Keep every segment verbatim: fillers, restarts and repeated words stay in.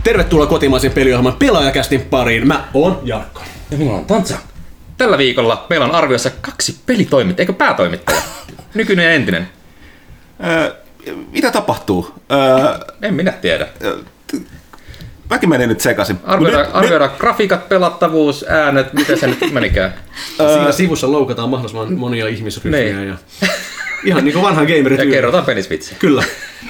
Tervetuloa kotimaisen peliohjelman Pelaajakästin pariin. Mä oon Jarkko. Ja minulla on Tontsa. Tällä viikolla meillä on arvioissa kaksi pelitoimittajaa, eikö päätoimittaja? Nykyinen ja entinen. Öö, mitä tapahtuu? Öö, en minä tiedä. Mäkin menin nyt sekaisin. Arvioidaan, nyt, arvioidaan nyt... grafiikat, pelattavuus, äänet, miten se nyt menikään. Siinä sivussa loukataan mahdollisimman monia ihmisryhmiä. Ja... Ihan niin kuin vanha gamerit. Ja kerrotaan pelisvitsejä. Kyllä.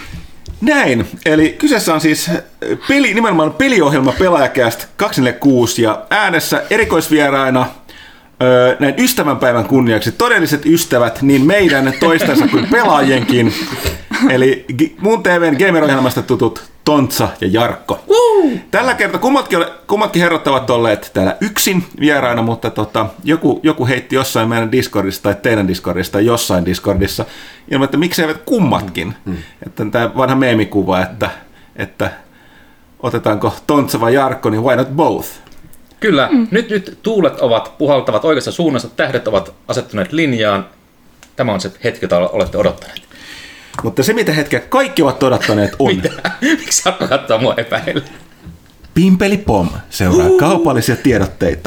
Näin, eli kyseessä on siis peli, nimenomaan peliohjelma Pelaajakäst kaksisataaneljäkymmentäkuusi ja äänessä erikoisvieraina öö, näin ystävänpäivän kunniaksi todelliset ystävät niin meidän toistensa kuin pelaajienkin. Eli mun T V:n gamer-ohjelmasta tutut Tontsa ja Jarkko. Woo! Tällä kertaa kummatkin, kummatkin herrat ovat olleet täällä yksin vieraina, mutta tota, joku, joku heitti jossain meidän Discordissa tai teidän Discordissa tai jossain Discordissa ilman, että miksi eivät kummatkin. Mm. Että tämä vanha meemikuva, että, että otetaanko Tontsa vai Jarkko, niin why not both? Kyllä, mm. nyt, nyt tuulet ovat puhaltavat oikeassa suunnassa, tähdet ovat asettuneet linjaan. Tämä on se hetki, jota olette odottaneet. Mutta se, mitä hetkeä kaikki ovat odottaneet, on... Mitä? Miksi Jarkko katsoo mua epäillä? Pimpeli Pom seuraa uh. kaupallisia tiedotteita.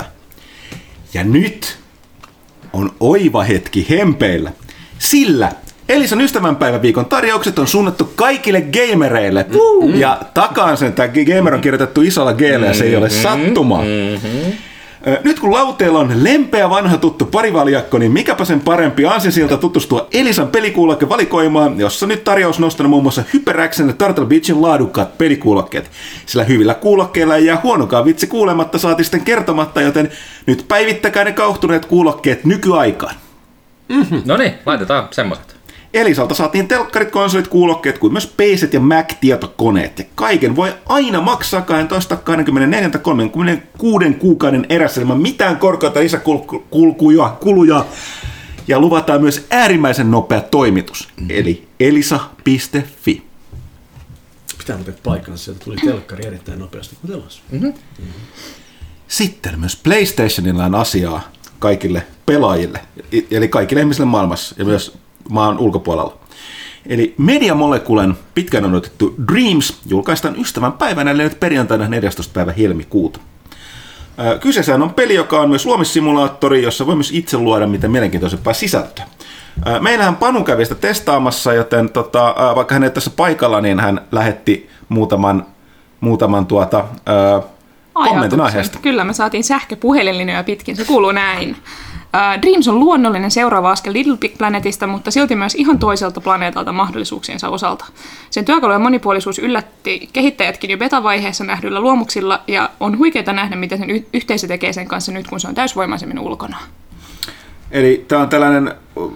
Ja nyt on oiva hetki hempeillä, sillä Elisan ystävänpäiväviikon tarjoukset on suunnattu kaikille gamereille. Uh. Ja takaan sen, tämä gamer on kirjoitettu isolla G:llä ja se ei ole sattuma. Mm-hmm. Nyt kun lauteella on lempeä vanha tuttu parivaljakko, niin mikäpä sen parempi ansisilta tutustua Elisan pelikuulokkevalikoimaan, jossa nyt tarjous nostanut muun muassa HyperXn ja Turtle Beachin laadukkaat pelikuulokkeet. Sillä hyvillä kuulokkeilla ei jää huonokaan vitsi kuulematta, saati sitten kertomatta, joten nyt päivittäkää ne kauhtuneet kuulokkeet nykyaikaan. Mm-hmm. No niin, laitetaan semmoiset. Elisalta saatiin telkkarit, konsolit, kuulokkeet, kuin myös PC:t ja Mac-tietokoneet. Ja kaiken voi aina maksaa kaksitoista kaksikymmentäneljä kolmekymmentäkuusi kuukauden erässä ilman mitään korkeata lisäkuluja. Kuluja. Ja luvataan myös äärimmäisen nopea toimitus. Mm. Eli elisa piste fi. Pitää pitää paikkansa, sieltä tuli telkkari erittäin nopeasti kuin telas. Mm-hmm. Mm-hmm. Sitten myös PlayStationilla on asiaa kaikille pelaajille, eli kaikille ihmisille maailmassa ja myös maan ulkopuolella. Eli Media Moleculen pitkään odotettu Dreams julkaistaan ystävän päivänä, eli nyt perjantaina neljästoista päivä helmikuuta. Kyseessä on peli, joka on myös luomissimulaattori, jossa voi myös itse luoda mitä mielenkiintoisempaa sisältöä. Meillähän Panu kävi sitä testaamassa, joten tota, vaikka hän ei tässä paikalla, niin hän lähetti muutaman, muutaman tuota, kommentin aiheesta. Kyllä, me saatiin sähköpuhelinlinjoja pitkin, se kuuluu näin. Uh, Dreams on luonnollinen seuraava askel Little Big Planetista, mutta silti myös ihan toiselta planeetalta mahdollisuuksiensa osalta. Sen työkalujen monipuolisuus yllätti kehittäjätkin jo beta-vaiheessa nähdyillä luomuksilla, ja on huikeaa nähdä, mitä sen y- yhteisö tekee sen kanssa nyt, kun se on täysvoimaisemmin ulkona. Eli tämä on tällainen,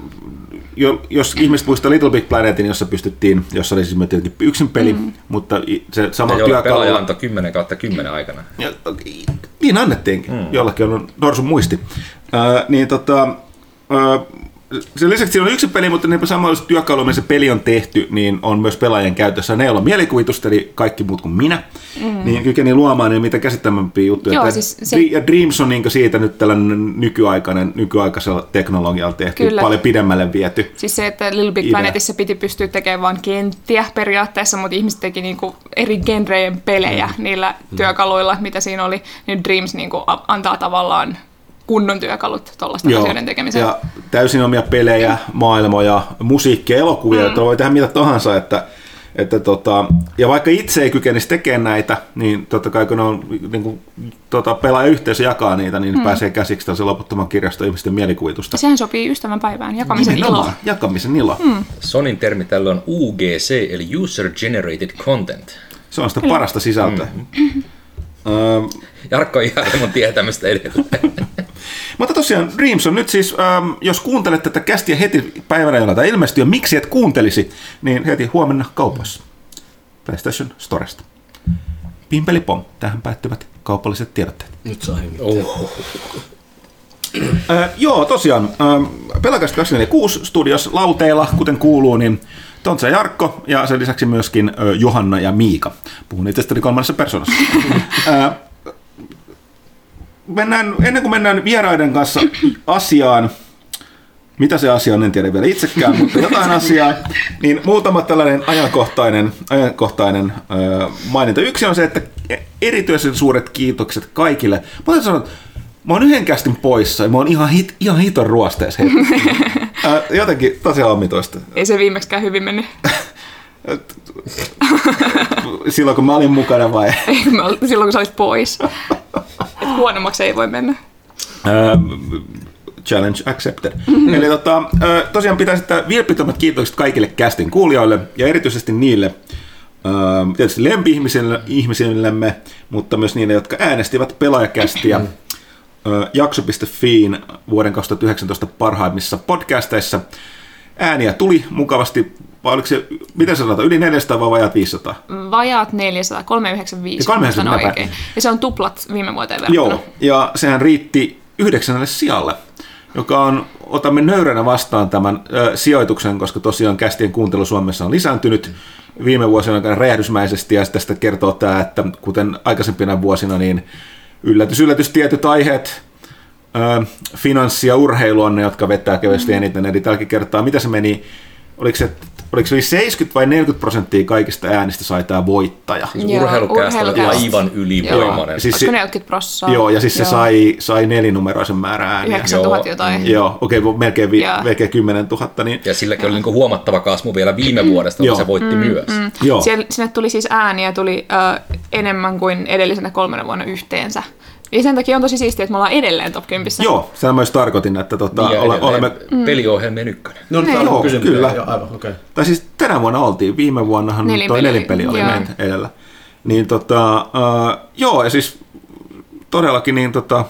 jos ihmiset muistaa Little Big Planetin, jossa pystyttiin, jossa oli siis tietenkin yksin peli, mm. mutta se sama ja työkalu... pelaaja antoi kymmenen kautta kymmenen aikana. Ja, niin annettiinkin, mm. jollakin on norsun muisti. Äh, niin tota, äh, sen lisäksi siinä on yksi peli, mutta ne samanlaiset työkaluja, missä se peli on tehty, niin on myös pelaajien käytössä. Ne, joilla on mielikuvitusta, eli kaikki muut kuin minä, mm. niin kykeni luomaan niin mitä käsittämämpiä juttuja. Joo, siis se... Ja Dreams on niin siitä nyt tällainen nykyaikainen, nykyaikaisella teknologialla tehty, Kyllä. paljon pidemmälle viety. Siis se, että Little Big Planetissa piti pystyä tekemään vain kenttiä periaatteessa, mutta ihmiset teki niinku eri genrejen pelejä mm. niillä mm. työkaluilla, mitä siinä oli. Nyt Dreams niinku antaa tavallaan kunnon työkalut tuollaisten asioiden tekemiseen. Ja täysin omia pelejä, maailmoja, musiikkia, elokuvia, mm. että voi tehdä mitä tahansa. Että, että tota, ja vaikka itse ei kykenisi tekemään näitä, niin totta kai kun on, niin kuin, tota, pelaajayhteisö jakaa niitä, niin mm. pääsee käsiksi tällaisen loputtoman kirjaston ihmisten mielikuvitusta. Ja sehän sopii ystävänpäivään, jakamisen ilo. Jakamisen ilo. Mm. Sonin termi tällä on U G C, eli User Generated Content. Se on sitä Kyllä. parasta sisältöä. Mm. Uh, Jarkko ihan mun tietämistä edelleen. Mutta tosiaan Dreams on nyt siis, ähm, jos kuuntelet tätä kästiä heti päivänä, jolla tämä ilmestyy, miksi et kuuntelisi, niin heti huomenna kaupassa PlayStation Storesta. Pimpeli pom, tähän päättyvät kaupalliset tiedotteet. Nyt saa hengittää. Oh. äh, joo, tosiaan, ähm, Pelaajakäst kaksikymmentäkuusi studios lauteilla, kuten kuuluu, niin Tontsa ja Jarkko ja sen lisäksi myöskin äh, Johanna ja Miika. Puhun itsestäni kolmannessa persoonassa. äh, Mennään, ennen kuin mennään vieraiden kanssa asiaan, mitä se asia on, en tiedä vielä itsekään, mutta jotain asiaa, niin muutama tällainen ajankohtainen, ajankohtainen öö, maininta. Yksi on se, että erityisen suuret kiitokset kaikille. Mä täytyy sanoa, että mä oon yhden kästin poissa ja mä oon ihan, hit, ihan hiton ruosteessa hetki. Jotenkin tosi omituista. Ei se viimeksikään hyvin mennyt. Silloin kun mä olin mukana vai? Ei, silloin kun sä olit pois. Et huonommaksi ei voi mennä. Uh, challenge accepted. Mm-hmm. Eli tota, uh, tosiaan pitää sitten vilpittömät kiitokset kaikille castin kuulijoille ja erityisesti niille uh, tietysti lempi-ihmisillemme, mutta myös niille, jotka äänestivät pelaajakästiä uh, jakso piste fiin vuoden kaksituhattayhdeksäntoista parhaimmissa podcasteissa. Ääniä tuli mukavasti, vai oliko se, miten se sanotaan, yli neljäsataa vai vajaat viisisataa? Vajaat neljäsataa, kolmesataayhdeksänkymmentäviisi. Ja oikein. Ja se on tuplat viime vuoteen verrattuna. Joo, ja sehän riitti yhdeksännelle sijalle, joka on, otamme nöyränä vastaan tämän ö, sijoituksen, koska tosiaan kästien kuuntelu Suomessa on lisääntynyt viime vuosina aikana räjähdysmäisesti, ja tästä kertoo tämä, että kuten aikaisempina vuosina, niin yllätys, yllätys, tietyt aiheet, ö, finanssi ja urheilu on ne, jotka vetää kevyesti eniten, eli tälläkin kertaa, mitä se meni, oliko se, oliko se seitsemänkymmentä vai neljäkymmentä prosenttia kaikista äänistä sai tämä voittaja? Siis urheilukäästä oli aivan ylivoimainen. Siis se, neljäkymmentä prosenttia. Joo, ja siis se joo. sai, sai nelinumeroisen määrän ääniä. yhdeksäntuhatta jotain. Joo, okei, okay, melkein, vi, melkein kymmenen tuhatta. Niin... Ja silläkin oli niinku huomattava kasvu vielä viime vuodesta, mutta se voitti mm, myös. Mm. Joo. Siellä, sinne tuli siis ääniä tuli uh, enemmän kuin edellisenä kolmena vuonna yhteensä. Ja sen takia on tosi siistiä, että me ollaan edelleen top kymmenen. Joo, sitä myös tarkoitin, että tota, niin ole, olemme... peliohjelmien ykkönen. No nyt on kysymys. Kyllä. Jo, aivan, okay. Tai siis tänä vuonna oltiin, viime vuonnahan nelinpeli. toi nelinpeli oli meitä edellä. Niin tota, uh, joo, ja siis todellakin niin tota...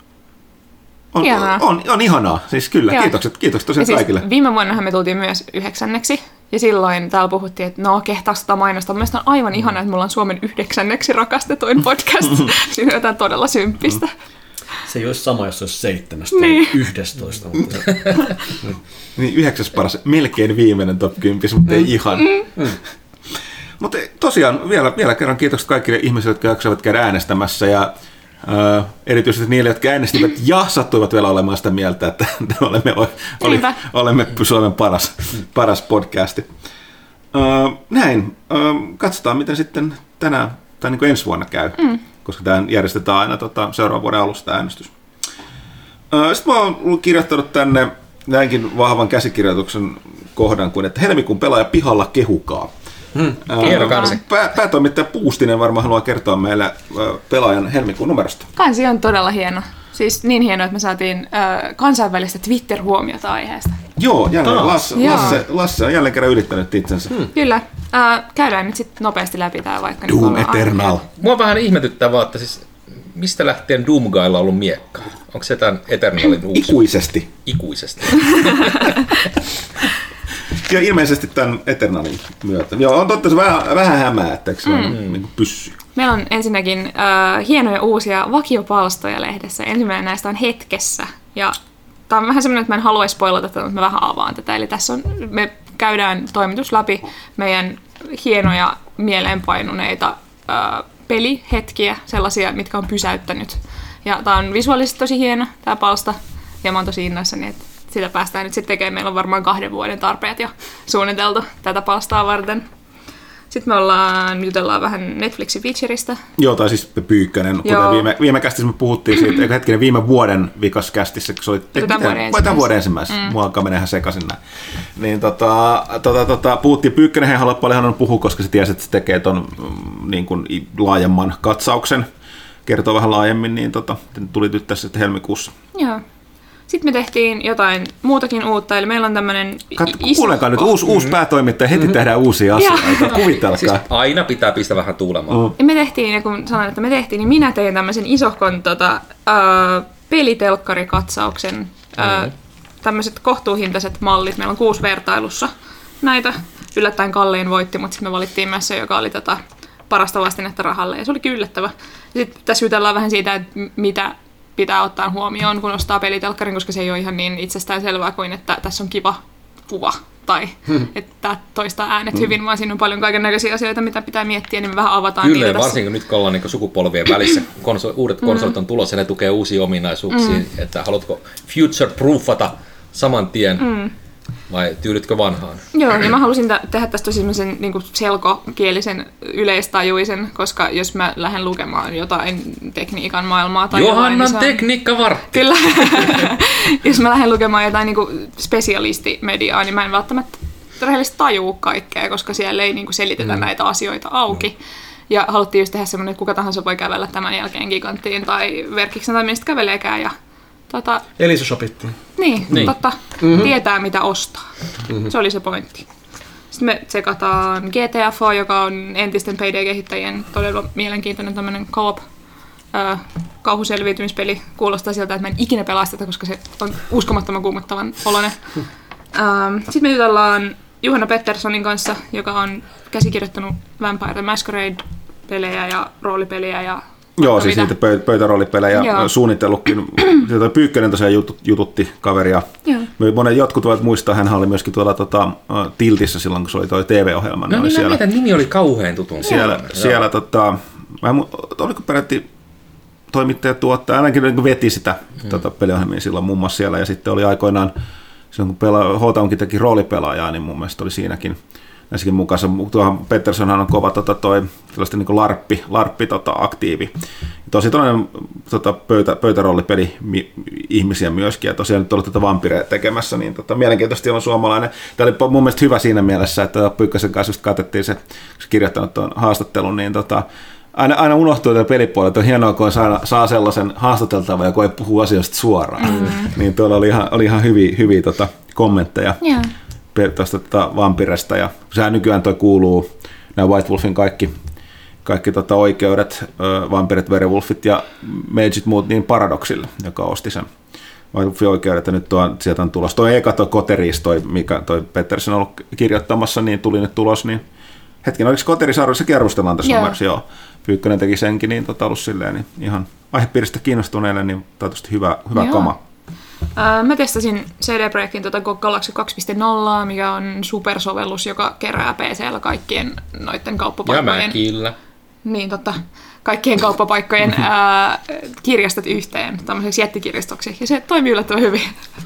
On, on, on, on ihanaa, siis kyllä, joo. kiitokset, kiitokset tosiaan siis kaikille. Viime vuonnahan me tultiin myös yhdeksänneksi, ja silloin täällä puhuttiin, että no kehtaako sitä mainostaa. Mielestäni on aivan ihanaa, että mulla on Suomen yhdeksänneksi rakastetuin podcast. Siinä on jotain todella symppistä. Se ei olisi sama, jos se olisi seitsemästä niin. tai yhdestoista. Mutta... niin yhdeksäs paras, melkein viimeinen top kymmenen, mutta ei ihan. Mm. Mutta tosiaan vielä, vielä kerran kiitokset kaikille ihmisille, jotka jaksavat käydä äänestämässä, ja Uh, erityisesti niille, jotka äänestivät ja sattuivat vielä olemaan sitä mieltä, että olemme, oli, olemme Suomen paras, paras podcasti. Uh, näin. Uh, katsotaan, miten sitten tänään tai niin kuin ensi vuonna käy, mm. koska tämä järjestetään aina tota, seuraavan vuoden alusta äänestys. Uh, sitten mä oon kirjoittanut tänne näinkin vahvan käsikirjoituksen kohdan kuin, että helmikuun pelaaja pihalla kehukaa. Hmm. Hieno kansi. Pää, päätoimittaja Puustinen varmaan haluaa kertoa meille pelaajan helmikuun numerosta. Kansi on todella hieno. Siis niin hieno, että me saatiin äh, kansainvälistä Twitter-huomiota aiheesta. Joo, jälleen Lasse, Lasse, Lasse on jälleen kerran ylittänyt itsensä. Hmm. Kyllä. Äh, käydään nyt sitten nopeasti läpi tämä vaikka. Doom Eternal. Mua vähän ihmetyttää vaan, että siis mistä lähtien Doomguylla on ollut miekkaa? Onko se tämän Eternalin uusi? Ikuisesti. Ikuisesti. Ja ilmeisesti tämän Eternalin myötä. Joo, on totta se vähän, vähän hämää, että se mm. on niin pyssy. Meillä on ensinnäkin äh, hienoja uusia vakiopalstoja lehdessä. Ensimmäinen näistä on Hetkessä. Ja tämä on vähän semmoinen, että mä en haluaisi spoilata tätä, mutta mä vähän avaan tätä. Eli tässä on, me käydään toimitus läpi meidän hienoja mieleenpainuneita äh, pelihetkiä, sellaisia, mitkä on pysäyttänyt. Ja tämä on visuaalisesti tosi hieno, tämä palsta. Ja mä oon tosi innoissani, että sitä päästään nyt sitten tekemään. Meillä on varmaan kahden vuoden tarpeet jo suunniteltu tätä palstaa varten. Sitten me ollaan, jutellaan vähän Netflixin featureista. Joo, tai siis Pyykkönen, kuten Joo. viime, viime kästissä me puhuttiin siitä, eikö hetkinen viime vuoden vikaskästissä, kun se oli... Tämän vuoden ensimmäisessä. Tämän vuoden ensimmäisessä, mm. mua alkaa mennä ihan sekaisin näin. Niin tota, tota, tota, puhuttiin Pyykkönen, hän haluaa paljon puhua, koska se tiesi, että se tekee ton niin kuin laajemman katsauksen, kertoo vähän laajemmin, niin tota, tuli nyt tässä helmikuussa. Joo. Sitten me tehtiin jotain muutakin uutta, eli meillä on tämmöinen iso... Kuulenkaan nyt, uusi, uusi päätoimittaja, heti mm-hmm. tehdään uusia asioita, kuvitelkaa. Siis aina pitää pistää vähän tuulemaan. Mm. Ja me tehtiin, ja kun sanoin, että me tehtiin, niin minä tein tämmöisen isohkon tota, äh, pelitelkkarikatsauksen, äh, tämmöiset kohtuuhintaiset mallit, meillä on kuusi vertailussa näitä. Yllättäen kallein voitti, mutta sitten me valittiin myös se, joka oli tota, parasta vastinetta rahalle, ja se olikin yllättävä. Sitten tässä jutellaan vähän siitä, että mitä pitää ottaa huomioon, kun ostaa pelitelkkarin, koska se ei ole ihan niin itsestään selvää kuin, että tässä on kiva kuva tai hmm. että toistaa äänet hmm. hyvin, vaan siinä on paljon kaikennäköisiä asioita, mitä pitää miettiä, niin me vähän avataan Kyllä, niitä varsinkin tässä. Nyt kun ollaan niin sukupolvien välissä, konso- uudet konsolit on tulossa ja ne tukee uusia ominaisuuksia, hmm. että haluatko future-proofata saman tien, hmm. Vai tyydytkö vanhaan? Joo, ja mä halusin te- tehdä tästä semmoisen niin kuin selkokielisen yleistajuisen, koska jos mä lähden lukemaan jotain tekniikan maailmaa tai Johannan jotain, niin tekniikkavartti. Kyllä. Jos mä lähden lukemaan jotain niin kuin spesialistimediaa, niin mä en välttämättä rehellisesti tajuu kaikkea, koska siellä ei niin kuin selitetä mm. näitä asioita auki. Mm. Ja haluttiin just tehdä semmoinen, että kuka tahansa voi kävellä tämän jälkeen Giganttiin tai Verkkiksen tai mistä käveleekään. Ja, tota, Elisa shopittiin. Niin, niin. Totta. Mm-hmm. Tietää mitä ostaa. Mm-hmm. Se oli se pointti. Sitten me tsekataan G T F O, joka on entisten P D-kehittäjien todella mielenkiintoinen tämmöinen co-op äh, kauhuselviytymispeli. Kuulostaa siltä, että mä en ikinä pelaa sitä, koska se on uskomattoman kuumottavan oloinen. ähm, Sitten me jutellaan Juhana Petterssonin kanssa, joka on käsikirjoittanut Vampire the Masquerade-pelejä ja roolipeliä ja Joo, siis niitä pöy- pöytäroolipelejä Joo. suunnitellutkin. Pyykkönen tosiaan jutut, jututti kaveria. Monet jotkut voivat muistaa, hän oli myöskin tuolla tota, Tiltissä silloin, kun se oli tuo T V-ohjelma. No niin, siellä, mä mietin, nimi oli kauhean tutun. Siellä, siellä tota, mä en, oliko peräti toimittaja tuottaja, ainakin niin veti sitä hmm. tota, peliohjelmia silloin muun muassa siellä. Ja sitten oli aikoinaan, silloin kun pela- H T teki roolipelaajaa, niin mun mielestä oli siinäkin. Näissäkin mukaansa. Tuohan Petterssonhan on kova tota, toi, niin kuin larppi, larppi tota, aktiivi. Tosi toinen tota, pöytä, pöytäroolipeli mi, ihmisiä myöskin, ja tosiaan nyt ollut tätä vampireja tekemässä, niin tota, mielenkiintoisesti on suomalainen. Tämä oli mun mielestä hyvä siinä mielessä, että Pyykkösen kanssa just katsottiin se, se kirjoittanut tuon haastattelun, niin tota, aina, aina unohtuu tätä pelipuolella, että on hienoa, kun saa, saa sellaisen haastateltavan, joka ei puhu asioista suoraan. Mm. Niin tuolla oli ihan, oli ihan hyviä, hyviä tota, kommentteja. Yeah. Tuosta tota vampiresta, ja sehän nykyään toi kuuluu, nämä White Wolfin kaikki, kaikki tota oikeudet, ö, vampirit, werewolfit ja mageit muut niin Paradoxille, joka osti sen White Wolfin oikeudet, ja nyt tuo, sieltä on tulos. Toi eka toi Koteris, toi, mikä toi Pettersson on ollut kirjoittamassa, niin tuli nyt tulos, niin hetken, oliko Koteris-arvoissa kerrostellaan tässä yeah. numeroksi, joo. Pyykkönen teki senkin, niin tota ollut silleen, niin ihan aihepiiristä kiinnostuneille, niin toivottavasti hyvä, hyvä kama. Uh, mä testasin C D Projektin tuota Galaxy kaksi piste nolla, mikä on supersovellus, joka kerää P C:llä kaikkien noiden kauppapaikkojen... Ja Mäkillä. Niin, totta. Kaikkien kauppapaikkojen uh, kirjastot yhteen tämmöiseksi jättikirjastoksi, ja se toimii yllättävän hyvin.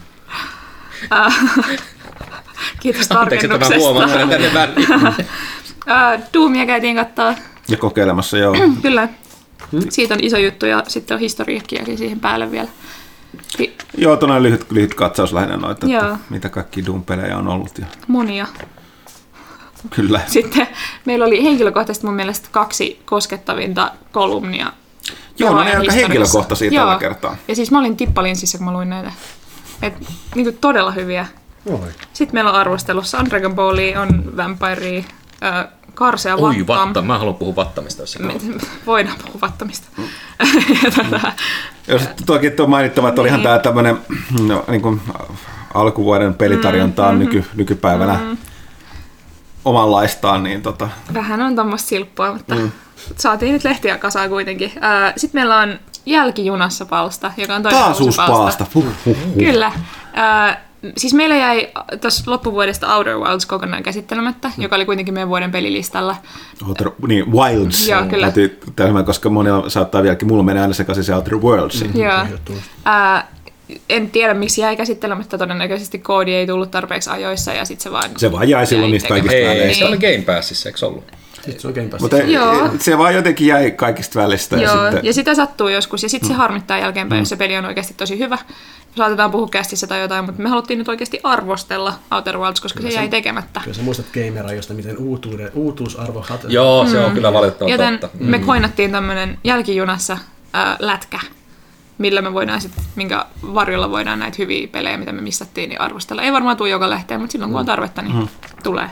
uh, kiitos tarkennuksesta. Anteeksi, tämä huomaan tänne väliin. uh, Doomia käytiin katsoa. Ja kokeilemassa, joo. Kyllä. Siitä on iso juttu, ja sitten on historiikkiakin siihen päälle vielä. Joo, tuollainen lyhyt, lyhyt katsaus lähinnä noita, että mitä kaikki Doom-pelejä on ollut. Ja... Monia. Kyllä. Sitten meillä oli henkilökohtaisesti mun mielestä kaksi koskettavinta kolumnia. Joo, no ne aika henkilökohtaisia Joo. tällä kertaa. Ja siis mä olin tippalinssissä, kun mä luin näitä. Et, niin kuin todella hyviä. Oi. Sitten meillä on arvostelussa on Dragon Ballia, on Vampire, äh, Karsea Vattam. Oi, Vattam. Mä haluan puhua Vattamista. Jos voidaan puhua Vattamista. Mm. tuota... Jos toki tuo mainittava, että olihan niin. tämä tämmöinen no, niin kuin alkuvuoden pelitarjontaa mm, nyky, mm, nykypäivänä mm. omanlaistaan. Niin tota... Vähän on tämmöistä silppua, mutta mm. saatiin nyt lehtiä kasaan kuitenkin. Äh, Sitten meillä on Jälkijunassa palsta, joka on toinen Taas uusi palsta. Huh, huh, huh. Kyllä. Äh, Siis meillä jäi tuossa loppuvuodesta Outer Wilds kokonaan käsittelemättä, hmm. joka oli kuitenkin meidän vuoden pelilistalla. Outer, niin, Wilds. Joo, kyllä. Tähän, koska monilla saattaa vieläkin, mulla menee aina sekaisin se Outer Worlds. Hmm. Joo. Äh, en tiedä, miksi jäi käsittelemättä, todennäköisesti koodi ei tullut tarpeeksi ajoissa ja sitten se vaan... Se vaan jäi silloin niistä kaikista väleistä. Ei, se oli Game Passissa, eikö ollut? Se, on Game Pass. Mutta se vaan jotenkin jäi kaikista välistä. Joo, ja, sitten... ja sitä sattuu joskus, ja sitten se harmittaa jälkeenpäin, mm. jos se peli on oikeasti tosi hyvä. Saatetaan puhua kästissä tai jotain, mutta me haluttiin nyt oikeasti arvostella Outer Worlds, koska kyllä se jäi tekemättä. Kyllä sä muistat Gamerajosta, miten uutuuden, uutuusarvo... Hat- Joo, se on mm. kyllä valitettava Joten totta. me mm. koinattiin tämmöinen jälkijunassa äh, lätkä, millä me voidaan sit, minkä varjolla voidaan näitä hyviä pelejä, mitä me missattiin, niin arvostella. Ei varmaan tule joka lehteen, mutta silloin kun on tarvetta, niin mm. tulee.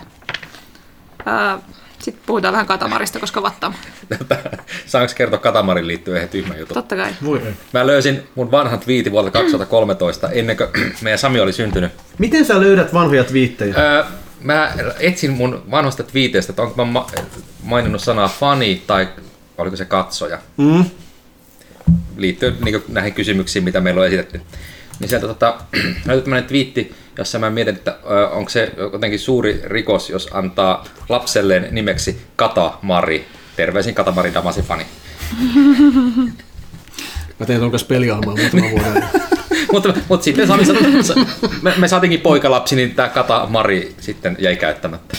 Äh, Sitten puhutaan vähän Katamarista, koska Vattam. Saanko kertoa Katamarin liittyen ihan tyhmä juttu? Totta kai. Voi. Mä löysin mun vanhan twiitin vuodelta kaksituhattakolmetoista, ennen kuin meidän Sami oli syntynyt. Miten sä löydät vanhoja twiittejä? Öö, mä etsin mun vanhoista twiiteistä, että onko mä maininnut sanaa fani tai oliko se katsoja. Mm. Liittyen niin näihin kysymyksiin, mitä meillä on esitetty. Niin sieltä tota, löytyi tämmöinen twiitti, jossa mä mietin, että ö, onko se jotenkin suuri rikos, jos antaa lapselleen nimeksi Katamari. Terveisin Katamari Damasi-fani. Mä tein tuon kanssa peliohjelmaa muutaman vuoden. mutta, mutta sitten Sami sanoi, me, me saatiinkin poikalapsi, niin tämä Kata Mari sitten jäi käyttämättä.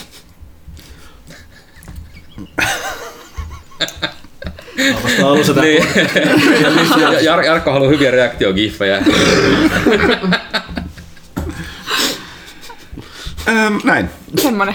Niin. Jar- Jarkko haluaa hyviä reaktiogiffejä. Öm, näin. Semmonen.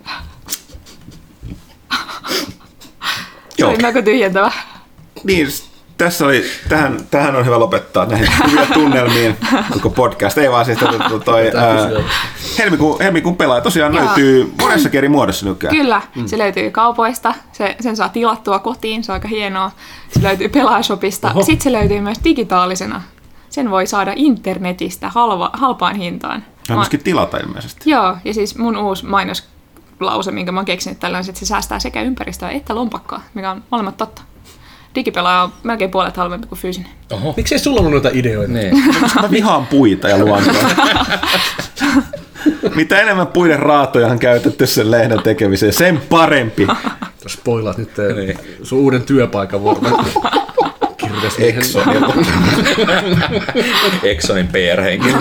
Se Joo. oli melko tyhjentävä. Niin, tässä oli, tähän, tähän on hyvä lopettaa näihin hyviä tunnelmiin, koko podcast. Ei vaan siis toi, toi ää, helmikuun, helmikuun pelaaja tosiaan Joo. löytyy monessa eri muodossa nykyään. Kyllä, mm. se löytyy kaupoista, se, sen saa tilattua kotiin, se on aika hienoa. Se löytyy Pelaajashopista, sitten se löytyy myös digitaalisena. Sen voi saada internetistä halva, halpaan hintaan. Ja myöskin tilata ilmeisesti. Joo, ja siis mun uusi mainoslause, minkä mä oon keksinyt tällainen, että se säästää sekä ympäristöä että lompakkoa, mikä on molemmat totta. Digipelaaja on melkein puolet halvempi kuin fyysinen. Oho. Miksei sulla ollut noita ideoita? Niin. Mä vihaan puita ja luontoa. Mitä enemmän puiden raatoja on käytetty sen lehden tekemiseen, sen parempi. Spoilaat nyt niin. Sun uuden työpaikan vuorot. Exxonilla. Exxonin P R-henkilö.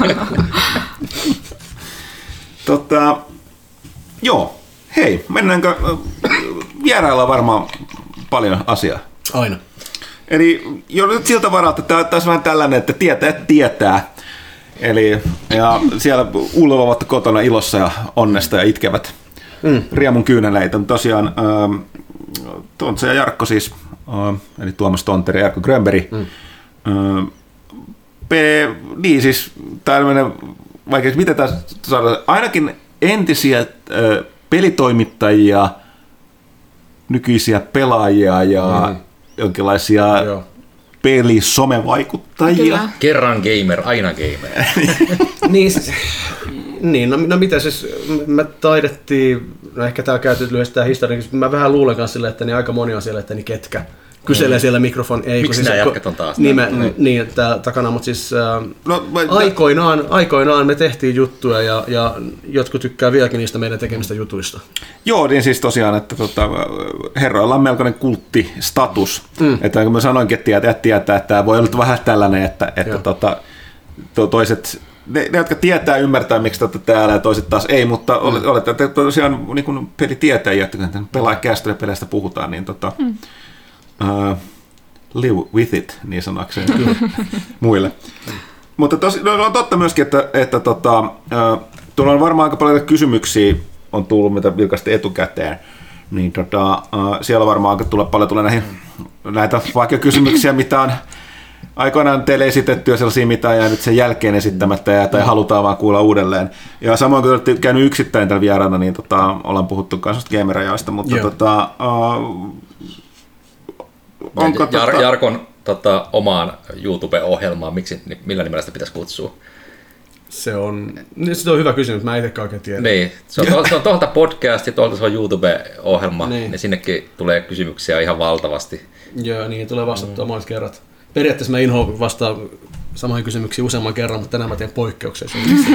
tota, joo, hei, mennäänkö, vierailla varmaan paljon asiaa. Aina. Eli jo nyt siltä varalta, että tässä on vähän tällainen, että tietää, että tietää. Eli ja siellä ulvovat kotona ilossa ja onnesta ja itkevät mm. riemun kyyneleitä. Tosiaan ähm, Tontsa ja Jarkko siis, äh, eli Tuomas Tonteri ja Jarkko Grönberg. Mm. Äh, P, niin siis tällainen, vaikka miten tässä saadaan, ainakin entisiä äh, pelitoimittajia, nykyisiä pelaajia ja mm. jonkinlaisia Joo. pelisomevaikuttajia. Kyllä. Kerran gamer, aina gamer. niin, siis, niin, no, no mitä siis, me taidettiin, no ehkä täällä käyty lyhyesti tämä historia, mä vähän luulen kanssa silleen, että niin aika moni on siellä, että niin ketkä kyselee mm. siellä mikrofon. Ei, miksi siis, nämä jätkät on taas? Niin, mm. niin täällä takana, mutta siis äh, no, mä, aikoinaan, aikoinaan me tehtiin juttuja ja, ja jotkut tykkää vieläkin niistä meidän tekemistä jutuista. Joo, niin siis tosiaan, että tota, herroilla on melkoinen kulttistatus. Mm. Että kun mä sanoinkin, että tietää, tietää, että tämä voi olla vähän tällainen, että, että tota, to, toiset, ne, ne, jotka tietää, ymmärtää, miksi te olette täällä ja toiset taas ei, mutta mm. olette tosiaan niin kuin pelitietäjiä, että kun pelaajakästöjä peleistä puhutaan, niin tota, mm. Uh, live with it, niin sanakseen muille. Mutta tos, no, on totta myöskin, että, että tota, uh, tuolla on varmaan aika paljon kysymyksiä on tullut, mitä vilkaisesti etukäteen. Niin tota, uh, siellä varmaan tulee paljon tulee näihin, näitä vaikka kysymyksiä, mitä on aikoinaan teille esitetty ja sellaisia, mitä on jäänyt sen jälkeen esittämättä ja, tai halutaan vaan kuulla uudelleen. Ja samoin kun olette käynyt yksittäin tällä vieraana, niin tota, ollaan puhuttu kanssa gamerajaista, mutta tota, uh, onko Jar- tota... Jarkon tota, omaan YouTube-ohjelmaan, miksi, millä nimellä sitä pitäisi kutsua? Se on, se on hyvä kysymys, mä en itsekään oikein tiedä. Niin, se on, to, se on tuolta podcast ja tuolta se on YouTube-ohjelma, niin. niin sinnekin tulee kysymyksiä ihan valtavasti. Joo, niin tulee vastattua mm. monet kerrat. Periaatteessa mä inhoan vastaan samoihin kysymyksiin useamman kerran, mutta tänään mä teen poikkeuksia.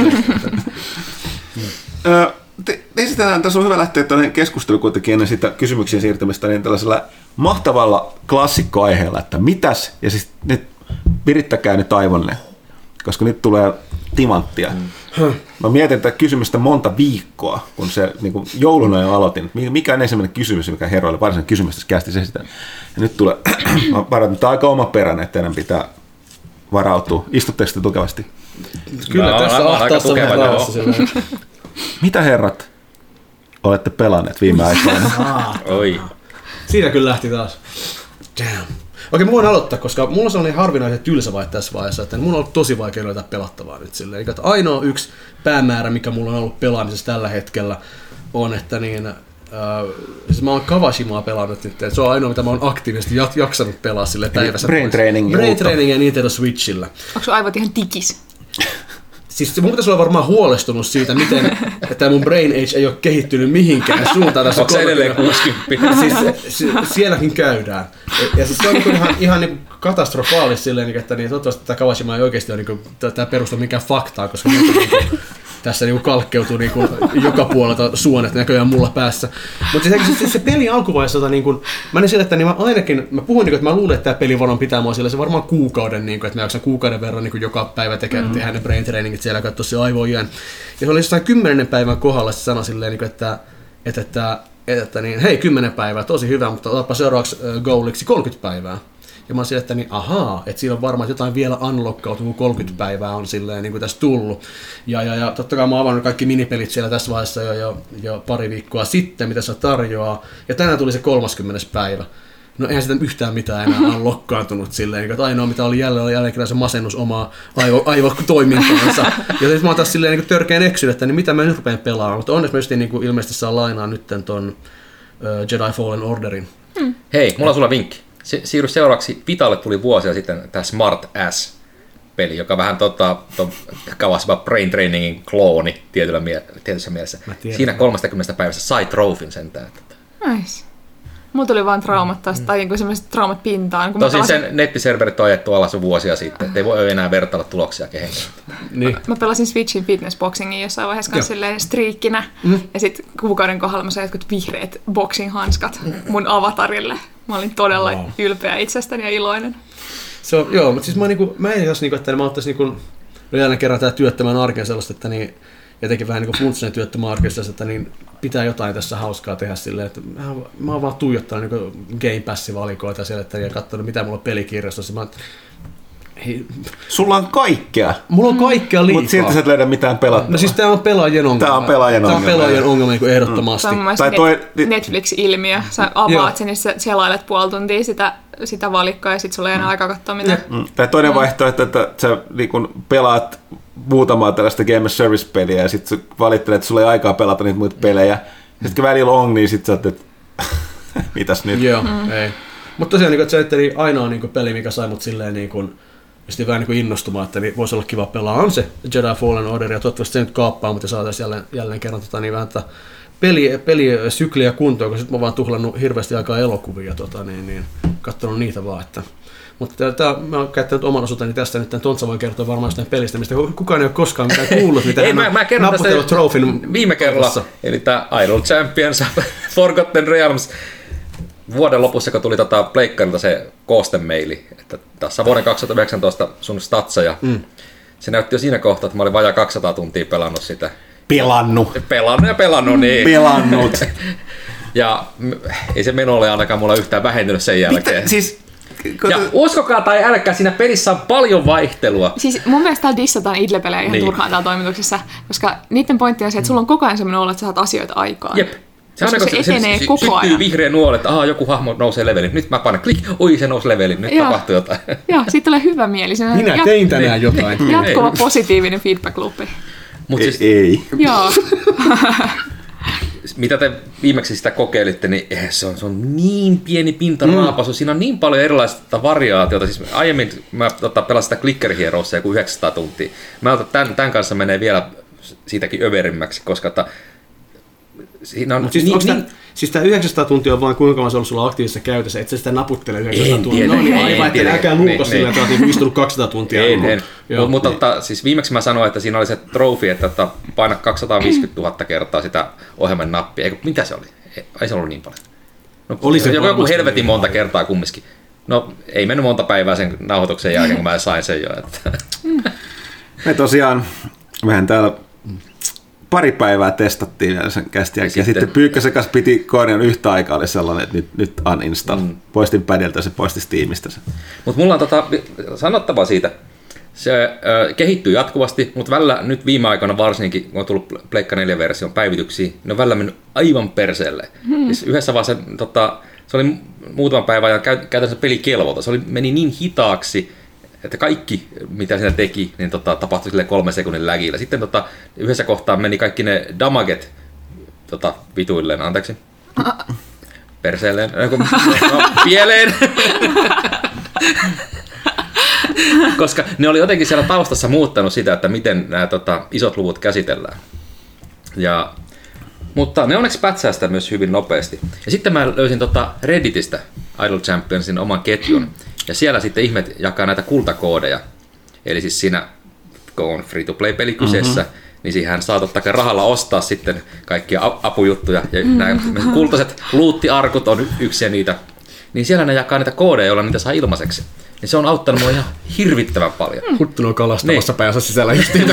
Te, esitellään, tässä on hyvä lähteä tällainen keskustelu kuitenkin ennen sitä kysymyksien siirtymistä niin tällaisella mahtavalla klassikkoaiheella, että mitäs, ja siis nyt virittäkää nyt aivonne, koska nyt tulee timanttia. Mm. Mä mietin tätä kysymystä monta viikkoa, kun se niin kuin jouluna jo aloitin. Mikä on ensimmäinen kysymys, mikä herroille varsinainen kysymys tässä kästissä esitän. Ja nyt tulee, mä varoitan, että tämä on aika oma peräinen, että teidän pitää varautua. Istutteko te tukevasti? Kyllä, no, tässä on aika tukeva, joo. Mitä herrat olette pelanneet viime aikoina? Oi. Siinä kyllä lähti taas. Damn. Okei, mä voin aloittaa, koska mulla on sellainen harvinaisen tylsä vaihe tässä vaiheessa, että mun on ollut tosi vaikea löytää pelattavaa nyt silleen. Eli ainoa yksi päämäärä, mikä mulla on ollut pelaamisessa tällä hetkellä, on, että niin, äh, siis mä oon Kawashimaa pelannut nyt, että se on ainoa, mitä mä oon aktiivisesti jaksanut pelaa sille päivässä. Brain training. Brain training ja Nintendo Switchillä. Onko sun aivot ihan tikis? Siis mun pitäisi olla varmaan huolestunut siitä, miten että mun brain age ei ole kehittynyt mihinkään suuntaan. Tässä onko se edelleen kuusikymmentä? Siis se, sielläkin käydään. Ja, ja siis se on niin ihan, ihan niin katastrofaalista silleen, että niin, toivottavasti tämä Kawashima ei oikeasti ole niin tämä perustu mikään faktaa, koska niin, tässä niinku kalkkeutuu niinku joka puolelta suonet näköjään mulla päässä. Mutta se, se, se peli alkuvaiheessa, niinku, mä niin sille, että niin mä ainakin, mä puhun, niinku, että mä luulen, että tämä peli varmaan pitää mua sillä se varmaan kuukauden, niinku, että mä jaksan kuukauden verran niinku, joka päivä tekee, mm. tehdä ne brain trainingit siellä, katsoa se aivojen. Ja se oli jossain kymmenen päivän kohdalla se sana silleen, niinku, että, että, että, että, että niin, hei kymmenen päivää, tosi hyvä, mutta otapa seuraavaksi goaliksi kolmekymmentä päivää. Ja mä oon sille, että niin, ahaa, että siinä on varmaan jotain vielä unlockkautu, kun kolmekymmentä päivää on silleen niin kuin tässä tullut. Ja, ja, ja totta kai mä oon avannut kaikki minipelit siellä tässä vaiheessa jo, jo, jo pari viikkoa sitten, mitä se tarjoaa. Ja tänään tuli se kolmaskymmenes päivä. No eihän sitä yhtään mitään enää unlockkaantunut silleen, että ainoa mitä oli jälleen, oli jälleen kerran se masennus omaa aivo, aivotoimintaansa. Ja sitten mä oon taas silleen niin törkeän eksynyt, että niin mitä mä nyt rupean pelaamaan. Mutta onneksi mä just niin kuin ilmeisesti saa lainaa nyt ton uh, Jedi Fallen Orderin. Hmm. Hei, mulla on sulla vinkki. Siirry seuraavaksi. Vitalle tuli vuosia sitten tämä Smart Ass-peli, joka vähän tota, kavasiva brain trainingin klooni tietyllä mie- tietyssä mielessä. Siinä kolmekymmentä päivässä sai trofin sentään. Nice. Mulla tuli vaan traumat taas, mm. tai niin sellaiset traumat pintaan. Kun Tosin pelasin... sen nettiserverit on ajettu alas vuosia sitten, ettei voi enää vertailla tuloksia kehenkään. Niin. Mä, mä pelasin Switchin fitnessboxingin jossain vaiheessa kanssa silleen striikkinä, mm. ja sitten kuukauden kohdalla mä sain jotkut vihreät boxing-hanskat mun avatarille. Mä olin todella wow. ylpeä itsestäni ja iloinen. Se on, joo, mutta siis mä, niinku, mä en jos, niinku, että mä ottaisin niinku, jälleen kerran tää työttömän arkeen sellaista, että niin, jotenkin vähän niin kuin funtsinen työttömän arkeen että niin pitää jotain tässä hauskaa tehdä silleen, että mä, mä oon vaan tuijottanut niin Game Pass-valikoita siellä, että ja katsonut mitä mulla on pelikirjastossa. Mä, hei, sulla on kaikkea. Mulla on kaikkea liikaa. Mutta silti sä et löydä mitään pelattavaa. No siis tää on pelaajien ongelma. Tää on pelaajien ongelma. Tää on pelaajien ongelma niin kuin ehdottomasti. Mm. Tämä on toi... Netflix-ilmiö. Sä avaat sen, niin sä selailet puoli tuntia sitä, sitä valikkoa ja sit sulla ei enää mm. aikaa katsoa mitään. Mm. Tai toinen mm. vaihtoehto, että sä niin kun pelaat muutamaa tällaista Game of Service-peliä ja sit sä valittelet, että sulla ei aikaa pelata niitä muita pelejä. Mm. Sitten kun välillä on, niin sit sä oot, että mitäs nyt? Joo, mm. ei. Mutta tosiaan niin, että se ainoa niin peli, mikä sai mut silleen niin kuin, just vähän niin innostumaan, että niin voisi olla kiva pelaa, on se Jedi Fallen Order, ja toivottavasti se nyt kaappaa, mutta saataisiin jälleen, jälleen kerran tota, niin vähän tätä peli, pelisykliä kuntoon, koska sitten mä oon vaan tuhlannut hirveästi aikaa elokuvia, tota, niin, niin katsonut niitä vaan. Että. Mutta tää, mä oon käyttänyt oman osuuteni tästä nyt, Tontsa voi kertoa varmaan jostain pelistä, mistä kukaan ei ole koskaan mitään kuullut, mitä ei, hän mä, mä on napputellut trofin viime kerralla, eli tämä Idle Champions Forgotten Realms. Vuoden lopussa, kun tuli tota pleikkarilta se koostemeili, että tässä vuoden kaksituhattayhdeksäntoista sun statseja, mm. se näytti jo siinä kohtaa, että mä olin vajaa kaksisataa tuntia pelannut sitä. Pelannut. Pelannut ja pelannut, niin. Pelannut. Ja ei se meno ole ainakaan mulla yhtään vähentynyt sen jälkeen. Mitä? Siis... Ja uskokaa tai älkää, siinä pelissä on paljon vaihtelua. Siis mun mielestä täällä dissataan idle-pelejä ihan niin. turhaan täällä toimituksessa, koska niiden pointti on se, että sulla on koko ajan semmoinen olo, että sä saat asioita aikaan. Jep. Se, on se, se etenee se, koko syttyy ajan. Vihreä nuoli, että aha, joku hahmo nousee levelin. Nyt mä panen klik, oi se nousi levelin, nyt Joo. tapahtuu jotain. Joo, siitä tulee hyvä mieli. Minä jat- tein tänään jotain. Jatkuva positiivinen feedback-loopi. Mut siis, ei. Joo. Mitä te viimeksi sitä kokeilitte, niin se on, se on niin pieni pintaraapasu. Mm. Siinä on niin paljon erilaista variaatiota. Siis aiemmin mä tota, pelasin sitä Clicker Heroesia joku yhdeksänsataa tuntia. Mä otan, tämän, tämän kanssa menee vielä siitäkin överimmäksi, koska että siinä on siis, niin, tämä, niin, siis tämä yhdeksänsataa tuntia on vaan kuinka kauan se on ollut sulla aktiivisessa käytössä, et sä sitä naputtele yhdeksänsataa tuntia. No niin, aivan, että älkää luukko sillä, että olet istunut kaksisataa tuntia. En, en. Mutta niin. Siis viimeksi mä sanoin, että siinä oli se trofi, että, että paina kaksisataaviisikymmentätuhatta kertaa sitä ohjelman nappia. Eikö, mitä se oli? Ei se ollut niin paljon. No, oli se joku helvetin niin monta kertaa kumminkin. No ei mennyt monta päivää sen nauhoituksen jälkeen, kun mä sain sen jo. Että. Me tosiaan, mehän täällä pari päivää testattiin vielä sen kästi jälkeen. Ja sitten, sitten Pyykkösen kanssa piti koodin yhtä aikaa, oli sellainen, että nyt, nyt uninstall. Mm. Poistin pädeltä ja se poisti Steamista sen. Mutta mulla on tota, sanottavaa siitä. Se äh, kehittyy jatkuvasti, mutta välillä nyt viime aikoina varsinkin, kun on tullut Pleikka neljä-version päivityksiä, ne on välillä mennyt aivan perseelle. Hmm. Siis yhdessä vaiheessa tota, se oli muutaman päivän ja käytännössä pelikelvolta. Se oli, meni niin hitaaksi, että kaikki, mitä siinä teki, niin tota, tapahtui sille kolmen sekunnin lägillä. Sitten tota, yhdessä kohtaa meni kaikki ne damaget tota, vituilleen, anteeksi, perseelleen, no, pieleen. Koska ne oli jotenkin siellä taustassa muuttanut sitä, että miten nämä tota, isot luvut käsitellään. Ja, mutta ne onneksi pätsää sitä myös hyvin nopeasti. Ja sitten mä löysin tota Redditistä Idle Championsin oman ketjun. Ja siellä sitten ihmet jakaa näitä kultakoodeja. Eli siis siinä, kun on free-to-play-peli kyseessä, mm-hmm. niin siihen saa totta kai rahalla ostaa sitten kaikkia apujuttuja. Ja mm. nämä kultaiset luuttiarkut on yksi niitä. Niin siellä ne jakaa niitä koodeja, joilla niitä saa ilmaiseksi. Niin se on auttanut mua ihan hirvittävän paljon. Huttunen on kalastamassa niin. Päänsä sisällä just niitä.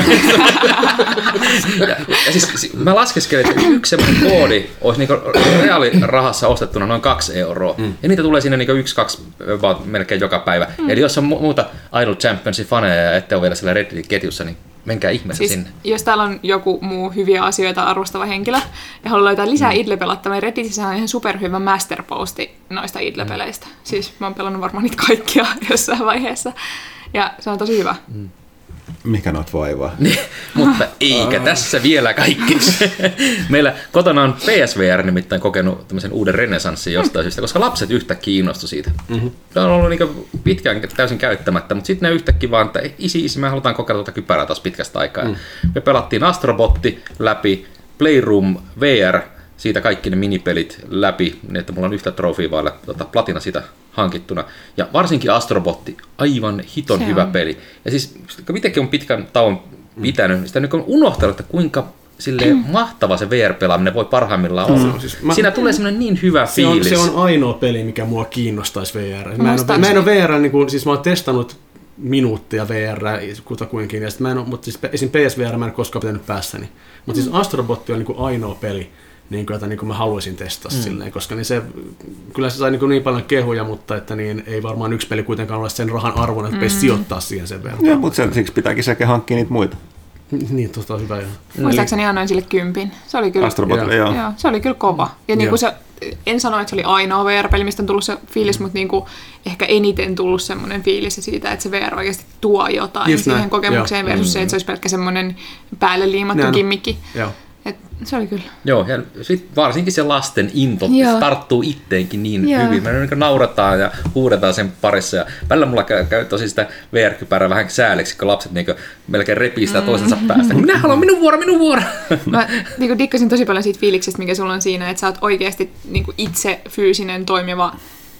ja, ja siis mä laskeskelin, että yksi semmoinen koodi olisi niinku reaalirahassa ostettuna noin kaksi euroa. Mm. Ja niitä tulee sinne niinku yksi, kaksi, melkein joka päivä. Mm. Eli jos on mu- muuta Idle Championsin faneja ja ette ole vielä siellä Reddit-ketjussa, niin menkää ihmeessä siis, sinne. Jos täällä on joku muu hyviä asioita arvostava henkilö ja haluaa löytää lisää mm. idle-pelattavaa, niin Redditissä on ihan superhyvä masterposti noista idle-peleistä. Mm. Siis mä oon pelannut varmaan niitä kaikkia jossain vaiheessa. Ja se on tosi hyvä. Mm. Mikä noit vaivaa? Niin, mutta eikä tässä vielä kaikki. Meillä kotona on P S V R nimittäin kokenut tämmöisen uuden renesanssin jostain syystä, koska lapset yhtäkkiä innostui siitä. Mm-hmm. Se on ollut niin pitkään täysin käyttämättä, mutta sitten ne yhtäkkiä vaan, että isi, isi, me halutaan kokeilla tuota kypärää taas pitkästä aikaa. Mm. Me pelattiin Astrobotti läpi, Playroom V R, siitä kaikki ne minipelit läpi, niin että mulla on yhtä trofia vailla tota, platina sitä hankittuna. Ja varsinkin Astrobotti, aivan hiton se hyvä on. Peli. Ja siis, kun itsekin on pitkän tauon pitänyt, niin sitä on unohtanut, että kuinka silleen mm. mahtava se V R-pelaaminen voi parhaimmillaan olla. Mm. Siis mä, Siinä tulee semmoinen niin hyvä se fiilis. On, se on ainoa peli, mikä mua kiinnostaisi V R. Mä en ole, mä en ole V R, niin kuin, siis mä oon testannut minuuttia V R kutakuinkin, ja mä en ole, mutta siis esim. P S V R mä en koskaan pitänyt päässäni. Mutta mm. siis Astrobotti on niin kuin ainoa peli, niin kuin, jota niin kuin mä haluaisin testaa mm. silleen, koska niin se, kyllä se sai niin, niin paljon kehuja, mutta että niin, ei varmaan yksi peli kuitenkaan ole sen rahan arvon, että mm. pitäisi sijoittaa siihen sen verran. Joo, mutta sen, siksi pitääkin sekä hankkia niitä muita. Niin, tota on hyvä. Jo. Muistaakseni annoin sille kympin. Se oli kyllä, Astrobotille, joo. Joo, se oli kyllä kova. Ja niin kuin se, en sano, että se oli ainoa V R-peli, mistä on tullut se fiilis, mutta niin kuin ehkä eniten tullut semmoinen fiilis siitä, että se V R oikeasti tuo jotain just siihen näin. Kokemukseen joo. versus se, että se olisi pelkkä semmoinen päälle liimattu näin. Gimmikki. Joo. Et se oli kyllä. Joo, ja sit varsinkin se lasten into Joo. tarttuu itteenkin niin Joo. hyvin. Me niin naurataan ja huudetaan sen parissa. Ja välillä mulla käy, käy tosi sitä V R-kypärää vähän sääliksi, kun lapset niin melkein repii sitä mm. toisensa päästä. Minä haluan minun vuoro, minun vuoro! Mä niin dikkasin tosi paljon siitä fiiliksestä, mikä sulla on siinä, että sä oot oikeasti niin itse fyysinen toimiva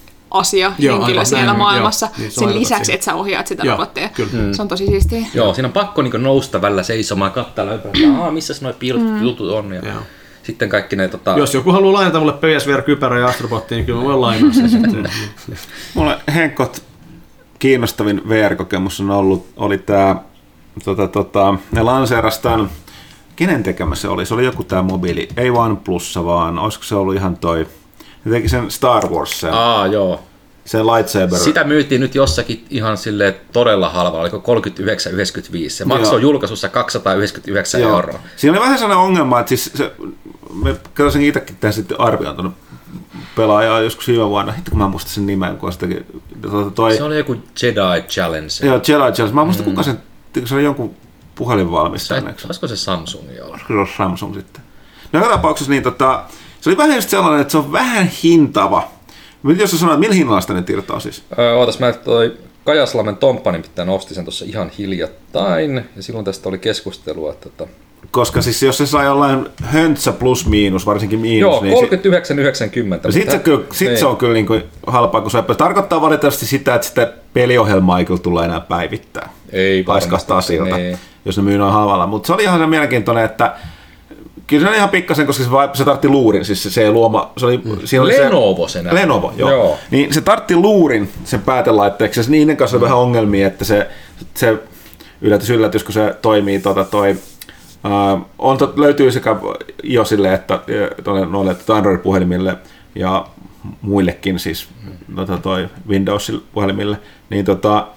asia Joo, henkilö siellä näin, maailmassa. Niin, sen lisäksi, että sä ohjaat sitä robotteja. Mm. Se on tosi siistiä. Joo, siinä on pakko niin nousta välillä seisomaan, katsella ympärillä, että missäs noi piilut mm. jutut on. Ja sitten kaikki ne... Tota... Jos joku haluaa lainata mulle P S V R-kypärä ja Astrobotti, niin kyllä mä voin lainaa sen sitten. Mulle Henkot kiinnostavin V R-kokemus on ollut, oli tää, tota, tota, ne lanseeras tämän, kenen tekemä se oli? Se oli joku tää mobiili, ei OnePlussa vaan, olisiko se ollut ihan toi... Ne teki sen Star Wars sen. Aa, joo. Sen lightsaber. Sitä myytiin nyt jossakin ihan silleen todella halvalla, oliko kolmekymmentäyhdeksän yhdeksänkymmentäviisi. Se maksoi julkaisussa kaksisataayhdeksänkymmentäyhdeksän joo. euroa. Siinä oli vähän sellainen ongelma, että siis se, me katsoin itsekin tämän sitten arvioon pelaajaa joskus viime vuonna. Hitto kun mä muistan sen nimen, kun se teki... Toi... Se oli joku Jedi Challenge. Joo, Jedi Challenge. Mä muistan, mm. kuka sen... Se oli jonkun puhelinvalmistajan. Olisiko se Samsung joo? Kyllä se Samsung sitten. No joka tapauksessa niin tota... Se oli vähän just sellainen, että se on vähän hintava. Mutta jos sä sanoit, millä hinnalla sitä nyt irtoaa siis? Öö, ootas, mä toi Kajaslamen Tomppa nimittäin osti sen tuossa ihan hiljattain. Ja silloin tästä oli keskustelua. Että, että... Koska siis jos se saa jollain höntsä plus miinus, varsinkin miinus. Joo, niin kolmekymmentäyhdeksän yhdeksänkymmentä. Sitten se, kyllä, sit se on kyllä niin kuin halpaa, kun se tarkoittaa valitettavasti sitä, että sitä peliohjelmaa ei kyllä tule enää päivittää. Ei Paiskastaa siltä, niin. Jos ne myy noin halvalla. Mutta se oli ihan se mielenkiintoinen, että kyllä se oli ihan pikkasen, koska se, se tartti luurin, siis se, se luoma, se oli, siinä oli Lenovo se, se Lenovo, joo. joo. Niin se tartti luurin sen päätelaitteeksi, ja niiden kanssa oli mm. vähän ongelmia, että se, se yllätys yllätys, kun se toimii, tota, toi, uh, on, tot, löytyy sekä iOSille että noille Android-puhelimille ja muillekin, siis mm. tota, toi Windows-puhelimille, niin tota,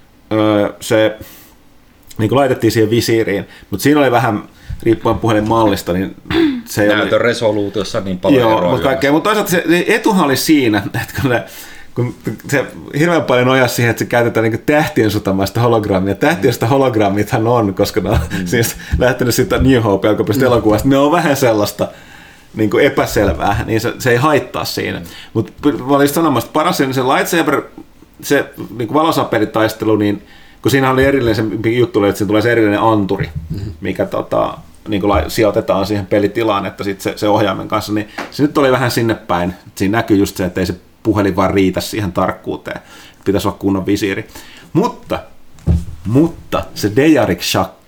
uh, se niin kuin laitettiin siihen visiiriin, mutta siinä oli vähän riippuen puhelinmallista, niin se näytön oli... resoluutiossa niin paljon joo, eroa. Mutta kaikkea, mutta toisaalta se, se etuhan oli siinä, että kun, ne, kun se hirveän paljon nojasi siihen, että se käytetään niin tähtien sotamaista hologrammia. Tähtien sitä hologrammithan on, koska ne on mm. siis lähtenyt siitä New Hope alkuperäisestä mm. elokuvasta. Ne on vähän sellaista niin kuin epäselvää, niin se, se ei haittaa siinä. Mm. Mutta mä olin sanomassa, että paras se lightsaber, se niin kuin valosapelitaistelu, niin kun siinä oli erillinen se juttu, että siinä tulee se erillinen anturi, mm-hmm. mikä tota, niin kuin sijoitetaan siihen pelitilaan, että sit se, se ohjaimen kanssa, niin se nyt oli vähän sinne päin. Siinä näkyy just se, että ei se puhelin vaan riitä siihen tarkkuuteen. Pitäisi olla kunnon visiiri. Mutta, mutta se Dejarik-shakki,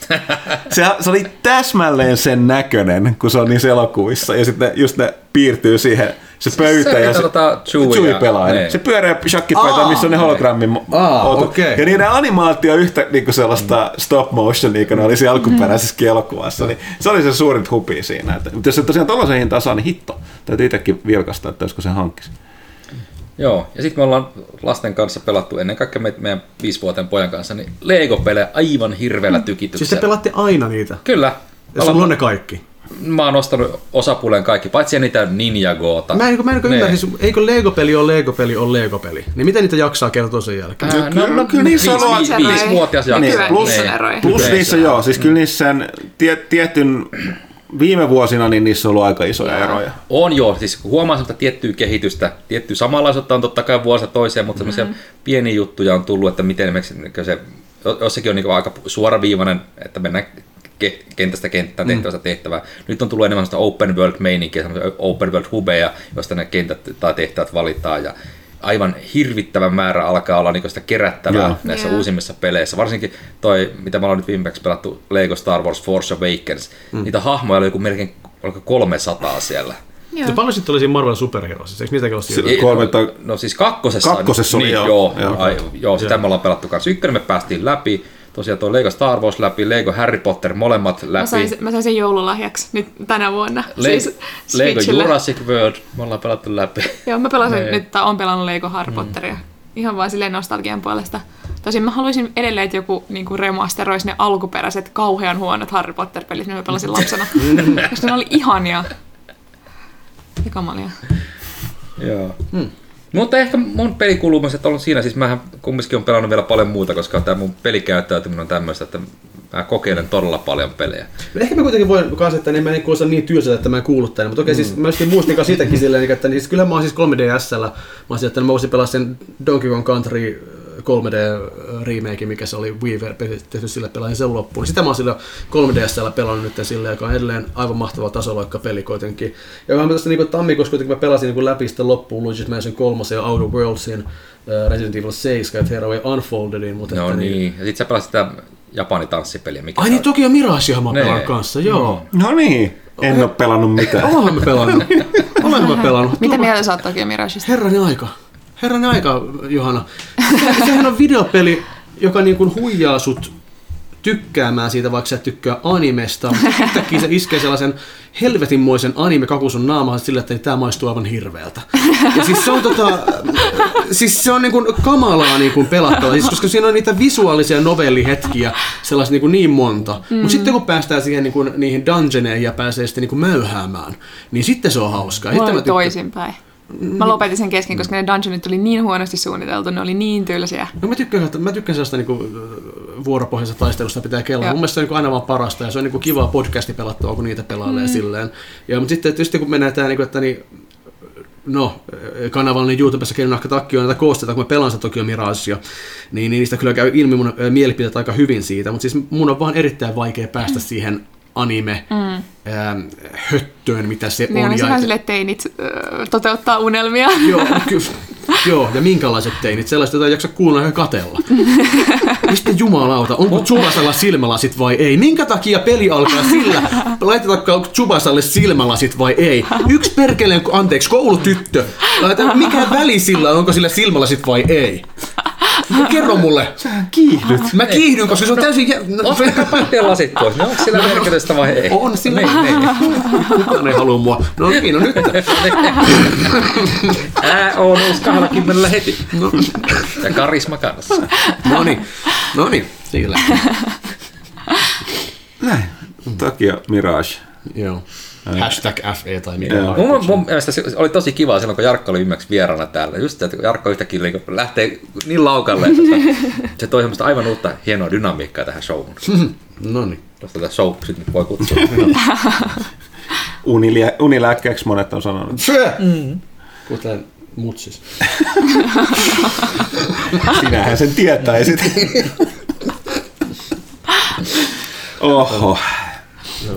Se, se oli täsmälleen sen näköinen, kun se on niissä elokuvissa. Ja sitten just ne piirtyy siihen, se pöytä se, ja se Chewie pelaa. Se pyöreä shakkipaita, missä on ne hologrammin. Aa, okay. Ja niiden animaatio yhtä niin sellaista stop motion, niin kuin ne oli siinä alkuperäisessä elokuvassa. Niin se oli se suurin hupi siinä. Että, mutta jos se tosiaan tollaisen hintaan saa, niin hitto. Täytyy itsekin vilkastaa, että olisiko se hankkisi. Joo, ja sitten me ollaan lasten kanssa pelattu ennen kaikkea meidän viisivuotiaan pojan kanssa, niin Lego-pelejä aivan hirveällä tykityksellä. Siis te pelatti aina niitä? Kyllä. Ja sulla on ne kaikki? Mä oon ostanut osapuoleen kaikki, paitsi niitä Ninjagoota. Mä en, mä en ymmärrä, siis, eikö Lego-peli ole Lego-peli on Lego-peli? Niin miten niitä jaksaa kertoa sen jälkeen? Ää, no, no, kyllä niissä on viisi, viisi, viisivuotias jaksaa. Niin, plus, plus niissä joo, siis kyllä niissä sen tie, tietyn viime vuosina niin niissä on ollut aika isoja yeah. eroja. On joo, siis huomaa semmoista tiettyä kehitystä, tiettyä samanlaisuutta on totta kai vuosista toiseen, mutta mm-hmm. semmoisia pieniä juttuja on tullut, että miten esimerkiksi se, jossakin on niin aika suoraviivainen, että mennään kentästä kenttään tehtävästä mm. tehtävää. Nyt on tullut enemmän semmoista open world-meininkiä, semmoisia open world-hubeja, joista ne kentät tai tehtävät valitaan, ja aivan hirvittävä määrä alkaa olla niin sitä kerättävää yeah. näissä yeah. uusimmissa peleissä. Varsinkin toi, mitä me ollaan nyt viimeksi pelattu, Lego Star Wars Force Awakens, mm. niitä hahmoja oli joku melkein kolmesataa siellä. Ja paljon sitten oli siinä Marvel Super Heroes, eikö niitäkin ole siellä? Kolme tai... No siis kakkosessa, kakkosessa oli, niin, joo. Joo, joo, ai, joo sitä me ollaan pelattu kanssa. Ykkönen me päästiin läpi, tosiaan tuo Lego Star Wars läpi, Lego Harry Potter molemmat läpi. Mä sain, mä sain sen joululahjaksi nyt tänä vuonna. Le- siis Lego Jurassic World, me ollaan pelattu läpi. Joo, mä pelasin ne. nyt, tai on pelannut Lego Harry Potteria. Mm. Ihan vaan silleen nostalgian puolesta. Tosin mä haluaisin edelleen, että joku niin remasteroisi ne alkuperäiset kauhean huonot Harry Potter-pelit, niin mä pelasin lapsena. Koska ne oli ihania. Ja kamalia. Joo. Hmm. Mutta ehkä mun pelikulumiset on siinä, siis mähän kumminkin on pelannut vielä paljon muuta, koska tämä mun pelikäyttäytyminen on tämmöistä, että mä kokeilen todella paljon pelejä. Ehkä mä kuitenkin voin kanssa, että en mä en kuulosta niin tylsältä, että mä en kuullut tänne, mutta okei, mm. siis mä just muistin sitäkin silleen, että niin, siis kyllä mä oon siis kolme D S:llä, mä olisin, että mä voisin pelaa sen Donkey Kong Country kolme D-remake, mikä se oli Wii tehty sille, pelasin sen loppuun. Sitä mä oon sillä kolme D S:llä pelannut nyt silleen, joka on edelleen aivan mahtava tasoloikka peli kuitenkin. Ja mä tästä niin tammikuussa kuitenkin mä pelasin niin läpi sitten loppuun Luigi's Mansion kolme ja Outer Worldsin, uh, Resident Evil seitsemän ja Tearaway Unfoldedin. Mutta no että, niin. niin, ja sit sä pelasit sitä Japani-tanssipeliä. Mikä ai niin, Tokyo Miragea mä pelaan kanssa, joo. No niin, en oo pelannut mitään. Olenhan mä pelannut. Olenhan mä pelannut. Mitä mieltä sä oot Tokyo Miragesta? Herranen aika. Herranen aika, Johanna. Sehän on videopeli, joka niin kuin huijaa sut tykkäämään siitä, vaikka sä et tykkää animesta. Yhtäkkiä se iskee sellaisen helvetinmoisen anime-kaku sun naamahan sillä, että tää maistuu aivan hirveältä. Ja siis se on, tota, siis se on niin kuin kamalaa niin kuin pelattava, siis koska siinä on niitä visuaalisia novellihetkiä sellaisia niin, kuin niin monta. Mm. Mutta sitten kun päästään siihen, niin kuin, niihin dungeoneihin ja pääsee sitten niin kuin mäyhäämään, niin sitten se on hauskaa. Mulla oli toisinpäin. Mä lopetin sen kesken, koska ne dungeonit oli niin huonosti suunniteltu, ne oli niin tylsiä. No mä tykkään, mä tykkään sellaista niinku vuoropohjaisesta taistelusta pitää kelaa. Mun mielestä se on niinku aina vaan parasta ja se on niinku kivaa podcasti pelattua, kun niitä pelailee mm. silleen. Ja, mutta sitten tietysti kun mennään tähän, niinku, että niin, no, kanavallinen YouTubessa Kennakka Takki on näitä koosteita, kun mä pelaan sitä Tokyo Miragea, niin, niin niistä kyllä käy ilmi mun mielipiteet aika hyvin siitä, mutta siis mun on vaan erittäin vaikea päästä mm. siihen anime mm. ähm, höttöön, mitä se niin on. Niin on ihan silleen, että teinit äh, toteuttaa unelmia. Joo, ky- joo, ja minkälaiset teinit? Sellaiset, joita ei jaksa kuunnella ja katella. Mistä jumalauta, onko Tsubasalla silmälasit vai ei? Minkä takia peli alkaa sillä? Laitetaanko Tsubasalle silmälasit vai ei? Yksi perkeleen, anteeksi, koulutyttö. Laitetaan, mikä väli sillä on, onko sillä silmälasit vai ei? Kerro mulle. Sähän kiihdyt. Mä kiihdyn, koska se on täysin... Ottakaa päihteen lasit pois. Ne onko sillä merkitystä vai ei? On sillä. Kukaan ei halua mua. No niin, no nyt. Ää on uusi kahdellakymmenellä heti. No. Ja karisma kanssa. No niin, no niin. Sillä. Näin. Tokyo Mirage. Joo. Hashtag F E tai mikä. Mun, mun mielestä se oli tosi kiva silloin, kun Jarkko oli viimeksi vieraana täällä. Just se, että Jarkko yhtäkkiä lähtee niin laukalle, että se toi semmoista aivan uutta hienoa dynamiikkaa tähän showhun. No niin. Tuosta tätä show nyt voi kutsua. Unilä, unilääkkeeksi monet on sanonut. Mm. Kuten mutsis. Sinähän sen tietäisit. Oho. Joo.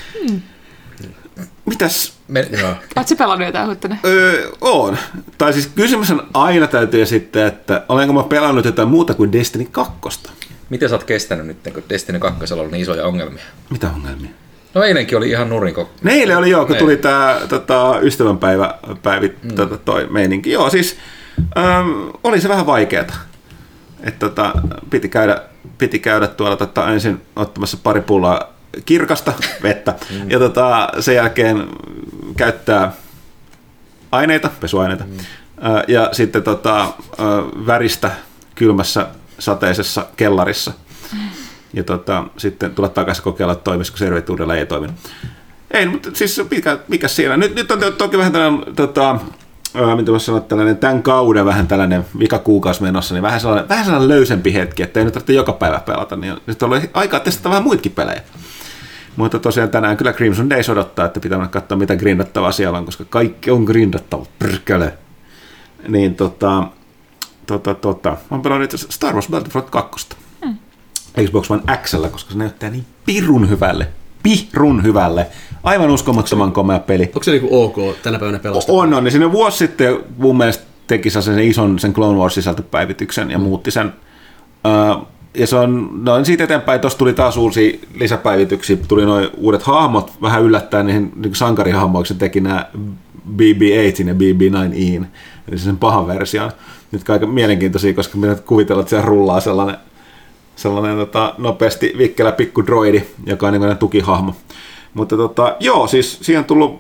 Mitäs? Oletko sä pelannut jotain, Huttunen? Öö, oon. Tai siis kysymys on aina täytyy esittää, että olenko mä pelannut jotain muuta kuin Destiny kaksi. Miten sä oot kestänyt nyt, kun Destiny kaksi on ollut niin isoja ongelmia? Mitä ongelmia? No eilenkin oli ihan nurinko. Ne eilen oli joo, kun tuli tää tota, ystävänpäivä päivi, mm. tota, toi meininki. Joo, siis äm, oli se vähän vaikeeta. Että tota, piti käydä, piti käydä tuolla tota, ensin ottamassa pari pulloa kirkasta vettä mm. ja tota, sen jälkeen käyttää aineita, pesuaineita mm. ä, ja sitten tota, ä, väristä kylmässä sateisessa kellarissa. Mm. Ja tota, sitten tulla takaisin kokeilla, että toimisiko servituudella ei toiminut. Ei, mutta siis mikä, mikä siinä? Nyt, nyt on toki vähän tällainen, tota, ää, mitä voisi sanoa, tällainen tämän kauden vähän tällainen vika kuukausi menossa, niin vähän sellainen, vähän sellainen löysempi hetki, että ei nyt tarvitse joka päivä pelata, niin nyt on ollut aikaa testata vähän muitakin pelejä. Mutta tosiaan tänään kyllä Crimson Days odottaa, että pitää katsoa mitä grindattavaa siellä on, koska kaikki on grindattava, prkele. Niin tota, tota, tota, mä pelannut itse Star Wars Battlefront kaksi. Hmm. Xbox One X:llä, koska se näyttää niin pirun hyvälle. Pirun hyvälle. Aivan uskomattoman komea peli. Onko se niinku ok tänä päivänä pelasta? On, on. Ja sinne vuosi sitten mun mielestä teki sen ison sen Clone Wars sisältöpäivityksen ja muutti sen. Uh, ja se on, no siitä eteenpäin, tuossa tuli taas uusia lisäpäivityksiä, tuli nuo uudet hahmot, vähän yllättäen niihin niin sankarihahmoiksi se teki nämä B B kahdeksan ja B B yhdeksän, eli sen pahan version. Nyt aika mielenkiintoisia, koska minä kuvitellaan, että siellä rullaa sellainen, sellainen tota, nopeasti vikkelä pikku droidi, joka on niin kuin tukihahmo. Mutta tota, joo, siis siihen on tullut,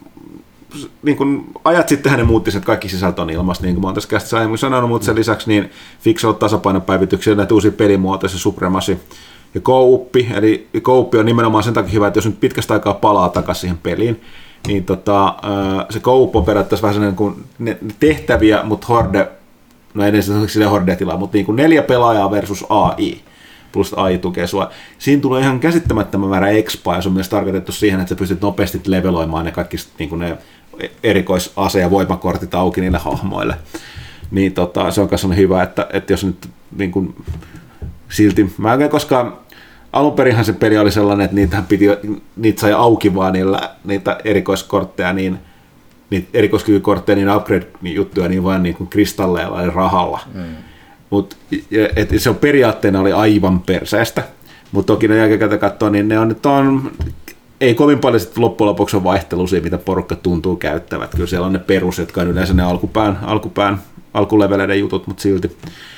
niin kun ajat sitten hän muutti sen, että kaikki sisältö on ilmasta, niin kuin mä oon tässä käsissä aiemmin sanonut, mutta sen lisäksi niin fiksaut tasapainopäivityksiä, näitä uusia pelimuotoja, se Supremacy ja Go-uppi, eli Go-uppi on nimenomaan sen takia hyvä, että jos nyt pitkästä aikaa palaa takaisin siihen peliin, niin tota, se Go-up on periaatteessa vähän sellainen kuin tehtäviä, mutta horde, no ei edes sille horde-tilaa, mutta niin kuin neljä pelaajaa versus A I, plus A I tukee sua. Siinä tulee ihan käsittämättömän määrä expaa, ja se on myös tarkoitettu siihen, että sä pystyt nopeasti leveloimaan ne kaikki niin kuin ne erikoisase- ja voimakortit auki niille hahmoille. Niin tota, se on myös hyvä, että, että jos nyt niin kuin, silti, mä en koskaan, alun perinhan se peli oli sellainen, että niitä, piti, niitä sai auki vaan niillä, niitä erikoiskortteja, niin, niitä erikoiskykykortteja, niin upgrade-juttuja, niin vain niin kuin kristalleilla eli rahalla. Mm. Mut, et se on periaatteena oli aivan perseestä, mutta toki ne jälkikäteen katsoa, niin ne on nyt on, ei kovin paljon sitten loppujen lopuksi on vaihtelusia, mitä porukka tuntuu käyttävät. Kyllä siellä on ne perus, jotka on yleensä ne alkupään, alkupään alkuleveleiden jutut, mutta silti.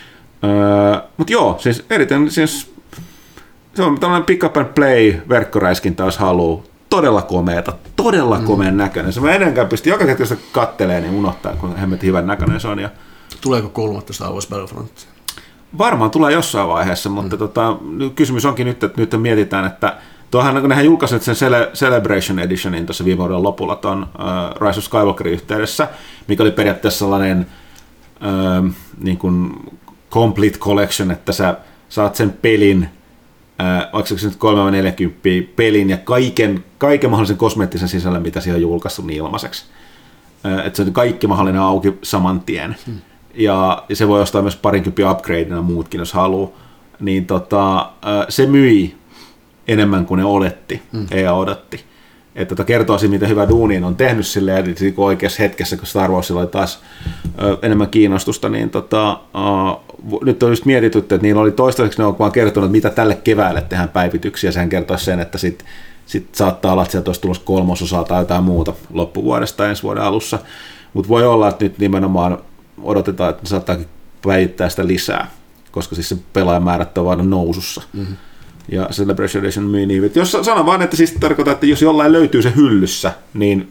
Öö, mutta joo, siis erittäin, siis se on tällainen pick up and play verkkoräiskintä, jos haluaa. Todella komeeta, todella mm. komeen näköinen. Se mä edenkään pystyn, joka kerta sitä kattelee, niin unohtaa, kuinka hemmetin hyvän näköinen se on. Ja tuleeko kolmatta Star Wars Battlefront? Varmaan tulee jossain vaiheessa, mutta mm. tota, kysymys onkin nyt, että nyt mietitään, että tuohan, kun nehän julkaisivat sen Cele- Celebration Editionin tuossa viime vuoden lopulla tuon uh, Rise of Skywalkerin yhteydessä, mikä oli periaatteessa sellainen uh, niin kuin complete collection, että sä saat sen pelin, uh, onko se nyt kolme neljäkymmentä pelin ja kaiken, kaiken mahdollisen kosmeettisen sisällön, mitä siihen on julkaistu, niin ilmaiseksi. Uh, että se on kaikki mahdollinen auki saman tien. Mm. Ja, ja se voi ostaa myös parinkymppiä upgradeina muutkin, jos haluaa. Niin tota, uh, se myi enemmän kuin ne oletti, mm. ei odotti. Että tota kertoo siitä, miten hyvä duuni on tehnyt silleen, että oikeassa hetkessä, kun Star Warsilla oli taas ö, enemmän kiinnostusta, niin tota, ö, nyt on just mietitty, että niillä oli toistaiseksi, ne on vaan kertonut, mitä tälle keväälle tehdään päivityksiä, sehän kertoisi sen, että sit, sit saattaa olla, että sieltä olisi tulossa kolmososaa tai jotain muuta loppuvuodesta ensi vuoden alussa, mutta voi olla, että nyt nimenomaan odotetaan, että ne saattaakin päivittää sitä lisää, koska siis se pelaajamäärät on vaan nousussa. Mm-hmm. Ja Celebration Edition myy niin. Jos sanon vaan, että siis tarkoittaa, että jos jollain löytyy se hyllyssä, niin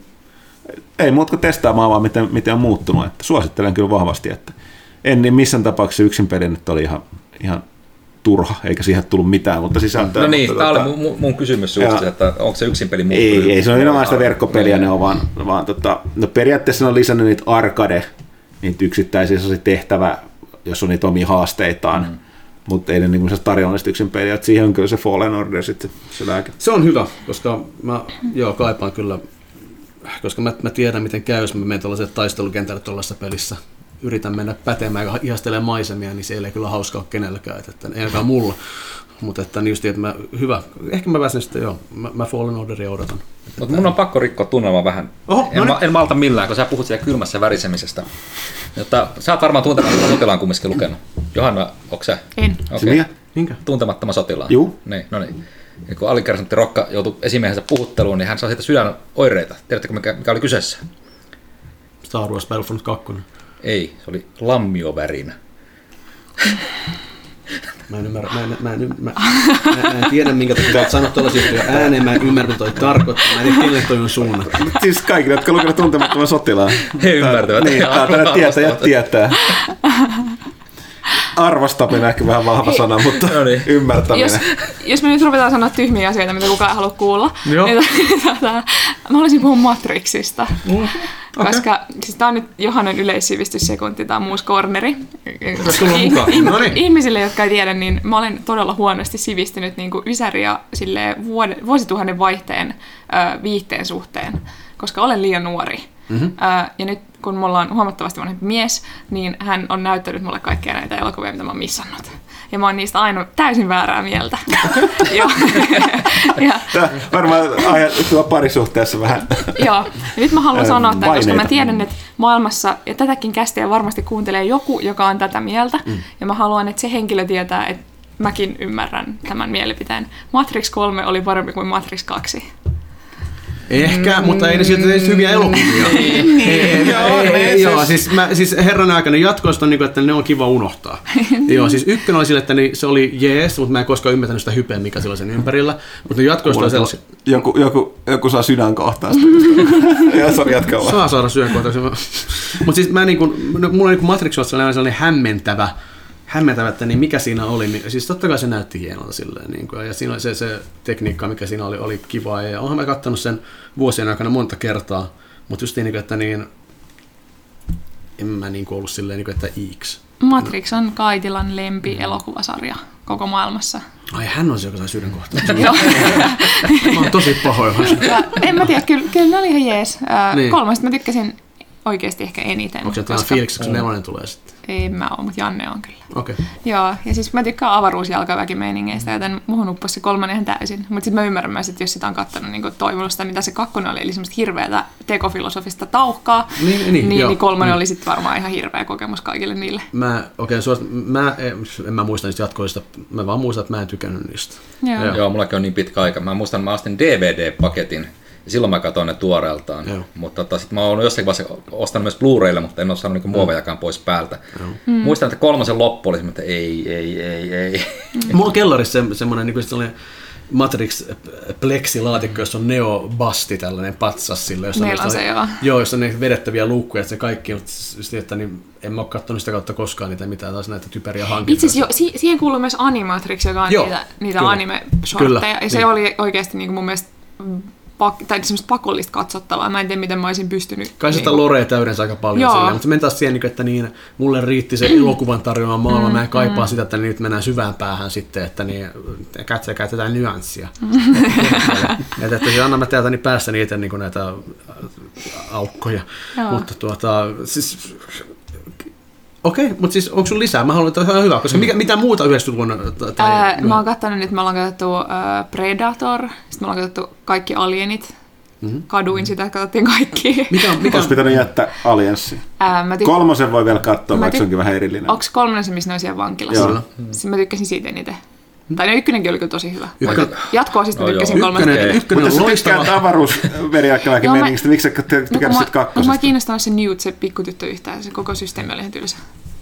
ei muuta testaamaan vaan, miten, miten on muuttunut. Että suosittelen kyllä vahvasti, että en niin missään tapauksessa yksin peli nyt oli ihan, ihan turha, eikä siihen tullut mitään, mutta sisältöä. No niin, mutta, tämä tota, oli mun, mun kysymys just, että onko se yksin peli muuttunut? Ei, ei se on nimenomaan sitä verkkopeliä, ne on vaan, vaan tota, no periaatteessa ne on lisännyt niitä arcade, niitä yksittäisiä tehtävä, jos on niitä omia haasteitaan. Mm. Mutta ei ne niin tarinallisesti yksin peliä, että siihen on kyllä se Fallen Order sitten se lääke. Se on hyvä, koska mä joo, kaipaan kyllä, koska mä, mä tiedän miten käy, jos mä menen tuollaiselle taistelukentälle tuollaisessa pelissä. Yritän mennä pätemään ja ihastelemaan maisemia, niin se ei kyllä hauskaa ole kenelläkään, että ei ainakaan mulla. Mutta että niin just, että mä, hyvä, ehkä mä pääsen sitten joo, mä, mä Fallen Orderia odotan. Mutta mun on pakko rikkoa tunnelmaa vähän. Oho, en, no en malta millään, kun sä puhut siellä kylmässä värisemisestä. Jotta, sä oot varmaan tuntemaan, että sotilaan kumminkin lukenut. Johanna, onko sä? En. Okay. Minkä? Tuntemattoman sotilaan. Juu. Niin, no niin. Ja kun alikersantti Rokka joutui esimiehensä puhutteluun, niin hän sai siitä sydänoireita. Tiedättekö, mikä, mikä oli kyseessä? Star Wars Battlefront kaksi. Ei, se oli lammiovärinä. Mä en ymmärrä, mä en, mä en, mä, mä, mä en tiedä minkä takia olet sanonut tuollaisia juttuja ääneen, mä en ymmärrä mitä toi tarkoittaa, mä en tiedä kenelle toi on suunnattu. Siis kaikille, jotka lukevat Tuntemattoman sotilaan. He ymmärtävät. Niin, tämä tietäjät tietää. Arvostaminen ehkä vähän vahva sana, mutta No niin. ymmärtäminen. Jos, jos me nyt ruvetaan sanoa tyhmiä asioita, mitä kukaan ei halua kuulla, Joo. niin tota, mä haluaisin puhua Matrixista. Mm, okay. Koska siis tää on nyt Johannan yleissivistyssekunti, tää on Moose Corneri. Tervetuloa mukaan. Ihmi- No niin. Ihmisille, jotka ei tiedä, niin mä olen todella huonosti sivistynyt niin kuin Ysäri ja silleen vuod- vuosituhannen vaihteen ö, viihteen suhteen, koska olen liian nuori. Mm-hmm. Ö, ja nyt kun mulla on huomattavasti vanhempi mies, niin hän on näyttänyt mulle kaikkia näitä elokuvia, mitä mä oon missannut. Ja mä oon niistä aina täysin väärää mieltä. ja, ja, Tämä varmaan tuo parisuhteessa vähän. Joo. Ja nyt mä haluan Ää, sanoa tämän, koska mä paineita. tiedän, että maailmassa, ja tätäkin kästiä varmasti kuuntelee joku, joka on tätä mieltä, mm. ja mä haluan, että se henkilö tietää, että mäkin ymmärrän tämän mielipiteen. Matrix kolme oli parempi kuin Matrix kaksi. Ehkä, mm. mutta ei ne silti teistä hyviä elokuvia. Niin. Ei, ei, ei, ei, joo, siis, mä, siis herran aikana jatkoista on niin kuin, että ne on kiva unohtaa. Joo, siis ykkönen oli sille, että niin, se oli jees, mutta mä en koskaan ymmärtänyt sitä hypeä, mikä sillä sen ympärillä. Mutta ne jatkoista on sellaisia. Joku, joku, joku saa sydänkohtausta. Ja sori, jatka vaan. Saa saada sydänkohtauksia. Mutta siis mä niin kuin, mulla on niin Matrix on sellainen hämmentävä, hämmentävä, että niin mikä siinä oli. Siis totta kai se näytti hienolta silleen. Niin kuin, ja siinä oli se, se tekniikka, mikä siinä oli, oli kivaa. Ja oonhan mä kattonut sen vuosien aikana monta kertaa. Mutta just niin, että niin, en mä niin kuin ollut silleen, niin kuin, että iiks. Matrix on Kaitilan lempi elokuvasarja koko maailmassa. Ai hän on se, joka sai sydänkohtauksen. Joo. Mä oon tosi pahoillani. Ja en mä tiedä, kyllä, kyllä ne oli ihan jees. Äh, Niin. Kolmesta mä tykkäsin oikeasti ehkä eniten. Onko se tällä fiiliksi, kun se nelonen tulee sitten? Ei mä oo, mutta Janne on kyllä. Okei. Okay. Joo, ja siis mä tykkään avaruusjalkaväkimeiningeistä, joten muhun upposi se kolmonen ihan täysin. Mutta sitten mä ymmärrän myös, että jos sitä on katsonut niin toivonut sitä, mitä se kakkonen oli, eli semmoista hirveätä tekofilosofista tauhkaa, Niin, niin, niin, joo. niin kolmonen Mm. oli sitten varmaan ihan hirveä kokemus kaikille niille. Mä, okei, okay, mä en, en mä muista niistä jatkoista, mä vaan muistan, että mä en tykännyt niistä. Joo. Joo. Joo, mullakin on niin pitkä aika. Mä muistan, mä astin D V D-paketin. Ja silloin mä katsoin ne tuoreeltaan. Joo. Mutta tota, sit mä oon jossakin vaiheessa ostanut myös Blu-raylla, mutta en ole saanut niinku muovejakaan pois päältä. Mm. Muistan, että kolmosen loppu oli semmoinen, että ei, ei, ei, ei. Mulla on kellarissa se, semmoinen niin sellainen Matrix-pleksilaatikko, jossa on Neo-basti, tällainen patsas sille. Jossa Meillä on se, joo. Joo, jossa on ne vedettäviä luukkuja, että se kaikki, mutta että niin, en mä ole katsonut sitä kautta koskaan niitä mitään, taas näitä typeriä hankintoja. Itse asiassa jo, si- siihen kuuluu myös Animatrix, joka on Joo, niitä, niitä kyllä. anime-shortteja. Ja se niin. oli oikeasti niin kuin mun mielestä pak- tai semmoista pakollista katsottavaa. Mä en tiedä, miten mä olisin pystynyt. Kai sitä niin Lorea täydensä aika paljon Joo. silleen, mutta se meni taas siihen, että niin, mulle riitti se elokuvan tarjoama maailma, mä en kaipaa sitä, että nyt mennään syvään päähän sitten, että niin, katsoja käytetään nyanssia. että, että se anna mä täältä niin päässäni itse niin näitä aukkoja. Joo. Mutta tuota, siis, okei, mutta siis onko sun lisää? Mä haluan, että on hyvä, koska mikä, mitä muuta yhdeksänkymmentäluvun? Tai, Ää, mä oon kattonut nyt, me ollaan katsottu äh, Predator, sitten me ollaan katsottu kaikki Alienit. Mm-hmm. Kaduin sitä, katsottiin kaikki. mikä, on- mikä, Olisi pitänyt jättää allianssi. Ää, mä tyk- Kolmosen voi vielä katsoa, Mä vaikka tyk- se onkin vähän erillinen. Onko kolmonen se, missä ne on siellä vankilassa? Joo. Sitten mä tykkäsin siitä eniten. Tai no ykkönen oli kyllä tosi hyvä. Ykkönen- Jatkoa siis mä No tykkäsin joo. kolmesta. ykkönen, ykkönen Mutta on jos sä loistava. tykkäät avaruusveriakkalakin Joo, mä- meningistä, miksi sä No, kun tykkäät mä, sit kun mä kakkosesta? kiinnostaa se Newt, se pikkutyttö yhtään, se koko systeemi oli ihan tylsä.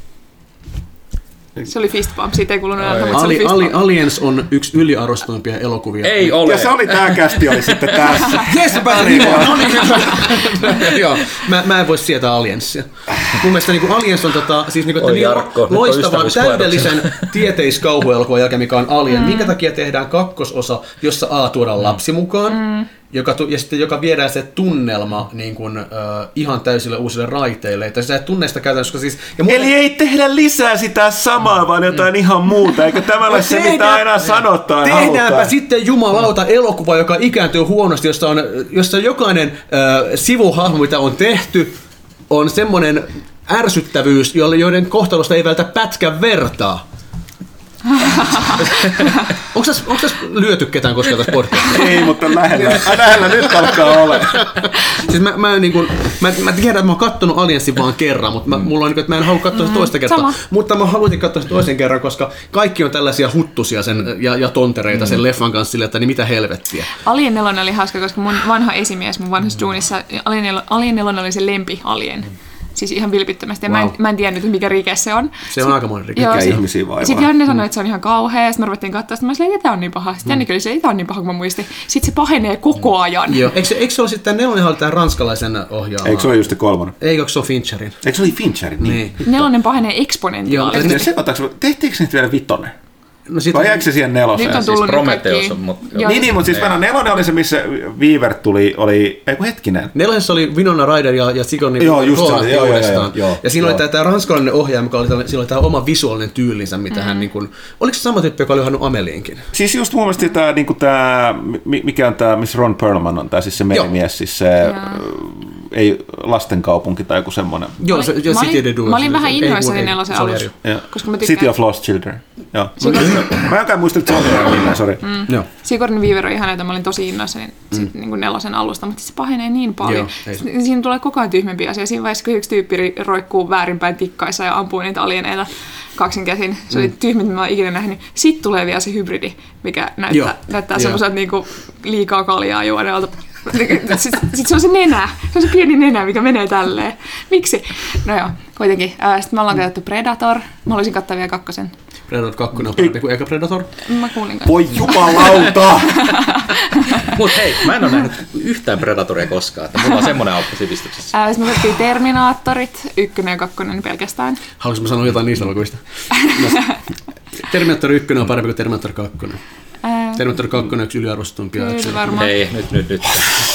Se oli fist bump, siitä ei kuulunut näiltä, mutta se oli Ali, fist Ali, bump. Aliens on yksi yliarvostetuimpia elokuvia. Ei ole. Ja se oli tää kästi oli sitten tässä. Jes, mä pääsin no niin, joo. Mä, mä en voi sietää Aliensia. Mun mielestä niin Aliens on tota, siis niin kuin, että Oi niin Jarkko, nyt on loistava, ystävyyskoetuksena. täydellisen tieteiskauhuelokuvan jälkeen, mikä on Alien. Mm. Minkä takia tehdään kakkososa, jossa A tuodaan lapsi mukaan, mm. joka, tu- ja sitten joka viedään se tunnelma niin kuin, uh, ihan täysille uusille raiteille. Että sä et tunne sitä käytännössä, koska siis... Ja mulle- Eli ei tehdä lisää sitä samaa, vaan jotain ihan muuta. Eikö tämä ole se, mitä tehdään- aina sanotaan ja Tehdäänpä halutaan? sitten jumalauta elokuva, joka ikääntyy huonosti, jossa, on, jossa jokainen äh, sivuhahmo, mitä on tehty, on semmoinen ärsyttävyys, jolle- joiden kohtalosta ei vältä pätkän vertaa. Onko tässä, onko tässä lyöty ketään koskaan tässä podcastissa? Ei, mutta lähellä. Lähellä nyt alkaa olla. Siis mä, mä, niin kuin, mä, mä tiedän, että mä oon kattonut Alienssin vaan kerran, mutta mä, mulla on niin kuin, että mä en halua katsoa sitä toista kertaa. Sama. Mutta mä haluaisin katsoa sitä toisen kerran, koska kaikki on tällaisia huttusia sen, ja, ja tontereita sen leffan kanssa sille, että niin mitä helvettiä. Alien nelonen oli hauska, koska mun vanha esimies mun vanhassa duunissa, Alien, nel- Alien nelonen oli se lempi Alien. Siis ihan vilpittömästi. Ja wow. mä, en, mä en tiennyt, mikä rike se on. Se on aikamoinen rike. Mikä ihmisiä vaivaa. Sitten Janne sanoi, että se on ihan kauhea. Sitten me ruvettiin katsoa. Sitten mä sanoin, että tämä on niin paha. Sitten Janne kyllä se ei tämä on niin paha, kun mä muistin. Sitten se pahenee koko ajan. Joo. Eikö, eikö se ole sitten nelonen oli tämän ranskalaisen ohjaamaan? Eikö se ole just se kolmonen? Eikö se ole Fincherin? Eikö se oli Fincherin? Niin. Nelonen pahenee eksponentiaalisesti. Tehtiinkö nyt vielä vitonen? No sit... Vai jääkö se siihen neloseen? Nyt on tullut siis Prometheus kaikki... on, mutta... Joo, Niin, niin, mutta siis mennään, nelonen oli se, missä Weaver tuli, oli, ei kun hetkinen. Nelosessa oli Winona Ryder ja, ja Sigourney Joo, just se oli, Weaver joo, joo, uudestaan. joo, joo, ja siinä joo. oli tämä ranskalainen ohjaaja, joka oli, tälle, sillä oli tämä oma visuaalinen tyylinsä, mitä mm. hän niin kuin, oliko se sama tyyppi, joka oli ohjannut Ameliinkin? Siis just mun mielestä tämä, niin tämä mikä on tämä, missä Ron Perlman on, tämä siis se merimies, siis se, ei lastenkaupunki tai joku semmoinen. Joo, se, ja mä City olin, de Doom. mä olin vähän ei, innoissani ei, nelosen se oli alussa. Koska mä City tykkään... of Lost Children. Joo. Mä en kai muista, että se on millään, sori. Mm. Sigourney Weaver on ihana, että mä olin tosi innoissani mm. niin nelosen alusta, mutta se pahenee niin paljon. Joo, siinä tulee koko ajan tyhmempiä asioita. Siinä vaiheessa, kun yksi tyyppi roikkuu väärinpäin tikkaissa ja ampuu niitä alieneita kaksin käsin. Se oli mm. tyhmin, mitä mä oon ikinä nähnyt. Sitten tulee vielä se hybridi, mikä näyttää, näyttää semmoiselta niinku liikaa kaljaa juoneelta. Sitten sit se on se nenä. Se on se pieni nenä, mikä menee tälleen. Miksi? No joo, kuitenkin. Sitten me ollaan katsottu Predator. Mä haluaisin katsoa vielä kakkosen. Predator kaksi on parempi kuin eka Predator. Mä kuulin kai. Voi jumalauta! Mut hei, mä en ole nähnyt yhtään Predatoria koskaan, että mulla on semmoinen aukko sivistyksessä. Sitten me katsottiin Terminaattorit, ykkönen ja kakkonen pelkästään. Haluaisinko mä sanoa jotain niistä elokuvista? Terminator yksi on parempi kuin Terminator kaksi. Ää, Terminator kaksi on yksi yliarvostetumpia. Kyllä varmaan. Hei, nyt, nyt, nyt.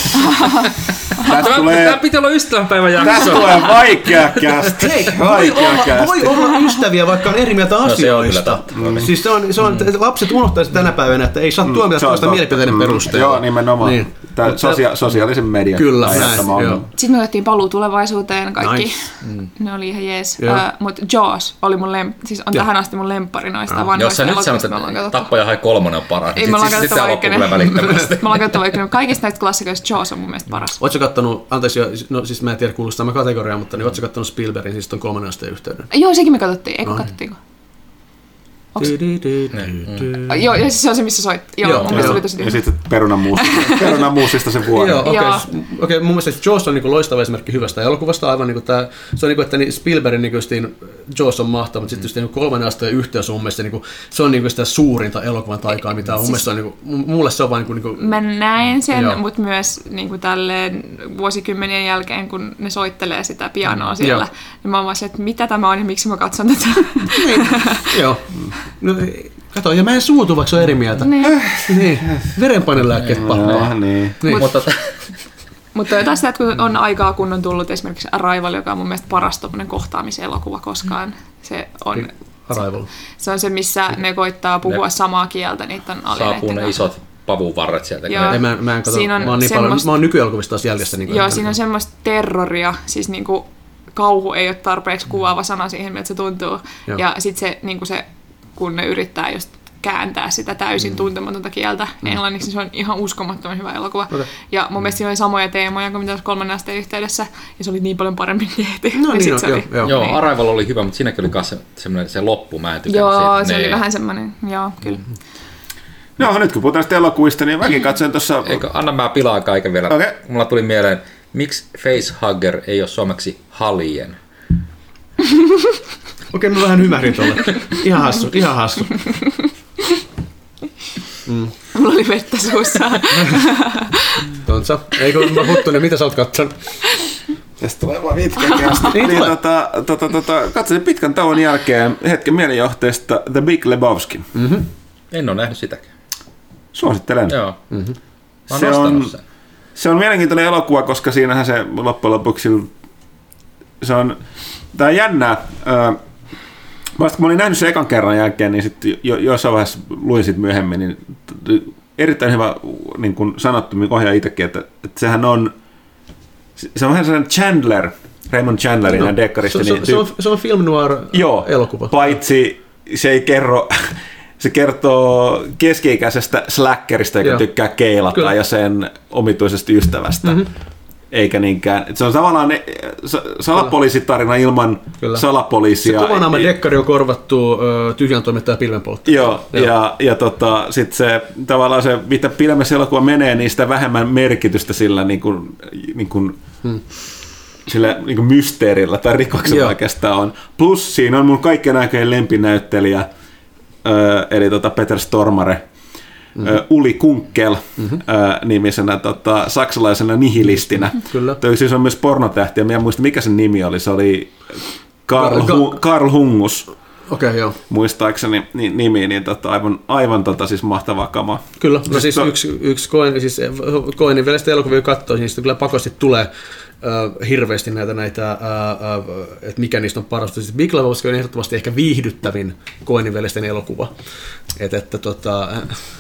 Tästä Tämä tulee, piti olla ystävänpäivän tästä jakso. tulee vaikea kästi. Hei, voi Vaikea olla, kästi. voi olla ystäviä, vaikka on eri mieltä No, se on asioista. kyllä totta. Mm. Siis se on, se on, lapset unohtaisivat tänä päivänä, että ei saa Mm, tuomita se on toista totta. mielipiteiden Mm, perusteella. Joo, nimenomaan. Niin. Tämä Mutta- sosia- sosiaalisen median Kyllä, ajattama näin, on. joo. Sitten me otettiin Paluu tulevaisuuteen kaikki. Nice. Mm. Ne oli ihan jees. Joo. Uh, Mutta Jaws oli mun lem- siis on Joo. tähän asti mun lemppari noista Jos vanhoista sä nyt sanot, elokuvista, me ollaan että katsottu. Tappaja hai kolmonen on paras, Ei, niin me ollaan sit, sit, sit katsottu se loppuu vaikka kyllä ne. välittömästi. Me ollaan katsottu vaikka ne. Kaikista näistä klassikoista Jaws on mun mielestä paras. Oletko kattonut, anteeksi, no siis mä en tiedä kuulostaa mä kategoriaan, mutta niin oletko kattonut Spielbergin, siis ton kolmannen asteen yhteyden? Joo, sekin me katsottiin. Eikö Noin. katsottiinko? Onks... Mm. Joo, ja siis se on se, missä soit. Joo, Joo, mun mielestä joo. oli tosi Ja tyhmä. sitten perunamuusista, perunamuusista se vuoden. Joo, okei. Joo. Okay. Okay, mun mielestä Jaws on niinku loistava esimerkki hyvästä elokuvasta. Aivan niinku tää, se on niinku, että niin Spielbergin niinku justiin Jaws on mahtava, mutta sitten just niinku kolmannen asteen yhteys on mun mielestä niinku, se on niinku sitä suurinta elokuvan taikaa, mitä on mun mielestä on niinku, mulle se on vaan niinku, niinku Mä näen sen, Joo. mutta myös niin kuin tälleen vuosikymmenien jälkeen, kun ne soittelee sitä pianoa siellä, Joo. niin mä oon vaan se, että mitä tämä on ja miksi mä katson tätä. joo. No, kato, ja mä en suutu, vaikka se on eri mieltä. niin. Niin, verenpainelääkkeet pahaa. Joo, niin. Niin. Mutta Mutta tästä, että kun on aikaa, kun on tullut esimerkiksi Arrival, joka on mun mielestä paras tommonen kohtaamiselokuva koskaan. Se on, Arrival. se on se, missä ne koittaa puhua Ne- samaa kieltä niiden alieneiden saapuu ne kanssa. isot pavuvarret sieltä. Joo. Ei, mä, mä en kato, Siinä on mä oon niin paljon, semmoista- mä oon nykyelokuvista taas jäljessä. Niin Joo, siinä on semmoista terroria, siis niinku kauhu ei ole tarpeeksi kuvaava sana siihen, miltä se tuntuu. Joo. Ja sitten se, niinku se, kun ne yrittää just kääntää sitä täysin tuntematonta kieltä mm. englanniksi, niin se on ihan uskomattoman hyvä elokuva. Okay. Ja mun mielestä siinä oli samoja teemoja kuin mitä olisi kolmannen asteen yhteydessä, ja se oli niin paljon paremmin tehty. No Ja niin, sit no, se joo, oli, joo. Joo, niin. Arrival oli hyvä, mutta siinäkin oli myös se, semmoinen se loppu, mä en tykännyt Joo, siitä. se oli Nee. vähän semmoinen, joo, kyllä. No, nyt kun puhutaan sitten elokuvista, niin mäkin katsoin tuossa... Eikö, anna mä pilaan kaiken vielä. Okei. Mulla tuli mieleen, miksi facehugger ei ole suomeksi halien? Okei, mä vähän hymähdin tuolle. Ihan hassu, ihan hassu. Mulla oli vettä suussa. Tontsa, eikö mä Huttunen, mitä sä oot katsonut? Tästä tulee vaan pitkä kästi. Ei niin, tule. tota, tota, tota, katsoin pitkän tauon jälkeen hetken mielijohteesta The Big Lebowski. Mm-hmm. En ole nähnyt sitäkään. Suosittelen. Joo. Mm-hmm. Mä oon Se nostanut on, sen. se on mielenkiintoinen elokuva, koska siinähän se loppujen lopuksi se on, tää on jännää. Ö, vasta kun mä olin nähnyt sen ekan kerran jälkeen, niin sitten jo, jossain vaiheessa luin sit myöhemmin, niin t- erittäin hyvä niin kuin sanottu, ohjaa itsekin, että, että sehän on, se on vähän sellainen Chandler, Raymond Chandlerin no, dekkarista. Se, niin se, se, on, se on film noir joo, elokuva. Paitsi se ei kerro, se kertoo keski-ikäisestä slackerista, joka Joo. tykkää keilata Kyllä. ja sen omituisesta ystävästä. Mm-hmm. Eikä niinkään. Se on tavallaan ne, salapoliisitarina ilman Kyllä. salapoliisia. Se Kovanaaman dekkari on korvattu uh, tyhjän toimittaja pilvenpoltto. Joo, Joo, ja, ja tota, sit se, tavallaan se, mitä pidemmässä elokuva menee, niin sitä vähemmän merkitystä sillä, niin kuin, niin kuin, hmm. sillä niin kuin mysteerillä tai rikoksella Joo. oikeastaan on. Plus siinä on mun kaikkien aikojen lempinäyttelijä, äh, eli tota Peter Stormare, Mm-hmm. Uli Kunkel mm-hmm. äh, nimisenä tota, saksalaisena nihilistinä. Kyllä. Toi siis on myös pornotähti, ja minä en muista mikä sen nimi oli, se oli Karl, Ga- Hu- Karl Hungus. Okei, okay, joo. Muistaakseni niin, nimi, niin tota, aivan, aivan tota, siis mahtavaa kamaa. Kyllä, no siis to... yksi, yksi Coen, siis Coenin välistä elokuvia katsoo, niin niistä kyllä pakosti tulee äh, hirveästi näitä, näitä äh, äh, että mikä niistä on parasta. Siis Big Lebowski on ehdottomasti ehkä viihdyttävin Coenin välisten elokuva. Et, että tota...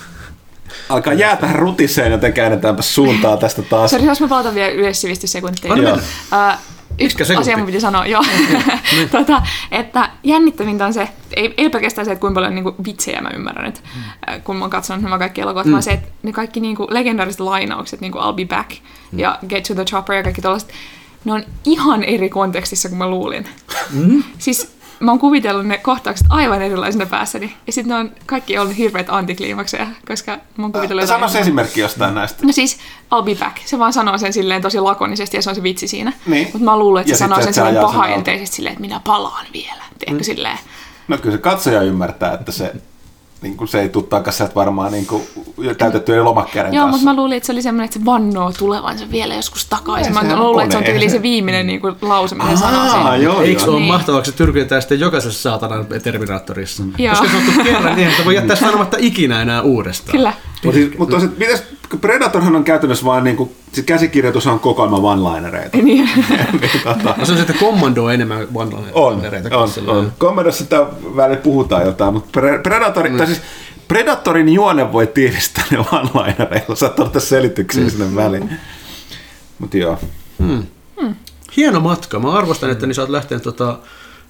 Alkaa jää tähän rutiseen, joten käännetäänpä suuntaa tästä taas. Sori, jos mä palataan vielä yleissivistyssekuntiin. Uh, yksi asia mun piti sanoa, joo. tota, että jännittävintä on se, ei, ei pelkästään se, että kuinka paljon niinku, vitsejä mä ymmärrän, että, mm. kun mä oon katsonut nämä kaikki elokuvat, mm. vaan se, että ne kaikki niinku, legendaariset lainaukset, niin kuin I'll be back mm. ja Get to the Chopper ja kaikki tollaiset, ne on ihan eri kontekstissa kuin mä luulin. Mm. Siis mä oon kuvitellut ne kohtaukset aivan erilaisena päässäni. Ja sitten ne on kaikki ollut hirveät antikliimakseja, koska mä oon kuvitellut... Äh, Sano se esimerkki jostain näistä. No siis, I'll be back. Se vaan sanoo sen silleen tosi lakonisesti ja se on se vitsi siinä. Niin. Mutta mä luulen, että ja se sanoo sen silleen sen pahaenteisesti silleen, että minä palaan vielä. Teekö mm. silleen? No kyllä se katsoja ymmärtää, että se... Niin kuin se ei tule takaisin sieltä varmaan niin kuin täytettyjen lomakkeiden Joo, kanssa. mutta mä luulin, että se oli semmoinen, että se vannoo tulevansa vielä joskus takaisin. Mä luulin, että se on tyyli se viimeinen niin kuin lause, mitä sanoo siinä. Joo, eikö se ole niin. mahtavaa, kun se tyrkytetään sitten jokaisessa saatanan Terminaattorissa? Mm. Koska se on tullut kerran niin, että voi jättää sanomatta ikinä enää uudestaan. Kyllä. Mutta siis, mut mitäs, Predatorhan on käytännössä vaan niin kuin, se käsikirjoitus on kokoelma one-linereita. Niin. No se on sitten Commando on enemmän one-linereita. On, on, on. Commandossa sitä välillä puhutaan jotain, mutta Predator, mm. tai siis Predatorin juone voi tiivistää ne one-linereilla. Saat ottaa selityksiä mm. sinne väliin. Mutta joo. Mm. Mm. Hieno matka. Mä arvostan, että niin sä oot lähtenyt tota,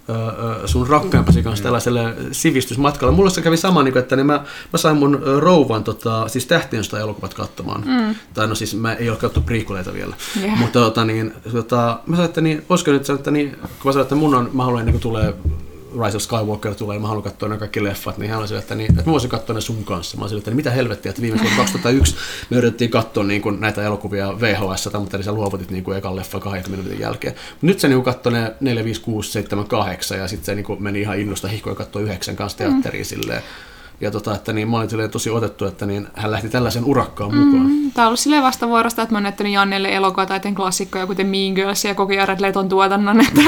sun rakkaimpasi kanssa tällaiselle sivistysmatkalla. Mulla se kävi sama, että niin mä, mä sain mun rouvan tota, siis Tähtien sota -elokuvat katsomaan. Mm. Tai no siis mä ei ole katsottu prequeleita vielä. Yeah. Mutta tota, niin, tota, mä sanoin, että niin, olisiko nyt, että niin, kun mä sanoin, että mun on, mä haluan ennen kuin tulee Rise of Skywalker tulee, ja mä haluan katsoa nämä kaikki leffat, niin hän oli sille, että, niin, että mä voisin katsoa ne sun kanssa. Mä olin että niin mitä helvettiä, että viimeis vuonna kaksituhattayksi me yritettiin katsoa niin kuin, näitä elokuvia V H S, mutta sä luovutit niin kuin ekan leffan kaksikymmentä minuutin jälkeen. Mut nyt se niin katsoi ne neljä, viisi, kuusi, seitsemän, kahdeksan, ja sitten se niin kuin, meni ihan innosta hihkoja katsoa yhdeksän kanssa teatteriin mm. silleen. Ja tota, että niin, mä olin tosi otettu, että niin, hän lähti tällaisen urakkaan mukaan. Mm, Tämä on ollut silleen vastavuorosta, että mä oon näyttänyt Jannelle elokuvataiteen klassikkoja, kuten Mean Girls ja koko Jared Leton tuotannon. Että...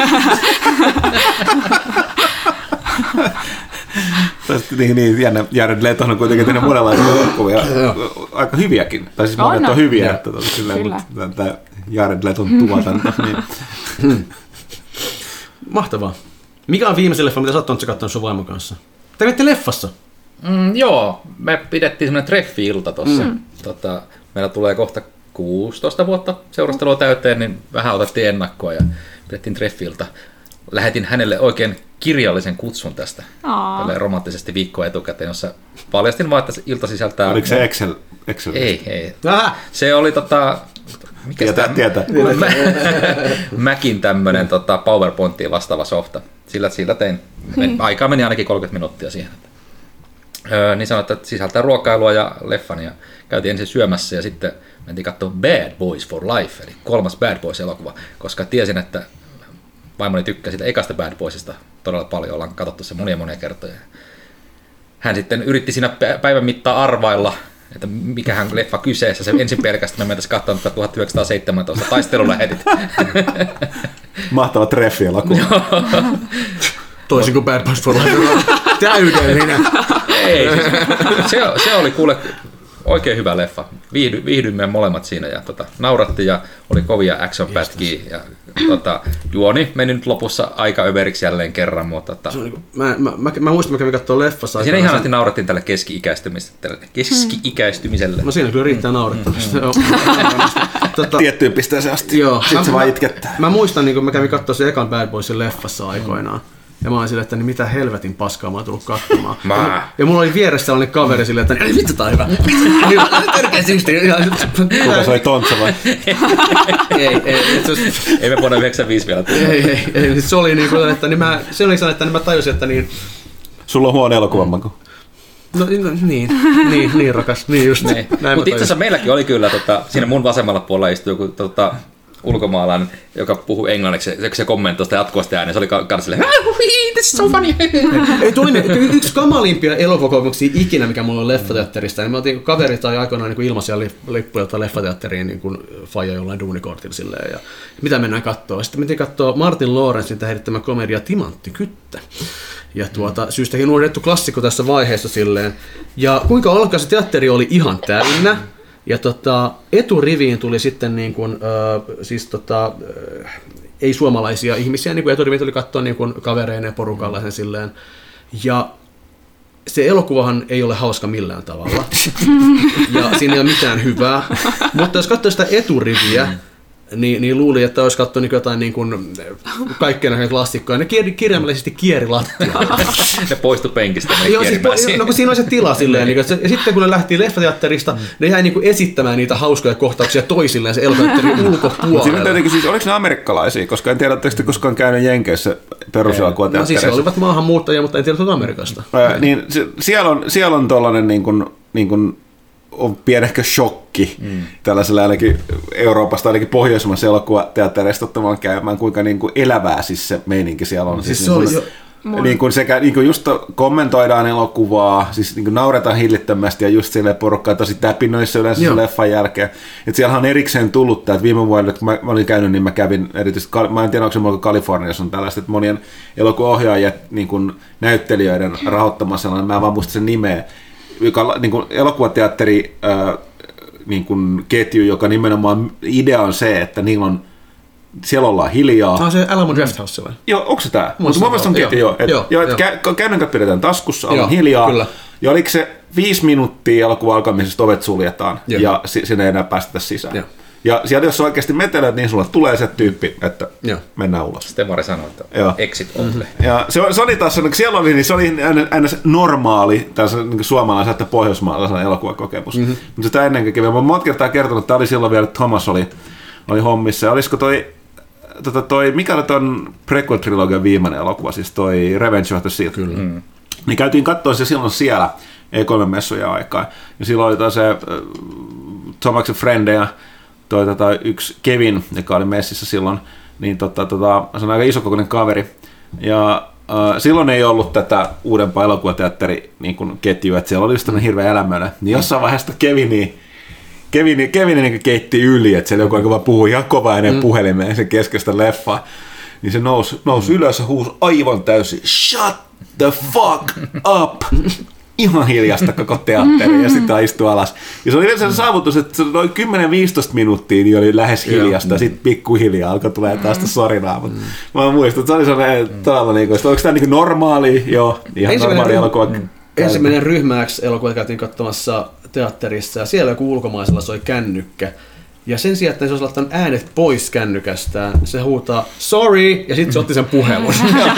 niin, niin, jännä, Jared Leto on kuitenkin tehnyt monenlaisia elokuvia, aika hyviäkin. Tai siis monet on hyviä, että tämä Jared Leton tuotanto. Niin. Mahtavaa. Mikä on viimeisen leffa, mitä sä oot katsonut sun vaimon kanssa? Te kävitte leffassa? Mm, joo, me pidettiin semmoinen treffi-ilta tuossa. Mm. Tota, meillä tulee kohta kuusitoista vuotta seurastelua täyteen, niin vähän otettiin ennakkoa ja pidettiin treffi-ilta. Lähetin hänelle oikein kirjallisen kutsun tästä romanttisesti viikkoa etukäteen, jossa paljastin vaan, että se ilta sisältää... Oliko se Excel? Excel? Ei, ei. Vähä. Se oli tota... Mikä tietää, sitä? tietää. Mäkin tämmönen tota, PowerPointiin vastaava softa. Sillä, sillä tein. Hmm. Aikaa meni ainakin kolmekymmentä minuuttia siihen. Öö, niin sanoin, että sisältää ruokailua ja leffan. Ja käytiin ensin syömässä ja sitten mentiin katsoa Bad Boys for Life, eli kolmas Bad Boys-elokuva, koska tiesin, että vaimoni tykkää siitä ekasta Bad Boysista todella paljon. Ollaan katsottu se monia monia kertoja. Hän sitten yritti siinä päivän mittaan arvailla, että mikähän leffa kyseessä. Se ensin pelkästään me mentäisiin katsomaan tuhatyhdeksänsataaseitsemäntoista taistelulähetit. Mahtava treffi-elokuva. Toisin kuin Bad Boys for Life. Täydellinen. Ei, siis, se, se oli kuule oikein hyvä leffa. Viihdy, viihdyimme molemmat siinä ja tota, naurattiin ja oli kovia action-pätkiä. Ja, tota, juoni meni nyt lopussa aika överiksi jälleen kerran. Mutta, tota, niin mä, mä, mä, mä muistan, mä kävin katsoa leffassa. Siinä ihanasti sen... naurattiin tälle keski-ikäistymiselle. keski-ikäistymiselle. No siinä kyllä riittää naurattamista. Mm. tota, Tiettyyn pisteeseen asti. Joo. Sitten se vaan itkettää. Mä muistan, niin kun mä kävin katsoa sen ekan Bad Boysin leffassa aikoinaan. Ja mä olin silleen, että niin mitä helvetin paskaa mä oon tullut katsomaan. Mä. Ja mulla oli vieressä sellainen kaveri silleen, että ei vittu tää on hyvä. Törkeä siistiä. Kuka se oli Tontsa vai? Ei, ei. Ei me vuonna yhdeksänkymmentäviisi vielä. Ei, ei, ei. Se oli niin kuin, että niin mä, se oli sellainen, että niin mä tajusin, että niin... Sulla on huono elokuvammanko. No, no niin, niin, niin rakas, niin just. Niin. Mutta itse asiassa meilläkin oli kyllä, tota, siinä mun vasemmalla puolella istui joku tota, ulkomaalainen, joka puhui englanniksi, se, se kommentoi sitä jatkuvasti ääneen, se oli kans silleen, this is so funny. Ei, tuli yksi kamalimpia elokuvakokemuksia ikinä, mikä mulla on leffateatterista, niin me oltiin kaveri tai aikoinaan niin ilmaisia lippuja leffateatteriin niin kuin faija jollain duunikortilla silleen, ja mitä mennään kattoo. Sitten mentiin kattoo Martin Lawrencen tähdittämä komedia Timantti Kyttä. Ja tuota, syystäkin uudettu klassikko tässä vaiheessa silleen. Ja kuinka alkaa se teatteri oli ihan täynnä. Ja tota, eturiviin tuli sitten niin kuin, äh, siis tota, äh, ei suomalaisia ihmisiä, niin kuin eturiviin tuli katsoa niin kuin kavereineen porukalla sen silleen. Ja se elokuvahan ei ole hauska millään tavalla. Ja siinä ei ole mitään hyvää. Mutta jos katsoo sitä eturiviä, Niin, niin luulin, että olisi katsonut niin jotain niin kuin, kaikkea näköjä klassikkoja. Ne kieri, kirjaimellisesti kieri lattialla. Ne poistui penkistä. Joo, siis, no kun siinä oli se tila silleen. Niin, että, ja sitten kun ne lähti leffateatterista, mm. ne jäi niin kuin esittämään niitä hauskoja kohtauksia toisilleen se elokuvateatterin ulkopuolella. Siinä tietenkin siis, oliko ne amerikkalaisia? Koska en tiedä, oletteko te koskaan käynyt Jenkeissä peruselokuvateatterissa. No siis olivat maahanmuuttajia, mutta en tiedä tuota Amerikasta. Ää, niin, se, siellä on, siellä on tollainen niin kuin, niin kuin on pienehkö shokki mm. tällaisella ainakin Euroopasta, ainakin pohjoismaisessa elokuvateattereista ottamaan käymään, kuinka niin kuin elävää siis se meininki siellä on. Siis siis se niin oli jo... Niin kuin sekä niin kuin just kommentoidaan elokuvaa, siis niin kuin nauretaan hillittömästi ja just silleen porukkaa tosi täpinöissä yleensä sen leffan jälkeen. Että siellä on erikseen tullut tämä, että viime vuonna, kun mä, mä olin käynyt, niin mä kävin erityisesti, mä en tiedä, onko se mulla Kaliforniassa on tällaista, että monien elokuvaohjaajien niin kuin näyttelijöiden rahoittamassa, sellainen, mä en vaan muista sen nimeä, joka niin kuin elokuvateatteri äh, niin kuin ketju, joka nimenomaan idea on se, että niillä on siellä ollaan hiljaa. Tämä on se Alamo Drafthouse vai? Joo, onko se tämä? Mutta mun mielestä on ketju, joo. Että jo, et kä- kännykät pidetään taskussa, ollaan hiljaa. Kyllä. Ja oliko se viisi minuuttia elokuvan alkamisesta ovet suljetaan joo. ja si- sinne ei enää päästetä sisään. Joo. Ja siellä jos oikeasti metelöt, niin sulla tulee se tyyppi, että joo. mennään ulos. Sitten Mari sanoi, että joo. exit only. Mm-hmm. Ja se, se oli taas, kun siellä oli, niin se oli aina normaali, tässä niin suomalaisen että pohjoismaalaisen elokuvakokemus. Mm-hmm. Mutta sitä ennen kaikkea, mä oon monta kertaa kertonut, että tämä oli silloin vielä, että Thomas oli, oli hommissa. Ja olisiko toi, tota toi mikä oli ton prequel-trilogian viimeinen elokuva, siis toi Revenge of the Sith. Kyllä. Mm. Niin käytiin katsoa se silloin siellä, E kolme messuja aikaa. Ja silloin oli toi se äh, Thomaksen frendejä, toi tota, yksi Kevin, joka oli messissä silloin, niin tota, tota, se on aika isokokoinen kaveri. Ja äh, silloin ei ollut tätä uudempaa elokuvateatteri niin kuin ketjua, että siellä oli just tämmöinen hirveä elämöinen. Niin jossain vaiheessa Kevini, Kevini, Kevini niin keitti yli, että siellä joku aika vaan puhui ihan kovaa ennen mm. puhelimeen sen keskeistä leffaa. Niin se nousi, nousi ylös ja huusi aivan täysin, shut the fuck up! Ihan hiljasta koko teatteri ja sitten istuu alas. Ja se oli yleensä se saavutus, että se noin kymmenen viisitoista minuuttia niin oli lähes hiljasta ja sitten pikkuhiljaa alkoi tulee taas sitä sorinaa. Mm. Mä muistan, että se oli sellainen mm. todella, niin kuin, onko tämä niin normaali? Joo, ihan normaali elokuva. Mm. Ensimmäinen ryhmäksi elokuva käytiin katsomassa teatterissa ja siellä joku ulkomaisella soi kännykkä. Ja sen sijaan, että se olisi laittanut äänet pois kännykästään, se huutaa sorry, ja sitten se otti sen puhelun.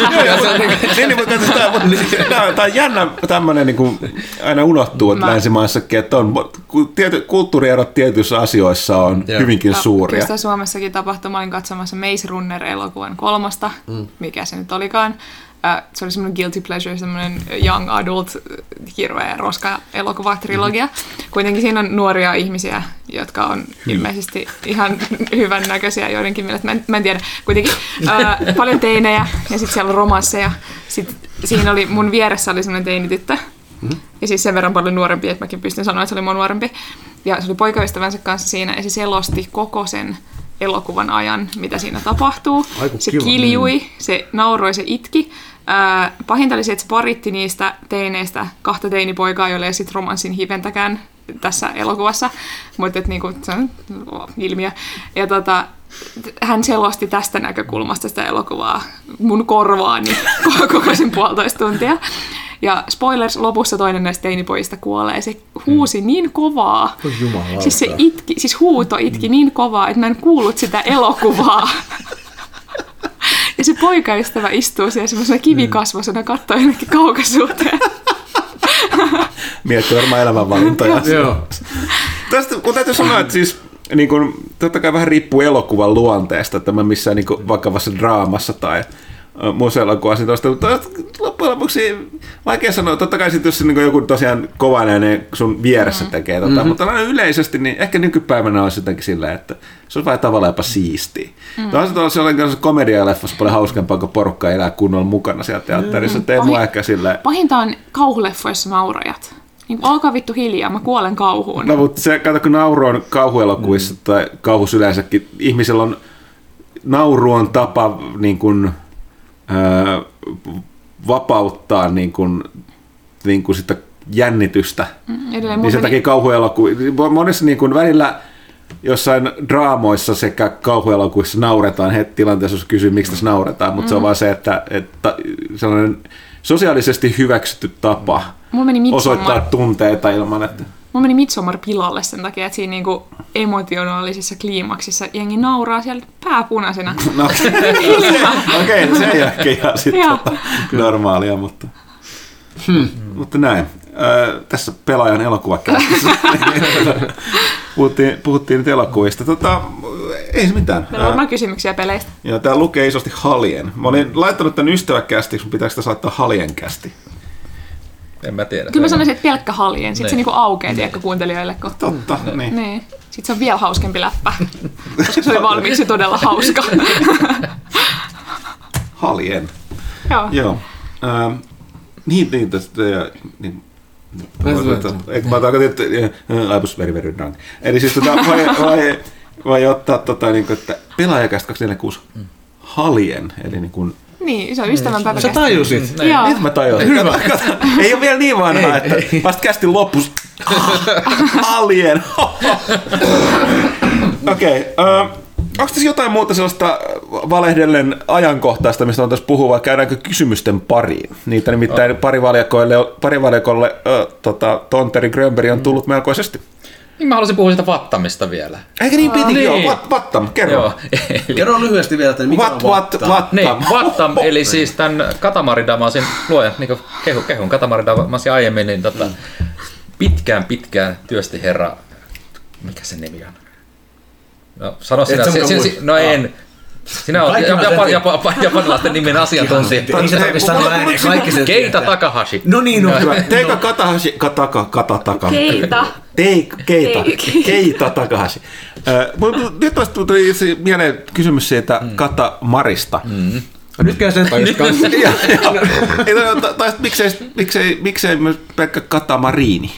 Tämä on jännä tämmöinen, niin kuin aina unohtuu että länsimaissakin, että on, tiety, kulttuurierot tietyissä asioissa on Joo. hyvinkin suuria. Kyllä Suomessakin tapahtui, mä olin katsomassa Maze Runner-elokuvan kolmosta, mm. mikä se nyt olikaan. Se oli semmoinen guilty pleasure, semmoinen young adult, hirveä roska-elokuvatrilogia. Kuitenkin siinä on nuoria ihmisiä, jotka on ilmeisesti ihan hyvän näköisiä joidenkin mielestä. Mä en, mä en tiedä. Kuitenkin ää, paljon teinejä ja sitten siellä on romansseja. Sitten siinä oli, mun vieressä oli semmoinen teinityttö. Mm-hmm. Ja siis sen verran paljon nuorempi, että mäkin pystyn sanoa, että se oli mun nuorempi. Ja se oli poikaystävänsä kanssa siinä ja se selosti koko sen elokuvan ajan, mitä siinä tapahtuu. Aiku, se kiva. Kiljui, se nauroi, se itki. Ää, pahinta oli se, että se paritti niistä teineistä kahta teinipoikaa, joille ei sitten romanssin hiventäkään tässä elokuvassa. Mutta niinku, se on oh, ilmiö. Ja tota, hän selosti tästä näkökulmasta sitä elokuvaa mun korvaani koko sen puolitoista tuntia. Ja spoilers, lopussa toinen näistä teinipojista kuolee. Se huusi mm. niin kovaa. Oh, siis se itki, siis huuto itki mm. niin kovaa, että mä en kuullut sitä elokuvaa. Ja se poikaystävä istuu siellä semmoisena kivikasvosena kattoo jonnekin kaukaisuuteen. Miettii varmaan elämänvalintoja. Joo. Tästä, kun täytyy sanoa, että siis niin kun, totta kai vähän riippuu elokuvan luonteesta, että mä missään niin kun, vakavassa draamassa tai muussa elokuvassa tuosta, mutta loppujen lopuksi vaikea sanoa, totta kai sitten jos niin joku tosiaan kovanäinen sun vieressä tekee, tota, mm-hmm. mutta yleisesti niin ehkä nykypäivänä olisi jotenkin silleen, että se on vähän tavallaan jopa siistiä. Mm-hmm. Tuossa se oli komedia-leffassa paljon hauskempaa, kun porukka elää kunnolla mukana siellä teatterissa, mm-hmm. ei mua ehkä silleen. Pahinta on kauhuleffoissa naurajat. Niin olkaa vittu hiljaa, mä kuolen kauhuun. No mutta se, kato kun nauru on kauhuelokuissa mm. tai kauhus yleensäkin, ihmisellä on, nauru on tapa niin kuin, öö, vapauttaa niin kuin, niin kuin sitä jännitystä. Mm, edelleen niin sen meni... takia kauhuelokuissa, monessa niin kuin välillä jossain draamoissa sekä kauhuelokuissa nauretaan heti tilanteessa, jos kysyy, miksi tässä nauretaan, mutta mm. se on vaan se, että, että sellainen sosiaalisesti hyväksytty tapa osoittaa tunteita ilman, että... Mulla meni Midsommar pilalle sen takia, että siinä niinku emotionaalisessa kliimaksissa jengi nauraa siellä pääpunaisena. No, okei, okay, se ei ole ehkä ihan sitten tota normaalia, mutta, hmm. mutta näin. Öö, tässä pelaajan elokuvakästissä puhuttiin, puhuttiin nyt elokuvista. Tota, ei se mitään. Meillä on varmaan kysymyksiä peleistä. Ja tää lukee isosti Halien. Mä olin laittanut tän ystäväkästiksi, mutta pitääkö sitä saattaa Halien kästi? En mä tiedä. Kyllä mä sanoisin, että pelkkä Halien. Sitten se niinku aukeaa tiedätkö kuuntelijoille. Kun... Totta, niin. niin. Sitten se on vielä hauskempi läppä, koska se oli valmiiksi todella hauska. Halien. Joo. Joo. Ähm, niin, niin, tästä... Niin, Eikö mä tarkoitin, että I was very, very drunk. Eli siis tota, vai, vai, vai ottaa tota, niin kuin, että pelaajakästä kaksisataaneljäkymmentäkuusi Halien, eli niin kuin... Niin, se on ystävänpäivä. Sä tajusit. Joo. Nyt mä tajusin. Hyvä. Ei ole vielä niin vanhaa, että vasta kästin loppus. Halien. Okei. Onko tässä jotain muuta sellaista valehdellen ajankohtaista, mistä on tässä puhua, vai käydäänkö kysymysten pariin? Niitä nimittäin parivaljakoille, parivaljakolle äh, tota, Tonteri Grönberg on tullut melkoisesti. Niin mä haluaisin puhua sitä Vattamista vielä. Eikä niin piti? Niin. Joo, vat, Vattam, kerro. Joo, eli... Kerro lyhyesti vielä, että mikä vat, on Vattam. Vattam, niin, Vattam eli siis tämän Katamaridamasin luojan, niin kuin kehu, kehun Katamaridamasin aiemmin, niin tota, pitkään pitkään työsti herra, mikä se nimi on? No, sano sinä. Si, si, si, no en. Sinä olet japan, japan, japanilaisten nimen asiantuntija. Keita Takahashi. No niin, no hyvä. Teika Katahashi. Kataka, kataka. Keita. Teik, keita. Keita Takahashi. Nyt olisi tuli mieleen kysymys siitä Katamarista. Nyt käy sen tajus kanssa. Tai miksei, miksei myös pelkkä Katamariini?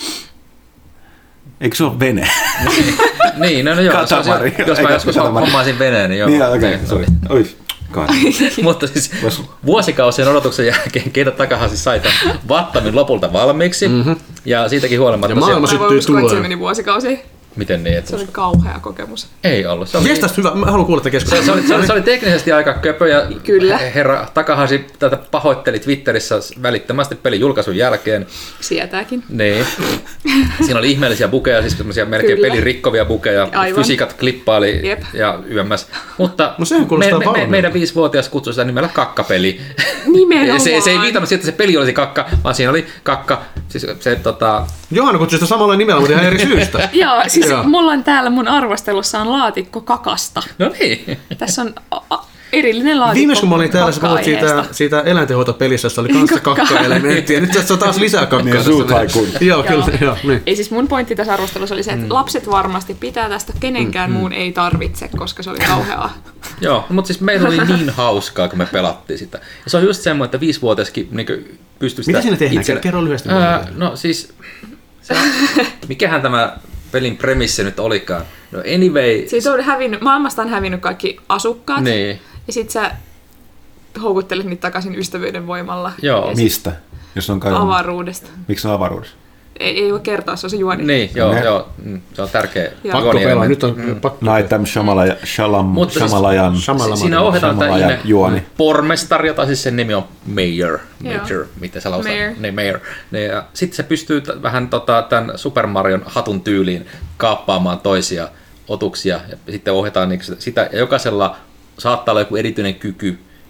Eikö se ole vene? niin, no, no joo. Katamari. Jos mä joskus hommaisin veneen, niin joo. Niin, okei, okay, sori. Oi, Mutta siis vuosikausien odotuksen jälkeen Keita Takahashi sai tämän Vattamin lopulta valmiiksi. Mm-hmm. Ja siitäkin huolimatta... Ja maailma syttyy tuloon. Mä voin uskoa, että se meni vuosikausia. Miten niin? Se oli kauhea kokemus. Ei ollut. Se oli... Mielestäni hyvä. Mä haluan kuulla tätä keskustelua. Se, se, oli, se, oli, se oli teknisesti aika köpö ja Kyllä. herra Takahashi tätä pahoitteli Twitterissä välittömästi pelin julkaisun jälkeen. Sietääkin. Niin. Siinä oli ihmeellisiä bukeja, siis semmoisia melkein Kyllä. pelin rikkovia bukeja. Aivan. Fysiikat klippaili Jep. ja yömmäs. Mutta no me, me, me, meidän viisivuotias kutsui sitä nimellä kakkapeli. Nimenomaan. Se, se ei viitannut siitä, että se peli olisi kakka, vaan siinä oli kakka. Siis se, tota... Johanna kutsui sitä samalla nimellä, mutta ihan eri syystä. Joo, siis Joo. mulla on täällä mun arvostelussa on laatikko kakasta. No niin. Tässä on a- a- erillinen laatikko. Viimeis kun mä olin täällä, sä puhut siitä, siitä eläintenhoitopelissä, jossa oli kanssa kakka-elementtiä. Nyt tässä on taas lisää kakkaa. Niin, suut haikuun. Joo, kyllä. Joo, niin. Ei siis mun pointti tässä arvostelussa oli se, että mm. lapset varmasti pitää tästä, kenenkään mm, muun ei tarvitse, koska se oli kauheaa. Joo, mutta siis meillä oli niin hauskaa, kun me pelattiin sitä. Ja se on just semmoinen, että viisivuotiaskin niin pystyy sitä... Mitä siinä tehdään? Itse... Kerro lyhyesti. Ää, no siis... Se, mikähän tämä pelin premissi nyt olikaan? No anyway... Siitä on hävinnyt, maailmasta on hävinnyt kaikki asukkaat. Niin. Ja sit sä houkuttelet niitä takaisin ystävyyden voimalla. Joo. Mistä? Jos on kajonnut. Avaruudesta. Miksi on avaruudessa? Ei, ei voi kertoa, se on se juoni. Niin, joo, Ne. joo. Se on tärkeä. Pakko pelaa, nyt on mm. pakko. Naitam Shamalajan, Shalam, Shamalajan, siis, siinä ohjataan tämä ihme juoni. pormestari, jota siis sen nimi on Mayor. Mayor, Joo. miten se lausaa? Mayor. Niin, Mayor. Niin, ja sitten se pystyy t- vähän tota, tämän Super Marion hatun tyyliin kaappaamaan toisia otuksia ja sitten ohjataan niin sitä, ja jokaisella saattaa olla joku erityinen kyky,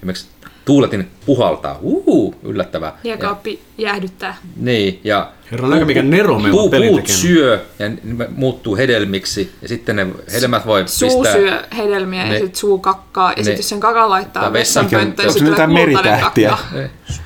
esimerkiksi tuuletin puhaltaa, uhu, yllättävää. Jääkaappi jäähdyttää. Niin, ja Herran aika mikä nero meillä on puu, pelin puut tekemään. syö ja ne muuttuu hedelmiksi ja sitten ne hedelmät voi Suu pistää... syö hedelmiä ne- ja sitten suu kakkaa. Ja ne- sitten jos sen kakan laittaa tai vessanpönttöön, Onko sitten ne tulee jotain kultainen meritähtiä? kakka.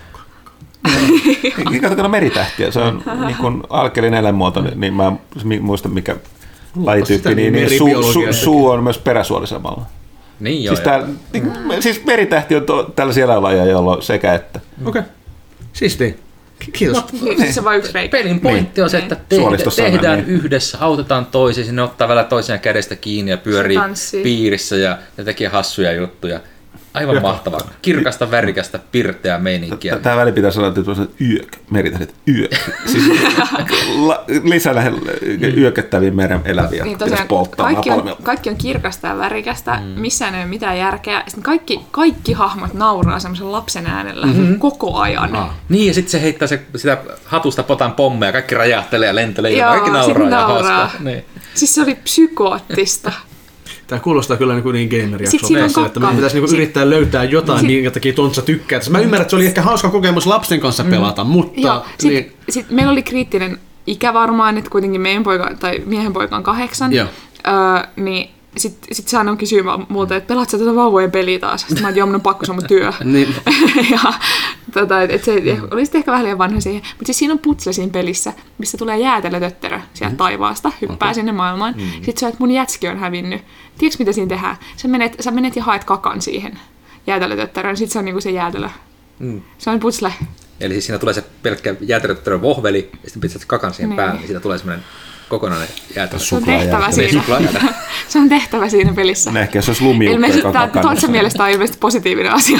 Katsotaan meritähtiä, se on niin kuin alkeellinen eläinmuoto, niin mä en muista mikä lajityyppi, niin, niin suu, su, suu on myös peräsuolisamalla. Niin joo. Siis, tää, niin, siis meritähti on to, tällaisia eläinlajeja, joilla on sekä että. Okei. Okay. Siistiä. Kiitos. Niin, siis se on vain yksi reikä. Pelin pointti on se, että tehdä, Suolistossa on tehdään niin. yhdessä, autetaan toisiin, ne ottaa välillä toisiaan kädestä kiinni ja pyörii Se tanssii. piirissä ja ne tekee hassuja juttuja. Aivan mahtavaa. Kirkasta, värikästä, pirteää meininkiä. Tämä väli pitää sanoa, että on yök, meritähdet, yök. Siis la, lisää lähellä yököttäviä meren eläviä Niin pitäisi tosiaan, polttaa kaikki, on, napalmilla. kaikki on kirkasta ja värikästä, mm. missään ei ole mitään järkeä. Sitten kaikki, kaikki hahmot nauraa semmoisen lapsen äänellä mm-hmm. koko ajan. Ah. Niin, ja sitten se heittää se, sitä hatusta potan pommeja, kaikki räjähtelee ja lentelee ja Joo, kaikki nauraa. sit Ja nauraa. hauskaa. Niin. Siis se oli psykoottista. Tämä kuulostaa kyllä niin, niin gamer-jaksolta Sit siinä on tässä, että kakka. meidän pitäisi niin Sit- yrittää löytää jotain, Sit- minkä takia Tontsa tykkää. Mä ymmärrän, että se oli ehkä hauska kokemus lapsen kanssa pelata, mutta... Joo, sit, niin, sit meillä oli kriittinen ikä varmaan, että kuitenkin meidän poika, tai miehen poika on kahdeksan. Joo. Öö, niin sitten sit se aina kysyy multa, että pelaat sä tätä vauvojen peliä taas? Sitten mä oon, joo, mun on pakko, se on mun työ. Niin. ja tota, et, et se oli sitten ehkä vähän liian vanha siihen. Mutta siis siinä on putsle siinä pelissä, missä tulee jäätelötötterö sieltä mm. taivaasta, hyppää okay. sinne maailmaan. Mm. Sitten se on, että mun jätski on hävinnyt. Tiedätkö, mitä siinä tehdään? Sä menet, sä menet ja haet kakan siihen jäätelötötteröön, sitten se on niinku se jäätelö. Mm. Se on putsle. Eli siis siinä tulee se pelkkä jäätelötötterön vohveli, ja sitten pistät kakan siihen Niin. päälle, niin siitä tulee semmoinen kokonainen jäätelö. Se on tehtävä Suklaajäätelö. siinä. Suklaajäätelö. Se on tehtävä siinä pelissä. Ne ehkä jos olisi lumiukko, Ilmeisesti joka tämä Tontsan mielestä on ilmeisesti positiivinen asia.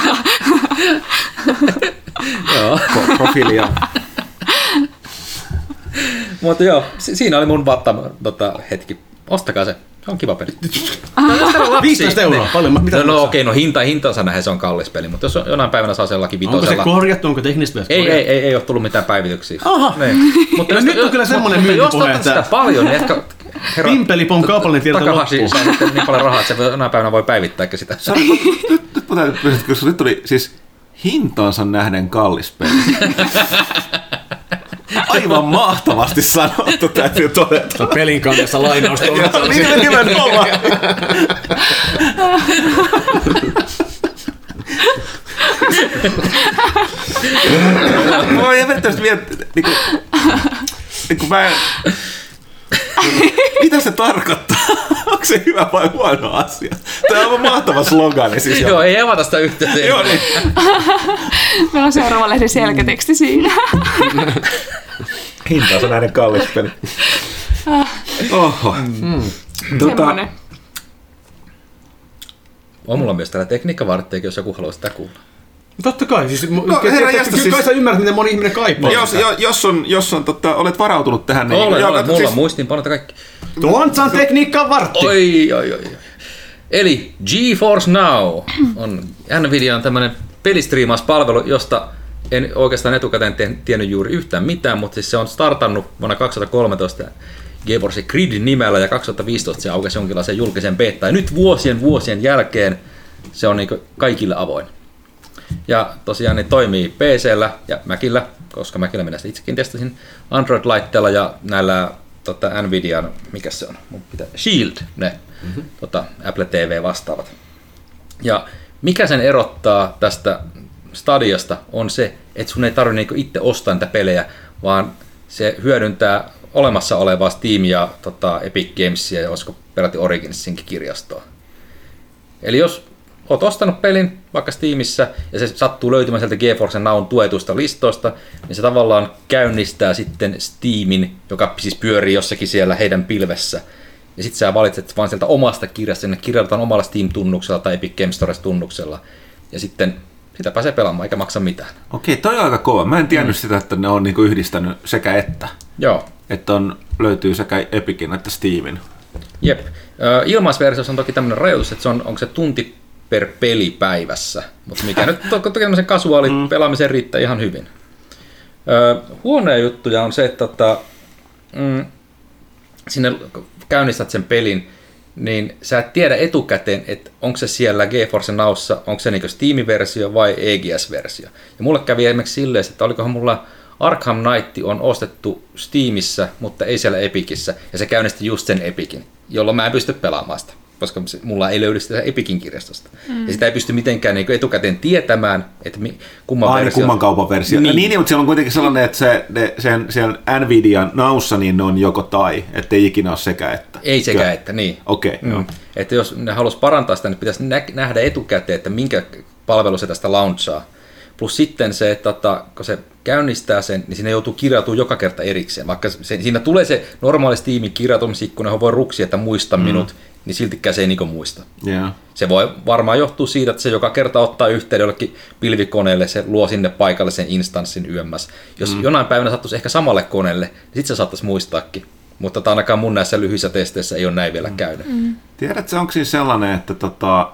Joo. profiilia. Mutta joo, si- siinä oli mun vatta tota, hetki. Ostakaa se. Se on kiva peli. viisitoista euroa, paljon. mä- Mitä No, no maksaa? okei, no hinta hintansa nähdä se on kallis peli, mutta jos on- jonain päivänä saa sellakin Onko se vitosella... korjattu, onko teknistä vielä Ei, ei, korjattu? ei, ei ole tullut mitään päivityksiä. Aha. Niin. Mutta No nyt on kyllä semmoinen mutta jos myyntipuhe, otat sitä että- paljon, niin ehkä... Herra, Pimpelipon kaupallinen tiedot takahasi loppuu. saa sitten niin paljon rahaa, että se voi- jonain päivänä voi päivittääkö sitä. Sano, nyt, nyt, mä täytyy pysyä, koska nyt tuli siis hintaansa nähden kallis peli. Aivan mahtavasti sanottu, täytyy todeta. Se on pelin kannessa lainausta. Joo, niin nimenomaan. Mä voin erityisesti miettiä, niin kuin, niin kuin mä en, mitä se tarkoittaa? Onko se hyvä vai huono asia? Tämä on aivan mahtava slogani. Siis Joo, ei avata sitä yhteyttä. Joo, niin. Meillä on seuraava lehden selkäteksti siinä. Hintaansa näiden kallis peli. Oho. Mm. Semmoinen. On mulla myös täällä tekniikkavartteekin, jos joku haluaa sitä kuulla. Totta kai. Siis, no, herra jästä, kyllä siis- kai sä ymmärrät, miten moni ihminen kaipaa. Jos, jo, jos, on, jos on, tota, olet varautunut tähän, niin... Olen, joo, olen, kato, mulla siis- on muistiinpanot kaikki. Tontsan tekniikka vartti. Oi, oi, oi. oi. Eli GeForce Now on Nvidian tämmöinen pelistriimauspalvelu, josta en oikeastaan etukäteen te- tiennyt juuri yhtään mitään, mutta siis se on startannut vuonna kaksituhattakolmetoista GeForce Grid-nimellä ja kaksituhattaviisitoista se aukesi jonkinlaisen julkisen beta. Ja nyt vuosien vuosien jälkeen se on niin kaikille avoin. Ja tosiaan ne toimii P C:llä ja Macillä, koska Macillä minä sitä itsekin testasin Android-laitteella ja näillä tota, Nvidian, mikä se on, mun pitää, Shield, ne mm-hmm. tota, Apple T V vastaavat. Ja mikä sen erottaa tästä Stadiasta on se, että sun ei tarvitse niinku itse ostaa niitä pelejä, vaan se hyödyntää olemassa olevaa Steamia, tota, Epic Gamesia ja olisiko peräti Originsinkin kirjastoa. Eli jos oot ostanut pelin vaikka Steamissa ja se sattuu löytymään sieltä GeForce Now'n tuetusta listoista, niin se tavallaan käynnistää sitten Steamin, joka siis pyörii jossakin siellä heidän pilvessä. Ja sitten sä valitset vaan sieltä omasta kirjasta, sinne kirjoitetaan omalla Steam-tunnuksella tai Epic Games Stores-tunnuksella. Ja sitten sitä pääsee pelaamaan, eikä maksa mitään. Okei, toi on aika kova. Mä en tiennyt sitä, että ne on niinku yhdistänyt sekä että. Joo. Että on, löytyy sekä Epicin että Steamin. Jep. Ö, Ilmaisversiossa on toki tämmöinen rajoitus, että se on, onko se tunti per peli päivässä, mutta mikä nyt to- toki tämmöisen kasuaalin mm. pelaamiseen riittää ihan hyvin. Ö, huonoja juttuja on se, että tota, mm, sinne käynnistät sen pelin niin sä et tiedä etukäteen, että onko se siellä GeForce Nowssa, onko se niinku Steam-versio vai E G S-versio. Ja mulle kävi esimerkiksi silleen, että olikohan mulla Arkham Knight on ostettu Steamissa, mutta ei siellä Epicissä, ja se käynnisti just sen Epicin, jolloin mä en pysty pelaamaan sitä, koska mulla ei löydy sitä Epicin kirjastosta. Mm. Ja sitä ei pysty mitenkään niin etukäteen tietämään, että kumman Aina versio... kumman kaupan versio. Niin. niin, mutta siellä on kuitenkin sellainen, että se, ne, sen, sen Nvidian Nowssa niin ne on joko tai, ettei ikinä ole sekä että. Ei sekä Kyllä. että, niin. Okei. Okay, mm. Että jos ne haluaisi parantaa sitä, niin pitäisi nähdä etukäteen, että minkä palvelu se tästä launchaa. Plus sitten se, että kun se käynnistää sen, niin siinä joutuu kirjautumaan joka kerta erikseen. Vaikka se, siinä tulee se normaali Steamin kirjautumisikkuna, johon voi ruksia, että muista mm. minut, niin siltikään se ei niin muista. Yeah. Se voi varmaan johtua siitä, että se joka kerta ottaa yhteyden jollekin pilvikoneelle, se luo sinne paikalle sen instanssin yömmäs. Jos mm. jonain päivänä sattuisi ehkä samalle koneelle, niin sitten se saattaisi muistaakin. Mutta ainakaan mun näissä lyhyissä testeissä ei ole näin vielä mm. käynyt. Mm. Tiedätkö, onko siis sellainen, että tota,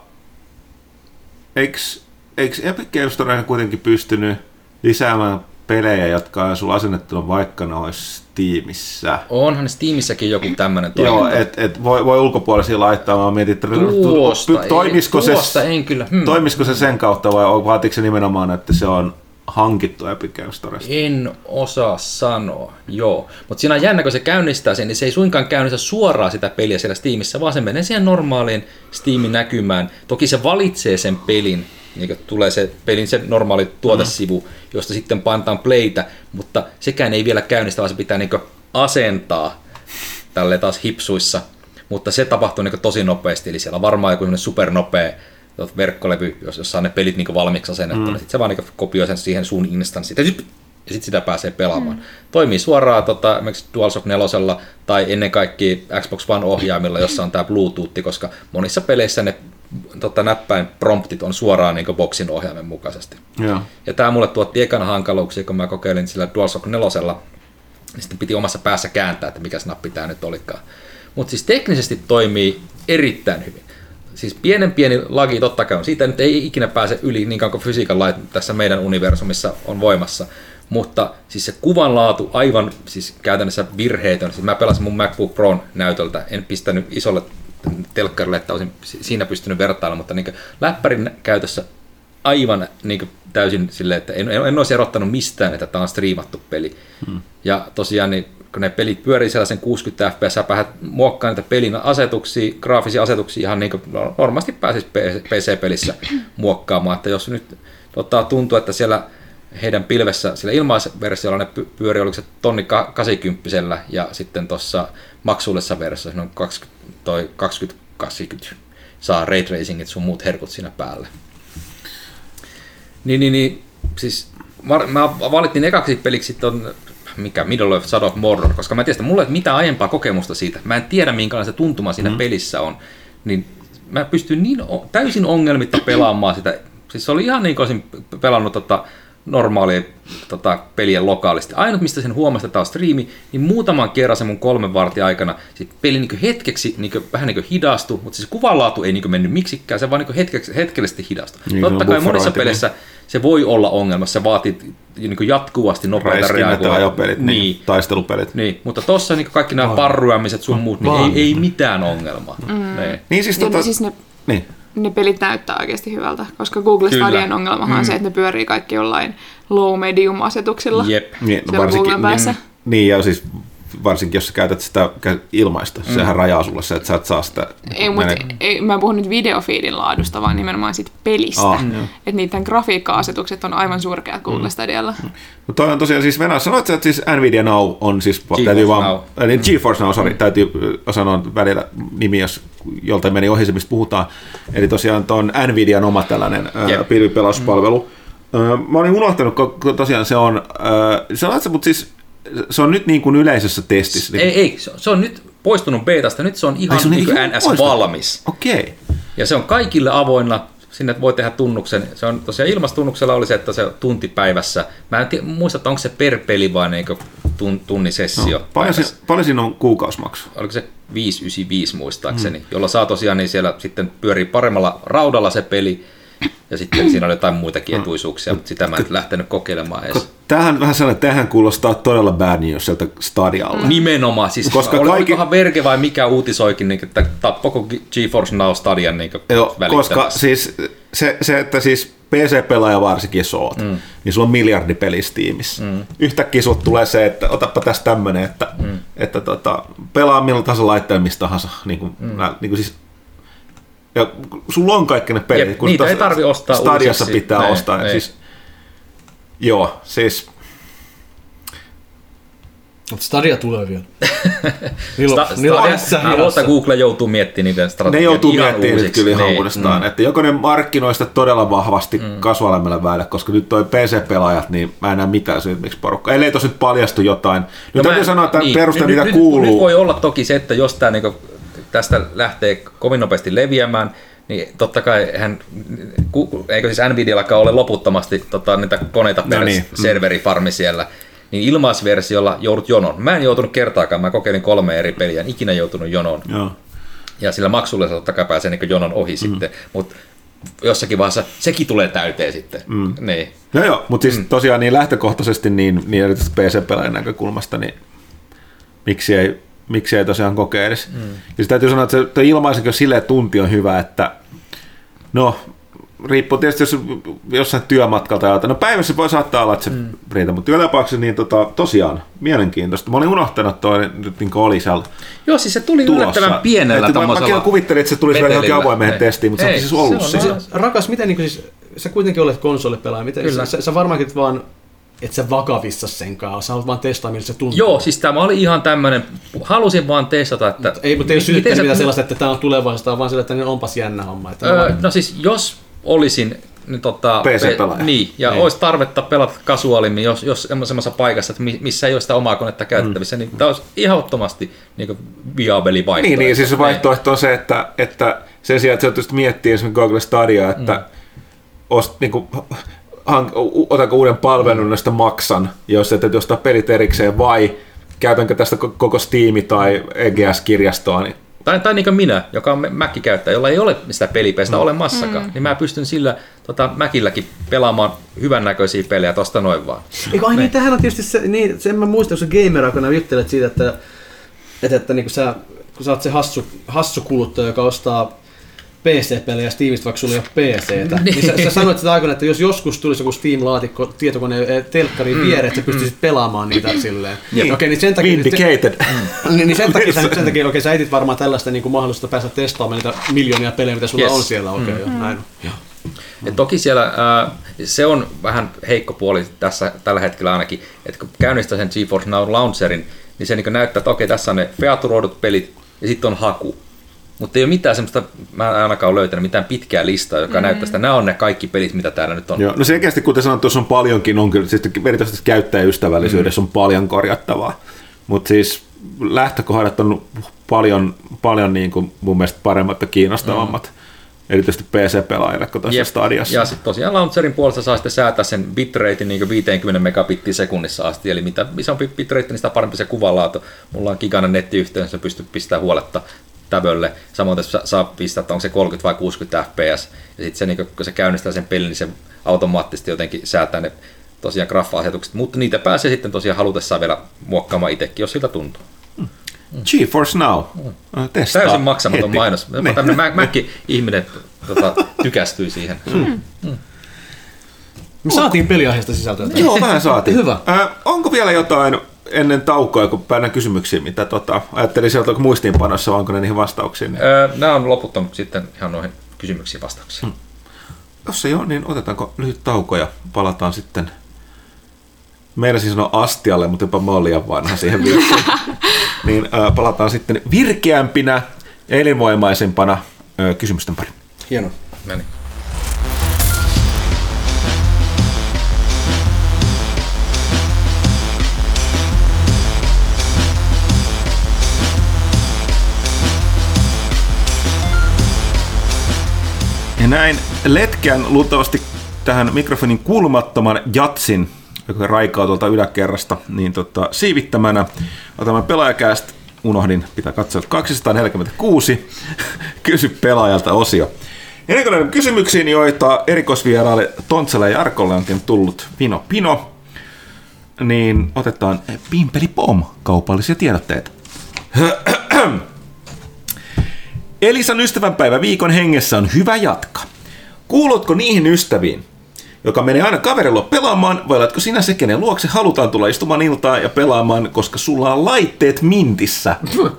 eikö, eikö Epic Games Store kuitenkin pystynyt lisäämään pelejä, jotka on sulla asennettuna vaikka ne olisi Steamissa? Onhan Steamissäkin joku tämmöinen toiminta. Joo, että et voi, voi ulkopuolisia laittaa. Mä mietin, että tuosta, toimisiko, ei, tuosta se, en kyllä. Hmm. toimisiko se sen kautta vai vaatiko se nimenomaan, että se on hankittu Epic Games Storesta? En osaa sanoa, joo. Mutta siinä on jännä, kun se käynnistää sen, niin se ei suinkaan käynnistä suoraan sitä peliä siellä Steamissa, vaan se menee siihen normaaliin Steamin näkymään. Toki se valitsee sen pelin, niin tulee se pelin se normaali tuotesivu, mm. josta sitten painetaan playtä, mutta sekään ei vielä käynnistä, vaan se pitää niin asentaa tälle taas hipsuissa, mutta se tapahtuu niin tosi nopeasti, eli siellä on varmaan joku supernopea verkkolevy, jos, jos saa ne pelit niin valmiiksi asennettuna, mm. sitten se vaan niin kopioi sen siihen sun instanssiin, ja sitten sit sitä pääsee pelaamaan. Mm. Toimii suoraan tota, esimerkiksi DualShock neljä tai ennen kaikkea Xbox One-ohjaimilla, jossa on tämä Bluetooth, koska monissa peleissä ne Tota, näppäin promptit on suoraan niin boksin ohjaimen mukaisesti. Ja, ja tämä mulle tuotti ekana hankaluuksia, kun mä kokeilin sillä DualShock neljä, niin sitten piti omassa päässä kääntää, että mikä nappi tämä nyt olikaan. Mutta siis teknisesti toimii erittäin hyvin. Siis pienen pieni lagi totta kai on. Siitä nyt ei ikinä pääse yli niin kauan kuin fysiikan lait tässä meidän universumissa on voimassa. Mutta siis se kuvanlaatu aivan siis käytännössä virheetön. Siis mä pelasin mun MacBook Pron näytöltä, en pistänyt isolle telkkarille, että olisin siinä pystynyt vertailemaan, mutta niin läppärin käytössä aivan niin täysin silleen, että en, en olisi erottanut mistään, että tämä on striimattu peli. Hmm. Ja tosiaan, niin, kun ne pelit pyörii sellaisen kuusikymmentä F P S, sä pääset muokkaamaan niitä pelin asetuksia, graafisia asetuksia ihan niin kuin normaalisti pääsisi P C-pelissä muokkaamaan, että jos nyt ottaa tuntuu, että siellä heidän pilvessä, sillä ilmaisversiolla ne pyörii, oliko se tonni kahdeksankymmentä ja sitten tuossa maksullisessa versiossa noin kaksikymmentä kahdeksankymmentä saa ray tracingit sun muut herkut siinä päälle. Niin, niin, niin siis mä valittiin ekaksi peliksi ton, mikä Middle Earth Shadow of Mordor, koska mä en tiedä, että mulla ei ole mitään aiempaa kokemusta siitä. Mä en tiedä, minkälainen se tuntuma siinä mm. pelissä on. Niin mä pystyn niin täysin ongelmitta pelaamaan sitä. Siis se oli ihan niin kuin olisin pelannut tota normaalia tota, pelien lokaalisti. Ainut, mistä sen huomasi, että tämä on striimi, niin muutaman kerran se mun kolmen vartin aikana sit peli niin hetkeksi niin vähän niin hidastui, mutta siis kuvanlaatu ei niin mennyt miksikään, se vaan niin hetkeksi, hetkellisesti hidastui. Niin, Totta kai monissa peleissä se voi olla ongelma, se vaatii niin jatkuvasti nopeita reagoida. Ajopelit, niin, niin, taistelupelit. Niin, mutta tossa niin kaikki nämä parryämiset sun muut, niin ei, ei mitään ongelmaa. Mm. Niin. Niin siis, tota, siis ne... niin. Ne pelit näyttää oikeasti hyvältä, koska Google Stadian ongelmahan on mm. se, että ne pyörii kaikki jollain low-medium-asetuksilla. Jep. Niin, no varsinkin, päässä. Niin, ja siis varsinkin jos sä käytät sitä ilmaista, mm. sehän rajaa sulle se, että sä et saa sitä. Ei, mutta ei, mä en puhu nyt videofiidin laadusta, vaan nimenomaan siitä pelistä. Ah, että niiden grafiikka-asetukset on aivan surkeat Google Stadialla. Mm. No toi on tosiaan siis Venäjä. Sanoit sä, että siis Nvidia Now on siis, GeForce täytyy Now. vaan, eli GeForce Now, sorry, täytyy sanoa välillä nimi, jos joltain meni ohi se, mistä puhutaan. Eli tosiaan tuon Nvidian oma tällainen yep. pilvipelauspalvelu. Mm. Mä olin unohtanut, kun tosiaan se on, sanoit sä, mutta siis se on nyt niin kuin yleisössä testissä. Ei, ei, se on nyt poistunut betasta, nyt se on ihan, se on niin kuin N S valmis. Okei. Okay. Ja se on kaikille avoinna, sinne voi tehdä tunnuksen. Se on tosiaan ilmastunnuksella oli se, että se on tunti päivässä. Mä en tiedä, muista, että onko se per peli vai niin kuin tunnisessio. No, paljon, si- paljon siinä on kuukausimaksu? Oliko se viisi yhdeksänkymmentäviisi muistaakseni, mm. jolla saa tosiaan niin siellä sitten pyörii paremmalla raudalla se peli. Ja sitten siinä oli jotain muitakin etuisuuksia, mutta sitä mä en lähtenyt kokeilemaan edes. Tämähän vähän sellainen, että tämähän kuulostaa todella bad news sieltä Stadialta. Nimenomaan, siis koska oli, kaikki... olikohan Verge vai mikä uutisoikin, niin, että tappoko GeForce Now Stadian niin Joo, koska siis se, se, että siis P C-pelaaja varsinkin soot, mm. niin sulla on miljardi pelistiimissä. Mm. Yhtäkkiä sulla tulee se, että otapa tässä tämmönen, että, mm. että tota, pelaa millä tahansa laitteella mistä tahansa. Niin kuin, mm. nää, niin kuin siis, ja sulla on kaikki ne pelit. Jep, niitä ei tarvi ostaa Stadiassa uusiksi. pitää ei, ostaa. Ei. Siis, joo, siis... Mutta Stadia tulee vielä. Niillä, Sta- niillä Stadia, mä Google joutuu miettimään niiden strategian. Ne joutuu miettimään nyt kyllä ihan uudestaan. Mm. Että joko ne markkinoista todella vahvasti mm. kasvualemmällä väillä, koska nyt toi P C-pelaajat, niin mä en näe mitään syytä, miksi porukka. Ellei tos nyt paljastu jotain. Nyt no täytyy mä, sanoa, että niin, peruste, mitä nyt, kuuluu. Nyt voi olla toki se, että jos tää niinku, tästä lähtee kovin nopeasti leviämään, niin totta kai hän, eikö siis Nvidiallakaan ole loputtomasti tota, niitä koneita per no niin. serverifarmi siellä, niin ilmaisversiolla joudut jonoon. Mä en joutunut kertaakaan, mä kokeilin kolme eri peliä, en ikinä joutunut jonoon. Joo. Ja sillä maksullisella totta kai pääsee niin jonon ohi mm. sitten, mutta jossakin vaiheessa sekin tulee täyteen sitten. Mm. Niin. No joo, mutta siis mm. tosiaan niin lähtökohtaisesti niin, niin erityisesti P C-pelaajan näkökulmasta, niin miksi ei, miksi ei tosiaan kokea edes. Mm. Ja täytyy sanoa, että se ilmaisenkin on silleen tunti on hyvä, että no riippuu tietysti, jos jossain työmatkalta ajatellaan. No päivässä voi saattaa olla, että se mm. riitä, mutta työtapauksessa niin tota, tosiaan mielenkiintoista. Mä olin unohtanut, että toi nyt niin oli siellä Joo, siis se tuli tulossa. Yllättävän pienellä tommosella. Mä, mä kuvittelin, että se tulisi vielä johonkin avoimeen testiin, mutta ei, se on siis ollut se. On, rakas, miten niin siis, sä kuitenkin olet konsolipelaaja, miten sä, sä varmaankin vaan et sä vakavissa senkaan, sä haluat vaan testaa, miltä se tuntuu. Joo, siis tämä oli ihan tämmöinen, halusin vaan testata, että... Mut ei, mutta ei ole syyttänyt mitään sellaista, että tämä on tulevaisuudesta, vaan sillä, että niin onpas jännä homma. Että öö, no siis jos olisin niin tota, P C-pelaaja. Niin, ja niin. Olisi tarvetta pelata kasuaalimmin, jos, jos semmoisessa paikassa, että missä ei ole sitä omaa konetta käytettävissä, mm. niin tämä olisi ehdottomasti niin viabeli vaihtoehto. Niin, niin, siis se vaihtoehto on se, että, että sen sijaan, että sä miettii esimerkiksi Google Stadia, että mm. ost, niin kuin, hank, otanko uuden palvelun, josta maksan, jos et ostaa pelit erikseen, vai käytänkö tästä koko Steam tai E G S-kirjastoa, niin Tai, tai niin kuin minä, joka on Mac-käyttäjä, jolla ei ole sitä pelipestä mm. olemassakaan, mm. niin mä pystyn sillä tota, Macilläkin pelaamaan hyvännäköisiä pelejä tosta noin vaan. Eikö ai niin, tähän on tietysti se, niin, sen mä muistan, kun sä gamer-aikana juttelet siitä, että, että, että niin kun, sä, kun sä oot se hassu, hassu kuluttaja, joka ostaa P C-pelejä Steamista, vaikka sulla ei ole P C:tä, niin, niin sä, sä sanoit sitä aikana, että jos joskus tulisi joku Steam-laatikko tietokoneen telkkariin mm. viereen, että sä pystyisit pelaamaan niitä silleen. Niin. Okei, niin sen takia... Indicated. Niin, niin sen takia, sen, sen takia okei, sä etit varmaan tällaista niin kuin mahdollisuutta päästä testaamaan niitä miljoonia pelejä, mitä sulla yes. on siellä. Okei, okay, mm. näin on. Ja toki siellä äh, se on vähän heikko puoli tässä tällä hetkellä ainakin, että kun käynnistää sen GeForce Now Launcherin, niin se niin näyttää, että okei, tässä on ne featuroidut pelit ja sitten on haku. Mutta ei ole mitään semmoista, mä en ainakaan ole löytänyt mitään pitkää listaa, joka mm-hmm. näyttää sitä. Nämä on ne kaikki pelit, mitä täällä nyt on. Joo, no selkeästi, kuten sanoin, tuossa on paljonkin, on kyllä, siis erityisesti käyttäjäystävällisyydessä mm-hmm. on paljon korjattavaa. Mutta siis lähtökohdat on paljon, paljon niin kuin mun mielestä paremmat ja kiinnostavammat, mm-hmm. erityisesti P C-pelaajille kuin tuossa Stadiassa. Ja sitten tosiaan launcherin puolesta saa sitten säätää sen bitratein niin viisikymmentä megabittiä sekunnissa asti, eli mitä isompi bitrate, niin sitä parempi se kuvanlaatu. Mulla on gigainen nettiyhteys, se pystyy pistämään huoletta tävölle. Samoin tässä saa pistää, että onko se kolmekymmentä vai kuusikymmentä F P S. Ja sitten se, niin kun se käynnistää sen pelin, niin se automaattisesti jotenkin säätää ne tosiaan graffa-asetukset. Mutta niitä pääsee sitten tosiaan halutessaan vielä muokkaamaan itsekin, jos siltä tuntuu. Mm. GeForce Now. Mm. Testaa. Täysin maksamaton heti. Mainos. Niin. Tämmöinen Mac-ihminen tota, tykästyi siihen. Mm. Mm. Me saatiin peliaiheesta sisältöä. Joo, vähän saatiin. Hyvä. Äh, onko vielä jotain ennen taukoa, kun päädään kysymyksiin, mitä tota, ajattelin sieltä muistiinpanoissa, vai onko ne niihin vastauksiin? Öö, nämä on loputtanut sitten ihan noihin kysymyksiin vastauksiin. Hmm. Jos ei ole, niin otetaanko lyhyt tauko ja palataan sitten, meidän siis sanoa astialle, mutta jopa mä oon liian vanha siihen viikkoon. niin äh, palataan sitten virkeämpinä ja elinvoimaisempana äh, kysymysten pari. Hienoa. Meni. Ja näin letkeän luultavasti tähän mikrofonin kuulumattoman jatsin, joka raikaa tuolta yläkerrasta, niin tota, siivittämänä otamme pelaajakäästä, unohdin, pitää katsoa kaksisataaneljäkymmentäkuusi, kysy pelaajalta osio. Ennen kuin näiden kysymyksiin, joita erikoisvieraalle Tontselle ja Jarkolle onkin tullut Pino Pino, niin otetaan Pimpeli Pom kaupallisia tiedotteita. Elisan ystävänpäivä viikon hengessä on hyvä jatkaa. Kuulutko niihin ystäviin, joka menee aina kaverilla pelaamaan, vai oletko sinä se, kenen luokse halutaan tulla istumaan iltaan ja pelaamaan, koska sulla on laitteet mintissä?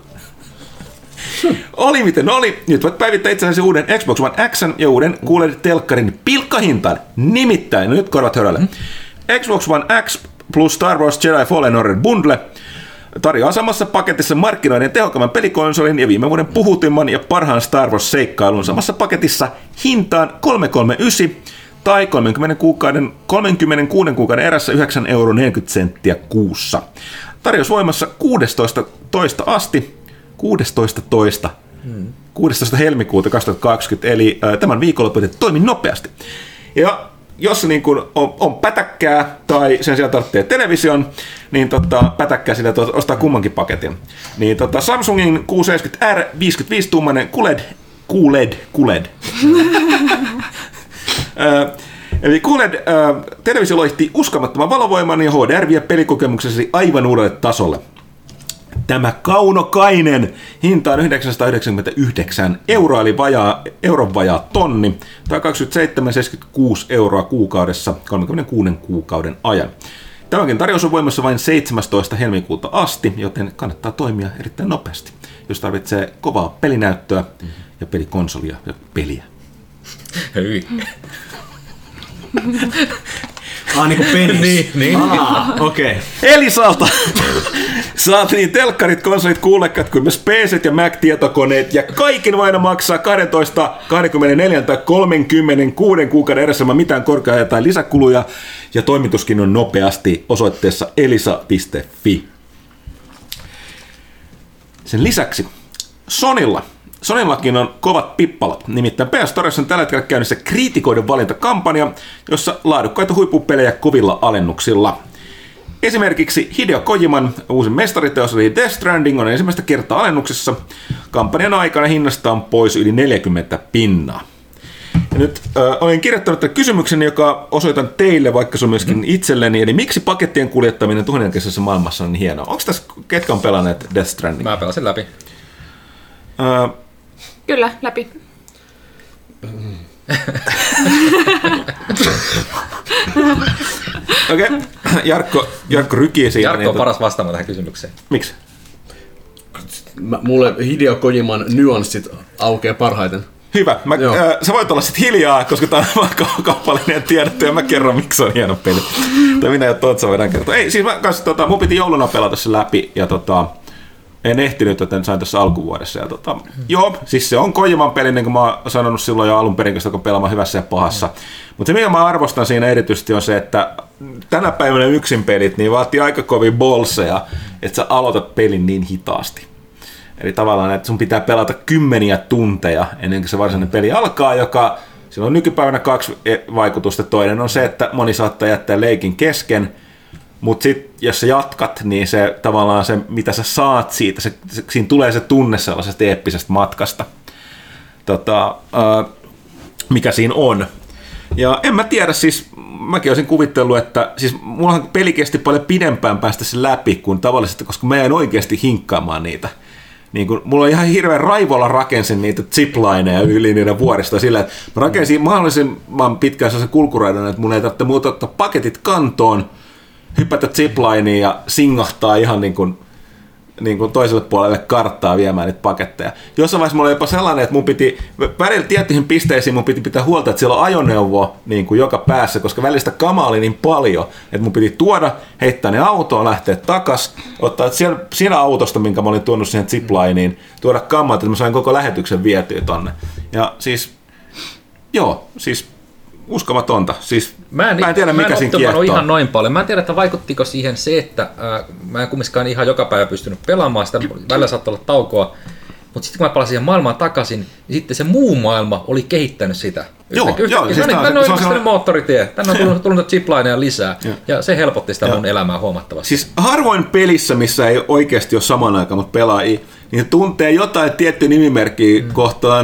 Oli miten oli, nyt voit päivittää itsellesi uuden Xbox One X ja uuden Q L E D-telkkarin pilkkahintaan. Nimittäin, nyt korvat hörälle. Xbox One X plus Star Wars Jedi Fallen Order Bundle tarjoaa samassa paketissa markkinoiden tehokkaamman pelikonsolin ja viime vuoden puhutimman ja parhaan Star Wars-seikkailun samassa paketissa hintaan kolmesataakolmekymmentäyhdeksän tai kolmekymmentä kuukauden, kolmekymmentäkuusi kuukauden erässä yhdeksän euroa neljäkymmentä senttiä kuussa. Tarjous voimassa kuudestoista toista asti, kuudestoista toista Hmm. kuudestoista helmikuuta kaksituhattakaksikymmentä, eli äh, tämän viikonloppuun toimi nopeasti. Ja jos niin kun on, on pätäkkää tai sen sijaan tarvitsee television, niin tota, pätäkkää sillä tuota, ostaa kummankin paketin. Niin tota, Samsungin kuusisataaseitsemänkymmentä R viisikymmentäviisi tuumainen Q L E D, Q L E D, Q L E D. Eli Q L E D äh, televisio loihti uskomattoman valovoiman ja H D R vie pelikokemuksesi aivan uudelle tasolle. Tämä kaunokainen hinta on yhdeksänsataayhdeksänkymmentäyhdeksän euroa, eli vajaa, euron vajaa tonni, tai kaksikymmentäseitsemän pilkku seitsemänkymmentäkuusi euroa kuukaudessa kolmekymmentäkuusi kuukauden ajan. Tämäkin tarjous on voimassa vain seitsemästoista helmikuuta asti, joten kannattaa toimia erittäin nopeasti, jos tarvitsee kovaa pelinäyttöä mm-hmm. ja pelikonsolia ja peliä. Hyi. Ah, niinku penis. niin, niin. Ah, okei. Okay. Elisalta saat niin telkkarit, konsolit, kuulekkat kuin myös P C:t ja Mac-tietokoneet ja kaikin vain maksaa kaksitoista, kaksikymmentäneljä tai kolmekymmentäkuusi kuukauden erässä mitään korkeaa tai lisäkuluja ja toimituskin on nopeasti osoitteessa elisa piste fi. Sen lisäksi Sonylla Sonyllakin on kovat pippalot, nimittäin P S Storessa on tällä hetkellä käynnissä kriitikoiden valintakampanja, jossa laadukkaita huippupelejä kovilla alennuksilla. Esimerkiksi Hideo Kojiman uusi mestariteos eli Death Stranding on ensimmäistä kertaa alennuksessa. Kampanjan aikana hinnasta on pois yli neljäkymmentä pinnaa. Ja nyt äh, olen kirjoittanut tämän kysymyksen, joka osoitan teille, vaikka se on myöskin mm. itselleni, eli miksi pakettien kuljettaminen tuhannenkeskeisessä maailmassa on niin hienoa? Onko tässä ketkä on pelanneet Death Stranding? Mä pelasin läpi. Äh, Kyllä, läpi. Okei, okay. Jarkko, Jarkko rykii siinä. Jarkko on paras vastaamaan tähän kysymykseen. Miksi? Mä, mulle Hideo Kojiman nyanssit aukeaa parhaiten. Hyvä. Mä, äh, sä voit olla sit hiljaa, koska tää on vaan kaupallinen tiedottu ja mä kerron, miksi se on hieno peli. Tai minä ja Tontsa voidaan kertoa. Ei, siis mä kanssa, tota, mun piti jouluna pelata se läpi ja tota... En ehtinyt, joten sain tässä alkuvuodessa. Ja tota, joo, siis se on Kojiman peli, niin kuin mä oon sanonut silloin jo alun perin, kun pelaamaan hyvässä ja pahassa. Mutta se, mitä mä arvostan siinä erityisesti, on se, että tänä päivänä yksin pelit niin vaatii aika kovin bolseja, että sä aloitat pelin niin hitaasti. Eli tavallaan, että sun pitää pelata kymmeniä tunteja ennen kuin se varsinainen peli alkaa, joka sillä on nykypäivänä kaksi vaikutusta. Toinen on se, että moni saattaa jättää leikin kesken, mutta sitten jos sä jatkat, niin se tavallaan se, mitä sä saat siitä, se, se, siinä tulee se tunne sellaisesta eeppisestä matkasta, tota, äh, mikä siinä on. Ja en mä tiedä, siis mäkin olisin kuvitellut, että siis mullahan peli kesti paljon pidempään päästä sen läpi kuin tavallisesti, koska mä jäin oikeasti hinkkaamaan niitä. Niin kun, mulla on ihan hirveän raivolla rakensin niitä ziplineja yli niiden vuorista sillä, että mä rakensin mahdollisimman pitkään sellaisen kulkuraidan, että mun ei tarvitse muuta ottaa paketit kantoon, hypätä ziplineen ja singahtaa ihan niin kuin, niin kuin toiselle puolelle karttaa viemään niitä paketteja. Jossain vaiheessa mulla oli jopa sellainen, että mun piti, välillä tiettyihin pisteisiin mun piti pitää huolta, että siellä on ajoneuvo niin kuin joka päässä, koska välistä kamaa oli niin paljon, että mun piti tuoda, heittää ne autoon, lähteä takas, ottaa siellä, siinä autosta, minkä mä olin tuonut siihen ziplineen, tuoda kamaa, että mä sain koko lähetyksen vietyä tonne. Ja siis, joo, siis uskomatonta. Siis, mä, en, mä en tiedä, mikä mä en siinä kiehtoo. Ihan noin paljon. Mä en tiedä, että vaikuttiko siihen se, että äh, mä en kumminkaan ihan joka päivä pystynyt pelaamaan sitä. Välillä saattoi olla taukoa. Mutta sitten kun mä palasin siihen maailmaan takaisin, niin sitten se muu maailma oli kehittänyt sitä. Joo, yhtä, joo. Yhtä, Siis tänne on yhdistänyt moottoritie. Tänne on tullut, tullut ziplineja lisää. Ja. ja se helpotti sitä joo. mun elämää huomattavasti. Siis harvoin pelissä, missä ei oikeasti ole saman aikaan, mutta pelaajia, niin tuntee jotain tiettyä nimimerkkiä mm. kohtaan niin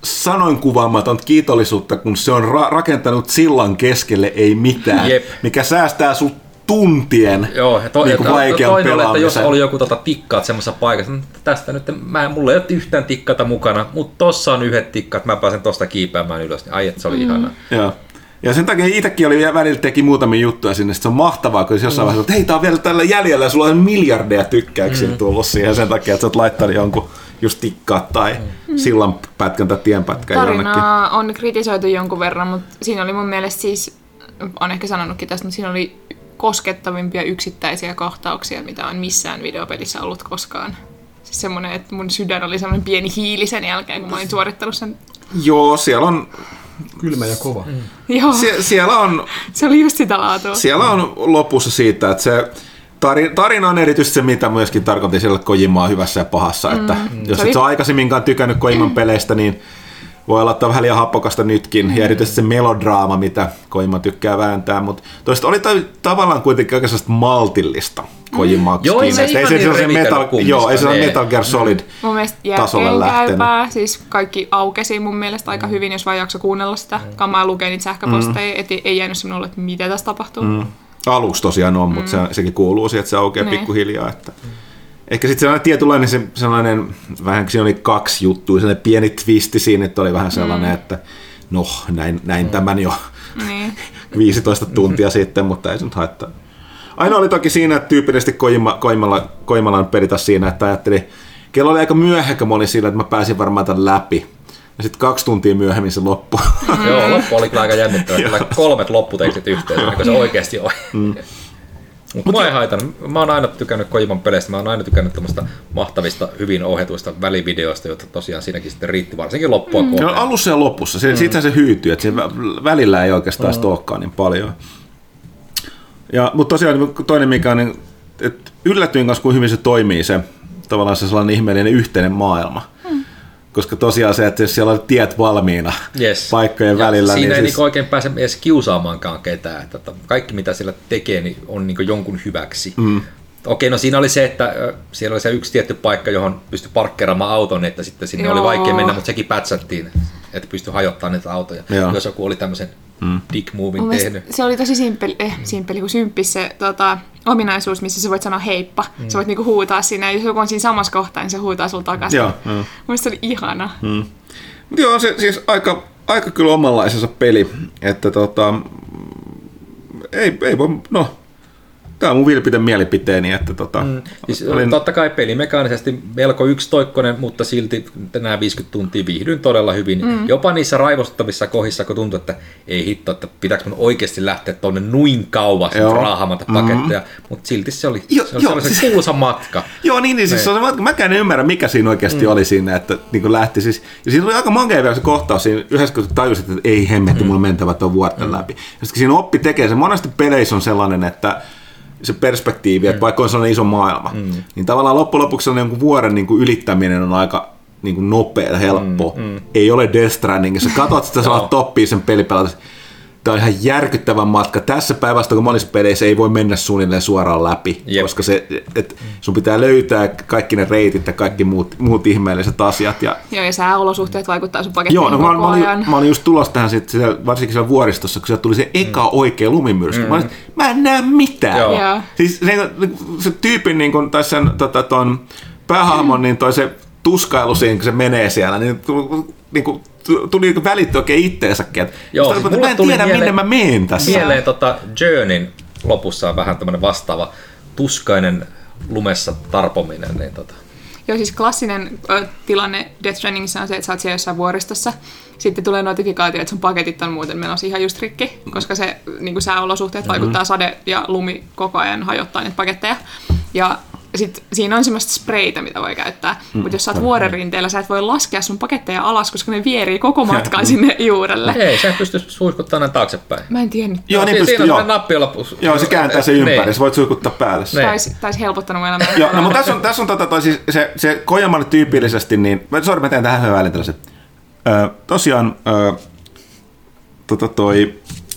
sanoin kuvaamatonta kiitollisuutta, kun se on ra- rakentanut sillan keskelle ei mitään, Jep. mikä säästää sut tuntien Joo, ja to, niin to, vaikean toinen oli, että jos pelaamisen. oli joku tota, tikkaat semmoisessa paikassa, niin tästä nyt, mä, mulla ei ole yhtään tikkata mukana, mutta tossa on yhdet tikkaat, mä pääsen tosta kiipeämään ylös, niin ai että se oli mm. ihanaa. Joo. Ja sen takia itsekin oli välillä teki muutamia juttuja sinne, se on mahtavaa, kun jossain mm. vaiheessa, että hei, tää on vielä tällä jäljellä ja sulla on miljardeja tykkäyksiä mm. tullut siihen sen takia, että sä oot laittanut jonkun just tikkaat tai mm. sillan pätkän tai tienpätkän jonnekin. Tarinaa on kritisoitu jonkun verran, mutta siinä oli mun mielestä siis, on ehkä sanonutkin tästä, mutta siinä oli koskettavimpia yksittäisiä kohtauksia, mitä on missään videopelissä ollut koskaan. Siis semmoinen, että mun sydän oli semmoinen pieni hiili sen jälkeen, kun mä olin suorittanut sen. Joo, siellä on... Kylmä ja kova. Mm. Joo. Sie- siellä on... Se oli just sitä laatua. Siellä on lopussa siitä, että se... Tarina on erityisesti se, mitä myöskin tarkoitin siellä Kojimaa hyvässä ja pahassa, mm. että jos se et ole aikaisemminkaan tykännyt Kojiman peleistä, niin voi olla vähän liian happokasta nytkin, mm. ja erityisesti se melodraama, mitä Kojima tykkää vääntää, mutta toista oli ta- tavallaan kuitenkin oikein sellaista maltillista Kojimaksi. Joo, ei se ihan niin revitellyt kummista. Joo, ei se ole Metal Gear Solid mun mielestä tasolle lähtenyt. Siis kaikki aukesi mun mielestä aika mm. hyvin, jos vaan jakso kuunnella sitä kamaa ja lukea niitä sähköposteja, mm. et ei jäänyt semmoinen olo, että mitä tässä tapahtuu. Mm. Aluksi tosiaan on, mutta mm. se, sekin kuuluu siihen, että se aukeaa niin. pikkuhiljaa. Että. Mm. Ehkä sitten sellainen tietynlainen, se, sellainen, vähän siinä oli kaksi juttua, sellainen pieni twisti siinä, että oli vähän sellainen, mm. että no, näin, näin mm. tämän jo niin. viisitoista tuntia sitten, mutta ei se nyt haittaa. Ainoa oli toki siinä, että tyypillisesti Kojima, Kojimalla, Kojimalan peritä siinä, että ajattelin, kello oli aika myöhä, kun mä olin sillä, että mä pääsin varmaan tämän läpi. Ja sitten kaksi tuntia myöhemmin se loppui. Mm. Joo, loppu oli kyllä aika jännittävä. Kyllä kolmet lopputekstit yhteensä, niin kuin se oikeasti oli. Mm. Mutta mä ei haitannut. Mä oon aina tykännyt Kojiman peleistä. Mä oon aina tykännyt tämmöistä mahtavista, hyvin ohjatuista välivideoista, joita tosiaan siinäkin sitten riitti varsinkin loppua mm. kohden. No, alussa ja lopussa. Se, mm. Siitähän se hyytyy, että välillä ei oikeastaan mm. olekaan niin paljon. Ja, mutta tosiaan toinen mikä on, niin, että yllätyin kanssa, kuin hyvin se toimii se tavallaan se sellainen ihmeellinen yhteinen maailma. Mm. Koska tosiaan se, että jos siellä on tiet valmiina yes. paikkojen ja välillä. Siinä niin ei siis... niin oikein pääse edes kiusaamaankaan ketään. Että kaikki mitä siellä tekee niin on niin jonkun hyväksi. Mm. Okei, no siinä oli se, että siellä oli se yksi tietty paikka, johon pystyi parkkeeraamaan auton, että sitten sinne Joo. oli vaikea mennä, mutta sekin pätsättiin, että pystyi hajottamaan niitä autoja. Joo. Jos joku oli tämmöisen mm. dick movin tehnyt. Se oli tosi simppeli, eh, simppeli kuin symppis se tota, ominaisuus, missä sä voit sanoa heippa. Mm. Sä voit niinku huutaa siinä, ja jos joku on siinä samassa kohtaa, niin se huutaa sulta takaisin. Joo. Mun mielestä se oli ihana. Mm. Joo, se siis aika, aika kyllä omanlaisensa peli, että tota, ei, ei voi, no, tämä on mun vilpitön mielipiteeni. Että tota, mm. siis, olin... Totta kai pelimekaanisesti melko yksitoikkoinen, mutta silti nämä viisikymmentä tuntia viihdyin todella hyvin. Mm. Jopa niissä raivostuttavissa kohdissa, kun tuntui, että ei hitto, että pitääkö mun oikeasti lähteä tuonne nuin kauas raahamatta paketteja, mm-hmm. mutta silti se oli, jo, se, oli jo, se siis... kuuluisa matka. Joo, niin, niin siis se on se matka. Mäkään en ymmärrä, mikä siinä oikeasti mm. oli siinä, että niin lähti siis. Ja siinä oli aika mankea vielä se kohtaus siinä yhdessä, kun tajusit, että ei hemmetti, mm. mulla mentävä tuon vuorten mm. läpi. Ja sitten siinä oppi tekee, se monesti peleissä on sellainen, että se perspektiivi, että mm. vaikka on sellainen iso maailma, mm. niin tavallaan loppujen lopuksi sellainen vuoren niin kuin ylittäminen on aika niin kuin nopea ja helppo. Mm. Mm. Ei ole Death Stranding. Jos sä katsot sitä, sä alat toppia sen pelipelata. Tämä on ihan järkyttävä matka. Tässä päivästä, kun monissa peleissä ei voi mennä suunnilleen suoraan läpi, Jep. koska se, et sun pitää löytää kaikki ne reitit ja kaikki muut, muut ihmeelliset asiat. Ja... Joo, ja sääolosuhteet vaikuttaa sun pakettiin Joo, no, koko mä, ajan. Mä olin, mä olin just tulossa tähän, sit, varsinkin siellä vuoristossa, kun sieltä tuli se eka oikea lumimyrsky. Mm. Mä olin, mä en näe mitään. Joo. Siis se, se tyypin, niin kun, tai sen tota, ton päähahmon, mm. niin toi se tuskailu siinä, kun se menee siellä, niin, niin kun, tuli välitty oikein itteensäkin. Joo, siis mä en tiedä, mieleen, minne mä menen tässä. Mieleen tota Journeyn lopussa on vähän tämmöinen vastaava tuskainen lumessa tarpominen. Niin tota. Joo, siis klassinen ö, tilanne Death Strandingissa on se, että sä oot siellä jossain vuoristossa. Sitten tulee notifikaatio, että sun paketit on muuten menossa ihan just rikki, koska se niin kuin sääolosuhteet mm-hmm. vaikuttaa, sade ja lumi koko ajan hajottaa niitä paketteja. Ja sitten siinä on semmoista spreitä, mitä voi käyttää, mm. mutta jos sä oot vuoren rinteellä, sä et voi laskea sun paketteja alas, koska ne vierii koko matkan sinne juurelle. Ei, sä pystyy suihkuttaa näin taaksepäin. Mä en tiennyt. Joo, niin pystyy, siinä on joo. nappi, jolla... Joo, se kääntää se ympäri, niin. Sä voit suihkuttaa päälle. Taisi tais helpottanut elämää. Joo, no mutta tässä on, tässä on tota, toi, siis se, se Kojimalle tyypillisesti, niin, sori mä teen tähän hyvän välin tällaiset. Ö, tosiaan, ö, tota toi...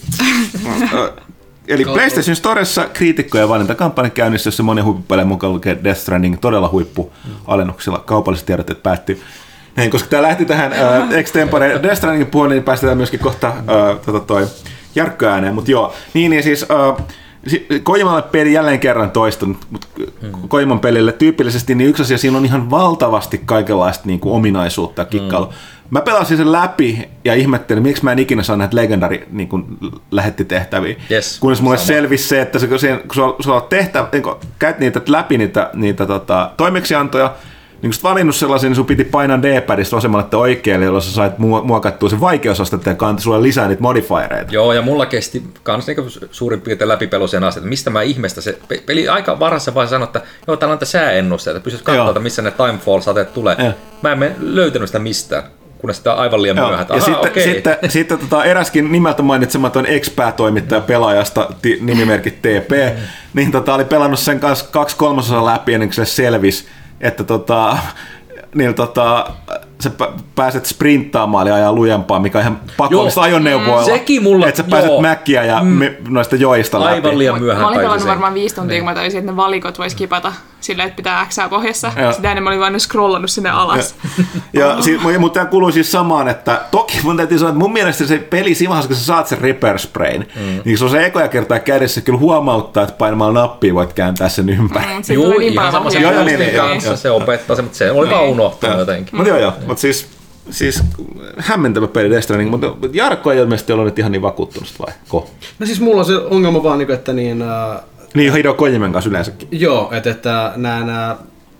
ö, Eli PlayStation Storessa kriitikkojen valintakampanja käynnissä, jossa monia huippupelejä mukaan lukee Death Stranding todella huippualennuksilla. Kaupalliset tiedotteet päättyy. Näin, koska tämä lähti tähän äh, extempore Death Strandingin puolelle, niin päästetään myöskin kohta äh, tota toi Jarkko ääneen, mutta joo. Niin, niin siis äh, Kojimalle peli jälleen kerran toistunut, mutta hmm. Kojiman pelille tyypillisesti niin yksi asia, siinä on ihan valtavasti kaikenlaista niin kuin ominaisuutta ja kikkailua. Hmm. Mä pelasin sen läpi ja ihmettelin, miksi mä en ikinä saa näitä legendari niin kuin lähettitehtäviä. Yes, kunnes mulle sama. Selvisi se, että kun sä olet tehtävä, niin käyt niitä läpi niitä, niitä tota, toimeksiantoja, niin kun sä valinnut sellaisen, niin sun piti painaa D-padista vasemmalle että oikealle, jolloin sä sait muokattua sen vaikeusastetta ja kantaa sulle lisää niitä modifiereita. Joo, ja mulla kesti kans niin suurin piirtein läpipelu sen asian, että mistä mä ihmestä se peli aika varassa vaan sanoi, että joo, täällä on näitä sääennusteita, pystyt katsomaan, missä ne Timefall-sateet tulee. Ja. Mä en löytänyt sitä mistään. Kunnes sitä on aivan liian myöhään. Ja sitten, okay. sitten, sitten tota, eräskin nimeltä mainitsematon ex-päätoimittaja pelaajasta, t- nimimerkit T P, mm. niin tota, oli pelannut sen kanssa kaksi kolmasosaa läpi ennen kuin se selvisi, että tota, niin, tota, sä pääset sprinttaamaan ja ajaa lujempaa, mikä on ihan pakollista ajoneuvoilla. Sekin mulla, että sä pääset joo. mäkkiä ja mm. me, noista joista läpi. Aivan liian myöhään. Mä olin pelannut varmaan viisi tuntia, kun mä taisin, että ne valikot vois kipata silleen, että pitää Xää pohjassa. Ja. Sitä ennen mä olin vain scrollannut sinne alas. Ja, ja siis, mutta tämä kuului siis samaan, että toki mun täytyy sanoa, että mun mielestä se peli siinä vaiheessa, kun sä saat sen repair sprayn, mm. niin se on se ekoja kertaa kädessä, kyllä huomauttaa, että painamalla nappia voit kääntää sen ympäri. Mm, joo, ihan sama sen postin kanssa, se opettaa se, mutta se oli vaan unohtunut jotenkin. Mutta joo joo, mutta siis Siis hämmentävä peli Death Stranding, mutta Jarkko ei ilmeisesti ole nyt ihan niin vakuuttunut, vai? Ko? No siis mulla on se ongelma vaan, että niin... Äh, niin Hideo Kojimen kanssa yleensäkin. Joo, että, että nämä... nämä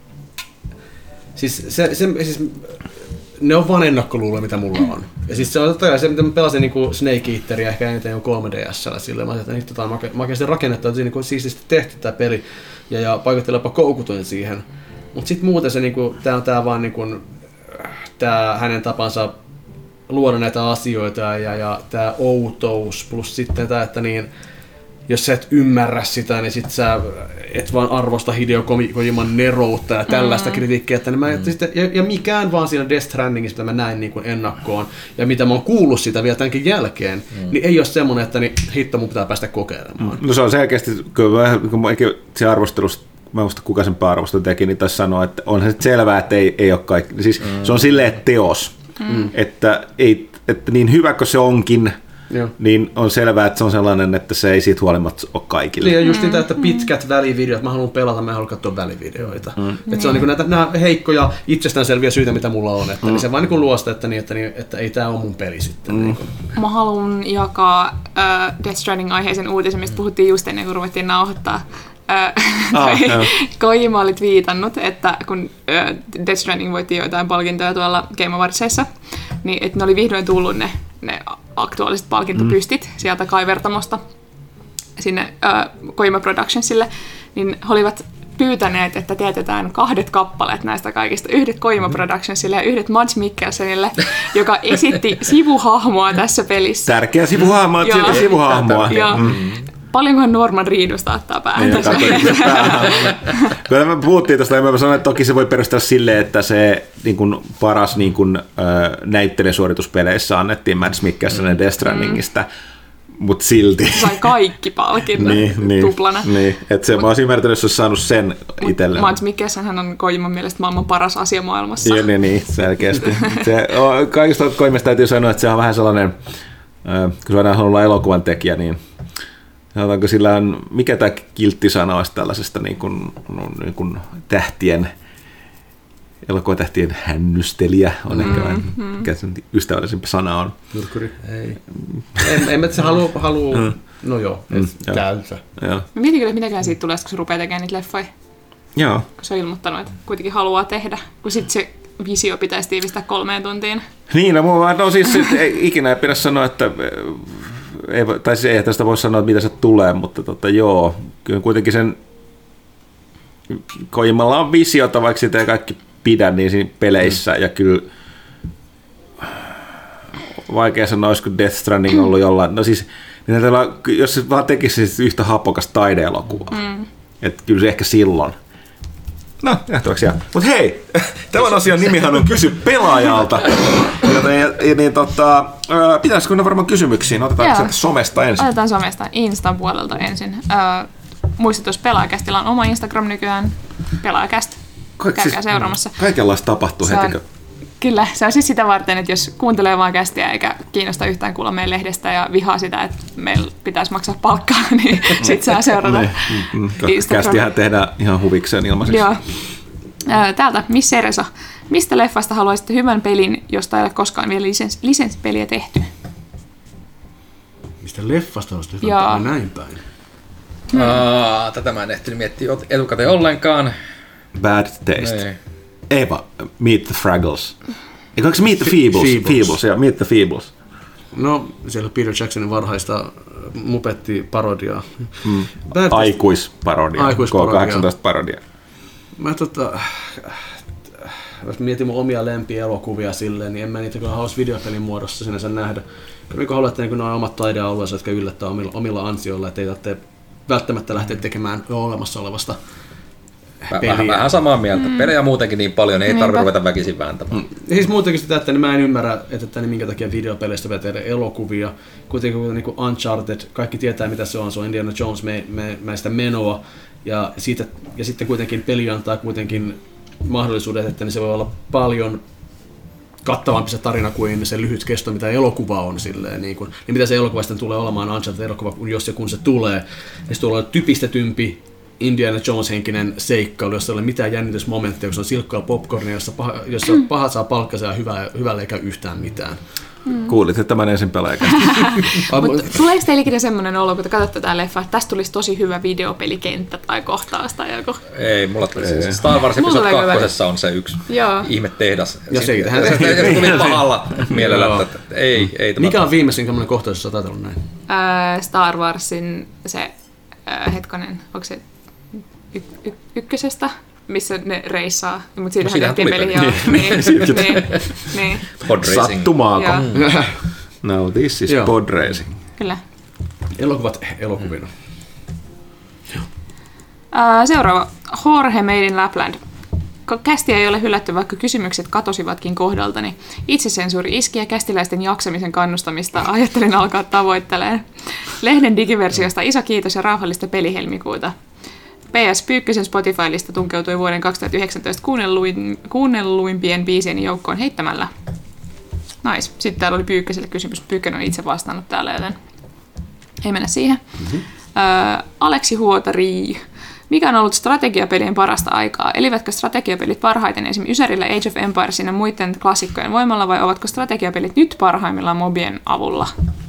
siis, se, se, siis ne on vaan ennakkoluuloja, mitä mulla on. Ja siis se on totta kai se, mitä mä pelasin niin Snake Eateria ehkä eniten kolme D S:llä silleen. Mä ajattelin, että tota, mä oikeasti rakennettu, että niin siististi tehty tää peli ja, ja paikoittelepa koukutuin siihen. Mut sit muuten se, niin kuin, tää on tää vaan niin kuin, tää hänen tapansa luoda näitä asioita ja, ja tää outous plus sitten tää, että niin, jos sä et ymmärrä sitä, niin sit sä et vaan arvosta Hideo Kojiman neroutta ja tällaista mm. kritiikkiä. Että mä, mm. sitten, ja, ja mikään vaan siinä Death Strandingissa, mitä mä näin niin kuin ennakkoon ja mitä mä oon kuullut sitä vielä tämänkin jälkeen, mm. niin ei ole semmonen, että niin, hitto mun pitää päästä kokeilemaan. No se on selkeästi, kun mä se arvostelusta, mä muista kuka sen pääarvostelun teki, niin taisi sanoa, että onhan se selvää, että ei, ei ole kaikki. Siis mm. se on silleen, että teos, mm. että, ei, että niin hyvä kuin se onkin, joo. niin on selvää, että se on sellainen, että se ei siitä huolimatta ole kaikille. Ja just niitä, että pitkät välivideot, mä haluan pelata, mä haluan katsoa välivideoita. Mm. Että se on niin näitä nämä heikkoja itsestäänselviä syitä, mitä mulla on. Että mm. niin se vaan niin luo sitä, että, niin, että, niin, että ei tää ole mun peli sitten. Mm. Niin mä haluan jakaa uh, Death Stranding-aiheisen uutisen, mistä puhuttiin just ennen kuin ruvettiin nauhoittaa. Ah, Kojima oli twiitannut, että kun Death Stranding voitti joitain palkintoja tuolla Game Awardsissa, niin että ne oli vihdoin tullut ne, ne aktuaaliset palkintopystit mm. sieltä kaivertamosta sinne uh, Kojima Productionsille, niin he olivat pyytäneet, että teetetään kahdet kappaleet näistä kaikista, yhdet Kojima Productionsille ja yhdet Mads Mikkelsenille, joka esitti sivuhahmoa tässä pelissä. Tärkeä sivuhahmo, että sieltä sivuhahmoa. Ja, mm. paljonkohan Norman Reedusta ottaa päähän niin, tässä. Kyllä me puhuttiin tuosta, ja mä sanoin, että toki se voi perustella silleen, että se niin kuin, paras niin kuin, äh, näyttelijäsuorituspeleissä annettiin Mads Mikkelsen mm. Death Strandingista, mm. mutta silti. Se sai kaikki palkinnot niin, tuplana. Niin, että se Mut, mä olisin ymmärtänyt, jos olisi saanut sen itselleen. Mads Mikkelsen on Kojiman mielestä maailman paras asia maailmassa. Ja, niin, niin, selkeästi. Se, kaikista Kojimasta täytyy sanoa, että se on vähän sellainen, äh, kun se on aina ollut elokuvan tekijä, niin sanotaanko sillä on, mikä tämä kiltti sana olisi tällaisesta niin kuin, niin kuin tähtien, elokuvatähtien hännystelijä on mm, ehkä mm. mikä sen ystävällisempi sana on. Nurkkuri. Ei. En, en mä se halua, halua mm. no joo, mm, täytä. Mietin kyllä, että mitäkään siitä tulee, kun se rupeaa tekemään niitä leffoja. Joo. Kun se on ilmoittanut, että kuitenkin haluaa tehdä, kun sitten se visio pitäisi tiivistää kolmeen tuntiin. Niin, no, no siis ei, ikinä ei pidä sanoa, että ei, tai siis ei tästä voi sanoa, että mitä se tulee, mutta tota, joo, kyllä kuitenkin sen Kojimalla on visiota, vaikka sitä ei kaikki pidä niin siinä peleissä, mm. ja kyllä vaikea sanoa, olisiko Death Stranding ollut jollain, no siis, niin jos se vaan tekisi siis yhtä hapokas taideelokuvaa, mm. että kyllä se ehkä silloin. No, nähtäväksi jää. Mutta hei, tämän asian nimihän on Kysy pelaajalta. Joten, ja, ja, niin, tota, pitäisikö ne varmaan kysymyksiin? Otetaan sieltä somesta ensin. Otetaan somesta, Instan puolelta ensin. Ö, muistutus, Pelaajakästillä on oma Instagram nykyään, Pelaajakäst. Käykää siis, seuraamassa. Kaikenlaista tapahtuu heti. Kyllä, se on siis sitä varten, että jos kuuntelee vaan kästiä eikä kiinnosta yhtään kuulla meidän lehdestä ja vihaa sitä, että meillä pitäisi maksaa palkkaa, niin sit saa seurata Instagram. Kästihän tehdään ihan huvikseen ilmaiseksi. Joo. Täältä Miss Seresa. Mistä leffasta haluaisitte hyvän pelin, josta ei ole koskaan vielä lisens- lisenssipeliä tehty? Mistä leffasta olisi hyvä pelin näin päin? Hmm. Aa, tätä mä en ehtinyt miettiä etukäteen ollenkaan. Bad Taste. Ei. Eva, Meet the Fraggles. Eikö onko Meet the Feebles? Feebles. Feebles, ja Meet the Feebles. No, siellä Peter Jacksonin varhaista Mupetti-parodiaa. Mm. Bad Aikuisparodia. Aikuisparodia. K kahdeksantoista-parodia. Mä tota... Jos mietin mun omia lempielokuvia silleen, niin en mä niitä kyllä haluaisi videopelin muodossa sinänsä nähdä. Kyllä kun haluatte, niin ne on omat taidealueensa, jotka yllättää omilla, omilla ansioilla, ettei tarvitse välttämättä lähteä tekemään jo olemassa olevasta peliä. Vähän, vähän samaa mieltä. Mm. Pelejä muutenkin niin paljon, ei tarvitse ruveta väkisin vääntämään. Mm. Ja siis muutenkin sitä, että niin mä en ymmärrä, että niin minkä takia videopeleistä pitää tehdä elokuvia. Kuitenkin niin kuin Uncharted, kaikki tietää mitä se on, se on Indiana Jones me, me, mäistä menoa. Ja, siitä, ja sitten kuitenkin peli antaa kuitenkin mahdollisuudet, että niin se voi olla paljon kattavampi se tarina kuin se lyhyt kesto, mitä elokuva on. Silleen, niin, kuin, niin mitä se elokuva sitten tulee olemaan Uncharted-elokuva, jos ja kun se tulee. Ja se tulee typistetympi Indiana Jones-henkinen seikkailu, jossa ei ole mitään jännitysmomenttia, kun se on silkkaa popcornia, jossa, paha, jossa mm. pahat saa palkkansa ja hyvä, hyvällä eikä yhtään mitään. Mm. Kuulit, että tämän ensin pelaajakäs. Mutta tuleeko teille ikinä semmoinen olo, kun te katsotte tätä leffaa, että tästä tulisi tosi hyvä videopelikenttä tai kohtaus tai joku? Ei, mulla tuli Star Wars Episode kakkosessa on se yksi ihme tehdas. Ja se, se, se, se tuli pahalla mielellä, että ei, ei tämä. Mikä on viimeisin semmoinen kohtaus, jossa olet ajatellut näin? Äh, Star Warsin se, äh, hetkonen, onko se y- y- ykkösestä? Missä ne reissaa, mutta siitähän no, tehtiin peli. Niin, niin, niin, niin. Pod racing. Sattumaako? No, this is Joo. pod racing. Kyllä. Elokuvat elokuvina. Mm. Seuraava. Jorge Made in Lapland. Kästiä ei ole hylätty, vaikka kysymykset katosivatkin kohdaltani. Itsesensuuri iski ja kästiläisten jaksamisen kannustamista ajattelin alkaa tavoittelemaan. Lehden digiversiosta iso kiitos ja rauhallista pelihelmikuuta. P S. Pyykkösen Spotify-lista tunkeutui vuoden kaksituhattayhdeksäntoista kuunnelluin, kuunnelluimpien biisien joukkoon heittämällä. Nice. Sitten täällä oli Pyykköselle kysymys. Pyykkönen on itse vastannut täällä, joten ei mennä siihen. Mm-hmm. Ö, Aleksi Huotari. Mikä on ollut strategiapelien parasta aikaa? Elivätkö strategiapelit parhaiten esimerkiksi Ysärillä, Age of Empiresin ja muiden klassikkojen voimalla, vai ovatko strategiapelit nyt parhaimmillaan mobien avulla?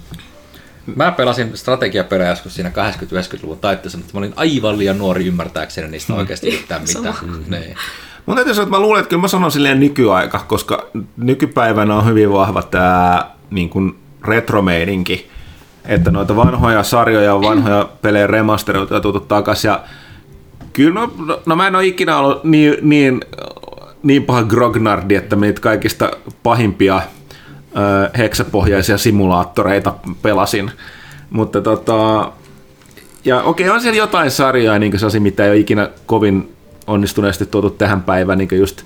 Mä pelasin strategiapelejä joskus siinä kahdeksankymmentä-yhdeksänkymmentäluvun taitteessa, mutta mä olin aivan liian nuori ymmärtääkseni niistä oikeasti yhtään mitään. Niin. Mun täytyy sanoa, että mä luulen, että kyllä mä sanon silleen nykyaika, koska nykypäivänä on hyvin vahva tää niin kuin retromeininki, että noita vanhoja sarjoja, vanhoja pelejä remasteroita on tuotu takaisin. Ja kyllä, no, no mä en ole ikinä ollut niin, niin, niin paha grognardi, että niitä kaikista pahimpia ö, heksapohjaisia simulaattoreita pelasin. Mutta tota, ja okei, on siellä jotain sarjaa, niin kuin se mitä ei ole ikinä kovin onnistuneesti tuotu tähän päivään, niin kuin just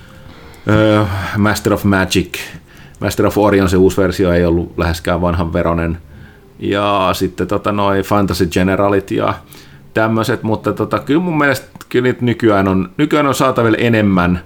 ö, Master of Magic, Master of Orion, se uusi versio ei ollut läheskään vanhan veronen. Ja sitten tota, noi Fantasy Generalit ja tämmöiset, mutta tota, kyllä mun mielestä kyllä niitä nykyään on, nykyään on saatavilla enemmän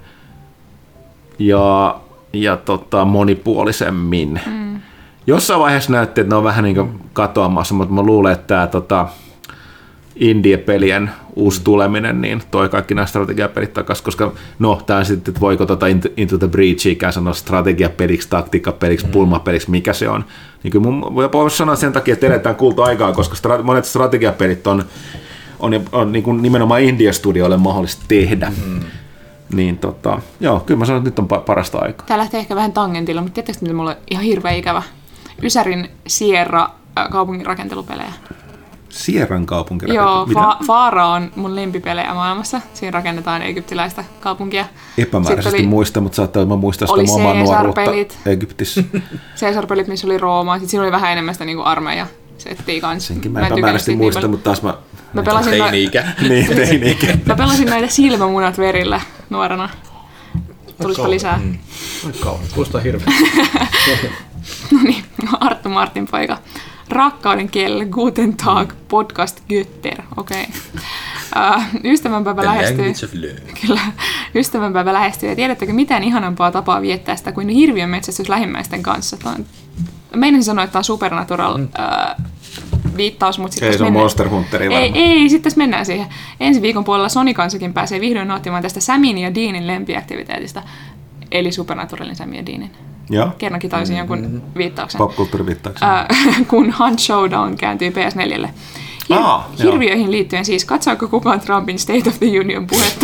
ja, ja tota, monipuolisemmin. Mm. Jossain vaiheessa näytti, että ne on vähän niin kuin katoamassa, mutta mä luulen, että tämä tota, indie-pelien uusi tuleminen niin toi kaikki nämä strategiapelit takaisin, koska no, tämä sitten, että voiko tota Into the Breachikään sanoa strategiapeliksi, taktiikkapeliksi, mm. pulmapeliksi, mikä se on. Niin kyllä mun voi sanoa sen takia, että eletään kulta-aikaa, koska stra- monet strategiapelit on, on, on, on niin kuin nimenomaan India-studioille mahdollista tehdä. Mm. Niin tota, joo, kyllä mä sanon, että nyt on pa- parasta aikaa. Tää lähtee ehkä vähän tangentilla, mutta tiedättekö, että mulla on ihan hirveä ikävä Ysärin Sierra kaupungin rakentelupelejä. Sierran kaupunki. Joo, Fa- Faara on mun lempipelejä maailmassa. Siinä rakennetaan egyptiläistä kaupunkia. Epämääräisesti oli, muista, mutta saattaa, että mä muistan sitä omaa nuoruutta Egyptissä. Caesar-pelit, missä oli Rooma. Sitten siinä oli vähän enemmän sitä niin armeija settiä kanssa. Senkin mä epämääräisesti muistan, niin, mutta taas mä... Mä pelasin, teini-ikä. niin, teini-ikä. Mä pelasin näitä silmämunat verillä nuorena. Tulispa lisää. Mm. Aika kauan. Kuulostaa hirveä. No niin, Arttu Martin poika. Rakkauden kielellä Guten Tag, podcast Götter. Okei. Okay. Uh, ystävänpäivä The lähestyy. language of love. Kyllä, ystävänpäivä lähestyy. Ja tiedättekö mitään ihanampaa tapaa viettää sitä kuin hirviön metsästys lähimmäisten kanssa? Tämä on, meinasin sanoa, että tämä on Supernatural mm. uh, viittaus, mutta sitten ei se on mennään. Monster Hunteri ei, ei, sitten tässä mennään siihen. Ensi viikon puolella Sony kansakin pääsee vihdoin nauttimaan tästä Samin ja Deanin lempiaktiviteetista, eli Supernaturalin Samin ja Deanin. Joo. Kerrankin taisin mm-hmm. jonkun viittauksen. Popkulttuuriviittauksen. Uh, kun Hunt Showdown kääntyy P S neljälle. Hir- Aa, hirviöihin liittyen siis, katsoiko kukaan Trumpin State of the Union puhetta?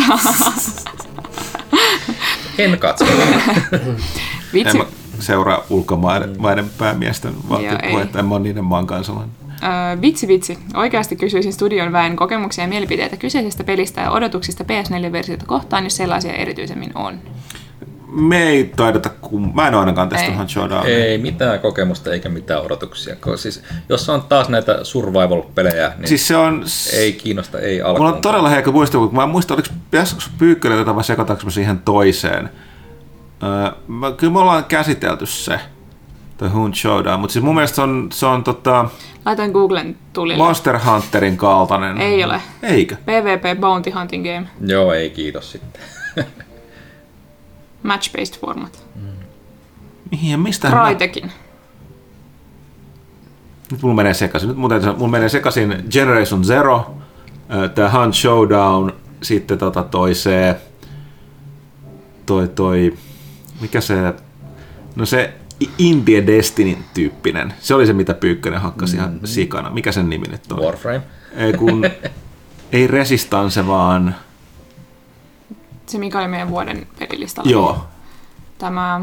En katso. Vitsi. En mä seuraa ulkomaiden päämiesten valtiopuhetta, en mä ole niiden maan kansalainen. Öö, vitsi vitsi. Oikeasti kysyisin studion väen kokemuksia ja mielipiteitä kyseisestä pelistä ja odotuksista P S neljä-versiota kohtaan, jos sellaisia erityisemmin on. Me ei taideta, kun mä en ole ainakaan testannut Showdown. Ei mitään kokemusta eikä mitään odotuksia. Siis, jos on taas näitä survival-pelejä, niin siis se on, ei kiinnosta, ei alkuun. mulla on todella heikko muisto, kun mä en muista, oliko Pyykkönen tätä vai sekoitaanko siihen toiseen. Öö, mä, kyllä me ollaan käsitelty se, toi Hunt Showdown, mutta siis mun mielestä se on, se on tota, Laitoin Googlen tulille. Monster Hunterin kaltainen. Ei ole. Eikö? PvP Bounty Hunting Game. Joo, ei kiitos sitten. Match-based format. Mihin ja mistä? Crytekin. Nyt mulla menee sekaisin. Nyt mulla, mulla menee sekaisin Generation Zero, tää Hunt Showdown, sitten tota toi se, toi toi, mikä se, no se Indie Destiny tyyppinen. Se oli se, mitä Pyykkönen hakkasi ihan mm-hmm. sikana. Mikä sen nimi nyt on? Warframe. Ei, kun, ei Resistance, vaan... Se, mikä oli meidän vuoden pelilistalla. Joo. Tämä...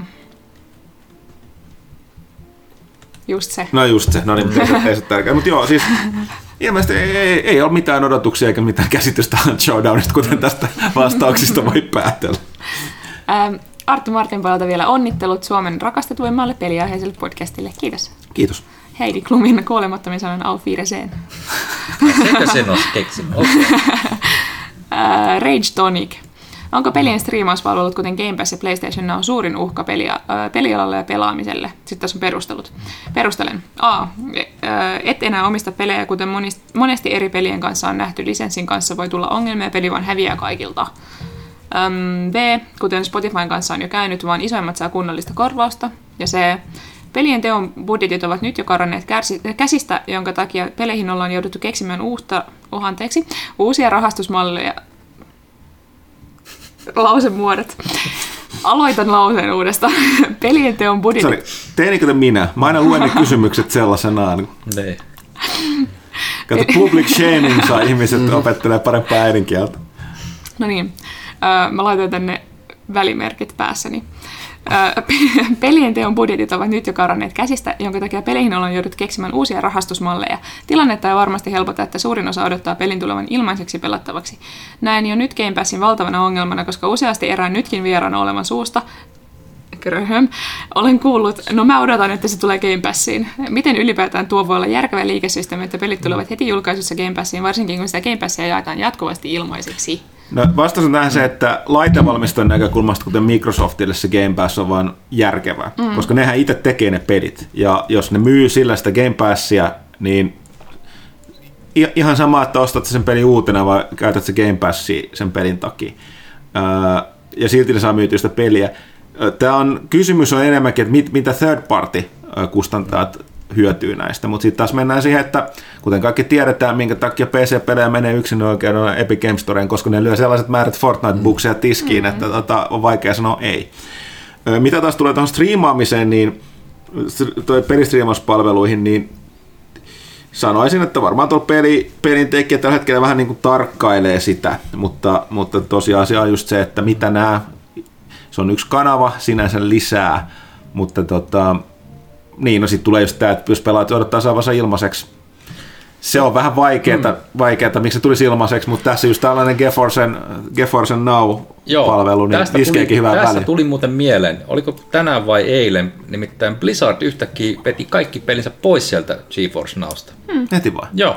Just se. No just se. No niin, mutta ei, ei se tärkeä. Mutta joo, siis ilmeisesti ei, ei, ei ole mitään odotuksia eikä mitään käsitystä Showdownista, kuten tästä vastauksista voi päätellä. Ähm, Arttu Martinpojälta vielä onnittelut Suomen rakastetuimmalle peliaiheiselle podcastille. Kiitos. Kiitos. Heidi Klumin kuolemattomin sanon auf Wiedersehen. Sekä sen olisi keksinyt. Okay. Rage Tonic. Onko pelien striimauspalvelut, kuten Game Pass ja PlayStation Now, suurin uhka pelia, äh, pelialalle ja pelaamiselle? Sitten tässä on perustelut. Perustelen. A. Et enää omista pelejä, kuten monist, monesti eri pelien kanssa on nähty. Lisenssin kanssa voi tulla ongelmia ja peli vaan häviää kaikilta. Ähm, B. Kuten Spotifyn kanssa on jo käynyt, vaan isoimmat saa kunnollista korvausta. Ja C. Pelien teon budjetit ovat nyt jo karanneet käsistä, jonka takia peleihin ollaan jouduttu keksimään uusta, oh, anteeksi, uusia rahastusmalleja. Lausemuodot. Aloitan lauseen uudestaan. Pelien teon budjetit. Sori, teinikö minä? Mä aina luen ne kysymykset sellaisenaan. Ne. Kato, public shaming saa ihmiset mm. opettelee parempaa äidinkieltä. No niin, mä laitan tänne välimerkit päässäni. Pelien teon budjetit ovat nyt jo karanneet käsistä, jonka takia peleihin ollaan jouduttu keksimään uusia rahastusmalleja. Tilannetta ei varmasti helpota, että suurin osa odottaa pelin tulevan ilmaiseksi pelattavaksi. Näen jo nyt Game Passin valtavana ongelmana, koska useasti erään nytkin vieraana olevan suusta Gröhöm, olen kuullut, no mä odotan, että se tulee Game Passiin. Miten ylipäätään tuo voi olla järkevä liikesysteemi, että pelit tulevat heti julkaisussa Game Passiin, varsinkin kun sitä Game Passia jaetaan jatkuvasti ilmaiseksi? No, vastaus on tähän se, että laitevalmistajan näkökulmasta, kuten Microsoftille se Game Pass on vaan järkevää, mm. koska nehän itse tekee ne pelit. Ja jos ne myy sillä sitä Game Passia, niin ihan sama, että ostat sen pelin uutena vai käytät se Game Passia sen pelin takia. Ja silti ne saa myytyä sitä peliä. Tämä on, kysymys on enemmänkin, että mit, mitä third party kustantajat hyötyy näistä, mutta sitten taas mennään siihen, että kuten kaikki tiedetään, minkä takia P C-pelejä menee yksin oikein Epic Games Storeen, koska ne lyö sellaiset määrät Fortnite-bukseja tiskiin, mm-hmm. että tota, on vaikea sanoa ei. Mitä taas tulee tuohon striimaamiseen, niin pelistriimauspalveluihin, niin sanoisin, että varmaan tuolla peli, pelin tekijä tällä hetkellä vähän niin kuin tarkkailee sitä, mutta, mutta tosiasia on just se, että mitä nämä, se on yksi kanava sinänsä lisää, mutta tota, niin, no sitten tulee just tämä, että jos pelaat odottaa saavansa ilmaiseksi. Se on vähän vaikeaa, mm. vaikeaa, miksi se tulisi ilmaiseksi, mutta tässä just tällainen GeForcen, GeForcen Now-palvelu, niin iskeekin hyvää väliin. Tästä tuli muuten mieleen, oliko tänään vai eilen, nimittäin Blizzard yhtäkkiä veti kaikki pelinsä pois sieltä GeForce Nowsta. Hmm. Heti vai? Joo.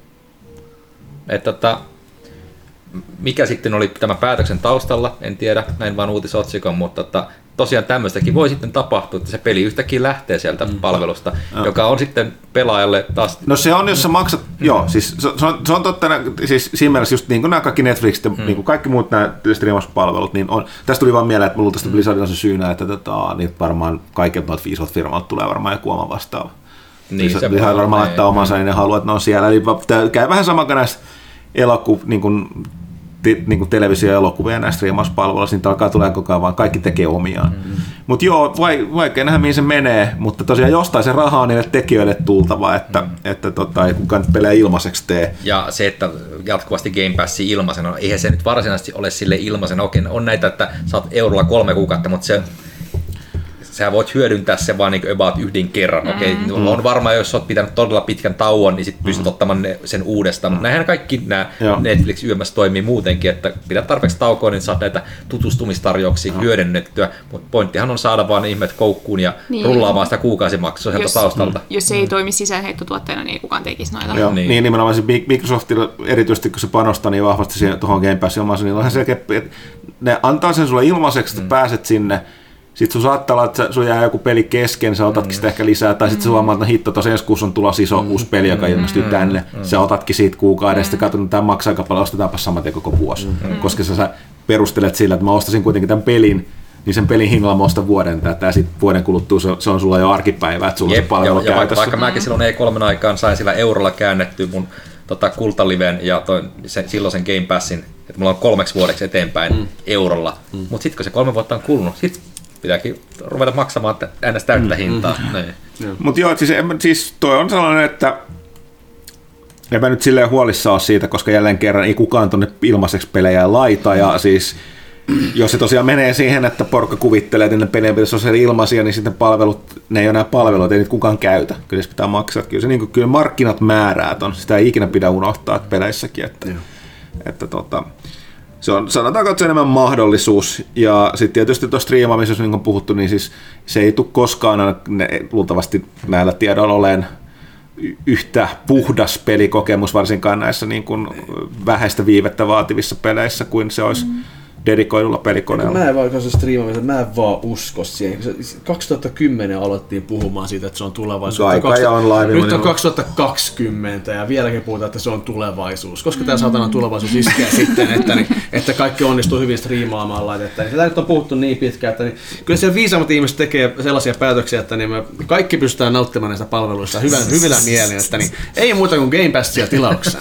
Että tota, mikä sitten oli tämä päätöksen taustalla, en tiedä, näin vaan uutisotsikon, mutta tota, tosiaan tämmöistäkin voi sitten tapahtua, että se peli yhtäkkiä lähtee sieltä mm. palvelusta, mm. joka on sitten pelaajalle taas... No se on, jos sä maksat, mm. joo, siis se on, se on totta, siis siinä mielessä just niin kuin nämä kaikki Netflix ja mm. niin kuin kaikki muut nämä striimauspalvelut, niin on, tästä tuli vaan mieleen, että mulla tästä Blizzardin on se syynä, että tota, niin varmaan kaikilta noilta viisot firmalta tulee varmaan joku oma vastaava. Niin, Blizzard varmaan, varmaan laittaa omansa, niin ne haluaa, että ne on siellä. Eli käy vähän sama kuin näistä elokuv, niin kuin, te, niin kuin televisio- ja elokuvia ja näistä striimauspalveluista, niin alkaa tulee koko ajan vaan, kaikki tekee omiaan. Mm-hmm. Mutta joo, vaikea nähdä mihin se menee, mutta tosiaan jostain se raha on niille tekijöille tultava, että, mm. että tota, ei kukaan pelejä ilmaiseksi tee. Ja se, että jatkuvasti Game Passi ilmaisena, eihän se nyt varsinaisesti ole sille ilmaisena. Okei, on näitä, että saat eurolla kolme kuukautta, mutta se... Sä voit hyödyntää se vaan niin about yhden kerran. Mm. Okei, okay. On varmaan, jos olet pitänyt todella pitkän tauon, niin sitten pystyt mm. ottamaan ne, sen uudestaan. Mutta näinhän kaikki nämä Joo. Netflix-yömässä toimii muutenkin, että pidät tarpeeksi taukoa, niin saat näitä tutustumistarjouksia Joo. hyödynnettyä. Mutta pointtihan on saada vaan ihmiset koukkuun ja niin. rullaamaan sitä kuukausimaksua sieltä taustalta. Jos se ei toimi sisäänheittotuotteena, niin ei kukaan tekisi noita. Joo, niin. niin nimenomaan se Microsoftilla, erityisesti kun se panostaa niin vahvasti tuohon Game Passin ilmaisen, niin onhan selkeä, että ne antaa sen sulle ilmaiseksi, että mm. pääset sinne. Sitten sun saattaa olla, että sun jää joku peli kesken, sä otatkin mm. sitä ehkä lisää, tai sitten mm. sä huomaat, että hitto, tosiaan ensi kuussa on tulossa iso mm. uusi peli, joka ilmestyy mm. tänne. Mm. Sä otatkin siitä kuukauden, mm. sitten katsotaan, että tämä maksaa aika paljon, ostetaanpa saman koko vuosi. Mm. Koska sä, sä perustelet sillä, että mä ostasin kuitenkin tämän pelin, niin sen pelin hinnalla mä ostan vuoden tätä, ja sitten vuoden kuluttua se, se on sulla jo arkipäivä, että sulla Jep, on se palvelu ja, käytössä. Ja vaikka mäkin silloin E kolme aikaan sain sillä eurolla käännettyä mun tota, kultaliven ja toi, se, silloin sen Game Passin, että mulla on kolmeksi vuodeksi eteenpäin mm. eurolla. Mm. Mutta sitten kun se kolme vuotta on kulunut, sit pitääkin ruveta maksamaan ns. Täyttä mm, hintaa. Mm, Mutta joo, siis, siis toi on sellainen, että en mä nyt silleen huolissaan ole siitä, koska jälleen kerran ei kukaan tuonne ilmaiseksi pelejä laita. Ja siis, jos se tosiaan menee siihen, että porukka kuvittelee, että ne pelejä pitäisi olla ilmaisia, niin sitten palvelut, ne ei ole enää palveluita, ei niitä kukaan käytä. Kyllä se pitää maksaa. Kyllä, se, niin kuin, kyllä markkinat määrää ton. Sitä ei ikinä pidä unohtaa että peleissäkin. Että, että tota, se on, sanotaanko, että se on enemmän mahdollisuus. Ja sitten tietysti tuossa striimaamisessa, niin kuin on puhuttu, niin siis se ei tule koskaan ne, luultavasti näillä tiedoilla oleen yhtä puhdas pelikokemus, varsinkaan näissä niin kuin vähäistä viivettä vaativissa peleissä, kuin se olisi mm. dedikoidulla pelikoneella. Mä en vaan kanssa striimaamista, mä en vaan usko siihen. kaksituhattakymmenen alettiin puhumaan siitä, että se on tulevaisuus. Aika on live. Nyt on kaksituhattakaksikymmentä ja vieläkin puhutaan, että se on tulevaisuus. Koska tämä saatana tulevaisuus iskee sitten, että, niin, että kaikki onnistuu hyvin striimaamaan laitetta. Sitä nyt on puhuttu niin pitkään, että niin, kyllä siellä viisaammat ihmiset tekee sellaisia päätöksiä, että niin me kaikki pystytään nauttimaan näistä palveluista hyvän, hyvillä mielin. Että niin, ei muuta kuin Game Passia tilaukseen.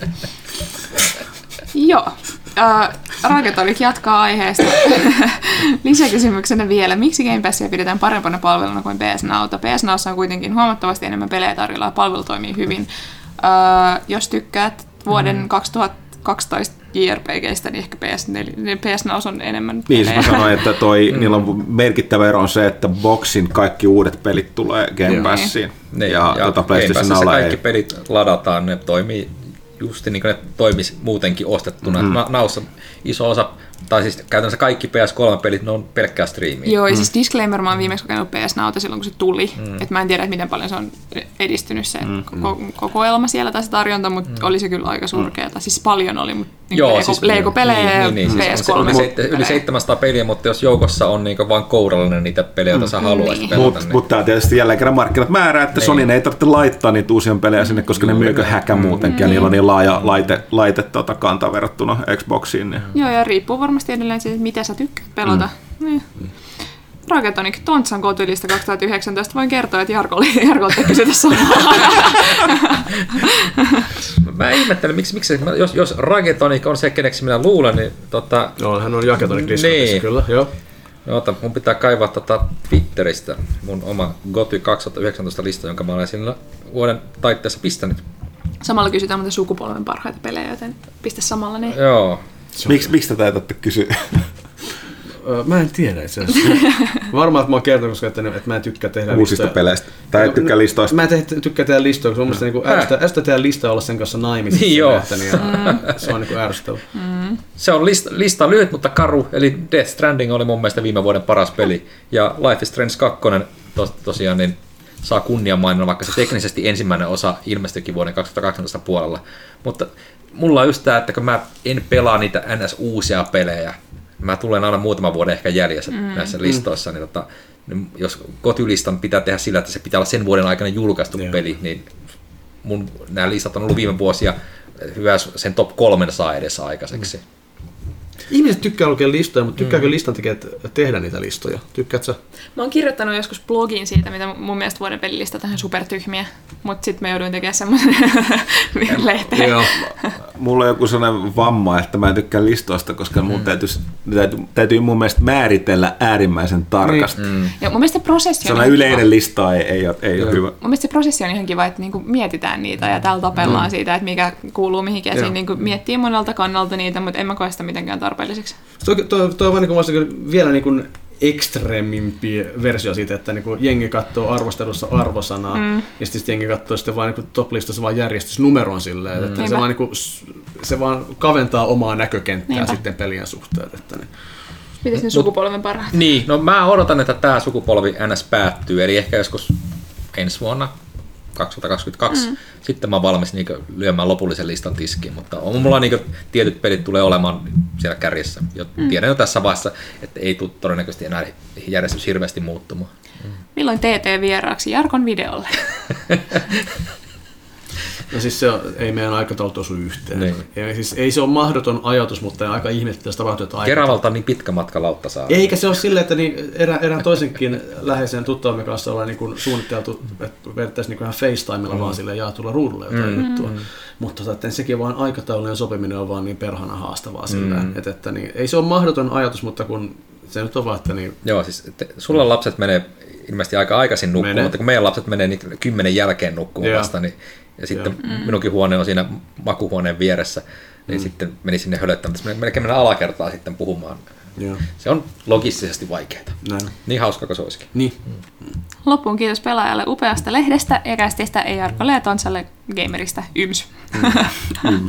Joo. Uh, Raketolik jatkaa aiheesta. Lisäkysymyksenä vielä, miksi Game Passia pidetään parempana palveluna kuin P S Nowta? P S Nowssa on kuitenkin huomattavasti enemmän pelejä tarjolla ja palvelu toimii hyvin. Uh, jos tykkäät vuoden mm. kaksituhattakaksitoista J R P G:stä, niin ehkä P S neljä, P S Now on enemmän pelejä. Niin, mä sanoin, että toi, mm. niillä on merkittävä ero on se, että Boxin kaikki uudet pelit tulee Game Passiin. Niin. Ja, ja tuota PlayStation Nowlla kaikki ei. Pelit ladataan, ne toimii just niin kuin ne toimisi muutenkin ostettuna. Mm. Naussa iso osa, tai siis käytännössä kaikki P S kolme pelit, ne on pelkkää striimiä. Joo, ja mm. siis disclaimer, mä oon viimeksi kokenut P S Nowta silloin, kun se tuli. Mm. Että mä en tiedä, miten paljon se on edistynyt se mm. koko, kokoelma siellä tai se tarjonta, mutta mm. oli se kyllä aika surkeata. Siis paljon oli, mutta niin Joo, Lego, siis, Lego-pelejä niin, niin, ja P S kolme. Yli, yli seitsemänsataa peliä, mutta jos joukossa on niin vaan kourallinen niitä pelejä, joita mm. sä haluaisit niin. pelata. Mutta niin. mut tää tietysti jälleen kerran markkinat määrää, että niin. Sony ei tarvitse laittaa niitä uusia pelejä sinne, koska mm. ne myykö häkä mm. muutenkin, ja niillä on niin laaja laite, laite tota, kanta verrattuna Xboxiin. Niin. Joo, ja riippuu varmasti edelleen siitä, mitä sä tykkäät pelata. Mm. Niin. Raketonic Tontsan kotylista kaksituhattayhdeksäntoista voin kertoa, että Jarko te kysytä samaa. Mä ihmettelen, miksi, miksi jos, jos Raketonic on se, keneksi minä luulen, niin tota... Joo, hän on Raketonic Discordissa, niin. Kyllä, joo. Oota, mun pitää kaivaa tota Twitteristä mun oma Goty kaksituhattayhdeksäntoista lista, jonka mä olen siinä vuoden taitteessa pistänyt. Samalla kysytään muuten sukupolven parhaita pelejä, joten pistä samalla niin. Joo. Miksi, miksi tätä ei tarvitse kysyä? Mä en tiedä itse asiassa. Varmaan, että mä oon kertonut, koska että, että mä en tykkää tehdä uusista listoja. Peleistä. Tai et tykkää listoista. Mä en te, tykkää tehdä listoja, koska mun mielestä niin ärsyttää tehdä listaa olla sen kanssa naimisissa. Niin joo. Että, niin, mm. Se on niin ärsyttävää. Mm. Se on lista, lista lyhyt, mutta karu. Eli Death Stranding oli mun mielestä viime vuoden paras peli. Ja Life is Strange kaksi tos, tosiaan niin saa kunnianmainon, vaikka se teknisesti ensimmäinen osa ilmestyikin vuoden kaksituhattakaksitoista puolella. Mutta mulla on just tää, että kun mä en pelaa niitä N S uusia pelejä, mä tulen aina muutaman vuoden ehkä jäljessä mm. näissä listoissa, niin, tota, niin jos kotilistan pitää tehdä sillä, että se pitää olla sen vuoden aikana julkaistu yeah. peli, niin mun nämä listat on ollut viime vuosia hyvä sen top kolmen saa edes aikaiseksi. Mm. Ihmiset tykkää lukea listoja, mutta tykkääkö mm. listantekijät tehdä niitä listoja? Tykkäätkö sä? Mä oon kirjoittanut joskus blogin siitä, mitä mun mielestä vuoden pelilistat on supertyhmiä, mutta sitten mä jouduin tekemään semmoisen lehteen. Joo. Mulla on joku sellainen vamma, että mä en tykkää listoista, koska mun mm. täytyy, täytyy, täytyy mun mielestä määritellä äärimmäisen tarkasti. Mm. Ja mun mielestä se prosessi on sellainen yleinen kiva. Lista ei, ei, ole, ei ole hyvä. Mun mielestä se prosessi on ihan kiva, että niinku mietitään niitä ja täällä tapellaan mm. siitä, että mikä kuuluu mihinkin. Ja siinä niinku miettii monelta kannalta niitä, mutta en mä koe sitä mitenkään tarpeelliseksi. Tuo, tuo, tuo on niin vielä niin kuin ekstreemimpi versio siitä, että niin kuin jengi katsoo arvostelussa arvosanaa mm. ja sitten jengi katsoo sitten vaan niin top-listassa vaan järjestysnumeron silleen, mm. että se vaan, niin kuin, se vaan kaventaa omaa näkökenttää Niinpä. Sitten pelien suhteen. Että niin. Mites ne sukupolven parhaat? Niin, no mä odotan, että tämä sukupolvi N S päättyy, eli ehkä joskus ensi vuonna kaksituhattakaksikymmentäkaksi. Mm. Sitten mä oon valmis niinku lyömään lopullisen listan tiskiin, mutta on mulla niinku tietyt pelit tulee olemaan siellä kärjessä. Jo, mm. Tiedän jo tässä vaiheessa, että ei tule todennäköisesti enää järjestys hirveästi muuttumaan. Mm. Milloin T T vieraaksi Jarkon videolle? No siis se on, ei meidän aikataulut osu yhteen. Niin. Ja siis ei se ole mahdoton ajatus, mutta aika ihmettä tässä tapahtuu, että Keravalta on niin pitkä matka lautta saa. Eikä se ole silleen, että niin erään, erään toisenkin läheisen tuttavamme kanssa ollaan niin suunniteltu, että vedettäisiin niin ihan FaceTimella mm. vaan silleen jaetulla ruudulla jotain mm. juttua. Mm. Mutta että sekin vaan aikataulujen sopiminen on vaan niin perhana haastavaa silleen. Mm. Että, että niin, ei se ole mahdoton ajatus, mutta kun se nyt on vaan, että niin... Joo, siis te, sulla lapset menee ilmeisesti aika aikaisin nukkumaan, mutta kun meidän lapset menee niin kymmenen jälkeen nukkumaan vasta, niin ja sitten mm. minunkin huone on siinä makuhuoneen vieressä, niin mm. sitten meni sinne hölöttämään. Tässä melkein mennään alakertaa sitten puhumaan. Joo. Se on logistisesti vaikeaa. Näin. Niin hauska kuin se olisikin. Niin. Mm. Loppuun kiitos pelaajalle upeasta lehdestä, erästistä, ei Jarkolle ja Tontsalle gamerista. Yms. Yms.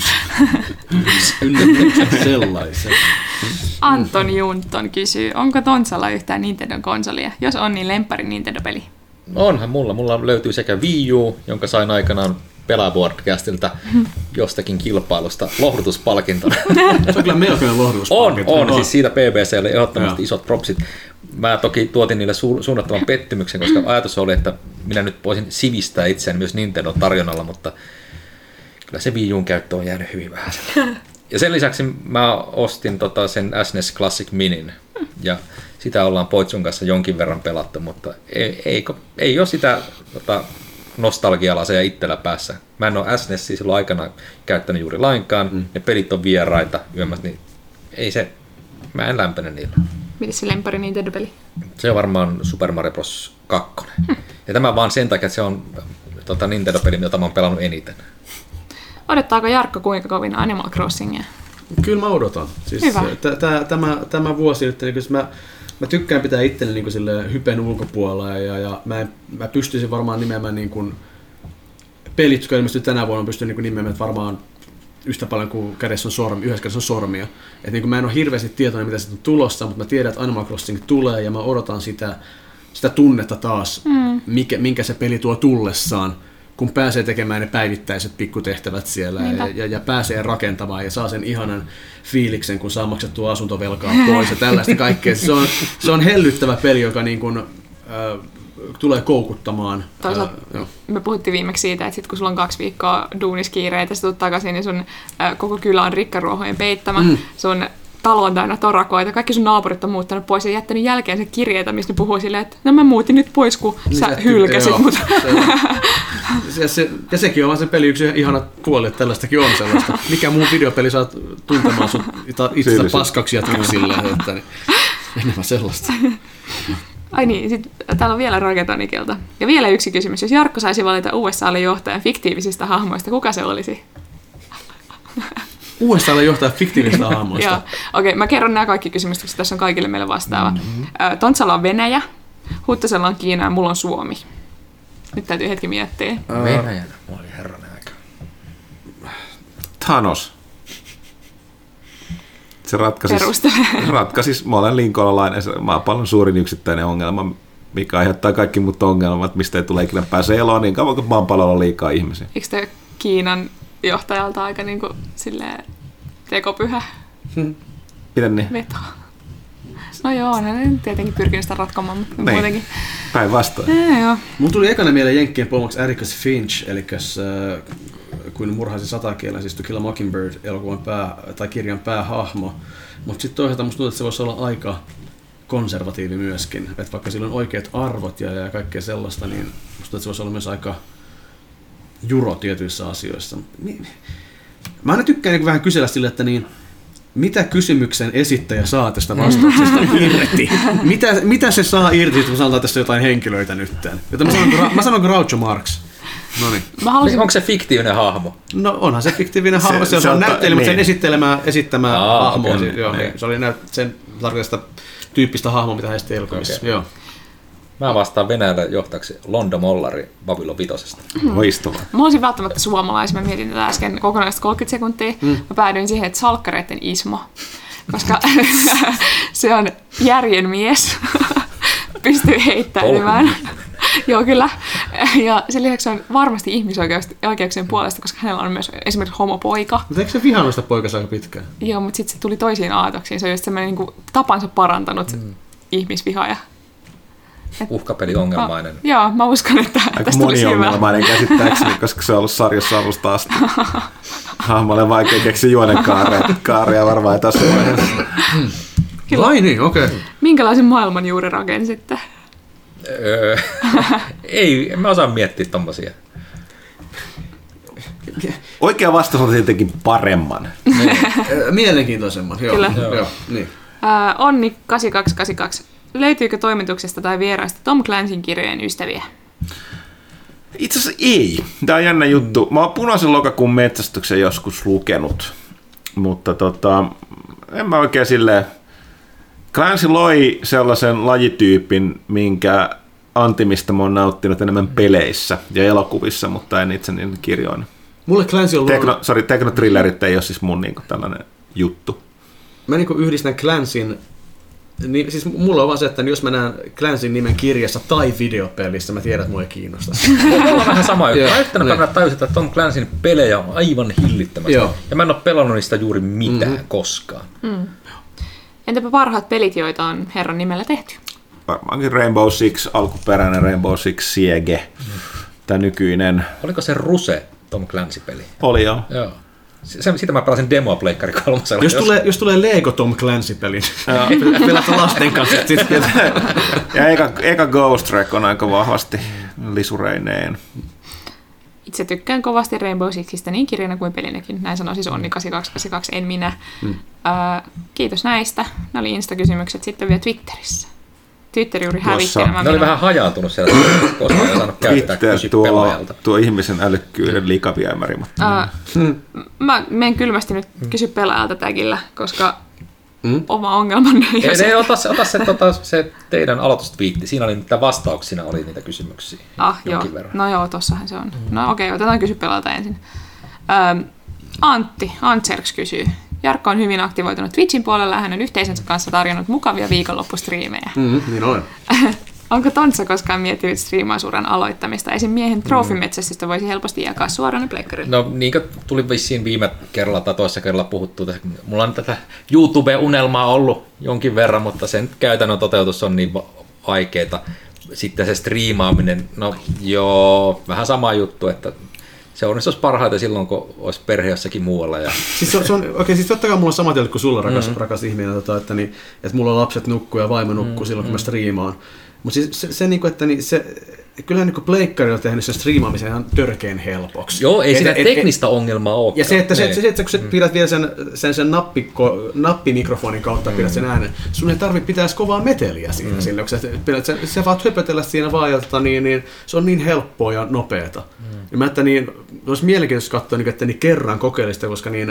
Yms. Sellaisen. Anton Junton kysyy, onko Tontsalla yhtään Nintendo-konsolia? Jos on, niin lemppari Nintendo-peli. Onhan mulla. Mulla löytyy sekä Wii U, jonka sain aikanaan Pelaaboardcastilta jostakin kilpailusta lohdutuspalkintona. Se on kyllä melkoinen lohdutuspalkinto. On, on. Siis siitä P B C:lle ehdottomasti isot propsit. Mä toki tuotin niille su- suunnattoman pettymyksen, koska ajatus oli, että minä nyt voisin sivistää itseäni myös Nintendo tarjonnalla, mutta kyllä se Wii U:n käyttö on jäänyt hyvin vähän. Ja sen lisäksi mä ostin tota sen S N E S Classic Minin, ja sitä ollaan Poitsun kanssa jonkin verran pelattu, mutta ei, ei, ei ole sitä tota, nostalgialaseja itsellä päässä. Mä en ole S N E S silloin aikana käyttänyt juuri lainkaan, mm. ne pelit on vieraita yömät, niin ei se, mä en lämpene niillä. Mites se lemppari Nintendo-peli? Se on varmaan Super Mario Bros. kaksi. Hmm. Ja tämä vaan sen takia, että se on tota, Nintendo-peli, jota mä oon pelannut eniten. Odottaako Jarkko kuinka kovin Animal Crossingia? Kyllä mä odotan. Siis t- t- tämä, tämä vuosi nyt, niin mä, mä tykkään pitää itselleni niin kuin hypen ulkopuolella ja, ja mä, en, mä pystyisin varmaan nimeämään niin kuin pelit, jotka ilmestyy tänä vuonna, pystyn niin kuin nimeämään varmaan yhtä paljon kuin kädessä on sormi, yhdessä kädessä on sormia. Et niin kuin mä en ole hirveästi tietoinen, mitä se on tulossa, mutta mä tiedän, että Animal Crossing tulee ja mä odotan sitä, sitä tunnetta taas, mm. mikä, minkä se peli tuo tullessaan, kun pääsee tekemään ne päivittäiset pikkutehtävät siellä ja, ja, ja pääsee rakentamaan ja saa sen ihanan fiiliksen, kun saa maksettua asuntovelkaa pois ja tällaista kaikkea. Se on, se on hellyttävä peli, joka niin kuin, äh, tulee koukuttamaan. Toisaalta äh, me puhuttiin viimeksi siitä, että sit kun sulla on kaksi viikkoa duuniskiireitä ja sä tulet takaisin, niin sun äh, koko kylä on rikkaruohojen peittämä. Mm. Sun talo on täynnä torakoita, kaikki sun naapurit on muuttanut pois ja jättänyt jälkeensä kirjeitä, missä ne puhuu silleen, että no mä muutin nyt pois, kun niin sä hylkäsit joo, mut. Se, ja, se, ja sekin on vaan se peli yksi ihana puoli, että tällaistakin on sellaista. Mikä muu videopeli saat tuntemaan sun itsestä paskaksi jatkaksi silleen, että niin, enemmän sellaista. Ai niin, sit täällä on vielä Raketonikelta. Ja vielä yksi kysymys. Jos Jarkko saisi valita U S A:lle johtajan fiktiivisistä hahmoista, kuka se olisi? U S A:lle johtaja fiktiivisistä hahmoista? Joo, okei, okay, mä kerron nämä kaikki kysymykset, koska tässä on kaikille meille vastaava. Mm-hmm. Tontsalla on Venäjä, Huttasella on Kiina ja mulla on Suomi. Nyt täytyy hetki miettiä. Venäjänä, mulla oli herranen aika. Thanos. Se ratkaisisi, ratkaisisi mä olen linkolalainen, maapallon suurin yksittäinen ongelma, mikä aiheuttaa kaikki muut ongelmat, mistä ei tule ikinä pääse eloon niin kauan kuin maapallolla on liikaa ihmisiä. Eikö tämä Kiinan johtajalta aika niin kuin silleen tekopyhä hmm. Miten niin? veto? No joo, hän tietenkin pyrkinyt sitä ratkomaan, mutta Niin. muutenkin. Päinvastoin. Ee, joo. Mun tuli ekana mieleen Jenkkien pomoksi Atticus Finch, eli äh, kun murhasi satakielen, siis To Kill a Mockingbird elokuvan pää, tai kirjan päähahmo. Mutta sitten toisaalta musta tuntuu, että se voisi olla aika konservatiivi myöskin. Että vaikka sillä on oikeat arvot ja, ja kaikkea sellaista, niin musta tuntuu, että se voisi olla myös aika juro tietyissä asioissa. Mä aina tykkään niin vähän kysellä sille, että niin, mitä kysymyksen esittäjä saa tästä vastauksesta irti? Mitä, mitä se saa irti, että me sanotaan tässä jotain henkilöitä nytten? Joten mä sanon, mä sanon Groucho Marx. Noniin. Mä halusin... Onko se fiktiivinen hahmo? No onhan se fiktiivinen hahmo, se, se, se on on näyttelijä, mutta sen niin. esittelemää, esittämää Aa, hahmoa. okei, Okay, joo, niin. niin. Se oli näyt, sen tarkoitusta tyyppistä hahmoa, mitä heistä elokuvissa. Okei. Joo. Mä vastaan Venäjällä johtajaksi Londo Mollari Babylon vitosesta. Loistavaa. Mä olisin välttämättä suomalais, mä mietin tätä äsken kokonaisesti kolmekymmentä sekuntia. Mm. Mä päädyin siihen, että salkkareiden Ismo, koska se on järjen mies, pystyy heittäytymään. Joo, kyllä. Ja sen lisäksi on varmasti ihmisoikeuksien puolesta, koska hänellä on myös esimerkiksi homopoika. Mutta eikö se vihannut sitä poikansa aika pitkään? Joo, mutta sitten se tuli toisiin aatoksiin. Se on just semmoinen niin tapansa parantanut mm. ihmisvihaaja. Uhkapeli ongelmainen. No, joo, mä uskon, että Aika tästä tulisi hyvä. moniongelmainen käsittääkseni, koska se on ollut sarjassa alusta asti. Hahmolle on vaikea keksiä juonen kaaria varmaan tässä vaiheessa. Vai niin, okei. Okay. Minkälaisen maailman juuri rakensitte? Öö, ei, en mä osaa miettiä tommosia. Oikea vastaus on tietenkin paremman. Mielenkiintoisemman, joo. Kyllä. Joo. Joo, niin. Ää, Onni kahdeksankymmentäkaksi. Löytyykö toimituksesta tai vieraista Tom Clancy'n kirjojen ystäviä? Itse asiassa ei. Tämä on jännä juttu. Mä oon Punaisen lokakuun metsästyksen joskus lukenut, mutta tota, en mä oikein silleen... Clancy loi sellaisen lajityypin, minkä antimista mä oon nauttinut enemmän peleissä ja elokuvissa, mutta en itse niin kirjoin. Mulle Clancy on Tekno, sorry, teknotrillerit ei ole siis mun niinku tällainen juttu. Mä niinku yhdistän Clancy'n, niin, siis mulla on vaan se, että jos mä näen Clancy'n nimen kirjassa tai videopelissä, mä tiedän, että mua ei kiinnosta. Mulla on vähän sama juttu. Mä yhtenä Niin. päivänä tajusin, että Tom Clancy'n pelejä on aivan hillittömästi. Joo. Ja mä en ole pelannut niistä juuri mitään Mm-hmm. koskaan. Mm. Entäpä parhaat pelit, joita on herran nimellä tehty? Varmaankin Rainbow Six, alkuperäinen Rainbow Six Siege, tämä nykyinen. Oliko se Ruse Tom Clancy-peli? Oli jo. Joo. Se, sitä mä pelasin demoa Pleikkari kolmosella. Jos tulee, jos tulee Lego Tom Clancy-peli, pelata lasten kanssa. Sit, Ja eka, eka Ghost Recon aika vahvasti lisureineen. Itse tykkään kovasti Rainbow Sixistä niin kirjana kuin pelinäkin. Näin sanoi siis Onni kahdeksankymmentäkaksi, en minä. Mm. Uh, kiitos näistä. Ne oli Insta-kysymykset sitten vielä Twitterissä. Twitter juuri hävitti Tuossa- nämä Ne oli minun. vähän hajaantunut siellä, koska ei saanut käyttää Twitter kysy tuo, pelaajalta. tuo ihmisen älykkyyden likaviemäri. Mutta... Uh, mä menen kylmästi nyt kysy pelaajalta tagillä, koska Mm. oma ongelmanne ei Ei, ole se. ei, ota, se, ota se, tota, se teidän aloitustviitti. Siinä oli niitä vastauksina oli niitä kysymyksiä. Ah, joo. jonkin verran. No joo, tossahan se on. No okei, okay, otetaan kysy pelaajalta ensin. Ähm, Antti, Antserks kysyy. Jarkko on hyvin aktivoitunut Twitchin puolella ja hän on yhteisönsä kanssa tarjonnut mukavia viikonloppustriimejä. Mm, niin olen. Onko Tontsa koskaan miettinyt striimausuran aloittamista? Esim. miehen trofimetsästystä voisi helposti jakaa suoraan pleikkarille. No niin kuin tuli vissiin viime kerralla tai toisessa kerralla puhuttu. Mulla on tätä YouTube-unelmaa ollut jonkin verran, mutta sen käytännön toteutus on niin vaikeeta. Sitten se striimaaminen, no joo, vähän sama juttu, että se onnistuisi parhaiten silloin, kun olisi perhe jossakin muualla. Ja... Siis, se, se on, okay, siis totta kai mulla on sama tilanne kuin sulla, rakas, mm. rakas ihminen, tota, että, niin, että mulla lapset nukkuu ja vaimo nukkuu mm. silloin, kun mä striimaan. Mutta siis se, se, niin kuin, että niin, se, kyllähän niin pleikkari on tehnyt sen striimaamisen ihan törkeän helpoksi. Joo, ei et, siinä et, teknistä et, ongelmaa ole. Ja se, että, se, se, se, että kun sä pidät vielä sen, sen, sen nappiko, nappimikrofonin kautta mm. pidät sen äänen, sun ei tarvitse pitää kovaa meteliä siinä, mm. sille, kun sä pidät, sä, sä vaat höpötellä siinä vaan, jotta, niin, niin, se on niin helppoa ja nopeata. Mm. Ja mä, että niin, olisi mielenkiintoista katsoa, niin, että niin kerran kokeilista, koska niin,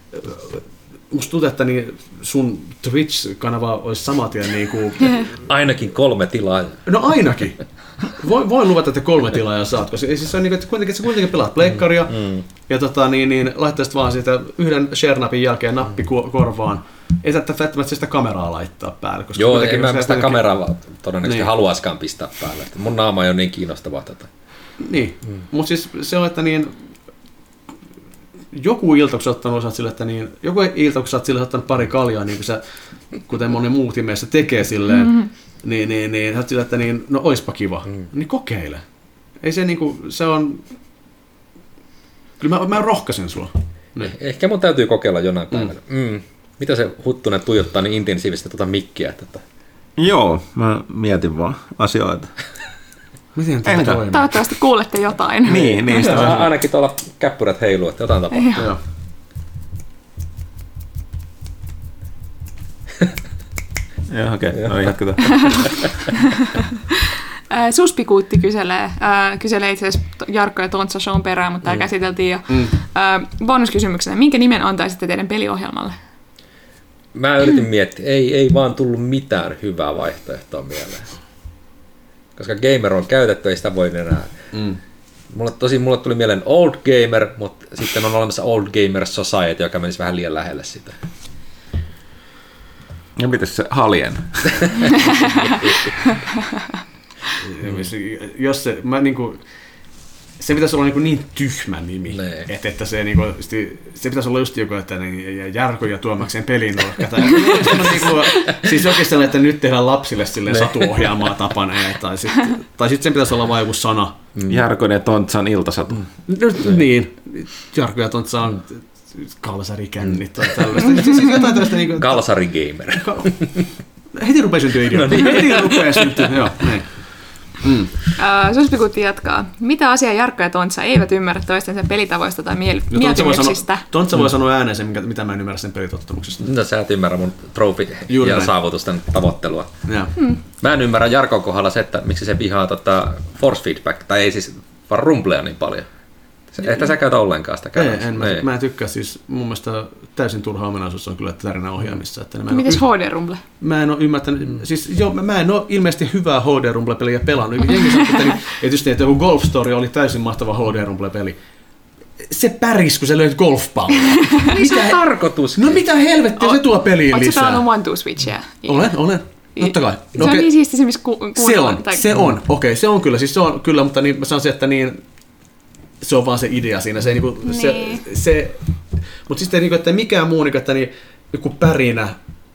musta tuntuu, että niin sun Twitch-kanava olisi saman tien niin kuin... Ainakin kolme tilaa. No ainakin. Voin, voin luvata, että kolme tilaajaa saat, koska siis se on niin, että kuitenkin, että sä kuitenkin pelaat pleikkaria mm. ja tota, niin, niin, laittaisit vaan siitä yhden share-napin jälkeen nappi korvaan. Ei välttämättä sitä kameraa laittaa päälle. Koska Joo, en mä sitä kuitenkin... kameraa todennäköisesti niin. haluaisikaan pistää päälle. Mun naama ei ole niin kiinnostavaa tätä. Niin, mm. mutta siis se on, että niin... joku ilta, kun sä ottanut osat sille, että niin, joku ilta, kun sä oot sille ottanut pari kaljaa, niin kuin sä, kuten moni muu timeessä tekee silleen, mm-hmm. niin, niin, niin sä oot sille, että niin, no oispa kiva, mm. niin kokeile. Ei se niinku, se on, kyllä mä, mä rohkaisen sua. Niin. Ehkä mun täytyy kokeilla jonain päivänä. Mm. Mm. Mitä se Huttunen tuijottaa niin intensiivisesti tuota mikkiä? Että... Joo, mä mietin vaan asioita. Miten tämä toimii? Toivottavasti kuulette jotain. Niin, niin. Sitä ainakin tuolla käppyrät heiluu, että jotain tapahtuu. Joo. Joo, okei. Okay. No jatketaan. Suspikuutti kyselee, äh, kyselee itse asiassa Jarkko ja Tontsa shown perään, mutta tämä mm. käsiteltiin jo. Mm. Äh, bonuskysymyksenä, minkä nimen antaisitte teidän peliohjelmalle? Mä yritin miettiä, ei, ei vaan tullut mitään hyvää vaihtoehtoa mieleen. Koska gamer on käytetty, ei sitä voi enää. Mm. Mulle, tosi mulle tuli mieleen Old Gamer, mutta sitten on olemassa Old Gamer Society, joka menisi vähän liian lähelle sitä. Ja mitäs se Haljen? Jos se, mä niinku, se pitäisi olla niinku niin tyhmä nimi, että, että se, niinku, se pitäisi olla just joku, että niin, Jarko ja Tuomaksen pelinurkka. Tai, niinku, siis oikeastaan, että nyt tehdään lapsille satuohjaamaa tapana. Tai sitten tai sit sen pitäisi olla vain joku sana. Mm. Jarko ja Tontsan iltasatu. No, niin, Jarko ja Tontsan kalsarikännit tai tällaista. Siis jotain tällaista niinku... Kalsarigamer. Heti rupeaa syntyä idioita. Heti rupeaa syntyä, joo, näin. Mm. Uh, Suspikuutti jatkaa. Mitä asiaa Jarkko ja Tontsa eivät ymmärrä toistensa pelitavoista tai miel- no, mieltymyksistä? Tontsa voi, mm. sanoa ääneen sen, mitä mä en ymmärrä sen pelitottumuksesta. No sä et ymmärrä mun trofi- ja näin. Saavutusten tavoittelua. Mm. Mä en ymmärrä Jarkon kohdalla se, että miksi se vihaa tota force feedback, tai ei siis vaan rumblea niin paljon. Että sä käytä ollenkaan sitä käytännössä. Ei, en, mä, mä en tykkää, siis mun mielestä täysin turha ominaisuus on kyllä tarinanohjaamissa. Mites H D-rumble? Mä en ole ymmärtänyt, mm. siis joo, mä en ole ilmeisesti hyvää H D-rumble-peliä pelannut. Jengi sanoo, että, niin, että, että joku Golf Story oli täysin mahtava H D-rumble-peli. Se päris, kun sä löit golfpalloa. Mikä se tarkoitus? No mitä helvettiä o, se tuo peliin lisää? Oletko sä pelannut One Two Switchia? Olen, olen. Totta kai. Se on okay. Niin siisti se, missä ku, Se on, tai... se on. Okei, okay, se on kyllä. Siis se on kyllä, mutta niin, mä sanon se, että niin... Se on vaan se idea siinä. Se, niinku, niin. se, se, mutta sitten, niinku, että mikään muu, niinku, että niin, joku pärinä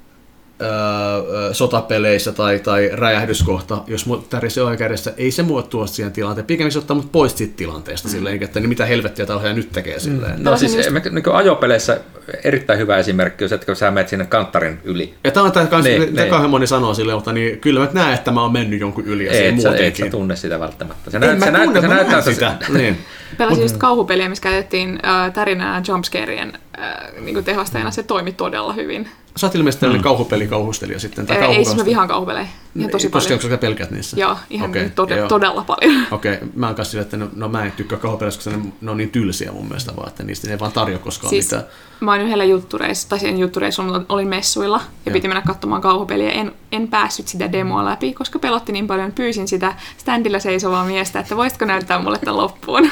öö, sotapeleissä tai, tai räjähdyskohta, jos mut tärisee oikeudessa, ei se mua tuo siihen tilanteen. Pikemmin se ottaa mut pois siitä tilanteesta. Mm. Silleen, että niin mitä helvettiä tää nyt tekee. Silleen. Mm. No siis just... niin ajopeleissä erittäin hyvä esimerkki on se, että kun sä menet sinne kanttarin yli. Ja tämä on tämä kans, niin, niin. Kauhean moni sanoo silleen, mutta niin, kyllä mä näen, että mä oon mennyt jonkun yli. Ja et, sä, et sä tunne sitä välttämättä. Se en näyt, mä se tunne, näyt, mä näyttää sitä. Niin. Pelasin just kauhupeliä, missä käytettiin äh, tärinää jumpscarien äh, niin tehosteena. Se toimi todella hyvin. Sä oot ilmeisesti tällainen mm. kauhupeli kauhustelija sitten. Tai ei, siis mä vihaan kauhupelejä. Ihan tosi koska, paljon. Koska sä pelkäät niissä? Joo, ihan okay. tod- joo. todella paljon. Okei, okay. Mä oon kanssa sille, että no, no mä en tykkää kauhupeleistä, koska ne, ne on niin tylsiä mun mielestä vaan, että niistä ei vaan tarjoa koskaan siis, mitään. Mä oon yhdellä juttureissa, tai sen juttureissa olin messuilla ja joo. Piti mennä katsomaan kauhupeliä. En, en päässyt sitä demoa läpi, koska pelotti niin paljon. Pyysin sitä standilla seisovaa miestä, että voisitko näyttää mulle tämän loppuun.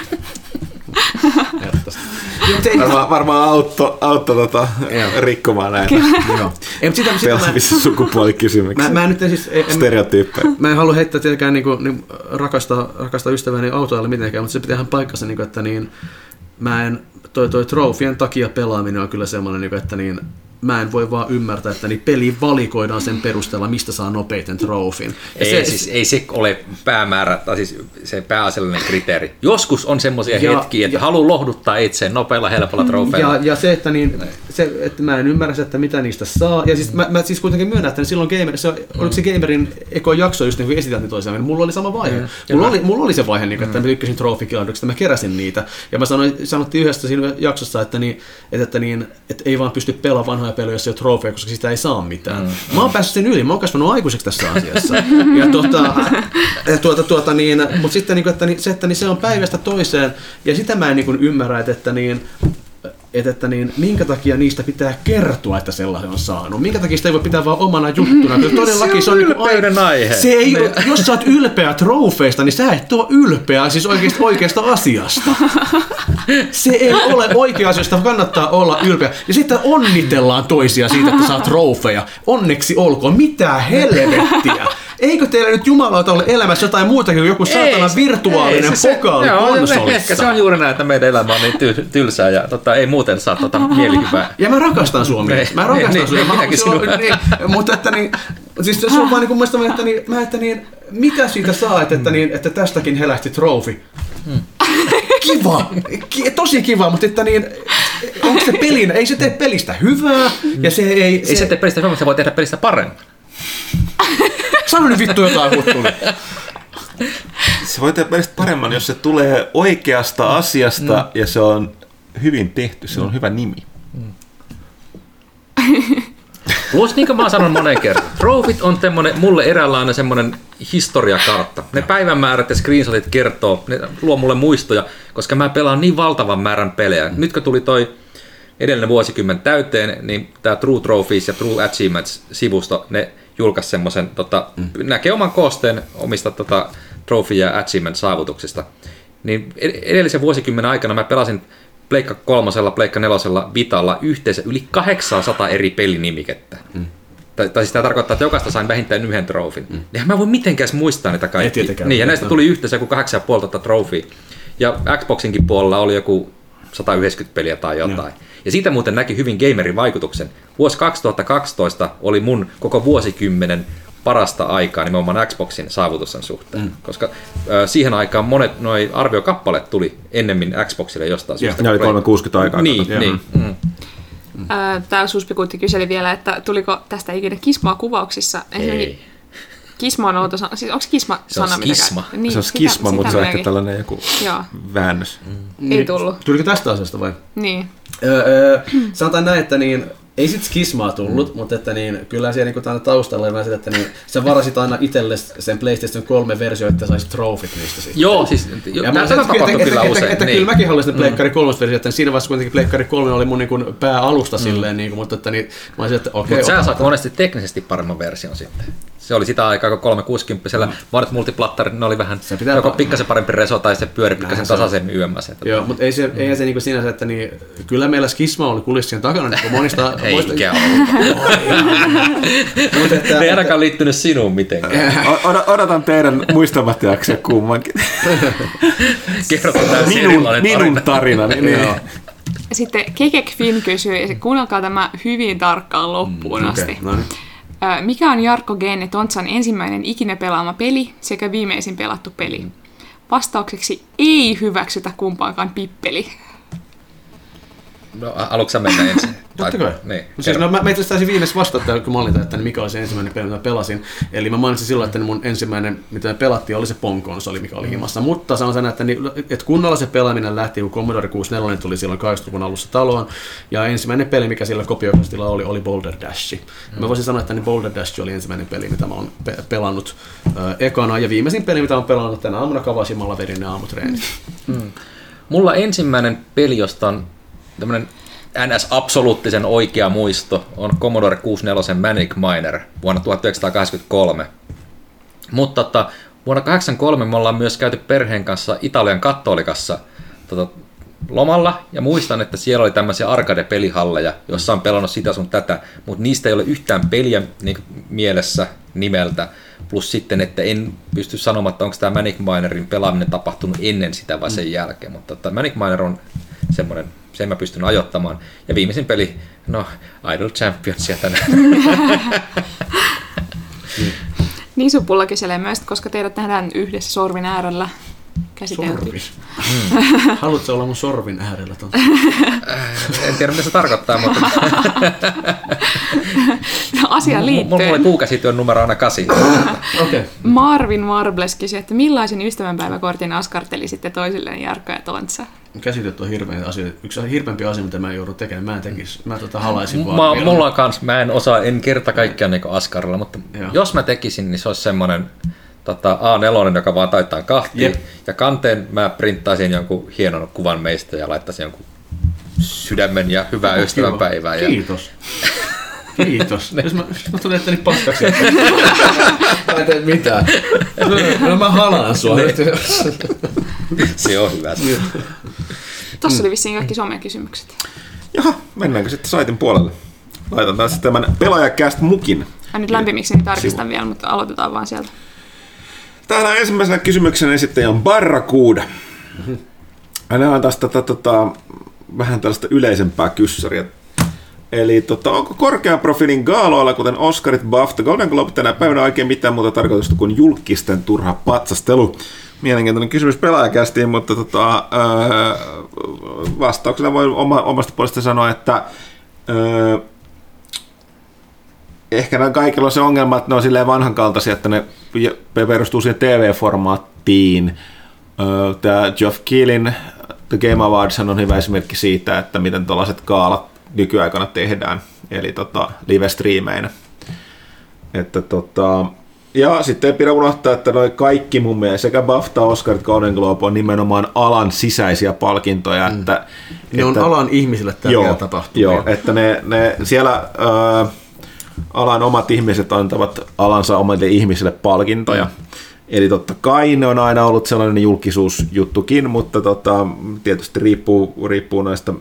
Varmaan, varmaan autto, autto tota, rikkomaan näitä pelaavissa sukupuolikysymyksiä. Mä, mä nyt en siis, en, stereotyyppejä. Mä en halua heittää tietenkään niin kuin, niin rakastaa, rakastaa ystäväni autoille mitenkään, mutta se pitää ihan paikkansa, niin kuin, että niin, mä en, toi, toi trofien takia pelaaminen on kyllä semmoinen, niin että niin, mä en voi vaan ymmärtää, että niin peli valikoidaan sen perusteella, mistä saa nopeiten trofin. Ei, se, siis, ei se ole päämäärä, tai siis se pääasiallinen kriteeri. Joskus on semmoisia hetkiä, että haluaa lohduttaa itseään nopealla, helpolla trofeilla. Ja, ja se, että, niin, se, että mä en ymmärrä, että mitä niistä saa. Ja siis mä, mä siis kuitenkin myönnän, että silloin gamer, se, oliko se gamerin eko jakso, just niin kuin esität toisiaan, niin mulla oli sama vaihe. Mm. Mulla, oli, mulla oli se vaihe, niin, että mä tykkäsin trofikilauduksesta, mä keräsin niitä. Ja mä sanoin, sanottiin yhdessä siinä jaksossa, että, niin, että, että, niin, että ei vaan pysty pelaamaan vanhoja pelejä, jos ei ole trofeja, koska sitä ei saa mitään. Mm. Mä oon päässyt sen yli, mä oon kasvanut aikuiseksi tässä asiassa. Ja tuota, tuota, tuota, niin, mutta sitten niin, että, niin, se, että niin, se on päivästä toiseen, ja sitä mä en niin, ymmärrä, että, että niin, että, että niin, minkä takia niistä pitää kertoa, että sellainen on saanut. Minkä takia sitä ei voi pitää vaan omana juttuna. Todellakin se on, se on ylpeyden niin aihe. Se ei, jos sä oot ylpeä trofeista, niin sä et ole ylpeä siis oikeasta, oikeasta asiasta. Se ei ole oikea asia, josta kannattaa olla ylpeä. Ja sitten onnitellaan toisia siitä, että saa trofeja. Onneksi olkoon. Mitä helvettiä. eikö teillä nyt jumalauta ole elämässä jotain muutakin kuin joku saatana virtuaalinen pokaalikonsoli? Ehkä se on juuri näin, että meidän elämä on niin ty- tylsää ja tota, ei muuten saa tota mielihyvää. Ja mä rakastan Suomea. Niin, mä rakastan niin, Suomea. niin, minäkin sinua. Niin, mutta että niin, siis se on vaan niin kuin muista, että niin, mä että niin, mitä siitä saa, että, että, niin, että tästäkin helähti trofi. Hmm. Kiva, Ki- tosi kiva, mutta että niin, onko se pelin, ei se tee pelistä hyvää ja se ei... Ei se, se tee pelistä hyvää, mutta se voi tehdä pelistä paremmin. Sano nyt vittu jotain huttuli. Se voi tehdä pelistä paremman, jos se tulee oikeasta asiasta mm. ja se on hyvin tehty, se on hyvä nimi. Mm. Plus, niin kuin mä oon sanonut monen kerran, Trofit on temmonen, mulle eräänlainen semmoinen historiakartta. Ne päivämäärät ja screenshotit kertoo, ne luo mulle muistoja, koska mä pelaan niin valtavan määrän pelejä. Mm. Nyt kun tuli toi edellinen vuosikymmen täyteen, niin tää True Trophies ja True Achievements-sivusto, ne julkaisi semmoisen, tota, mm. näkee oman koosteen omista tota, Trophy- ja Achievement-saavutuksista. Niin edellisen vuosikymmenen aikana mä pelasin Pleikka kolmosella, Pleikka nelosella, Vitalla yhteensä yli kahdeksansataa eri pelinimikettä. Mm. Tai, tai siis tämä tarkoittaa, että jokaista sain vähintään yhden trofin. Mm. Eihän mä voi mitenkään muistaa niitä kaikkia. Niin, ja näistä tuli yhteensä joku kahdeksan pilkku viisi trofia. Ja Xboxinkin puolella oli joku sata yhdeksänkymmentä peliä tai jotain. Mm. Ja siitä muuten näki hyvin gamerin vaikutuksen. Vuosi kaksituhattakaksitoista oli mun koko vuosikymmenen parasta aikaa nimenomaan Xboxin saavutusten suhteen, mm. koska äh, siihen aikaan monet noi arviokappaleet tuli ennemmin Xboxille jostain yeah. syystä. Ne oli kolmesataakuusikymmentä aikaa. Niin, niin. Mm. Mm. Täällä Suspikuutti kyseli vielä, että tuliko tästä ikinä kismaa kuvauksissa. Ei. Kisma on outo sana. Siis onko kisma sana? Se on skisma. Niin, se on skisma, sitä, mutta se on ehkä tällainen joku Joo. väännös. Mm. Ei tullut. Tuliko tästä asiasta vai? Niin. Öö, öö, sanotaan näin, että niin, ei sit skismaa tullut, mm. mutta että niin, kyllä siellä niin kuin taustalla on vähän, että niin, sä varasit aina itsellesi sen PlayStation kolme versio, että saisit trofit niistä sitten. Joo, siis tämä tapahtui kyllä että, usein. Että, että niin. Kyllä mäkin haluaisin sitä Pleikkari kolme versio, että siinä vaiheessa kuitenkin Pleikkari kolme oli mun niin kuin pääalusta mm. silleen, niin kuin, mutta että niin, mä olisin, että okei. Mutta sä saat monesti teknisesti paremman version sitten. Se oli sitä aikaa, kun kolmesataakuusikymmentä mm. vanhat multiplattarit, ne oli vähän joko pa- pikkasen parempi reso tai se pyöri pikkasen tasaisemmin yömmässä. Joo, mutta ei se, eihän se niinku sinänsä, että niin, kyllä meillä skisma oli kulissien takana, niin kuin monista... Eikä ollut. Ne ei ainakaan liittynyt sinuun mitenkään. Odotan teidän muistamattajaksia kummankin. Kerrotaan täysin minun, erilainen minun tarina. tarinani. Niin. Sitten Kekek Finn kysyy, ja kuunnelkaa tämä hyvin tarkkaan loppuun mm, asti. Okay, no niin. Mikä on Jarkko Gene Tontsan ensimmäinen ikinä pelaama peli sekä viimeisin pelattu peli? Vastaukseksi ei hyväksytä kumpaakaan pippeli. No, haluatko sä mennä ensin? Totta kai. Niin, siis, no, mä, mä itse asiassa viimeis vastata, kun mainita, että mikä oli se ensimmäinen peli, mitä pelasin. Eli mä mainitsin silloin, että mun ensimmäinen, mitä me pelattiin, oli se Pong-konsoli, mikä oli himassa. Mutta sanon sen, että, että kunnolla se pelaaminen lähti, kun Commodore kuusikymmentäneljä tuli silloin kahdeksankymmentäluvun alussa taloon. Ja ensimmäinen peli, mikä sillä kopioikastilla oli, oli Boulder Dash. Mm. Mä voisin sanoa, että niin Boulder Dash oli ensimmäinen peli, mitä mä oon pe- pelannut äh, ekana. Ja viimeisin peli, mitä mä oon pelannut tänä aamuna kavasimalla vedin ne aamutreenit. Mm. Mulla ensimmäinen peli, josta on tämmönen N S-absoluuttisen oikea muisto, on Commodore kuusikymmentäneljä Manic Miner vuonna tuhatyhdeksänsataakahdeksankymmentäkolme. Mutta tota, vuonna tuhatyhdeksänsataakahdeksankymmentäkolme me ollaan myös käyty perheen kanssa Italian Katolikassa tota, lomalla, ja muistan, että siellä oli tämmöisiä arcade-pelihalleja, joissa on pelannut sitä sun tätä, mutta niistä ei ole yhtään peliä niin mielessä nimeltä, plus sitten, että en pysty sanomaan, että onko tämä Manic Minerin pelaaminen tapahtunut ennen sitä vai sen jälkeen, mutta tota, Manic Miner on semmoinen, sen mä pystyn ajoittamaan. Ja viimeisin peli, no, Idle Championsia tänään. Nisupulla kyselee myös, koska teidät nähdään yhdessä sorvin äärellä käsitelty. Sorvi. Mm. Haluatko olla mun sorvin äärellä? En tiedä, mitä se tarkoittaa, mutta... Asiaan liittyen. Mulla oli puukäsityön numero aina kasi. Okay. Marvin Marbles kysyi, että millaisen ystävänpäiväkortin askartelisitte toisilleen Jarkko ja Tontsa? Käsityöt on hirveä asia. Yksi hirveämpi asia, mitä mä joudun tekemään. Mä en tekisi. Mä tota halaisin M- vaan. Mä, mulla on kans, mä en osaa, en kerta kaikkiaan niin askarilla, mutta Joo. jos mä tekisin, niin se olisi semmoinen tota, A neljä, joka vaan taitaa kahtia. Yep. Ja kanteen mä printtaisin jonkun hienon kuvan meistä ja laittaisin jonkun sydämen ja hyvää oh, ystävänpäivää. Ja... Kiitos. Kiitos. Jos mä, mä tulen etteni paskaksi. Mä en tee mitään. No mä halaan sua. Se on hyvä. Tuossa oli vissiin kaikki somekysymykset. Jaha, mennäänkö sitten saitin puolelle? Laitan taas tämän Pelaajakäst mukin Mä nyt lämpimiksi niin tarkistan vielä, mutta aloitetaan vaan sieltä. Täällä ensimmäisenä kysymyksen esittäjä on Barracuda. Mm-hmm. Nämä on taas tota, tota, vähän tällaista yleisempää kyssäriä. Eli tota, onko korkean profiilin gaaloilla, kuten Oscarit, BAFTA, Golden Globe tänä päivänä oikein mitään muuta tarkoitusta kuin julkisten turha patsastelu? Mielenkiintoinen kysymys pelaajakästiin, mutta tota, öö, vastauksena voi oma, omasta puolesta sanoa, että öö, ehkä nämä kaikilla on se ongelma, että ne on silleen vanhankaltaisia, että ne perustuu siihen T V-formaattiin. Öö, Tämä Geoff Keighlin The Game Awards on hyvä esimerkki siitä, että miten tällaiset gaalat nykyaikana tehdään, eli tota, live-striimeinä. Että tota, ja sitten ei pidä unohtaa, että noi kaikki mun mielestä, sekä BAFTA, Oscarit, Golden Globe on nimenomaan alan sisäisiä palkintoja. Mm. Että, ne että, on alan ihmisille tärkeä tapahtumia. Joo, että ne, ne siellä ää, alan omat ihmiset antavat alansa omille ihmisille palkintoja. Mm. Eli totta kai ne on aina ollut sellainen julkisuusjuttukin, mutta tota, tietysti riippuu, riippuu näistä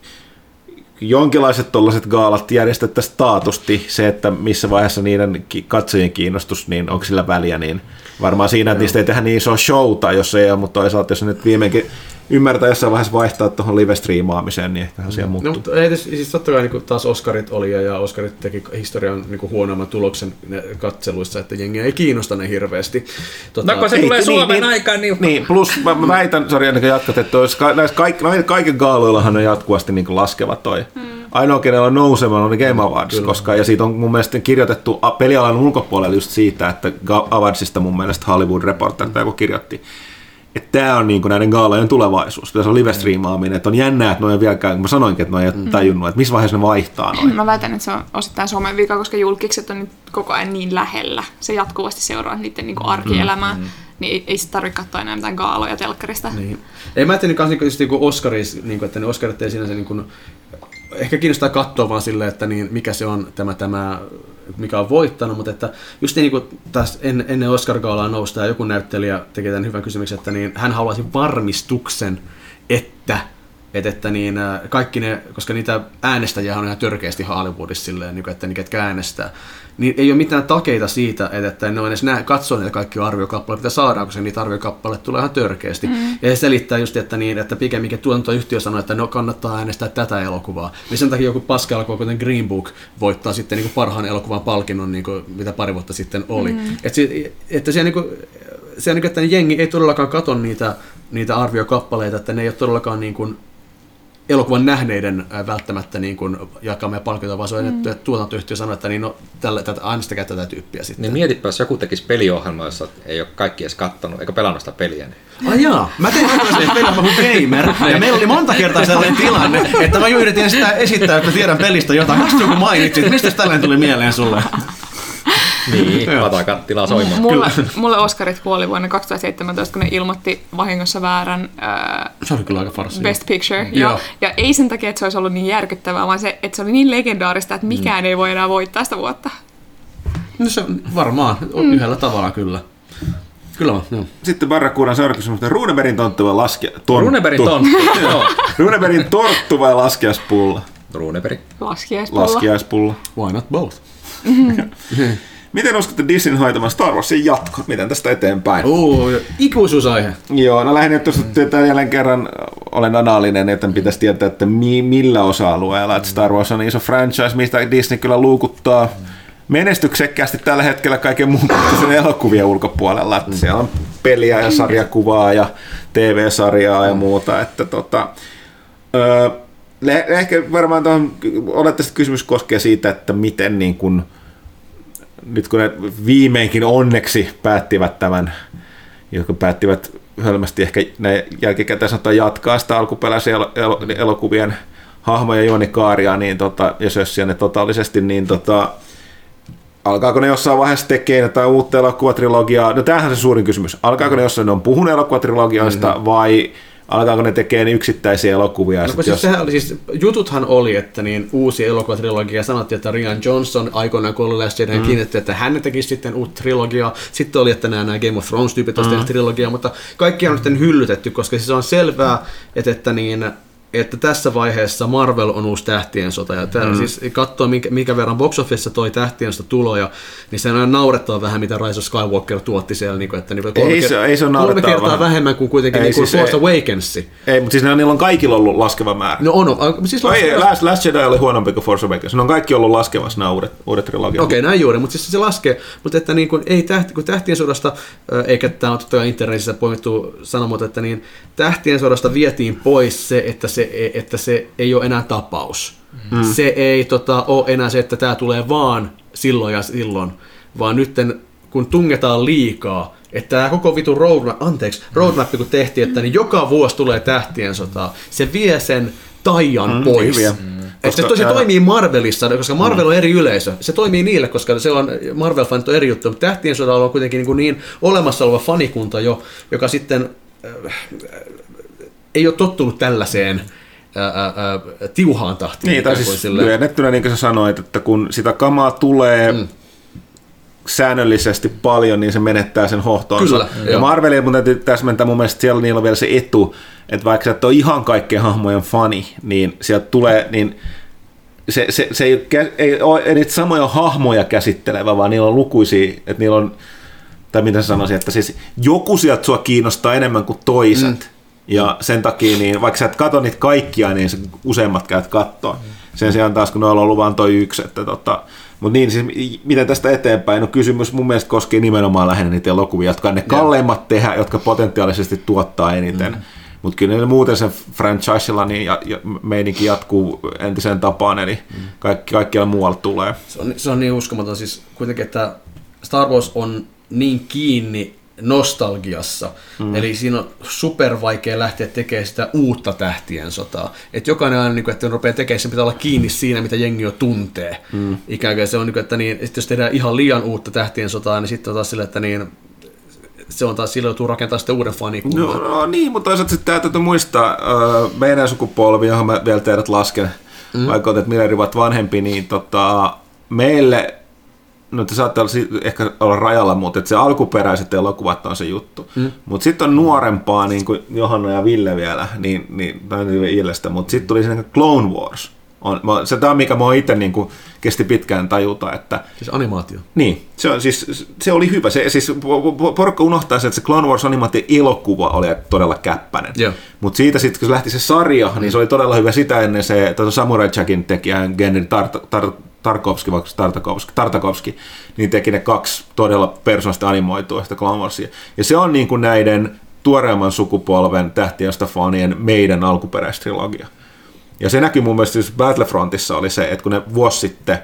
jonkinlaiset tollaiset gaalat järjestettäisiin taatusti. Se, että missä vaiheessa niiden katsojien kiinnostus, niin onko sillä väliä, niin varmaan siinä, että niistä ei tehdä niin isoa showta, jos ei ole, mutta toisaalta jos nyt viimeinkin ymmärtää jossain vaiheessa vaihtaa tuohon live-striimaamiseen, niin ehkä asia muuttuu. No, ei, siis totta kai niin taas Oscarit oli, ja Oscarit teki historian niin huonoimman tuloksen katseluissa, että jengi ei kiinnosta ne hirveästi. Tota, no kun se ei, tulee niin, Suomen niin, aikaan, niin... niin... Plus mä, mä väitän, sori ennen kuin jatkat, että näissä kaik, kaiken gaaloillahan on jatkuvasti niin laskeva toi. Hmm. Ainoa, kenellä on nousemaan on Game Awards, Kyllä. koska, ja siitä on mun mielestä kirjoitettu pelialan ulkopuolella just siitä, että Awardsista mun mielestä Hollywood Reporter tai joku kirjoitti, että tämä on niin kuin näiden gaalojen tulevaisuus. Tässä on live-striimaaminen, että on jännää, että ne on vieläkään, kun mä sanoinkin, että ne on mm. tajunnut, että missä vaiheessa ne vaihtaa noin. Mä väitän, että se on osittain somen vika, koska julkikset on nyt koko ajan niin lähellä. Se jatkuvasti seuraa niiden niin kuin arkielämää. Mm. Niin ei, ei se tarvitse katsoa enää mitään gaaloja telkkarista. Niin. Ei mä ajattelin kanssa niin kuin Oscarissa, niin kuin, että ne Oscarit ei sinänsä... Niin kuin, ehkä kiinnostaa katsoa vaan silleen, että niin, mikä se on tämä, tämä, mikä on voittanut, mutta että just niin kuin taas en, ennen Oscar-gaalaa nousta ja joku näyttelijä tekee tämän hyvän kysymyksen, että niin hän haluaisi varmistuksen, että, että, että niin, kaikki ne, koska niitä äänestäjiä on ihan törkeästi Hollywoodissa silleen, niin kuin, että ne ketkä äänestää, niin ei ole mitään takeita siitä, että ne on edes nää, katsoo niitä kaikkia arviokappaleita, mitä saadaan, koska niitä arviokappaleita tulee ihan törkeästi. Mm. Ja se selittää just, että, niin, että pikemminkin tuotantoyhtiö sanoo, että no kannattaa äänestää tätä elokuvaa. Niin sen takia joku paska-elokuva, kuten Green Book, voittaa sitten niin kuin parhaan elokuvan palkinnon, niin kuin, mitä pari vuotta sitten oli. Mm. Et se, että se, niin kuin, se, niin kuin, että jengi ei todellakaan katso niitä, niitä arviokappaleita, että ne ei ole todellakaan... Niin kuin, elokuvan nähneiden välttämättä niin kuin jakamia palkintoja, vaan se on, mm. että tuotantoyhtiö sanoo, että niin, no, tällä, tätä, äänestäkää tätä tyyppiä sitten. Niin mietipä, jos joku tekisi peliohjelma, jossa ei ole kaikki edes kattonut, eikä pelannut sitä peliä. Niin. Ai jaa, mä tein aikaisen peliohjelman kuin gamer, ja meillä oli monta kertaa sellainen tilanne, että mä yritin sitä esittää, että tiedän pelistä jotain. Vasta joku mainitsi, että mistä tällainen tuli mieleen sulle? Niin, patakattilaa soimaan. Mulle, mulle Oscarit kuoli vuonna kaksituhattaseitsemäntoista, kun ne ilmoitti vahingossa väärän ää, se oli kyllä aika farsi. Best Picture. Ja, ja ei sen takia, että se olisi ollut niin järkyttävää, vaan se, että se oli niin legendaarista, että mikään mm. ei voi enää voittaa sitä vuotta. No se varmaan, mm. yhdellä tavalla kyllä. Kyllä on, joo. Sitten Barracudan seuraava kysymys, Runebergin tonttu vai laskea... Runebergin tonttu, joo. Runebergin torttu vai laskiaispulla? Runeberg. Laskiaispulla. Laskiaispulla. Why not both? Miten uskotte Disneyn hoitamaan Star Warsin jatko? Miten tästä eteenpäin? Oo, ikuisuusaihe. Joo, no lähinnä tuosta mm. jälleen kerran olen anaalinen, että pitäisi tietää, että mi- millä osa-alueella. Että Star Wars on iso franchise, mistä Disney kyllä luukuttaa mm. menestyksekkäästi tällä hetkellä kaiken muun sen elokuvien ulkopuolella. Että mm. siellä on peliä ja sarjakuvaa ja T V-sarjaa ja muuta. Että tota, öö, ehkä varmaan tuohon, olettavasti kysymys koskee siitä, että miten niin kun, nyt kun ne viimeinkin onneksi päättivät tämän, jotka päättivät hölmästi ehkä ne jälkikäteen sanotaan jatkaa sitä alkuperäisen el- el- elokuvien hahmoja juonikaaria, niin tota, jos sössiä ne totaalisesti, niin tota, alkaako ne jossain vaiheessa tekee jotain uutta elokuvatrilogiaa? No tämähän on se suurin kysymys. Alkaako ne jossain, ne on puhunut elokuvatrilogiaista mm-hmm. vai alkaako ne tekee yksittäisiä elokuvia? No, siis, jos... sehän, siis, jututhan oli, että niin uusi elokuvatrilogia sanottiin, että Rian Johnson aikoinaan kun oli läsnä mm. kiinnitti, että hän tekisi sitten uutta trilogiaa. Sitten oli, että nämä, nämä Game of Thrones-tyypit olisivat mm. trilogiaa, mutta kaikki on sitten hyllytetty, koska siis on selvää, että, että niin, että tässä vaiheessa Marvel on uusi tähtien sota, ja tää, mm. siis katsoo, minkä, minkä verran box officessa toi tähtien sota tuloja, niin se on naurettava vähän, mitä Rise of Skywalker tuotti siellä, niin kuin, että niin kolme, ei se, ei se kolme kertaa vähän. vähemmän kuin kuitenkin niin kuin siis Force Awakens. Ei, mutta siis niillä on kaikilla ollut laskeva määrä. No on, on siis ei, Last, Last Jedi oli huonompi kuin Force Awakens, ne on kaikki ollut laskevassa nämä uudet, uudet trilogiat. Okei, okay, näin juuri, mutta siis se laskee, mutta että niin kuin, ei tähti, kun tähtien sodasta, eikä tämä on totta kai internetissä poimittu sanomuoto, että niin tähtien sodasta vietiin pois se, että se, että se ei ole enää tapaus. Mm. Se ei tota, ole enää se, että tämä tulee vaan silloin ja silloin, vaan nyt kun tungetaan liikaa, että tämä koko vitun roadmap, anteeksi, roadmap kun tehtiin, että niin joka vuosi tulee tähtien sotaa, se vie sen taian mm, pois. Mm. Että koska, se ää... toimii Marvelissa, koska Marvel on eri yleisö. Se toimii niille, koska se on Marvel-fanit on eri juttu, mutta tähtien sodalla on kuitenkin niin, niin olemassa oleva fanikunta jo, joka sitten äh, ei ole tottunut tällaiseen Ää, ää, tiuhaan tahtiin. Niin, tai siis lyhennettynä, niin kuin sä sanoit, että kun sitä kamaa tulee mm. säännöllisesti paljon, niin se menettää sen hohtoonsa. Kyllä, ja joo. Marvelin mun täytyy täsmentää, mun mielestä siellä niillä on vielä se etu, että vaikka sä et ole ihan kaikkien hahmojen fani, niin sieltä tulee, niin se, se, se ei, ei ole niitä samoja hahmoja käsittelevä, vaan niillä on lukuisia, että niillä on, tai mitä sanoisin, että siis joku sieltä sua kiinnostaa enemmän kuin toiset. Mm. Ja sen takia, niin, vaikka sä et katso niitä kaikkia, niin se useimmat käyt katsoa. Sen sijaan taas, kun noilla on ollut vain toi yksi. Että, tota, mutta niin, siis, miten tästä eteenpäin? No kysymys mun mielestä koskee nimenomaan lähinnä niitä elokuvia, jotka on ne kalleimmat tehdä, jotka potentiaalisesti tuottaa eniten. Mm. Mutta kyllä muuten sen franchisella niin ja, ja meininki jatkuu entiseen tapaan, eli mm. kaikki, kaikkialla muualla tulee. Se on, se on niin uskomaton. Siis kuitenkin, että Star Wars on niin kiinni nostalgiassa. Mm. Eli siinä on super vaikea lähteä tekemään sitä uutta tähtien sotaa. Että jokainen aina, että kun rupeaa tekemään, sen pitää olla kiinni siinä, mitä jengi jo tuntee. Mm. Ikään kuin se on, että niin, jos tehdään ihan liian uutta tähtien sotaa, niin sitten on taas sille, että niin, se on taas silloin, joutuu rakentamaan sitä uuden fanikunnan. No, no niin, mutta toisaalta sitten täytyy muistaa, meidän sukupolvi, johon mä vielä teidät lasken, mm. vaikka olet miljardivat vanhempi, niin tota, meille no te saatte olla, ehkä olla rajalla, mutta se alkuperäiset elokuvat on se juttu. Mm. Mutta sitten on nuorempaa, niin kuin Johanna ja Ville vielä, niin, niin Illestä, mutta sitten tuli se Clone Wars. On, se tämä, mikä mä itse niin kuin kesti pitkään tajuta. Että, siis animaatio. Niin, se, on, siis, se oli hyvä. Se, siis, porukka unohtaa se, että se Clone Wars animaatio-elokuva oli todella käppäinen. Mutta siitä sitten, kun se lähti se sarja, mm. niin se oli todella hyvä. Sitä ennen se Samurai Jackin tekijä, Gennady Tart- Tart- Tarkovski, vaikka Tartakovski, Tartakovski, niin teki ne kaksi todella persoonallista animoitua sitä Clone Warsia. Ja se on niin kuin näiden tuoreemman sukupolven tähtiöstä fanien meidän alkuperäistrilogia. Ja se näkyy mun mielestä siis Battlefrontissa oli se, että kun ne vuosi sitten,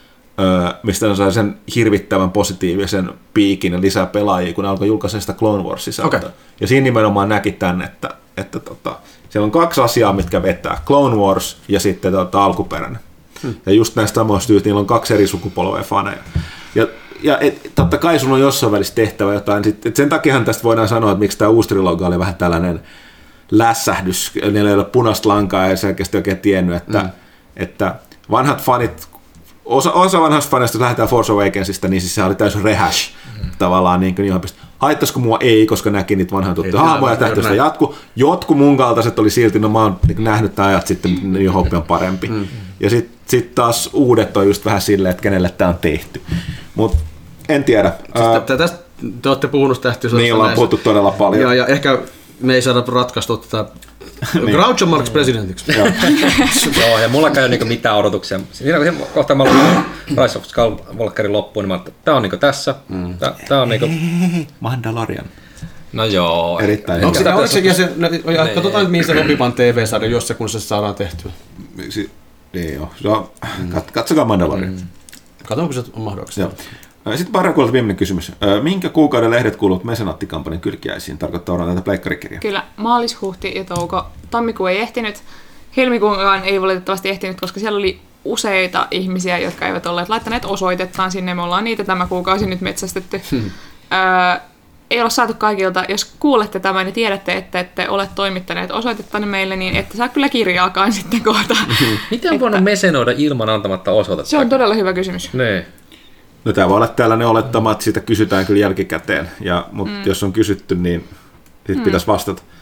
mistä ne sai sen hirvittävän positiivisen piikin ja lisää pelaajia, kun ne alkoi julkaista sitä Clone Wars-sisältöä. Okay. Ja siinä nimenomaan näki tämän, että, että tota, siellä on kaksi asiaa, mitkä vetää. Clone Wars ja sitten tota, alkuperäinen. Hmm. Ja just näistä samoista syystä, niillä on kaksi eri sukupolvea faneja. Ja, ja et, totta kai sun on jossain välissä tehtävä jotain. Sit, et sen takiahan tästä voidaan sanoa, että miksi tämä uusi trilogia oli vähän tällainen lässähdys. Niillä ei ole punaista lankaa ja selkeästi oikein tiennyt, että, hmm. että vanhat fanit, osa, osa vanhasta fanista, jos lähdetään Force Awakensista, niin siis se oli täysin rehash. Hmm. Tavallaan niin kuin johon pystyt. Haittaisiko mua? Ei, koska näki niitä vanhan tuttuja hahmoja ja tähtöistä jatku. Jotkut mun kaltaiset oli silti, no mä oon niin nähnyt tämän ajat sitten, niin Hope on parempi. Hmm. Ja sitten sit taas uudet on just vähän silleen, että kenelle tämä on tehty. Mutta en tiedä. Siis tästä te olette puhunut tähtiösodasta. Niin, ollaan puhuttu todella paljon. Ja, ja ehkä me ei saada ratkaistua tätä niin. Groucho Marx presidentiksi. Joo, ja mulla ei ole niinku mitään odotuksia. Siinä kohtaa mä olen Rise of Skywalkerin loppuun, niin mä ajattelin, että tää on niinku tässä. Mm. Tää, tää on niinku Mandalorian. No joo. Erittäin. Onko sitä, se, ja se, ja katsotaan nyt mihin se lopivan T V-sarja, jos se kun se saadaan tehtyä. Si- niin joo. So, kat- katsokaa Mandalorian. Mm. Katsotaanko se on mahdollista. Sitten Parakuolta viimeinen kysymys. Minkä kuukauden lehdet kuuluvat mesenaattikampanjan kylkiäisiin? Tarkoittaa olla näitä pleikkarikirjaa. Kyllä, maalis, huhti ja touko. Tammikuu ei ehtinyt. Helmikuunkaan ei valitettavasti ehtinyt, koska siellä oli useita ihmisiä, jotka eivät olleet laittaneet osoitettaan sinne. Me ollaan niitä tämä kuukausi nyt metsästetty. Hmm. Öö, ei ole saatu kaikilta. Jos kuulette tämän ja tiedätte, että ette ole toimittaneet osoitettanne meille, niin ette saa kyllä kirjaakaan sitten kohta. Miten on voinut mesenoida ilman antamatta osoitetta? Se on todella hyvä kysymys. Nee. No tämä voi olla tällainen olettama, että siitä kysytään kyllä jälkikäteen, ja, mutta mm. jos on kysytty, niin sitten mm. pitäisi vastata.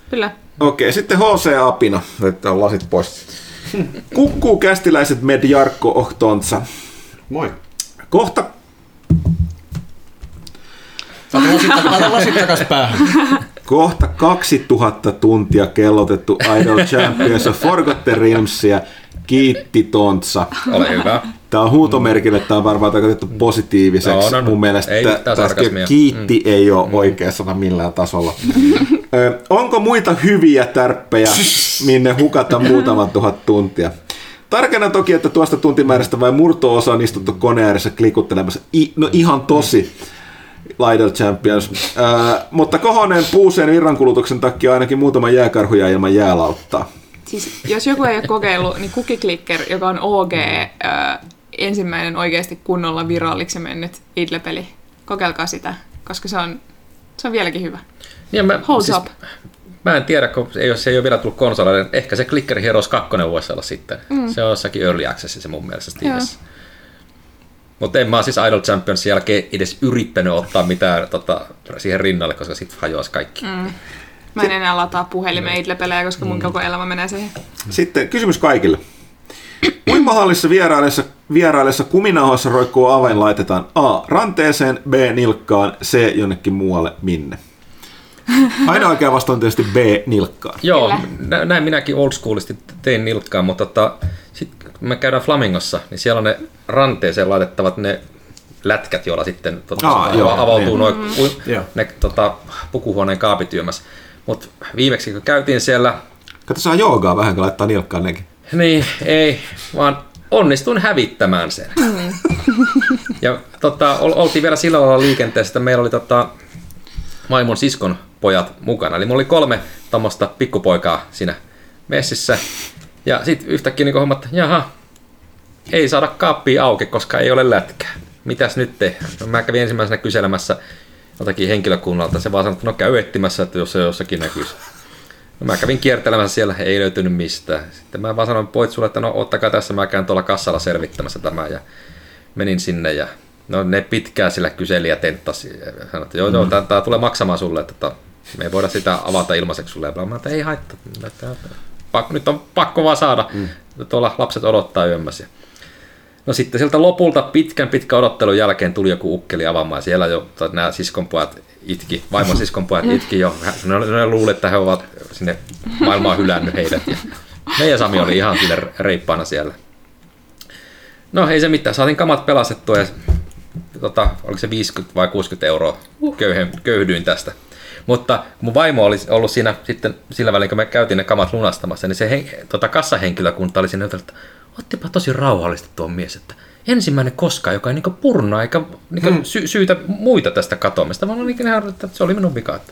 Kyllä. Okei, sitten H C Apina. Nyt on lasit pois. Kukkuu kästiläiset med Jarkko Ohtontsa. Moi. Kohta... Ota lasit takas päähän. Kohta kaksituhatta tuntia kellotettu Idol Champions of Forgotten Realmsia. Kiitti Tontsa. Ole hyvä. Tämä on huutomerkille, tämä on varmaan tarkoitettu positiiviseksi. No, no, no. Mun mielestä Ei mitään sarkasmia. kiitti Mm. ei ole oikea sana millään tasolla. Ö, onko muita hyviä tärppejä, minne hukata muutaman tuhat tuntia? Tarkennan toki, että tuosta tuntimäärästä vain murto-osa on istuttu koneen ääressä klikuttelemassa. I, no ihan tosi. Idol Champions. Ö, mutta kohoneen puuseen virrankulutuksen takia ainakin muutama jääkarhu jää ilman jäälauttaa. Siis, jos joku ei ole kokeillut, niin Cookie Clicker, joka on O G, äh, ensimmäinen oikeasti kunnolla viralliksi mennyt idle-peli. Kokeilkaa sitä, koska se on, se on vieläkin hyvä. Ja mä, Holds siis, up. Mä en tiedä, kun ei, se ei ole vielä tullut konsoleille. Ehkä se Clicker Heroes kaksi voisi olla sitten. Mm. Se on jossakin Early Access se mun mielestä Steamissa. Mutta en mä ole siis Idol Champions jälkeen edes yrittänyt ottaa mitään tota, siihen rinnalle, koska sitten hajoaisi kaikki. Mm. Mä en enää lataa puhelimen idle-pelejä, koska mun mm. koko elämä menee siihen. Sitten kysymys kaikille. Uimahallissa vieraillessa, vieraillessa kuminahoissa roikkuu avain laitetaan A. ranteeseen, B. nilkkaan, C. jonnekin muualle, minne? Aina oikea vastaus on tietysti B. nilkkaan. Joo, nä- näin minäkin old schoolisti tein nilkkaan, mutta tota, sitten kun me käydään Flamingossa, niin siellä on ne ranteeseen laitettavat ne lätkät, joilla sitten tota, Aa, joo, avautuu noin Mm. ne tota, pukuhuoneen kaapityömässä. Mutta viimeksi kun käytiin siellä... Kato, saa joogaa vähän, kun laittaa nilkkaan nekin. Niin, ei, vaan onnistun hävittämään sen. Ja tota, ol, oltiin vielä sillä lailla liikenteessä, että meillä oli tota, vaimon siskon pojat mukana. Eli mulla oli kolme tommoista pikkupoikaa siinä messissä. Ja sitten yhtäkkiä niin hommat, jaha, ei saada kaappia auki, koska ei ole lätkää. Mitäs nyt tehdään? No, mä kävin ensimmäisenä kyselemässä jotakin henkilökunnalta. Se vaan sanoi, että no käy etsimässä, että jos se jossakin näkyisi. No, mä kävin kiertelemässä siellä, ei löytynyt mistään. Sitten mä vaan sanoin poit sulle, että no ottakaa tässä, mä käyn tuolla kassalla selvittämässä tämän. Ja menin sinne ja no, ne pitkään sillä kyseli ja tenttasi. Ja sanoi, että joo, joo, mm. tämä tulee maksamaan sulle, että me ei voida sitä avata ilmaiseksi sulle. Ja mä että ei haittaa, pakko, nyt on pakko vaan saada. Mm. Tuolla lapset odottaa yömmässä. No sitten sieltä lopulta pitkän pitkän odottelun jälkeen tuli joku ukkeli avaamaan. Ja siellä jo nämä siskonpojat itki, vaimon siskonpojat itki jo. Ne, ne luuli, että he ovat sinne maailmaan hylännyt heidät. Ja meidän Sami oli ihan sille reippaana siellä. No ei se mitään, saatiin kamat pelastettua ja tota, oliko se viisikymmentä vai kuusikymmentä euroa köyhen, köyhdyin tästä. Mutta mun vaimo oli ollut siinä sitten sillä välin, kun me käytiin ne kamat lunastamassa, niin se hen, tota, kassahenkilökunta oli siinä, että ottipa tosi rauhallisesti tuo mies, että ensimmäinen koskaan, joka ei niinku purnaa eikä niinku hmm. sy- syytä muita tästä katoamista, vaan oli ihan, että se oli minun vika.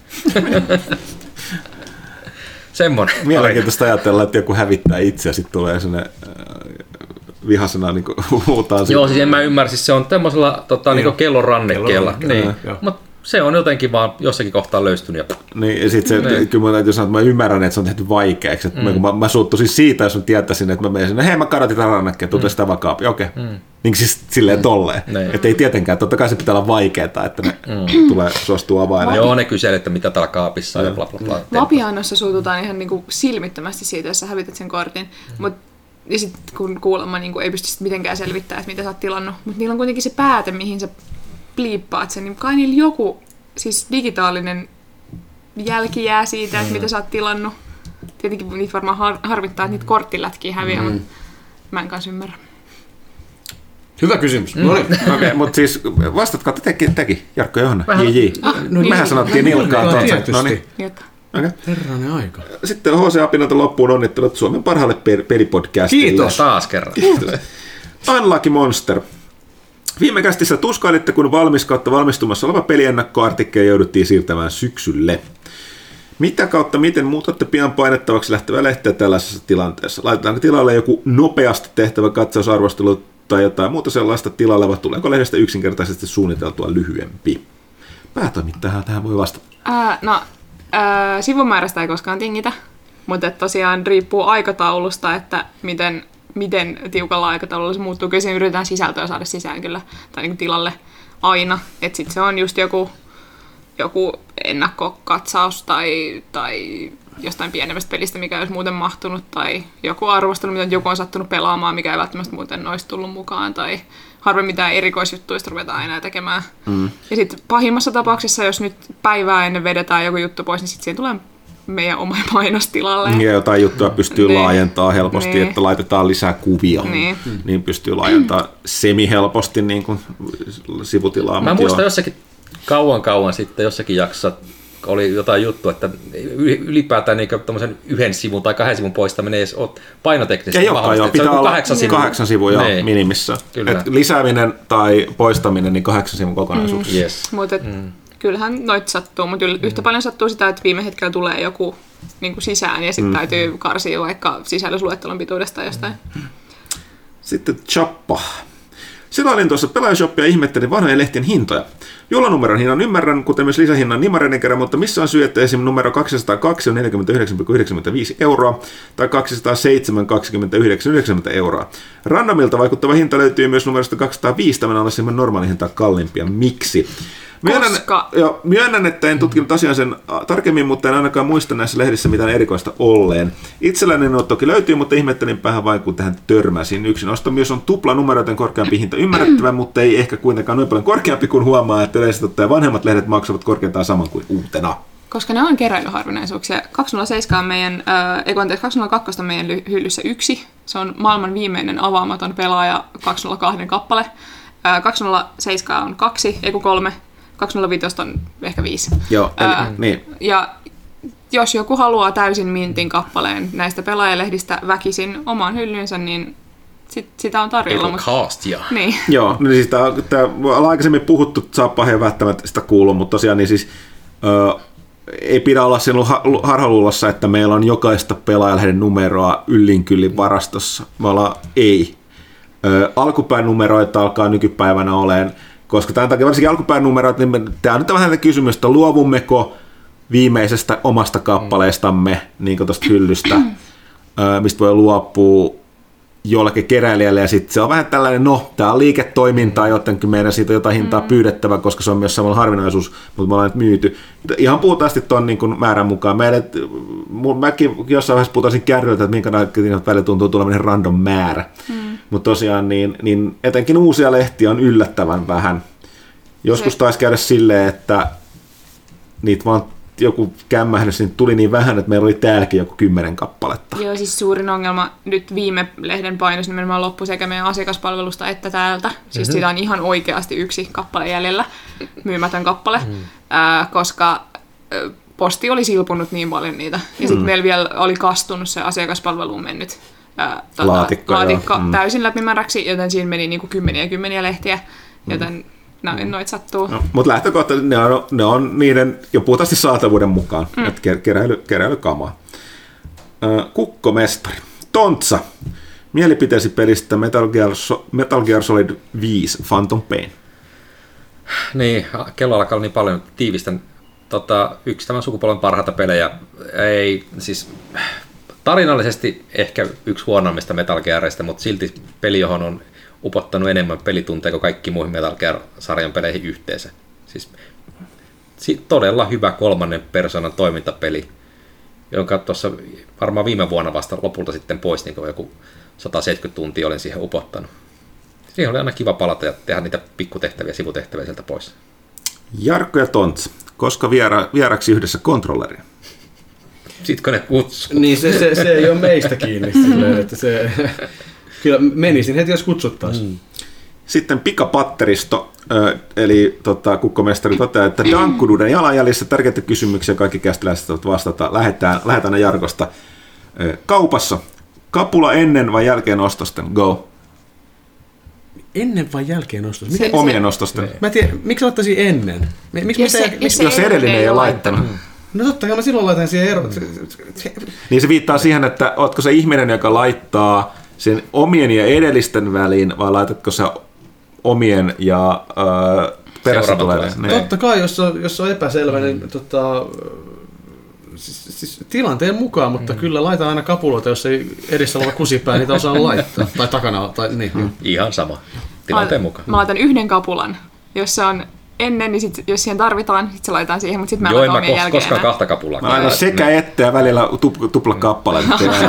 Semmoinen. Mielenkiintoista ajatella, että joku hävittää itse ja sitten tulee sinne äh, vihasena niin huutaan. Joo, siis en mä ymmärrä, siis se on tämmöisellä tota, niin kellon rannekkeella. Niin. Mutta se on jotenkin vaan jossakin kohtaa löystynyt. Ja... Niin, ja sitten se, niin. Kyllä mä täytyy sanoa, että mä ymmärrän, että se on tehty vaikeaksi. Mm. Mä, mä, mä suuttuisin siitä, jos mä tietäisin, että mä menen sinne, hei mä kadotin tämän rannekkeen, tuuta mm. sitä vakaapi, okei. Okay. Mm. Niin siis silleen tolleen. Mm. Että ei tietenkään, totta kai se pitää olla vaikeaa, että ne mm. tulee suostua availemaan. Joo, ne kyselee, että mitä täällä kaapissa on ja bla bla bla. Vapianossa suututaan ihan niinku silmittömästi siitä, jos sä hävität sen kortin. Mm. Mut, ja sitten kun kuulemma niin ei pysty mitenkään selvittämään, että mitä sä oot tilannut. Mutta niillä on kuitenkin se pääte, mihin sä bliippaat sen. Niin kai niillä joku siis digitaalinen jälki jää siitä, että mm. mitä sä oot tilannut. Tietenkin niitä varmaan har- harvittaa, että niitä korttilätkiä häviää, mm. mutta mä en kanssa ymmärrä. Hyvä kysymys. Mm. No niin, okei, okay, mutta siis vastatkaa te teki, teki Jarkko Johanna, jj. Ah, no niin. Mehän sanottiin nilkkaan no, tuolta. Tietysti. No niin. Okay. Herranen aika. Sitten H C Apinalta loppuun onnittelut Suomen parhaalle pelipodcastille. Kiitos taas kerran. Kiitos. Unlucky Monster. Viime kästissä tuskailitte, kun valmis kautta valmistumassa oleva peliennakkoartikkeli jouduttiin siirtämään syksylle. Mitä kautta miten muutatte pian painettavaksi lähtevää lehteä tällaisessa tilanteessa? Laitetaanko tilalle joku nopeasti tehtävä katsausarvostelu tai jotain muuta sellaista tilalle, vai tuleeko lehdestä yksinkertaisesti suunniteltua lyhyempi? Päätoimittajahan tähän voi vastata. Ää, no, ää, sivumäärästä ei koskaan tingitä, mutta tosiaan riippuu aikataulusta, että miten, miten tiukalla aikataululla se muuttuu. Kyllä siinä yritetään sisältöä saada sisään kyllä, tai niin kuin tilalle aina. Että sitten se on just joku, joku ennakkokatsaus tai, tai jostain pienemmästä pelistä, mikä olisi muuten mahtunut, tai joku arvostelu, mitä joku on sattunut pelaamaan, mikä ei välttämättä muuten olisi tullut mukaan, tai harvemmin mitään erikoisjuttuista ruvetaan enää tekemään. Mm. Ja sitten pahimmassa tapauksessa, jos nyt päivää ennen vedetään joku juttu pois, niin sitten siihen tulee meidän oma mainos tilalle. Ja jotain juttuja pystyy niin. laajentamaan helposti, niin. että laitetaan lisää kuvia. Niin, niin pystyy laajentamaan semi-helposti niin kuin sivutilaa. Mä muistan jossakin kauan kauan sitten jossakin jaksossa oli jotain juttu, että ylipäätään niin tommosen yhden sivun tai kahden sivun poistaminen ei edes ole painoteknisesti ei mahdollista. Joo, pitää olla kahdeksan sivua, kahdeksan sivua jo niin. minimissä. Et lisääminen tai poistaminen, niin kahdeksan sivun kokonaisuus. Mm. Yes. Mut et, mm. kyllähän noita sattuu, mutta yhtä mm. paljon sattuu sitä, että viime hetkellä tulee joku niin kuin sisään ja sitten mm. täytyy karsia vaikka sisällysluettelon pituudesta jostain. Sitten Chappa. Silloin olin tuossa Pelaajashoppia ja ihmettelin vanhojen lehtien hintoja. Juhlanumeron hinnan ymmärrän, kuten myös lisähinnan nimareiden kerran, mutta missä on syy, että esim. Numero kaksisataakaksi on neljäkymmentäyhdeksän pilkku yhdeksänkymmentäviisi euroa tai kaksisataaseitsemän pilkku kaksikymmentäyhdeksän pilkku yhdeksänkymmentä euroa. Randomilta vaikuttava hinta löytyy myös numerosta kaksisataaviisi, tämän olla semmoinen normaali hinta kalliimpia. Miksi? Myönnän, Koska... jo, myönnän, että en tutkinut asian sen tarkemmin, mutta en ainakaan muista näissä lehdissä mitään erikoista olleen. Itselläni ne toki löytyy, mutta ihmettelin päähän vain, kun tähän törmäsin. Yksin osto myös on tupla numero, joten korkeampi hinta ymmärrettävä, mutta ei ehkä kuitenkaan noin paljon korkeampi, kun huomaa, että yleisesti ottaen vanhemmat lehdet maksavat korkeintaan saman kuin uutena. Koska ne on keräilyharvinaisuuksia. kaksisataaseitsemän on meidän, äh, ei kun kaksisataakaksi on meidän hyllyssä yksi. Se on maailman viimeinen avaamaton pelaaja kaksisataakaksi kappale. Äh, kaksisataaseitsemän on kaksi, ei kun kolme. kaksisataaviisi on ehkä viisi. Joo, eli, Ää, niin. Ja jos joku haluaa täysin mintin kappaleen näistä pelaajalehdistä väkisin omaan hyllynsä, niin sit, sitä on tarjolla. Mutta... Kaastia. Niin. Joo, niin siis tämä on aikaisemmin puhuttu, Saappa ei välttämättä sitä kuulu, mutta tosiaan niin siis, ö, ei pidä olla sinun harhaluulossa, että meillä on jokaista pelaajalehden numeroa yllin kyllin varastossa. Me ollaan ei. Ö, alkupään numeroita alkaa nykypäivänä olemaan. Koska tämän takia varsinkin alkupään numerot, niin tämä on nyt vähän kysymys, että luovummeko viimeisestä omasta kappaleestamme, niin kuin tuosta hyllystä, mistä voi luopua jollekin keräilijälle, ja sitten se on vähän tällainen, no, tämä on liiketoimintaa, jotenkin meidän siitä on jotain hintaa pyydettävä, koska se on myös samalla harvinaisuus, mutta me ollaan nyt myyty. Ihan puhtaasti tuon niin määrän mukaan. Meille, mäkin jossain vaiheessa puhutaan kärryiltä, että minkä näköinen välillä tuntuu tulemaan random määrä. Mm. Mutta tosiaan niin, niin etenkin uusia lehtiä on yllättävän vähän. Joskus se... taisi käydä silleen, että niitä vaan joku kämmähdys, niin tuli niin vähän, että meillä oli täälläkin joku kymmenen kappaletta. Joo, siis suurin ongelma nyt viime lehden painos nimenomaan loppui sekä meidän asiakaspalvelusta että täältä. Siis mm-hmm. siitä on ihan oikeasti yksi kappale jäljellä, myymätön kappale, mm-hmm. äh, koska äh, posti oli silpunut niin paljon niitä. Ja sitten mm-hmm. meillä vielä oli kastunut se asiakaspalveluun mennyt äh, tuota, laatikko, laatikko täysin läpimäräksi, joten siinä meni niin kuin kymmeniä ja kymmeniä lehtiä, joten mm-hmm. No, noit sattuu. No, mutta lähtökohtaisesti ne on, ne on niiden jo puhtaasti saatavuuden mukaan, mm. että keräily, keräilykamaa. Kukkomestari. Tontsa. Mielipiteesi pelistä Metal Gear, Metal Gear Solid viisi Phantom Pain. Niin, kello alkaa olla niin paljon. Tiivistän tota, yksi tämän sukupolven parhaita pelejä. Ei, siis tarinallisesti ehkä yksi huonoimmista Metal Gearista, mutta silti peli, johon on upottanut enemmän pelitunteja kuin kaikki muihin Metal Gear-sarjan peleihin yhteensä. Siis todella hyvä kolmannen persoonan toimintapeli, jonka tuossa varmaan viime vuonna vasta lopulta sitten pois, niin kuin joku sata seitsemänkymmentä tuntia olen siihen upottanut. Siihen oli aina kiva palata ja tehdä niitä pikkutehtäviä, sivutehtäviä sieltä pois. Jarkko ja Tontsa, koska viera, vieraksi yhdessä kontrolleria? Sitkö ne kutsuu? Niin, se, se, se ei ole meistä kiinni. Silleen, että se... Kyllä menisin heti, jos kutsuttaisiin. Mm. Sitten pikapatteristo, eli tota, kukkomestari toteaa, että Dankkududen jalanjäljissä tärkeitä kysymyksiä kaikki kästiläiset voivat vastata. Lähetään, lähetään Jarkosta. Kaupassa, kapula ennen vai jälkeen ostosten? Go. Ennen vai jälkeen ostosten? Miten? Omien ostosten. Mä en tiedä, miksi ottaisin ennen? Miksi jos, se, miksi, jos edellinen ei ole laittanut? laittanut. No totta kai mä silloin laitan siihen ero. Niin se viittaa siihen, että ootko se ihminen, joka laittaa sen omien ja edellisten väliin, vai laitatko sä omien ja öö, perässä tulevien? Totta kai, jos on, jos on epäselvä, mm. niin tota, siis, siis tilanteen mukaan, mutta mm. kyllä laitan aina kapuloita, jos ei edessä ole kusipää, niitä osaa laittaa. Tai takana, tai niin. Mm. Ihan sama, tilanteen mukaan. Mä laitan yhden kapulan, jossa on ennen, niin sit, jos siihen tarvitaan, niin sit se laitetaan siihen, mutta sitten mä Joo, en laitan mä omien kos- jälkeen koskaan enää. kahta kapulaa. Mä aina sekä että ja välillä tup- tupla kappale.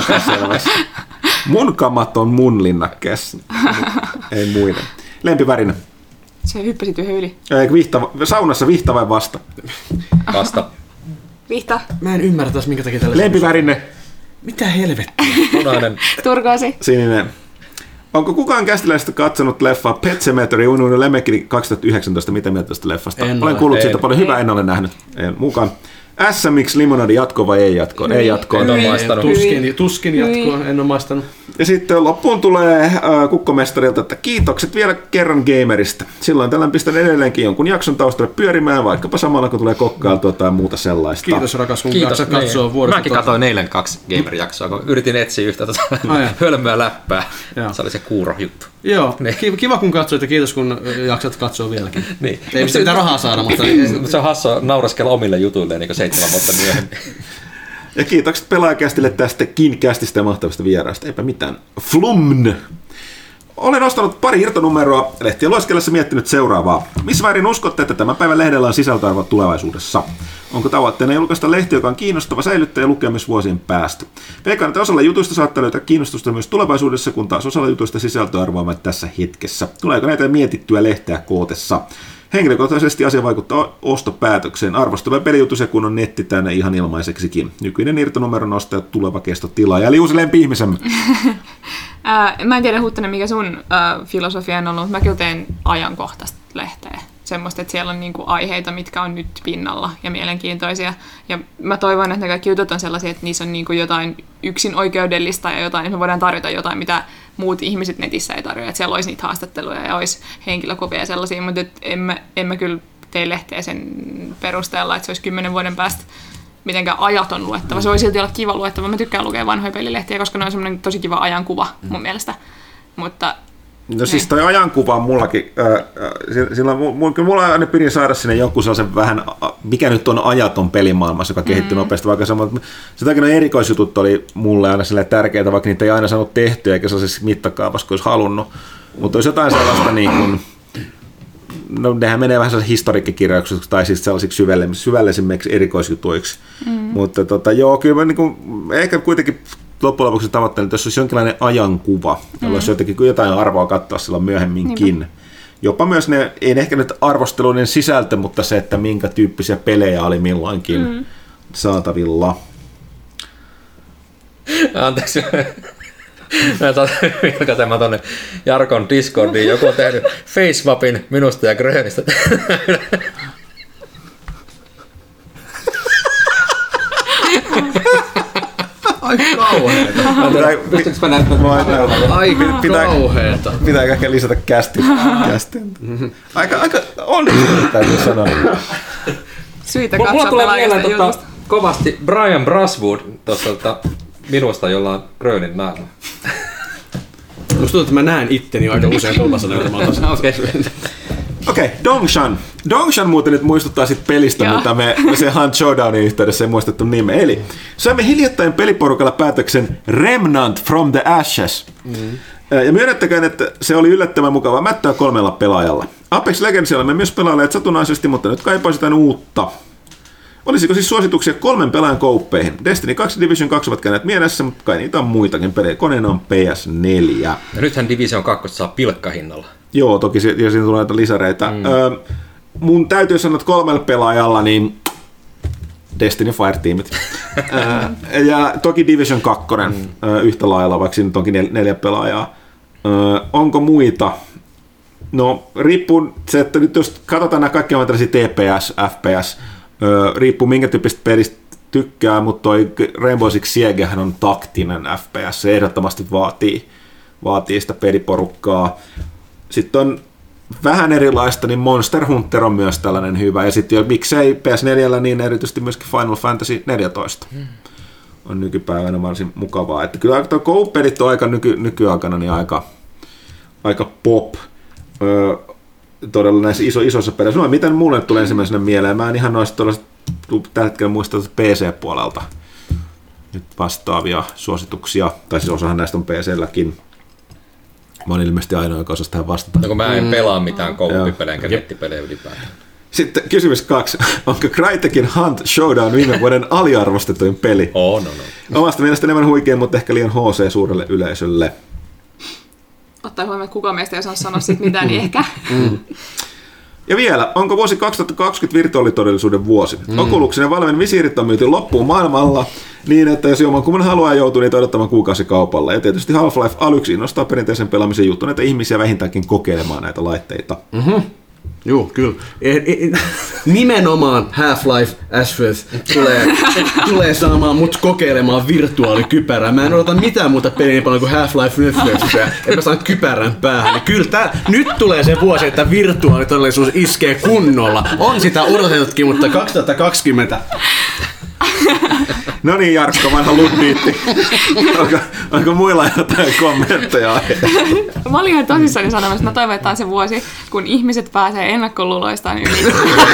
Mun kamat on mun linnakkeessa, ei muiden. Lempivärinä. Se hyppäsit yhden yli. Ei, vihta, saunassa vihta vai vasta? Vasta. Vihta. Mä en ymmärrä taas minkä takia tällä... Lempivärinne. Mitä helvettiä? Punainen. Turkoosi. Sininen. Onko kukaan kästiläisistä katsonut leffaa Pet Sematary Unknown Lemmekkini kaksituhattayhdeksäntoista? Mitä mieltä tästä leffasta? En Olen ole. kuullut En. siitä paljon hyvää, en ole nähnyt. En mukaan. S M X Limonade jatko vai ei jatko? Ei jatko. En ole maistanut. Tuskin, tuskin jatkoa, en ole maistanut. Ja sitten loppuun tulee äh, kukkomestarilta, että kiitokset vielä kerran gamerista. Silloin tällään pistän edelleenkin jonkun jakson taustalle pyörimään, vaikkapa samalla kun tulee kokkailtua tai muuta sellaista. Kiitos rakas, kun Kiitos. Kiitos, katsoa Niin. vuodesta. Mäkin katsoin eilen kaksi gamer-jaksoa, kun yritin etsiä yhtä tota Ai ja. hölmöä läppää. Joo. Se oli se kuuro juttu. Joo, Niin. kiva, kiva kun katsoit ja kiitos kun jaksat katsoa vieläkin. Niin. Ei mistä mitään rahaa saada, mutta... Se on hassua nauraskella omille jutuille niin seitsemän vuotta myöhemmin. Ja kiitokset pelaajakästille tästäkin kästistä ja mahtavasta vieraasta. Eipä mitään. Flumn! Olen ostanut pari irtonumeroa lehtien lueskellessa miettinyt seuraavaa. Missä väärin uskotte, että tämän päivän lehdellä on sisältöarvoa tulevaisuudessa? Onko tavoitteena julkaista lehti, joka on kiinnostava, säilyttää ja lukea myös vuosien päästä? Veikkaan, että osalla jutuista saattaa löytää kiinnostusta myös tulevaisuudessa, kun taas osalla jutuista sisältöarvoa vain tässä hetkessä. Tuleeko näitä mietittyä lehteä kootessa? Henkilökohtaisesti asia vaikuttaa ostopäätökseen. Arvostava pelijutus ja kun on netti tänne ihan ilmaiseksikin. Nykyinen irtonumeron ostaja tuleva kestotila. Eli uusi lempi-ihmisemme. Mä en tiedä, Huttunen, mikä sun äh, filosofia on ollut, mutta mä kyllä teen ajankohtaista lehteä. Semmoista, että siellä on niinku aiheita, mitkä on nyt pinnalla ja mielenkiintoisia. Ja mä toivon, että ne kaikki jutut on sellaisia, että niissä on niinku jotain yksin oikeudellista ja jotain, että me voidaan tarjota jotain, mitä muut ihmiset netissä ei tarjoa. Että siellä olisi niitä haastatteluja ja olisi henkilökuvia ja sellaisia, mutta en mä, en mä kyllä tee lehteä sen perusteella, että se olisi kymmenen vuoden päästä mitenkään ajaton luettava. Se voi silti olla kiva luettava. Mä tykkään lukea vanhoja pelilehtiä, koska ne on semmoinen tosi kiva ajankuva mun mielestä. Mutta No siis toi ajankuva on mullakin, äh, sillä mulla, mulla aina pyrin saada sinne joku sellaisen vähän, mikä nyt on ajaton pelimaailmassa, joka kehittyy mm. nopeasti, vaikka samoin, se takia ne erikoisjutut oli mulle aina tärkeitä, vaikka niitä ei aina saanut tehtyä, eikä sellaisessa mittakaavassa, kun olisi halunnut, mutta olisi jotain sellaista niin kuin, no nehän menee vähän sellaisiksi historiikkikirjauksiksi tai siis sellaisiksi syvällisimmiksi erikoisjutuiksi, mm. mutta tota, joo, kyllä mä niin kuin, ehkä kuitenkin loppujen lopuksi tavoittelin, että jos olisi jonkinlainen ajankuva, jolla olisi jotenkin jotain arvoa katsoa silloin myöhemminkin. Niinpä. Jopa myös ne, ei ehkä nyt arvosteluiden sisältö, mutta se, että minkä tyyppisiä pelejä oli milloinkin mm. saatavilla. Anteeksi. Mä katsoin tuonne Jarkon Discordiin. Joku on tehnyt facewapin minusta ja Grönistä. Aika kauheeta. Pystytkö mä näyttämään? Aika kauheeta. Pitääkö ehkä lisätä kästi? Aika, aika onnistunut, täytyy sanoa. syitä Mulla katsoa tulee mieleen pelaajasta tota, jutusta. kovasti Brian Braswood tuosta tota, minusta, jolla on Grönin naama. Musta tuntuu, että mä näen itteni aika usein tuollaisessa näytelmällä. Okei. Okei, okay, Dongshan. Dongshan muuten nyt muistuttaa sit pelistä, Joo. mitä me se Hunt Showdownin yhteydessä ei muistettu nimeä. Eli saimme hiljattain peliporukalla päätöksen Remnant from the Ashes. Mm. Ja myönnettäkään, että se oli yllättävän mukava mättöä kolmella pelaajalla. Apex Legends olemme myös pelailleet satunnaisesti, mutta nyt kaipaisi jotain uutta. Olisiko siis suosituksia kolmen pelaajan kouppeihin? Destiny kaksi Division kaksi ovat käyneet mielessä, mutta kai niitä on muitakin pelejä. Koneena on P S neljä. Ja nythän Division kaksi saa pilkkahinnalla. Joo, toki si- ja siinä tulee näitä lisäreitä. Mm. Öö, mun täytyy sanoa, että kolmella pelaajalla niin Destiny Fireteamit. öö, ja toki Division kaksi mm. öö, yhtä lailla, vaikka siinä onkin nel- neljä pelaajaa. Öö, onko muita? No, riippuu se, että nyt jos katsotaan nämä kaikki on tällaisia T P S, F P S, öö, riippuu minkä tyyppistä pelistä tykkää, mutta toi Rainbow Six Siegehän on taktinen F P S, se ehdottomasti vaatii, vaatii sitä peliporukkaa. Sitten on vähän erilaista, niin Monster Hunter on myös tällainen hyvä, ja sitten jo miksei P S neljä, niin erityisesti myöskin Final Fantasy neljätoista hmm. on nykypäivänä varsin mukavaa. Että kyllä tuo co-pelit on aika nyky, nykyaikana niin aika, aika pop. Öö, todella näissä iso, isoissa peleissä. No, miten mulle tulee ensimmäisenä mieleen? Mä en ihan noista tällä hetkellä muista P C-puolelta nyt vastaavia suosituksia, tai siis osahan näistä on P C-lläkin. Mä oon ilmeisesti ainoa, joka osasi tähän vastata. No kun mä en pelaa mitään kouppipelejä enkä nettipelejä ylipäätään. Sitten kysymys kaksi. Onko Crytekin Hunt Showdown viime vuoden aliarvostetuin peli? Oh, no, no. Omasta mielestä enemmän huikea, mutta ehkä liian H C suurelle yleisölle. Ottaa huomioon, että kuka meistä ei osaa sanoa siitä mitään, niin ehkä. Mm. Ja vielä, onko vuosi kaksituhattakaksikymmentä virtuaalitodellisuuden vuosi? Mm. Oculusin ja Valven visiirit on myyty loppuun maailmalla niin, että jos jommankumman haluaa joutua niitä odottamaan kuukausikaupalla. Ja tietysti Half-Life Alyx innostaa perinteisen pelaamisen juttu näitä ihmisiä vähintäänkin kokeilemaan näitä laitteita. Mm-hmm. Joo, kyllä. E, e, nimenomaan Half-Life Alyx tulee, tulee saamaan mut kokeilemaan virtuaalikypärää. Mä en odota mitään muuta peliä niin paljon kuin Half-Life Alyx. En mä saan kypärän päähän. Ja kyllä tää, nyt tulee se vuosi, että virtuaalitodellisuus iskee kunnolla. On sitä odotettukin, mutta kaksituhattakaksikymmentä... No niin, Jarkko, vanha luddiitti. Onko, onko muilla jotain kommentteja? Mä olin ihan tosissani sanomassa, että mä toivon, että tämä on se vuosi, kun ihmiset pääsee ennakkoluuloistaan yli.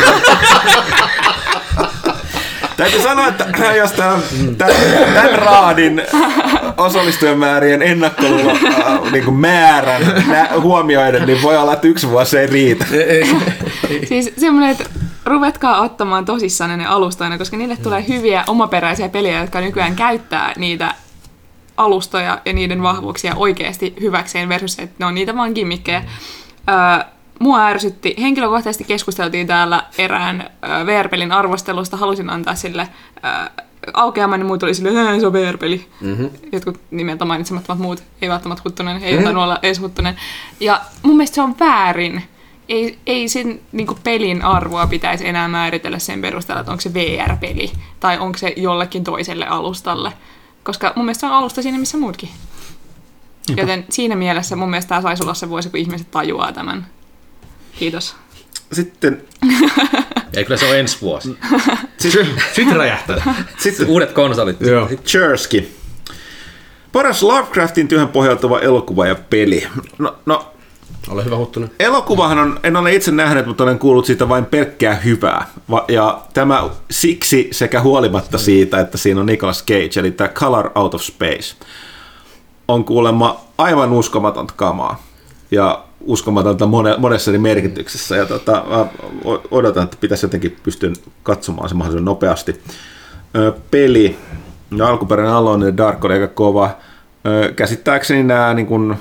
Täytyy sanoa, että jos tämän, tämän raadin osallistujamäärien ennakkoluulo äh, niin kuin määrän huomioiden, niin voi olla, että yksi vuosi ei riitä. Siis semmoinen, että ruvetkaa ottamaan tosissaan ne alustoina, koska niille tulee hyviä omaperäisiä pelejä, jotka nykyään käyttää niitä alustoja ja niiden vahvuuksia oikeasti hyväkseen versus, että ne on niitä vaan gimmikkejä. Öö, mua ärsytti. Henkilökohtaisesti keskusteltiin täällä erään öö, V R-pelin arvostelusta. Halusin antaa sille öö, aukeamaan, niin muu tuli silleen, että se on V R-peli. Mm-hmm. Jotkut nimeltä mainitsemattomat muut, ei välttämättä Huttunen, ei mm-hmm. olla edes Huttunen. Ja mun mielestä se on väärin. Ei, ei sen niin kuin pelin arvoa pitäisi enää määritellä sen perusteella, että onko se V R-peli tai onko se jollekin toiselle alustalle. Koska mun mielestä se on alusta siinä, missä muutkin. Jopa. Joten siinä mielessä mun mielestä tämä saisi olla se vuosi, kun ihmiset tajuaa tämän. Kiitos. Sitten... Ei, kyllä se on ensi vuosi. Sitten sit räjähtää. Sitten uudet konsolit. Chersky. Paras Lovecraftin työhön pohjautuva elokuva ja peli. No, no ole hyvä, Huttunen. Elokuvahan on, en ole itse nähnyt, mutta olen kuullut siitä vain pelkkää hyvää. Ja tämä siksi sekä huolimatta siitä, että siinä on Nicolas Cage, eli tämä Color Out of Space, on kuulemma aivan uskomatonta kamaa. Ja uskomatonta monessa merkityksessä. Ja tota, odotan, että pitäisi jotenkin pystyä katsomaan se mahdollisimman nopeasti. Peli, ja alkuperäinen Alone in the Dark oli aika kova. Käsittääkseni nämä niin kuin,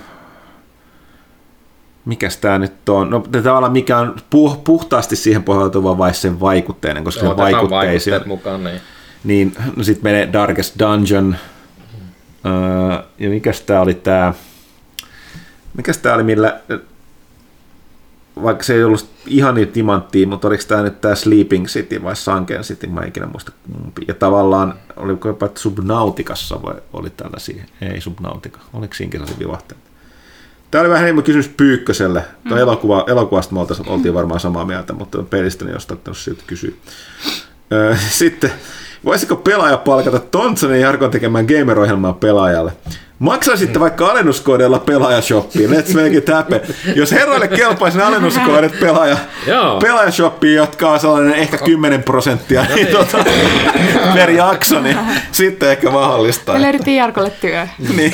mikäs tää nyt on? No tavallaan mikä on puh- puhtaasti siihen pohjautuva vai sen vaikutteinen, koska se vaikutteisia. Mukaan, niin. Niin, no sit menee Darkest Dungeon. Mm-hmm. Öö, ja mikäs tää oli tää? Mikäs tää oli millä, vaikka se ei ollut ihan niin timanttia, mutta oliko tää nyt tää Sleeping City vai Sunken City, mä en ikinä muista kumpi. Ja tavallaan, oliko jopa Subnauticassa vai oli tällaisia? Ei Subnautica, oliko siinkin sellaisia vivahteita? Tämä oli vähän enemmän kysymys Pyykköselle. Mm. Elokuva, elokuvasta me oltiin varmaan samaa mieltä, mutta pelistä niin olisi ottanut siltä kysyä. Sitten, voisiko pelaaja palkata Tontsonin ja Jarkon tekemään gamer-ohjelmaa pelaajalle? Maksaisitte vaikka alennuskoodilla pelaajashoppiin. Let's make it happen. Jos herroille kelpaisi ne alennuskoodit pelaaja, pelaajashoppiin, jotka on sellainen ehkä kymmenen prosenttia niin tota, per jakso, niin sitten ehkä mahdollista. Me löydettiin Jarkolle työ. Niin.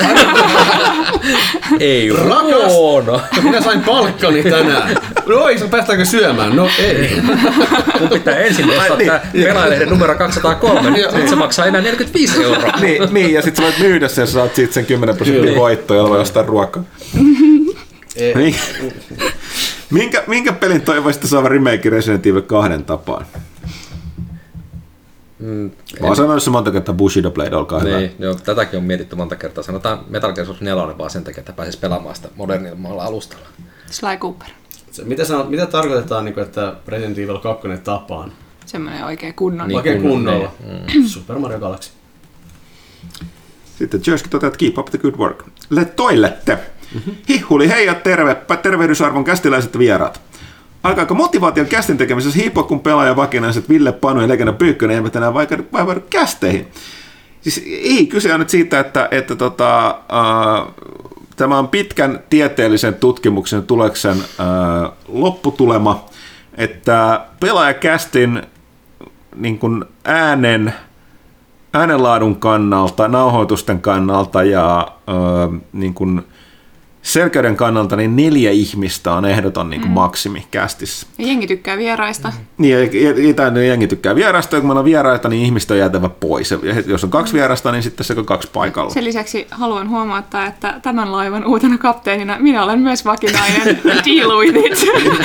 Ei rakas. Minä sain palkkani tänään. No ei, päästäänkö syömään? No ei. Mun pitää ensin ostaa niin, tämä pelaajalehden numero kaksisataakolme, niin sitten se maksaa enää neljäkymmentäviisi euroa. Niin, niin, ja sitten sä voit myydä sen, sä saat siitä sen kymmenen prosenttia voittoa, jolla voi ostaa ruokaa. Niin. minkä, minkä pelin toivoisitte saada remake Resident Evil kahden tapaan? Mm, Mä oon sanonut se monta kertaa Bushido Blade, olkaa niin, hyvä. Joo, tätäkin on mietitty monta kertaa. Sanotaan Metal Gear Solid neljä vaan sen takia, että pääsisi pelaamaan sitä modernilla alustalla. Sly Cooper. Se, mitä, sanot, mitä tarkoitetaan, että Resident Evil kaksi tapaan? Semmoinen oikein kunnon. Niin, oikein kunnolla. Mm. Super Mario Galaxy. Sitten Jersky toteaa, että keep up the good work. Le toilette. Mm-hmm. Hihuli, hei ja terve, tervehdysarvon kästiläiset vieraat. Alkaako motivaation kästin tekemisessä hiipua, kun pelaaja vakinaiset Ville Panu ja Legenda Pyykkönen eivät enää vaivaudu kästeihin? Siis ei, kyse on nyt siitä, että, että tota, äh, tämä on pitkän tieteellisen tutkimuksen tuloksen äh, lopputulema, että pelaajakästin niin kuin äänen, äänenlaadun kannalta, nauhoitusten kannalta ja äh, niin kuin selkeyden kannalta niin neljä ihmistä on ehdoton niin kuin mm. maksimi kästissä. Ja jengi tykkää vieraista. Niin, ja, ja, ja jengi tykkää vieraista, ja kun meillä on vieraita, niin ihmistä on jäätävä pois. Ja jos on kaksi vierasta, niin sitten se on kaksi paikalla. Sen lisäksi haluan huomauttaa, että tämän laivan uutena kapteenina minä olen myös vakinainen. Deal with it.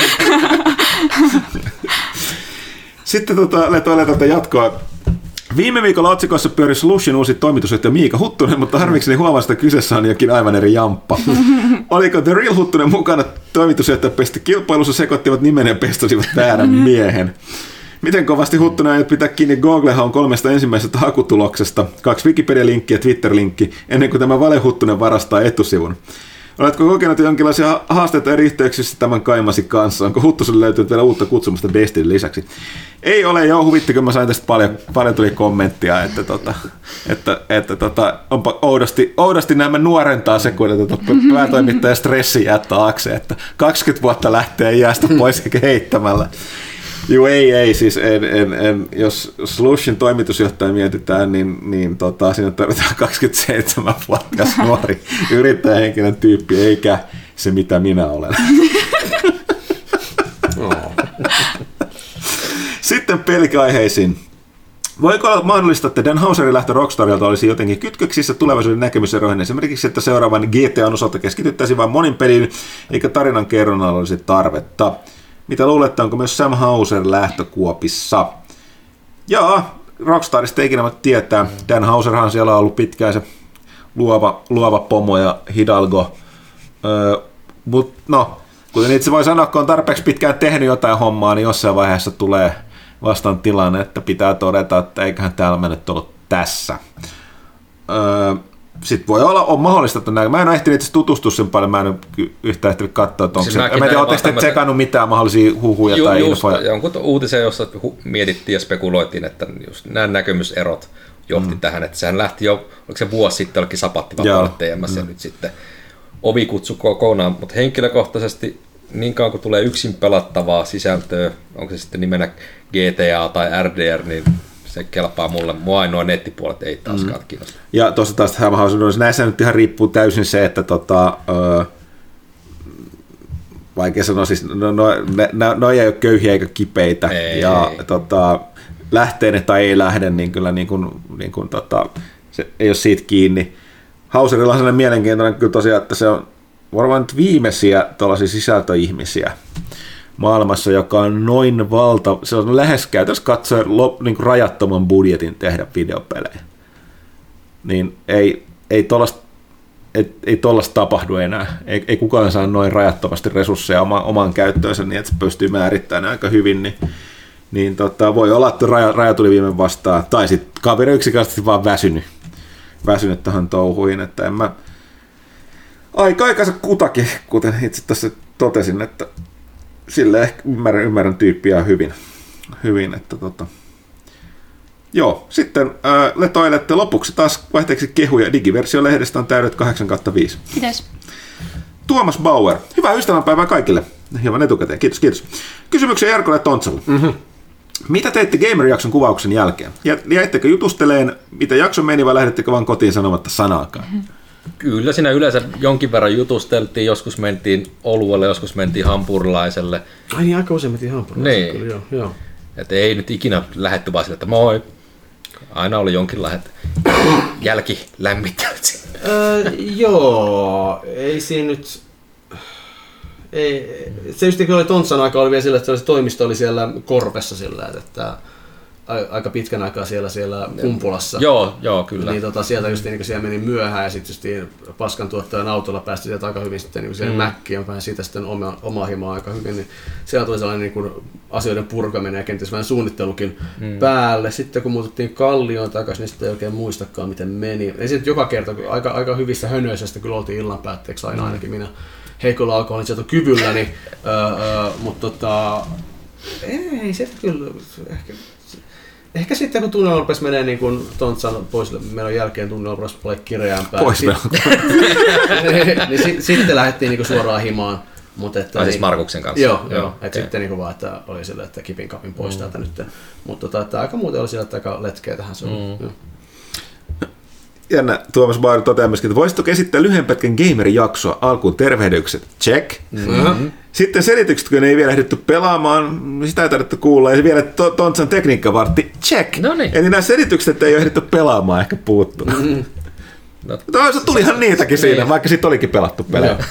Sitten tota, letoille tätä jatkoa. Viime viikolla otsikossa pyöri Slushin uusi toimitusjohtaja Miika Huttunen, mutta harmikseni huomasta, että kyseessä on jokin aivan eri jamppa. Oliko The Real Huttunen mukana toimitusjohtaja pesti kilpailussa, sekoittivat nimen ja pestasivat väärän miehen? Miten kovasti Huttunen aiot pitää kiinni Googlehaun kolmesta ensimmäisestä hakutuloksesta, kaksi Wikipedia-linkki ja Twitter-linkki, ennen kuin tämä valehuttunen varastaa etusivun? Oletko kokenut jonkinlaisia haasteita eri yhteyksissä tämän kaimasi kanssa? Onko Huttuselle löytynyt vielä uutta kutsumusta Bestin lisäksi? Ei ole, joo, huvitti, kun mä sain tästä paljon, paljon tuli kommenttia, että, tota, että, että tota, onpa oudosti, oudosti nämä nuorentaa se, kun tota, päätoimittaja stressi jää taakse, että kaksikymmentä vuotta lähtee iästä pois eikä heittämällä. Joo, ei, ei, siis en, en, en, jos Slushin toimitusjohtaja mietitään, niin, niin tota, siinä tarvitaan kaksikymmentäseitsemänvuotias nuori yrittäjähenkinen tyyppi, eikä se mitä minä olen. Sitten peliaiheisiin. Voiko olla mahdollista, että Dan Houserin lähtö Rockstarilta olisi jotenkin kytköksissä tulevaisuuden näkemyseroihin, esimerkiksi, että seuraavan G T A:n osalta keskityttäisiin vain monin peliin, eikä tarinan kerronnalla olisi tarvetta? Mitä luulette, onko myös Sam Houser lähtökuopissa? Jaa, Rockstarista ei ikinä voi tietää. Dan Houserhan siellä on ollut pitkään se luova, luova pomo ja Hidalgo. Öö, Mutta no, kuten itse voi sanoa, kun on tarpeeksi pitkään tehnyt jotain hommaa, niin jossain vaiheessa tulee vastaan tilanne, että pitää todeta, että eiköhän täällä mennyt ollut tässä. Öö, Sitten voi olla, on mahdollista, että näin. Mä en ole ehtinyt itse tutustua sen paljon, mä en ole yhtään ehtinyt katsoa, että onko siis se, mä en tiedä, oletteko te tsekannut mitään mahdollisia huhuja ju, tai just, infoja? Jonkun uutisen, jossa mietittiin ja spekuloitiin, että just nämä näkemyserot johti mm. tähän, että sehän lähti jo, oliko se vuosi sitten, olikin sapattivapaalle teemässä, ja nyt sitten ovikutsu kokonaan, mutta henkilökohtaisesti niin kauan kun tulee yksin pelattavaa sisältöä, onko se sitten nimenä G T A tai R D R, niin se kelpaa mulle. Mua ainoa nettipuolet ei taaskaan mm. kiinnosta. Ja tuossa taas näissä nyt ihan riippuu täysin se, että tota, öö, vaikea sanoa, siis no, no, ne, no ei ole köyhiä eikä kipeitä. Ei, ja ei. Tota, lähtee ne tai ei lähde, niin kyllä niin kuin, niin kuin, tota, se ei ole siitä kiinni. Houserilla on sellainen mielenkiintoinen kyllä tosiaan, että se on varmaan nyt viimeisiä tuollaisia sisältöihmisiä maailmassa, joka on noin valta, se on lähes käytössä katsoen niin rajattoman budjetin tehdä videopelejä. Niin ei, ei tuollaista ei, ei tapahdu enää. Ei, ei kukaan saa noin rajattomasti resursseja oma, omaan käyttöönsä niin, että se pystyy määrittämään aika hyvin. Niin, niin tota, voi olla, että raja, raja tuli viime vastaan. Tai sitten kaveri yksinkertaisesti vaan väsynyt, väsynyt tähän touhuihin. Että en mä aika aikansa kutakin, kuten itse tässä totesin, että sille ehkä ymmärrän, ymmärrän tyyppiä hyvin. hyvin että tota. Joo, sitten äh, letoilette lopuksi taas vaihteeksi kehuja. Digiversio-lehdestä on täydet kahdeksan kautta viisi. Kiitos. Tuomas Bauer. Hyvää ystävänpäivää kaikille. Hieman etukäteen. Kiitos, kiitos. Kysymyksiä Jarkolle Tontsalle. Mm-hmm. Mitä teitte Gamer-jakson kuvauksen jälkeen? Jäittekö jutusteleen, mitä jakso meni, vai lähdettekö vaan kotiin sanomatta sanaakaan? Mm-hmm. Kyllä siinä yleensä jonkin verran jutusteltiin, joskus mentiin oluelle, joskus mentiin hampurilaiselle. Ai niin, aika usein mentiin hampurilaiselle. Niin. Kyllä, joo, joo. Että ei nyt ikinä lähdetty vaan sille, että moi. Aina oli jonkinlaiset jälkilämmittelyt. öö, joo, ei siinä nyt... Ei, se just kun oli Tontsan aika oli vielä sillä, että se toimisto oli siellä Korpessa sillä, että aika pitkän aikaa siellä, siellä Kumpulassa. Joo, joo, kyllä. Niin tota, sieltä just niin, siellä meni myöhään ja sitten paskan tuottajan autolla päästi sieltä aika hyvin sitten niin siihen mm. mäkkiin ja vähän siitä sitten oma, omaa himaa aika hyvin. Niin siellä tuli sellainen niin kuin asioiden purkaminen ja kenties vähän suunnittelukin mm. päälle. Sitten kun muututtiin Kallioon takaisin, niin sitten ei oikein muistakaan miten meni. Ei se nyt joka kerta, aika, aika hyvissä hönöisestä kyllä oltiin illan päätteeksi aina mm. ainakin minä heikolla alkoholisietokyvyllä, niin, öö, öö, mutta tota, ei se kyllä ehkä... Ehkä sitten kun tunnelma rupesi menee niin kuin Tontsan pois menon jälkeen tunnelma rupesi paljon kireämpää. Pois niin, niin, niin sit, sitten lähdettiin niin kuin suoraan himaan. Mutta että, no, siis niin, Markuksen kanssa. Joo, joo. joo. Okay. Sitten niin kuin vaan, että oli sille, että kipin kapin pois mm. täältä nyt. Mutta tota, että aika muuten oli sillä, että aika letkeä tähän se oli. Mm. jännä Tuomas Bauer toteaa myöskin, että voisitko esittää lyhyen pätkän gamer-jaksoa? Alkuun tervehdykset, check. Mm-hmm. Sitten selitykset, kun ei vielä ehditty pelaamaan, sitä ei tarvittu kuulla. Ja vielä to- Tontsan tekniikkavartti, check. Noniin. Eli nämä selitykset ei ole ehditty pelaamaan, ehkä puuttu. Mm-hmm. No, tulihan se, niitäkin siinä, niin. Vaikka siitä olikin pelattu pelejä. No.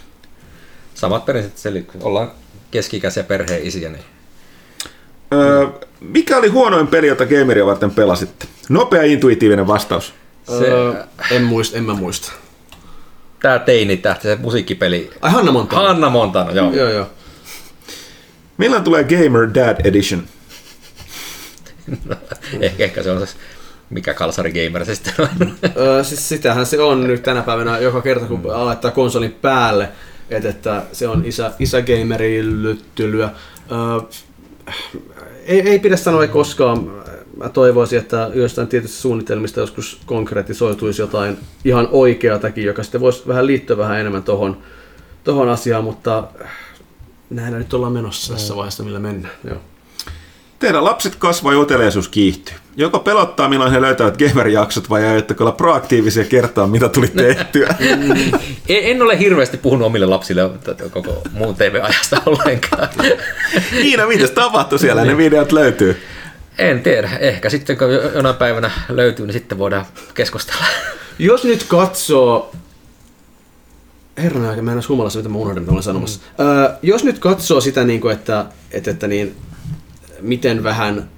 Samat periset selitykset. Ollaan keski-ikäisiä perheen isiä. Niin. Öö, mikä oli huonoin peli, jota gameria varten pelasitte? Nopea intuitiivinen vastaus. Se, öö, en, muista, en mä muista. Tää teini-tähti, se musiikkipeli. Ai Hanna Montana. Hanna Montana, joo. joo, joo. Milloin tulee Gamer Dad Edition? no, ehkä, ehkä se on se, mikä kalsari gamer se sitten on. öö, siis sitähän se on nyt tänä päivänä joka kerta, kun mm. laittaa konsolin päälle, että, että se on isä, isägamerillyttelyä. Öö, ei, ei pidä sanoa ei koskaan. Mä toivoisin, että jostain tietysti suunnitelmista joskus konkretisoituisi jotain ihan oikeatakin, joka sitten voisi vähän liittyä vähän enemmän tohon, tohon asiaan, mutta näillä nyt ollaan menossa tässä vaiheessa, millä mennään. Joo. Teidän lapset kasvaa ja uteliaisuus kiihtyy. Joko pelottaa, milloin he löytävät gamer-jaksot, vai aiotteko olla proaktiivisia kertoa, mitä tuli tehtyä? En ole hirveästi puhunut omille lapsille koko muun T V-ajasta ollenkaan. Niina, mitäs tapahtui siellä? Ne videot löytyy. En tiedä. Ehkä sitten, kun jonain päivänä löytyy, niin sitten voidaan keskustella. Jos nyt katsoo... Herran aika, mä en ole humalassa, mitä mä unohdin, mitä olen sanomassa. Mm. Öö, jos nyt katsoo sitä, niin kuin, että, että, että niin, miten vähän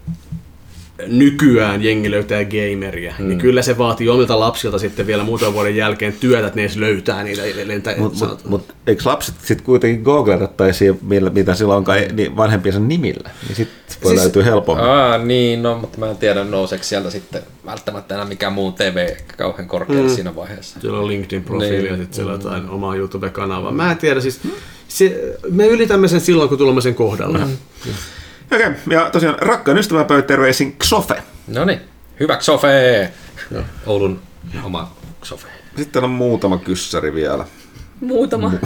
nykyään jengi löytää gameria, mm. niin kyllä se vaatii omilta lapsilta sitten vielä muutaman vuoden jälkeen työtä, että ne edes löytää niitä. Mutta mut, mut, eikö lapset sitten kuitenkin googlerattaisi, mitä sillä onkaan niin vanhempiensa nimillä? Niin sitten voi siis, löytyä helpommin. Aa, niin, no, mutta mä en tiedä, nouseeko sieltä sitten välttämättä enää mikään muu T V kauhean korkealle mm. siinä vaiheessa. Siellä on LinkedIn-profiili niin. Ja sitten siellä on jotain mm. omaa YouTube-kanavaa. Mä en tiedä, siis se, me ylitämme sen silloin, kun tulemme sen kohdalle. Mm. Okei, okay. Ja tosiaan rakkaan ystävänpäivä terveisin Xofe. No niin, hyvä Xofe! No. Oulun oma Xofe. Sitten on muutama kyssäri vielä. Muutama. Mu-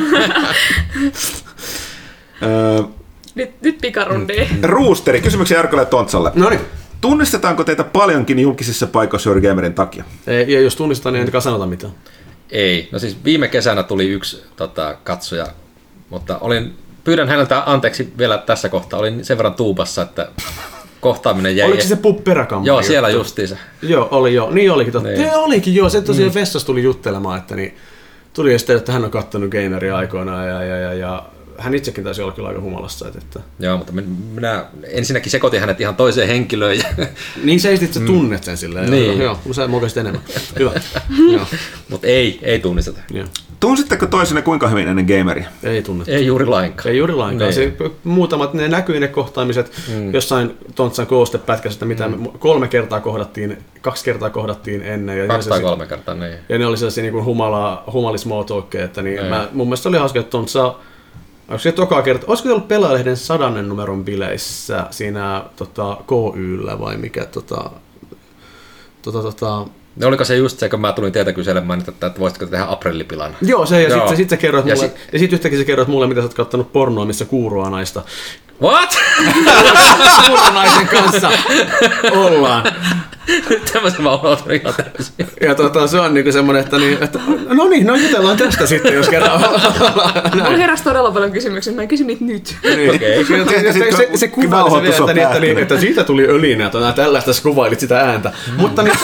nyt, nyt pikarundi. Roosteri, kysymyksiä Jarkolle ja Tontsalle. No niin. Tunnistetaanko teitä paljonkin julkisissa paikoissa Eurogamerin takia? Ei, ja jos tunnistetaan, niin ei sanota mitään. Ei. No siis viime kesänä tuli yksi tota, katsoja, mutta olin... Pyydän häneltä anteeksi vielä tässä kohtaa. Olin sen verran tuupassa, että kohtaaminen jäi... Oliko se peräkamari? Joo, siellä justiinsa. Joo, oli joo. Niin olikin totta. Niin. Niin olikin joo. Se tosiaan mm. vessassa tuli juttelemaan, että niin, tuli esteen, että hän on kattonut gameria aikoinaan ja, ja, ja, ja hän itsekin taisi olla kyllä aika humalassa. Että... Joo, mutta minä ensinnäkin sekoitin hänet ihan toiseen henkilöön. Ja... Niin se itse mm. tunnet sen silleen. Niin. Joo, joo, sä mokasit enemmän. Hyvä. Mutta ei, ei tunnisteta. Joo. Tunsitteko toisenne kuinka hyvin ennen gameria? Ei tunnettu. Ei juuri lainkaan. Ei juuri lainkaan. Se, muutamat, ne näkyy ne kohtaamiset mm. jossain Tontsan koostepätkässä, että mitä mm. me kolme kertaa kohdattiin, kaksi kertaa kohdattiin ennen. Ja kaksi tai kolme kertaa, niin. Ja ne oli sellaisia niin humala, humalis-small-talkkeja, että niin mä, mun mielestä oli hauska, että Tontsa, onko se toka kerta, olisiko ollut Pelaajalehden sadannen numeron bileissä siinä tota, K Y:llä vai mikä tota, tota, tota, no oliko se just se, kun mä tulin teitä kyselemään, että, että voisitko tehdä aprillipilana? Joo, se ja sitten sit sä kerroit mulle, ja, sit... ja sit yhtäkkiä sä kerroit mulle, mitä sä oot kattonut pornoa, missä kuuroa naista. What? Kuuronaisen kanssa ollaan. Tämmöisen mä unohdun ihan täysin. Ja tota, se on niinku semmonen, että, niin, että no niin, no jutellaan tästä sitten, jos kerran mulla heräsi todella paljon kysymyksiä, mä en kysy niitä nyt. Niin. Okay. Se, se, se, se kuvaili se vielä, että, niin, että, niin, että siitä tuli ölinä, että tällaista sä kuvailit sitä ääntä. Mm. Mutta niin...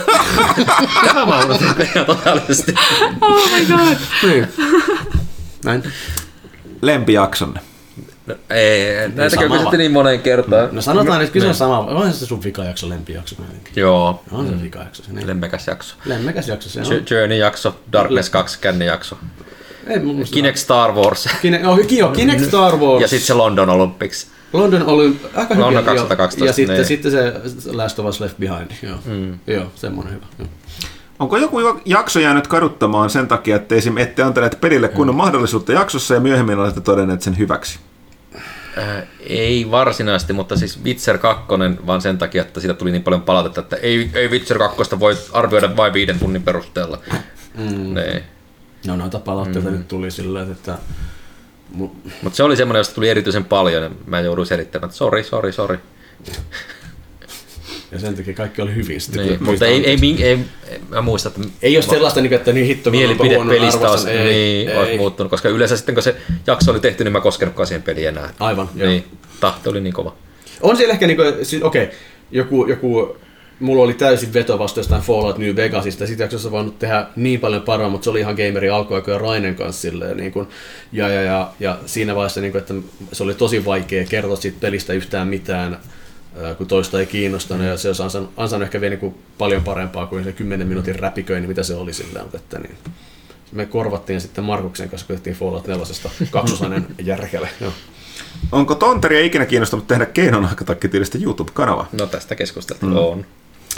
Tämä mä unohdun ihan totaalisesti. Oh my god. Niin. Näin. Lempijaksonne. No, ei, näitäkö kysytte niin moneen kertaan? No sanotaan, että kyllä se on sama. On se sun vikajakso, lempijakso? Joo. On se vikajakso. Niin. Lemmekäs jakso. Lemmekäs jakso se on. Journey-jakso, Darkness kaksi Känni-jakso. Kinect Star Wars. Kine, oh, joo, Kinect Star Wars. Ja sitten se London Olympics. London Olympics, aika hyvä. London kaksituhattakaksitoista. Ja sitten, niin. sitten se Last of Us Left Behind. Joo, mm. joo semmoinen hyvä. Joo. Onko joku jakso jäänyt kaduttamaan sen takia, että esim. Ette antaneet pelille kunnon mm. mahdollisuutta jaksossa ja myöhemmin olette todenneet sen hyväksi? Äh, ei varsinaisesti, mutta siis Witcher kaksi vaan sen takia, että siitä tuli niin paljon palautetta, että ei, ei Witcher kaksi voi arvioida vain viiden tunnin perusteella. Mm. Nee. No noita palautteita mm. nyt tuli sillä, että... Mutta se oli semmoinen, josta tuli erityisen paljon ja mä jouduin selittämään, että sori, sori, sori. Ja sen takia kaikki oli hyvin sitten. Niin, mutta ei, ei, ei, ei, mä muistan, että ei ole sellaista, että niin hitto, mielipide pelistä olisi, ei, niin, ei. olisi muuttunut, koska yleensä sitten kun se jakso oli tehty, niin mä koskenutkaan siihen peliin enää. Aivan, niin, tahto oli niin kova. On siellä ehkä, niin kuin, siis, okei, okay, joku, joku, mulla oli täysin veto vasta jostain Fallout New Vegasista, sitä jaksossa voinut tehdä niin paljon parhaa, mutta se oli ihan gamerin alkuaikoja Rainen kanssa silleen, niin kuin, ja, ja, ja, ja siinä vaiheessa, niin kuin, että se oli tosi vaikea kertoa siitä pelistä yhtään mitään, kun toista ei kiinnostanut, ja se olisi ansainnut, ansainnut ehkä vielä niin paljon parempaa kuin se kymmenen minuutin räpiköinti, mitä se oli silleen, että niin. Me korvattiin sitten Markuksen kanssa, kun tehtiin Fallout neljä kaksosainen järkele. Joo. Onko Tonteria ikinä kiinnostunut tehdä Keinonahkatakki-tyylistä YouTube-kanavaa? No tästä keskusteltiin, mm. on.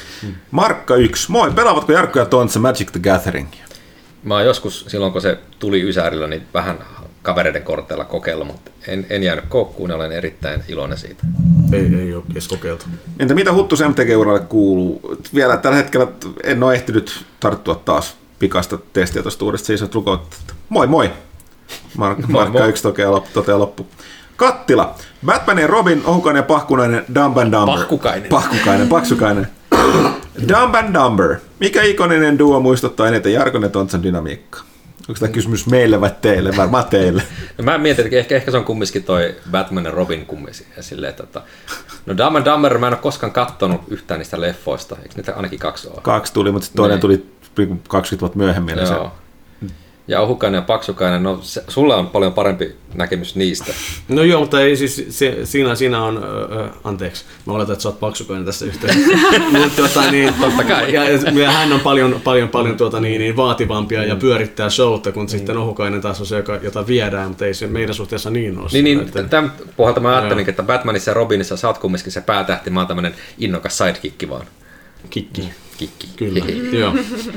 Markka yksi. Moi, pelaavatko Jarkko ja Tontsa Magic the Gatheringia? Mä oon joskus, silloin kun se tuli Ysärillä, niin vähän kavereiden korteilla kokeilla, mutta en, en jäänyt koukkuun ja olen erittäin iloinen siitä. Ei, ei ole edes kokeiltu. Entä mitä Huttus M T G-uralle kuuluu? Vielä tällä hetkellä en ole ehtinyt tarttua taas pikaista testiä tuosta uudesta season lukoutta. Moi moi! Mark- Markka yksi toteaa loppu. Kattila. Batman ja Robin, Ohukainen ja Pahkunainen, Dumb and Dumber. Pahkukainen. Pahkukainen, Paksukainen. Dumb and Dumber. Mikä ikoninen duo muistuttaa eniten Jarkon ja Tontsan dynamiikkaa? Onko tämä kysymys meille vai teille? Varmaan teille. No mä mietin, että ehkä, ehkä se on kumminkin toi Batman ja Robin kumminkin. Silleen, että, no Dumb and Dumber mä en ole koskaan kattonut yhtään niistä leffoista. Eikö niitä ainakin kaksi ole? Kaksi tuli, mutta toinen niin tuli kaksikymmentä vuotta myöhemmin. Joo. Ja Ohukainen ja Paksukainen, no se, sulla on paljon parempi näkemys niistä. No joo, mutta ei siis, se, siinä, siinä on, ö, anteeksi, mä oletan, että sä oot Paksukainen tässä yhteydessä. tuota, niin, Totta kai. Ja, ja hän on paljon, paljon, paljon tuota, niin, niin vaativampia ja pyörittää showta, kun mm. sitten Ohukainen taas on se, joka, jota viedään, mutta ei se meidän suhteessa niin ole. Niin, niin että, tämän pohjalta mä ajattelin, joo, että Batmanissa ja Robinissa sä oot kumminkin se päätähti, mä oon tämmönen innokas sidekick vaan. Kikki. Kikki. Kyllä, joo.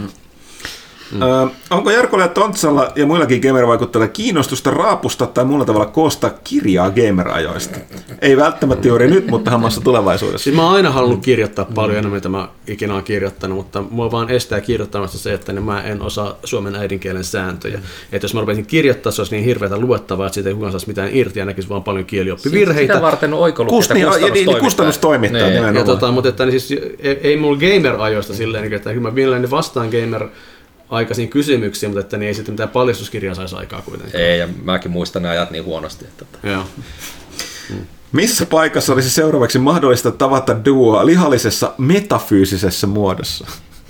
Mm. Öö, onko Jarkolla ja Tontsalla ja muillakin gamer-vaikuttajilla kiinnostusta raapusta tai muulla tavalla koostaa kirjaa gamer-ajoista? Ei välttämättä juuri nyt, mutta hammassa tulevaisuudessa. Siis mä oon aina halunnut kirjoittaa paljon enemmän, mitä mä ikinä oon kirjoittanut, mutta mua vaan estää kirjoittamasta se, että mä en osaa suomen äidinkielen sääntöjä. Mm. Että jos mä rupesin kirjoittaa, se olisi niin hirveätä luettavaa, että siitä ei kukaan saisi mitään irti ja näkisi vaan paljon kielioppivirheitä. Sitä varten on oikolukkeita, kustannustoimittajat. Kustannustoimittajat nimenomaan. Ja tota, mutta että, niin siis, ei, ei mulla gamer-ajoista silleen, että kyllä mä mielelläni vastaan gamer aikaisiin kysymyksiä, mutta että niin ei sitten mitään paljastuskirjaa saisi aikaa kuitenkaan. Ei, ja mäkin muistan ne ajat niin huonosti. Että... Joo. Mm. Missä paikassa olisi seuraavaksi mahdollista tavata duoa lihallisessa metafyysisessä muodossa?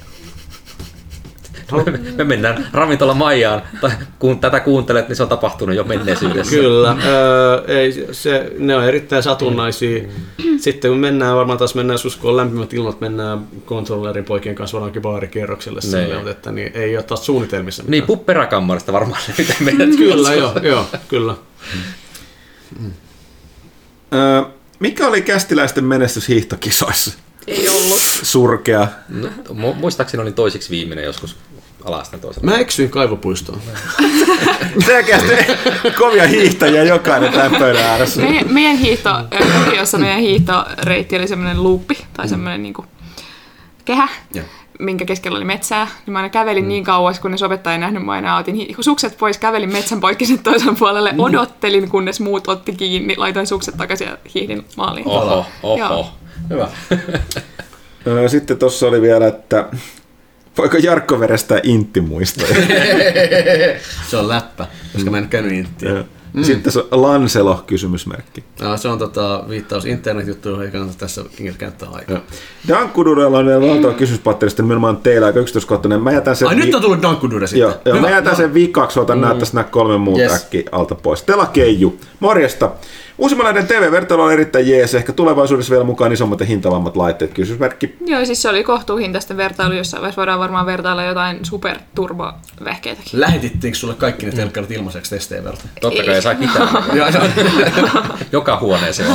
Me, me mennään ravintola Maijaan, tai kun tätä kuuntelet, niin se on tapahtunut jo menneisyydessä. Kyllä, öö, ei, se, ne on erittäin satunnaisia. Sitten kun mennään, varmaan taas mennään, jos kun on lämpimät ilmat, mennään kontrollerin poikien kanssa varmaankin baarikierrokselle, sille, mutta että niin, ei ole taas suunnitelmissa mitään. Niin, pupperakammarista varmaan se, mitä meidät Kyllä, joo, joo, kyllä. Mm. Öö, mikä oli kästiläisten menestys hiihtokisoissa? Ei ollut. Surkea. No, muistaakseni olin toisiksi viimeinen joskus alaston toisella. Mä eksyin kaivopuistoon. Selkeästi kovia hiihtäjiä jokainen tämän pöydän ääressä. Meidän, meidän hiihto, jossa meidän hiihtoreitti oli semmoinen luuppi tai semmoinen niinku kehä, ja minkä keskellä oli metsää. Niin mä aina kävelin mm. niin kauas, kunnes opettaja ei nähnyt mua enää. Otin hi- sukset pois, kävelin metsän poikki sen toisen puolelle, mm. odottelin, kunnes muut otti kiinni, laitoin sukset takaisin ja hiihdin maaliin. Oho, oho. Hyvä. Sitten tuossa oli vielä, että voiko Jarkko verestää inttimuistoja? Se on läppä, koska mä en käynyt inttiä. Mm. Sitten se on Lanselo kysymysmerkki. No, se on tota, viittaus internetjuttuihin, ei kannata tässä käyttää aikaa. Dankkudurella on vielä valtava kysymyspatterista, nimenomaan teillä aika yksityiskohtainen. Mä jätän sen Ai vi- nyt on tullut Dankkudure sitten. Joo, joo, mä jätän sen vikaksi, otan mm. näyttäisi nämä kolme muuta yes. äkkiä alta pois. Tela Keiju, morjesta. Uusimmainen T V-vertailu on erittäin jees, ehkä tulevaisuudessa vielä mukaan isommat ja hintavammat laitteet, kysymysmerkki. Joo, siis se oli kohtuuhintaisten vertailu, jossa voidaan varmaan vertailla jotain superturbo-vehkeitäkin. Lähetettiinkö sulle kaikki ne telkkarit ilmaiseksi testeen verta? Totta kai ei saa mitään. Joka huoneeseen on.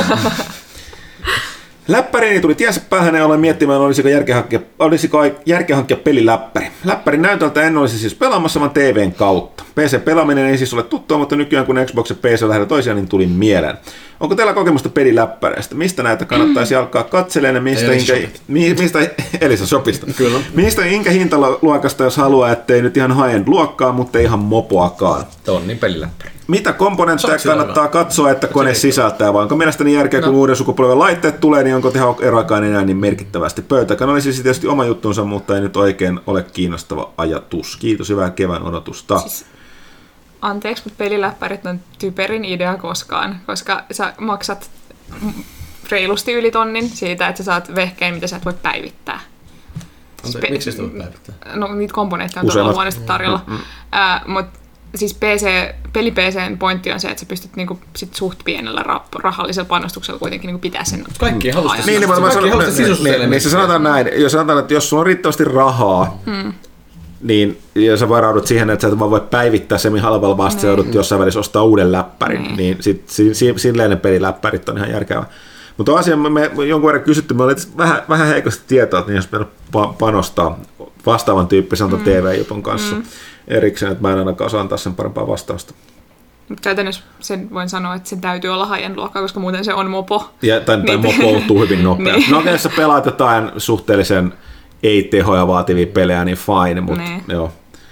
Läppäriini tuli tiensä päähän ja olen miettimään, olisiko järkeä hankkia, olisiko järkeä hankkia peliläppäri. Läppärin näytöltä en olisi siis pelaamassa, vaan T V:n kautta. P C-pelaaminen ei siis ole tuttua, mutta nykyään kun Xbox ja P C on lähellä toisiaan, niin tuli mieleen. Onko teillä kokemusta peliläppäreistä? Mistä näitä kannattaisi mm. alkaa katselemaan? Mistä Elisa inkä, mi, mistä, Elisa Shopista. Kyllä. Mistä inkä hintaluokasta, jos haluaa, ettei nyt ihan high-end luokkaa, mutta ei ihan mopoakaan? Tonnin peliläppäri. Mitä komponentteja Saatko kannattaa hyvä? katsoa, että kone sisältää, vai onko mielestäni järkeä, kun No. uuden sukupolven laitteet tulee, niin onko tehoeroakaan enää niin merkittävästi? Pöytäkään olisi siis tietysti oma juttunsa, mutta ei nyt oikein ole kiinnostava ajatus. Kiitos, hyvää kevään odotusta. Siis, anteeksi, mutta peliläppärit on typerin idea koskaan, koska sä maksat reilusti yli tonnin siitä, että sä saat vehkeen, mitä sä et voi päivittää. Anteeksi, miksi sitä voi päivittää? No niitä komponentteja on Useimmat. todella huonosti tarjolla. Mm, mm. Äh, mutta siis P C, peli-P C:n pointti on se, että sä pystyt niinku sit suht pienellä ra- rahallisella panostuksella kuitenkin niinku pitää sen Kaikki ei halua sitä Niin, niin, mutta mä Kaikki sanon, haluaa niin, sitä niin, niin, niin se sanotaan näin, jos sanotaan, että jos sulla on riittävästi rahaa, hmm. niin ja sä varaudut siihen, että sä et vaan voi päivittää se, mihin halvalla vasta sä joudut jossain välissä ostaa uuden läppärin, niin, niin sit, si, si, silleen ne peliläppärit on ihan järkevää. Mutta asia me, me jonkun verran kysytty, me olemme vähän, vähän heikosti tietoa, että niin jos meidän panostaa vastaavan tyyppisen mm. T V-jutun kanssa mm. erikseen, että mä en ainakaan osaa antaa sen parempaa vastausta. Mutta käytännössä sen voin sanoa, että sen täytyy olla high-end luokkaa, koska muuten se on mopo. Ja, tai tai Niin. mopoutuu hyvin nopeasti. Niin. No okei, jos sä pelaat jotain suhteellisen ei-tehoja vaativia pelejä, niin fine, mutta Niin. joo.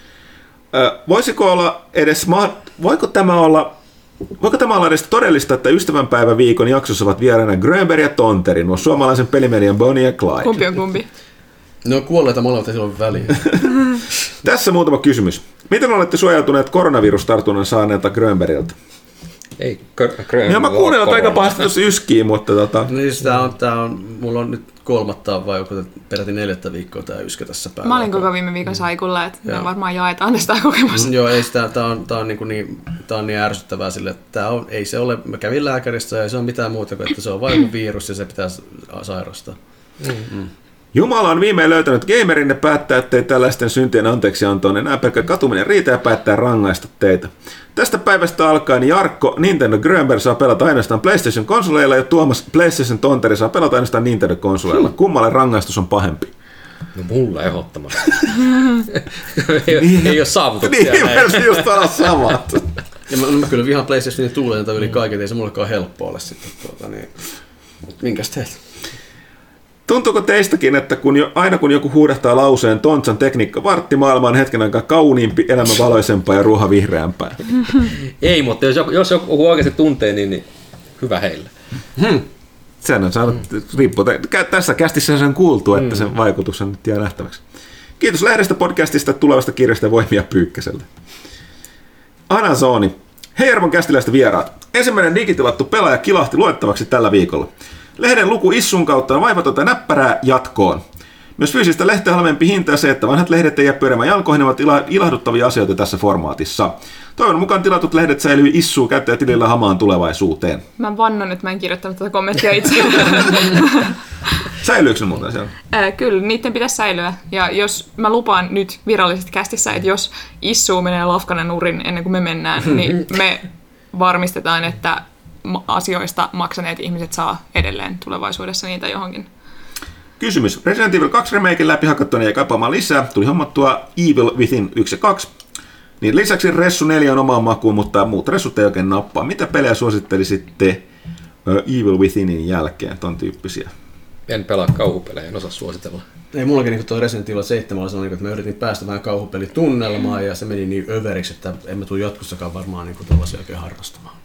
Ö, voisiko olla edes, ma- voiko tämä olla, voiko tämä olla edes todellista, että ystävänpäiväviikon jaksossa ovat vieraana Grönberg ja Tonteri, nuo suomalaisen pelimedian Bonnie ja Clyde? Kumpi on kumpi? Ne on kuolleita molemmat, ei sillä ole väliä. Tässä muutama kysymys. Miten olette suojautuneet koronavirustartunnan saaneelta Grönbergiltä? Ei, kr- kr- Ja mä kuulen, että aika pahasti tuossa yskii, mutta tota... Niin, siis tää on, tää on, mulla on nyt kolmatta vai joku peräti neljättä viikkoa tää yskä tässä päällä. Mä olin koko viime viikon saikulla, että me varmaan jaetaan tästä kokemusta. Joo, ei sitä, tää on, tää on, niin, niin, tää on niin ärsyttävää sille, että tää on, ei se ole, mä kävin lääkärissä ja se on mitään muuta kuin, että se on vain joku virus ja se pitää sairastaa. Mm. Jumala on viimein löytänyt gamerin ja päättää, ettei tällaisten syntien anteeksiantoon enää pelkkä katuminen riitä ja päättää rangaista teitä. Tästä päivästä alkaen Jarkko Nintendo Grönberg saa pelata ainoastaan PlayStation-konsoleilla ja Tuomas PlayStation Tonteri saa pelata ainoastaan Nintendo-konsoleilla. Kummalle rangaistus on pahempi? No mulla ehdottomasti. ei, ei, ei ole saavutuksia Niin, näin. mä just sanon samat. Ja mä, mä kyllä vihaan PlayStationin tuuleita yli kaiken, ei se mullekaan helppoa ole sitten. Tuota, niin. Minkäs teet? Tuntuuko teistäkin, että kun jo, aina kun joku huudahtaa lauseen Tontsan tekniikka vartti, maailma on hetken aikaa kauniimpi, elämä valoisempaa ja ruoha vihreämpää? Ei, mutta jos joku, jos joku oikeasti tuntee, niin, niin hyvä heille. Hmm. Sen on saanut, riippuu. Tässä kästissä sen kuultu, että sen vaikutus on nyt jää nähtäväksi. Kiitos Lehdestä podcastista, tulevasta kirjasta ja voimia Pyykkäseltä. Anazoni. Hei arvon kästiläistä vieraat. Ensimmäinen digitilattu pelaaja kilahti luettavaksi tällä viikolla. Lehden luku Issun kautta on vaivatonta näppärää jatkoon. Myös fyysistä lehteä halvempi hinta ja se, että vanhat lehdet ei jää pyörimään jalkoihin, ovat ilahduttavia asioita tässä formaatissa. Toivon mukaan tilatut lehdet säilyy Issuu käyttäjätilillä hamaan tulevaisuuteen. Mä vannon, että mä en kirjoittanut tätä kommenttia itse. Säilyykö se muuten siellä? Äh, kyllä, niiden pitäisi säilyä. Ja jos mä lupaan nyt virallisesti kästissä, että jos Issuu menee lafkanen nurin ennen kuin me mennään, niin me varmistetaan, että asioista maksaneet ihmiset saa edelleen tulevaisuudessa niitä johonkin. Kysymys. Resident Evil kaksi remaken läpi hakattuna ja kaipaamaan lisää. Tuli hommattua Evil Within yksi ja kaksi. Niin lisäksi Ressu neljä on omaan makuun, mutta muut ressut ei oikein nappaa. Mitä pelejä suosittelisitte Evil Withinin jälkeen, ton tyyppisiä? En pelaa kauhupelejä, en osaa suositella. Ei mullakin niin tuo Resident Evil seitsemän oli sellainen, että mä yritin päästä vähän kauhupelitunnelmaan ja se meni niin överiksi, että emme tule jatkossakaan varmaan niin tällaisia oikein harrastamaan.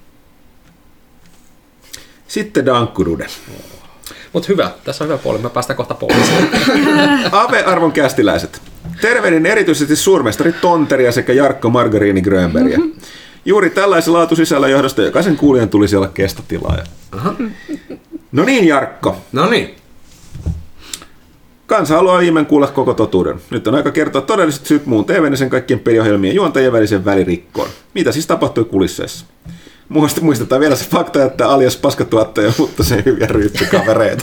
Sitten Dankkurude. Mutta hyvä, tässä on hyvä puoli, mä päästään kohta pois. Ave-arvon kästiläiset. Tervehdin erityisesti suurmestari Tonteria sekä Jarkko Margariini Grönbergia. Juuri tällaisen laatusisällön johdosta jokaisen kuulijan tulisi olla kestotilaaja. Aha. No niin, Jarkko. No niin. Kansa haluaa viimein kuulla koko totuuden. Nyt on aika kertoa todelliset syyt muun T V:n ja sen kaikkien peliohjelmien juontajien välisen välirikkoon. Mitä siis tapahtui kulisseissa? Muistetaan vielä se fakta, että alias paskatuottaja, mutta se ei hyviä ryyppikavereita.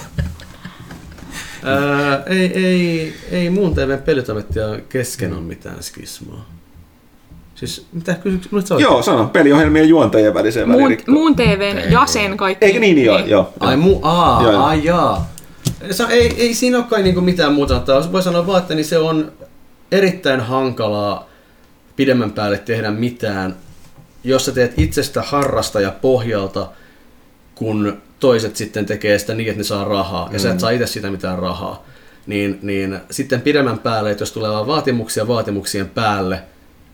Ää, ei, ei, ei muun T V:n pelitoimittajan kesken ole mitään skismaa. Siis, mitä kysymyksiä? Joo, sano. Peliohjelmien juontajien väliseen Muun, välirikkoon. muun T V:n jäsen kaikki. Eikö niin, joo, joo. Ai mu, aa, Joo, joo. ai jaa. Se, ei, ei siinä ole kai niinku mitään muuta. Voi sanoa vaan, että niin se on erittäin hankalaa pidemmän päälle tehdä mitään, jos sä teet itsestä harrastaja pohjalta, kun toiset sitten tekee sitä niin, että ne saa rahaa, ja mm. sä et saa itse sitä mitään rahaa. Niin, niin sitten pidemmän päälle, että jos tulee vaan vaatimuksia vaatimuksien päälle,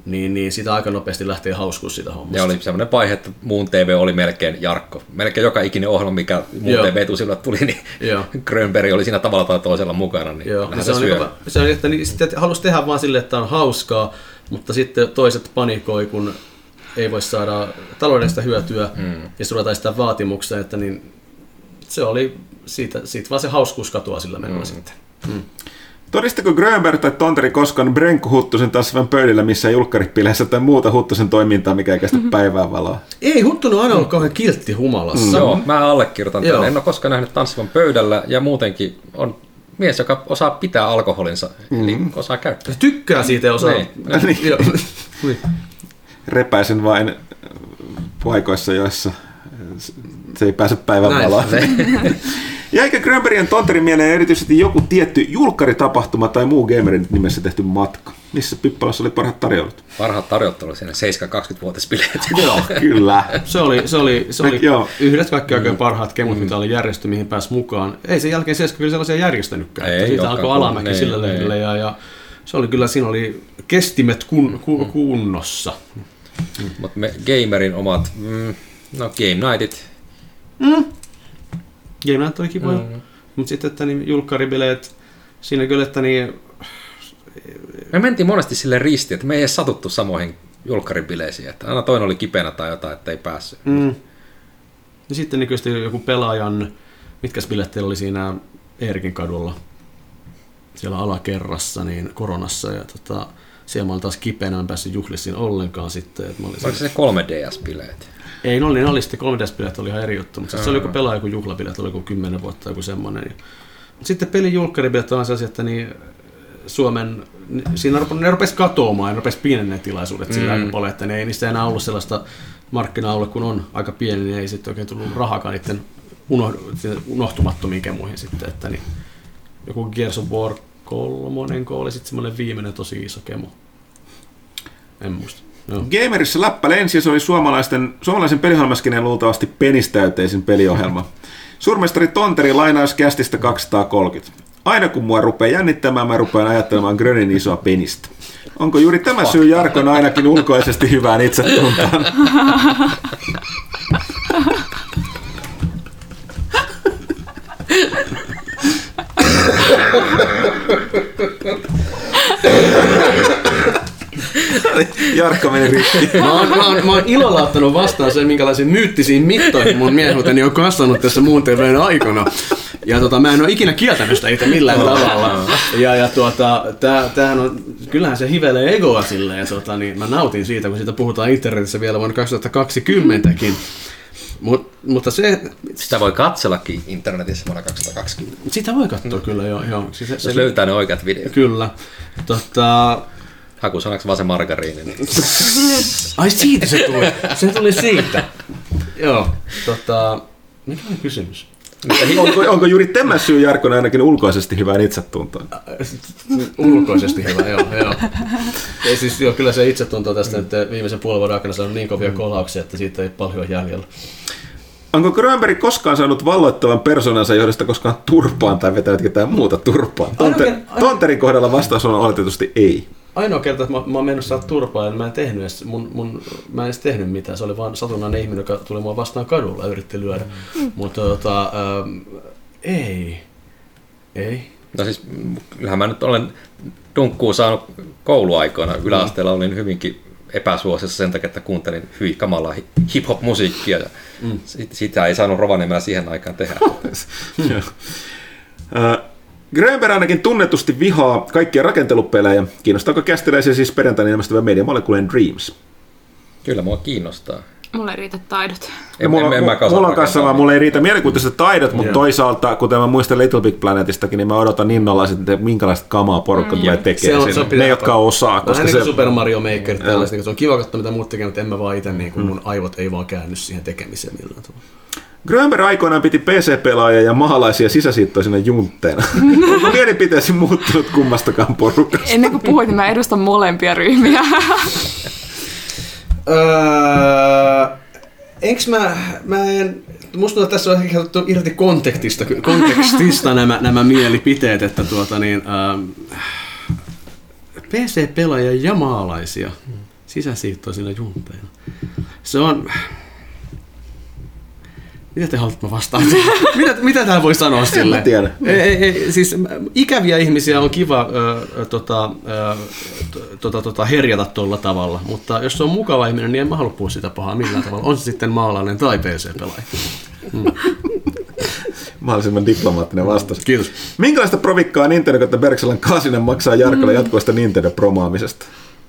niin, niin sitä aika nopeasti lähtee hauskuus sitä hommasta. Ja oli semmoinen vaihe, että muun T V oli melkein Jarkko. Melkein joka ikinen ohjelma, mikä muun T V-etusilla tuli, niin Grönberg oli siinä tavalla tai toisella mukana. Niin Joo, se, on niin, se on, että niin, sitten halusi tehdä vaan silleen, että on hauskaa, mutta sitten toiset panikoi, kun ei voi saada taloudellista hyötyä mm. ja suorataan sitä vaatimuksia, että niin, se oli siitä, siitä vaan se hauskuus katoaa sillä menoa mm. sitten. Mm. Todistiko Grönberg tai Tonteri koskaan Brenko Huttusen tanssivan pöydillä missään julkkaripileissä tai muuta Huttusen toimintaa, mikä ei kestä mm-hmm. päivää valoa? Ei, Huttunen on aina ollut kauhean kiltti humalassa. Mm. Joo, mä allekirjoitan tämän. En ole koskaan nähnyt tanssivan pöydällä ja muutenkin on mies, joka osaa pitää alkoholinsa, mm. eli osaa käyttää. Se tykkää siitä ja osaa. Niin. Repäisen vain paikoissa, joissa se ei pääse päivän valoon. Jäikö Grönbergin Tonterin mieleen erityisesti joku tietty julkkaritapahtuma tai muu gamerin nimessä tehty matka? Missä Pippalassa oli parhaat tarjoulut? Parhaat tarjout oli siinä seitsemän kaksikymmentävuotisbileet. Joo, kyllä. Se oli, se oli, se oli yhdet kaikki oikein parhaat kemut, mm. mitä oli järjesty, mihin pääsi mukaan. Ei sen jälkeen Seska kyllä sellaisia järjestänytkään. Ei, siitä alkoi alamäki ne, sillä lehdellä ja, ja se oli kyllä, siinä oli kestimet kun, kun, kunnossa. Mm. Mutta me gamerin omat, mm, no Game Nightit. Mm. Game Night oli kivoja, mm. mutta sitten että niin, julkkaribileet, siinä kyllä, että niin... Me mentiin monesti sille ristiin, että me ei edes satuttu samoihin julkkaribileisiin, että aina toinen oli kipeänä tai jotain, että ei päässyt. Mm. Ja sitten niin joku pelaajan, mitkäs bileet teillä oli siinä Eerikin kadulla, siellä alakerrassa, niin koronassa, ja tota, siellä mä olin taas kipeänä, en päässyt juhlisiin ollenkaan sitten. Että mä olin Oliko se kolme D S-bileet? Ei, no niin, oli sitten kolme D S-bileet, oli ihan eri juttu, mutta se oli joku pelaaja, joku juhlabileet, oli joku kymmenen vuotta, joku semmoinen. Sitten pelin julkkaribileet on sellaisia, että niin Suomen, siinä ne rupesi katoamaan ja rupesi pienenee tilaisuudet mm. sillä aika paljon, että ne ei niistä enää ollut sellaista markkina-alue, kun on aika pieni, niin ei sitten oikein tullut rahakaan niiden unohtumattomiin kemuihin sitten, että niin joku Gears of War kolmonen, oli sitten semmoinen viimeinen tosi iso kemu. En muista. No. Gamerissa läppä lensi ja se oli suomalaisten, suomalaisen peliohjelmaskineen luultavasti penistäyteisin peliohjelma. Suurmestari Tonteri lainaus kästistä kaksisataakolmekymmentä. Aina kun mua rupeaa jännittämään, mä rupean ajattelemaan Grönin isoa penistä. Onko juuri tämä syy Jarkon ainakin ulkoisesti hyvään itsetuntaan? Jarkko meni rikki. Mä oon, mä, oon, mä oon ilolla ottanut vastaan sen, minkälaisiin myyttisiin mittoihin mun miehuuteni on kasvanut tässä muun T V:n aikana. Ja tota, mä en ole ikinä kieltänyt sitä itse millään tavalla. Ja, ja tuota, tää, tämähän on, kyllähän se hivelee egoa silleen. Ja tota, niin mä nautin siitä, kun siitä puhutaan internetissä vielä vuonna kaksituhattakaksikymmentäkin. Mut, mutta se... Sitä voi katsellakin internetissä vuonna kaksituhattakaksikymmentä. Sitä voi katsoa mm. kyllä, joo. joo. Se, se, se löytää ne oikeat videot. Kyllä. Tota... Hakusanaksi vaan se margariini. Niin. Ai siitä se tuli. Se tuli siitä. Joo. Tota... Mikä on kysymys? onko, onko juuri tämä syy Jarkon ainakin ulkoisesti hyvään itsetuntoon? Ulkoisesti hyvä, joo. joo. Ei, siis, joo kyllä se itsetunto tästä nyt viimeisen puolen vuoden aikana saanut niin kovia kolauksia, että siitä ei paljon jäljellä. Onko Grönberg koskaan saanut valloittavan persoonansa johdosta koskaan turpaan tai vetänyt ketään muuta turpaan? Tonte, aino, aino, Tonterin kohdalla vastaus on oletetusti ei. Ainoa kerta, että mä, mä oon mennyt saada turpaa ja mä en tehnyt edes, mun, mun, mä en edes tehnyt mitään. Se oli vaan satunnainen ihminen, joka tuli mua vastaan kadulla ja yritti lyödä. Mm. Mutta tota, ähm, ei. Ei. No siis, kyllähän mä nyt olen dunkkuun saanut kouluaikoina. Yläasteella olin hyvinkin epäsuosissa sen takia, että kuuntelin hyvin kamalaa hip-hop-musiikkia. Ja mm. sitä ei saanut Rovaniemellä siihen aikaan tehdä. Grönberg ainakin tunnetusti vihaa kaikkia rakentelupelejä. Kiinnostaako kästiläisiä siis perjantaina ilmestyvä Media Molecule Dreams? Kyllä mua kiinnostaa. Mulla ei riitä taidot. En, mulla, en, en mulla on kanssa vaan, mulla ei riitä mielikuvituiset taidot, mutta yeah. toisaalta, kuten mä muistan Little Big Planetistakin, niin mä odotan innolla sitten, että minkälaista kamaa porukka mm. tulee tekemään. Se, ne, jotka osaa. Koska se... Super Mario Maker, tällaista, se on kiva katsoa, mitä muut tekee, mutta en mä vaan itse, niin kun mun aivot ei vaan käänny siihen tekemiseen millään tavalla. Grönberg aikoinaan piti P C-pelaajia ja mahalaisia sisäsiittoisina juntteina. Onko mielipiteesi muuttunut kummastakaan porukasta? Ennen kuin puhuit, niin mä edustan molempia ryhmiä. öö, Enkö mä, mä en, musta tuntuu, että tässä on ehkä otettu irti kontekstista, kontekstista nämä, nämä mielipiteet, että tuota niin, ähm, P C-pelaajia ja maalaisia. sisäsiittoisilla junteilla. Se on... Mitä te haluatte, mä vastaan? mitä, mitä tää voi sanoa sille? En tiedä. Ei, ei, ei, siis ikäviä ihmisiä on kiva ö, tota, ö, tota, tota, herjata tuolla tavalla, mutta jos se on mukava ihminen, niin en mä halua puhua sitä pahaa millään tavalla. On se sitten maalainen tai P C-pelaaja. Mm. Mahdollisimman diplomaattinen vastaus. Kiitos. Minkälaista provikkaa Nintendo, että Berksalan Kaasinen maksaa Jarkolle jatkuvasta Nintendo-promaamisesta?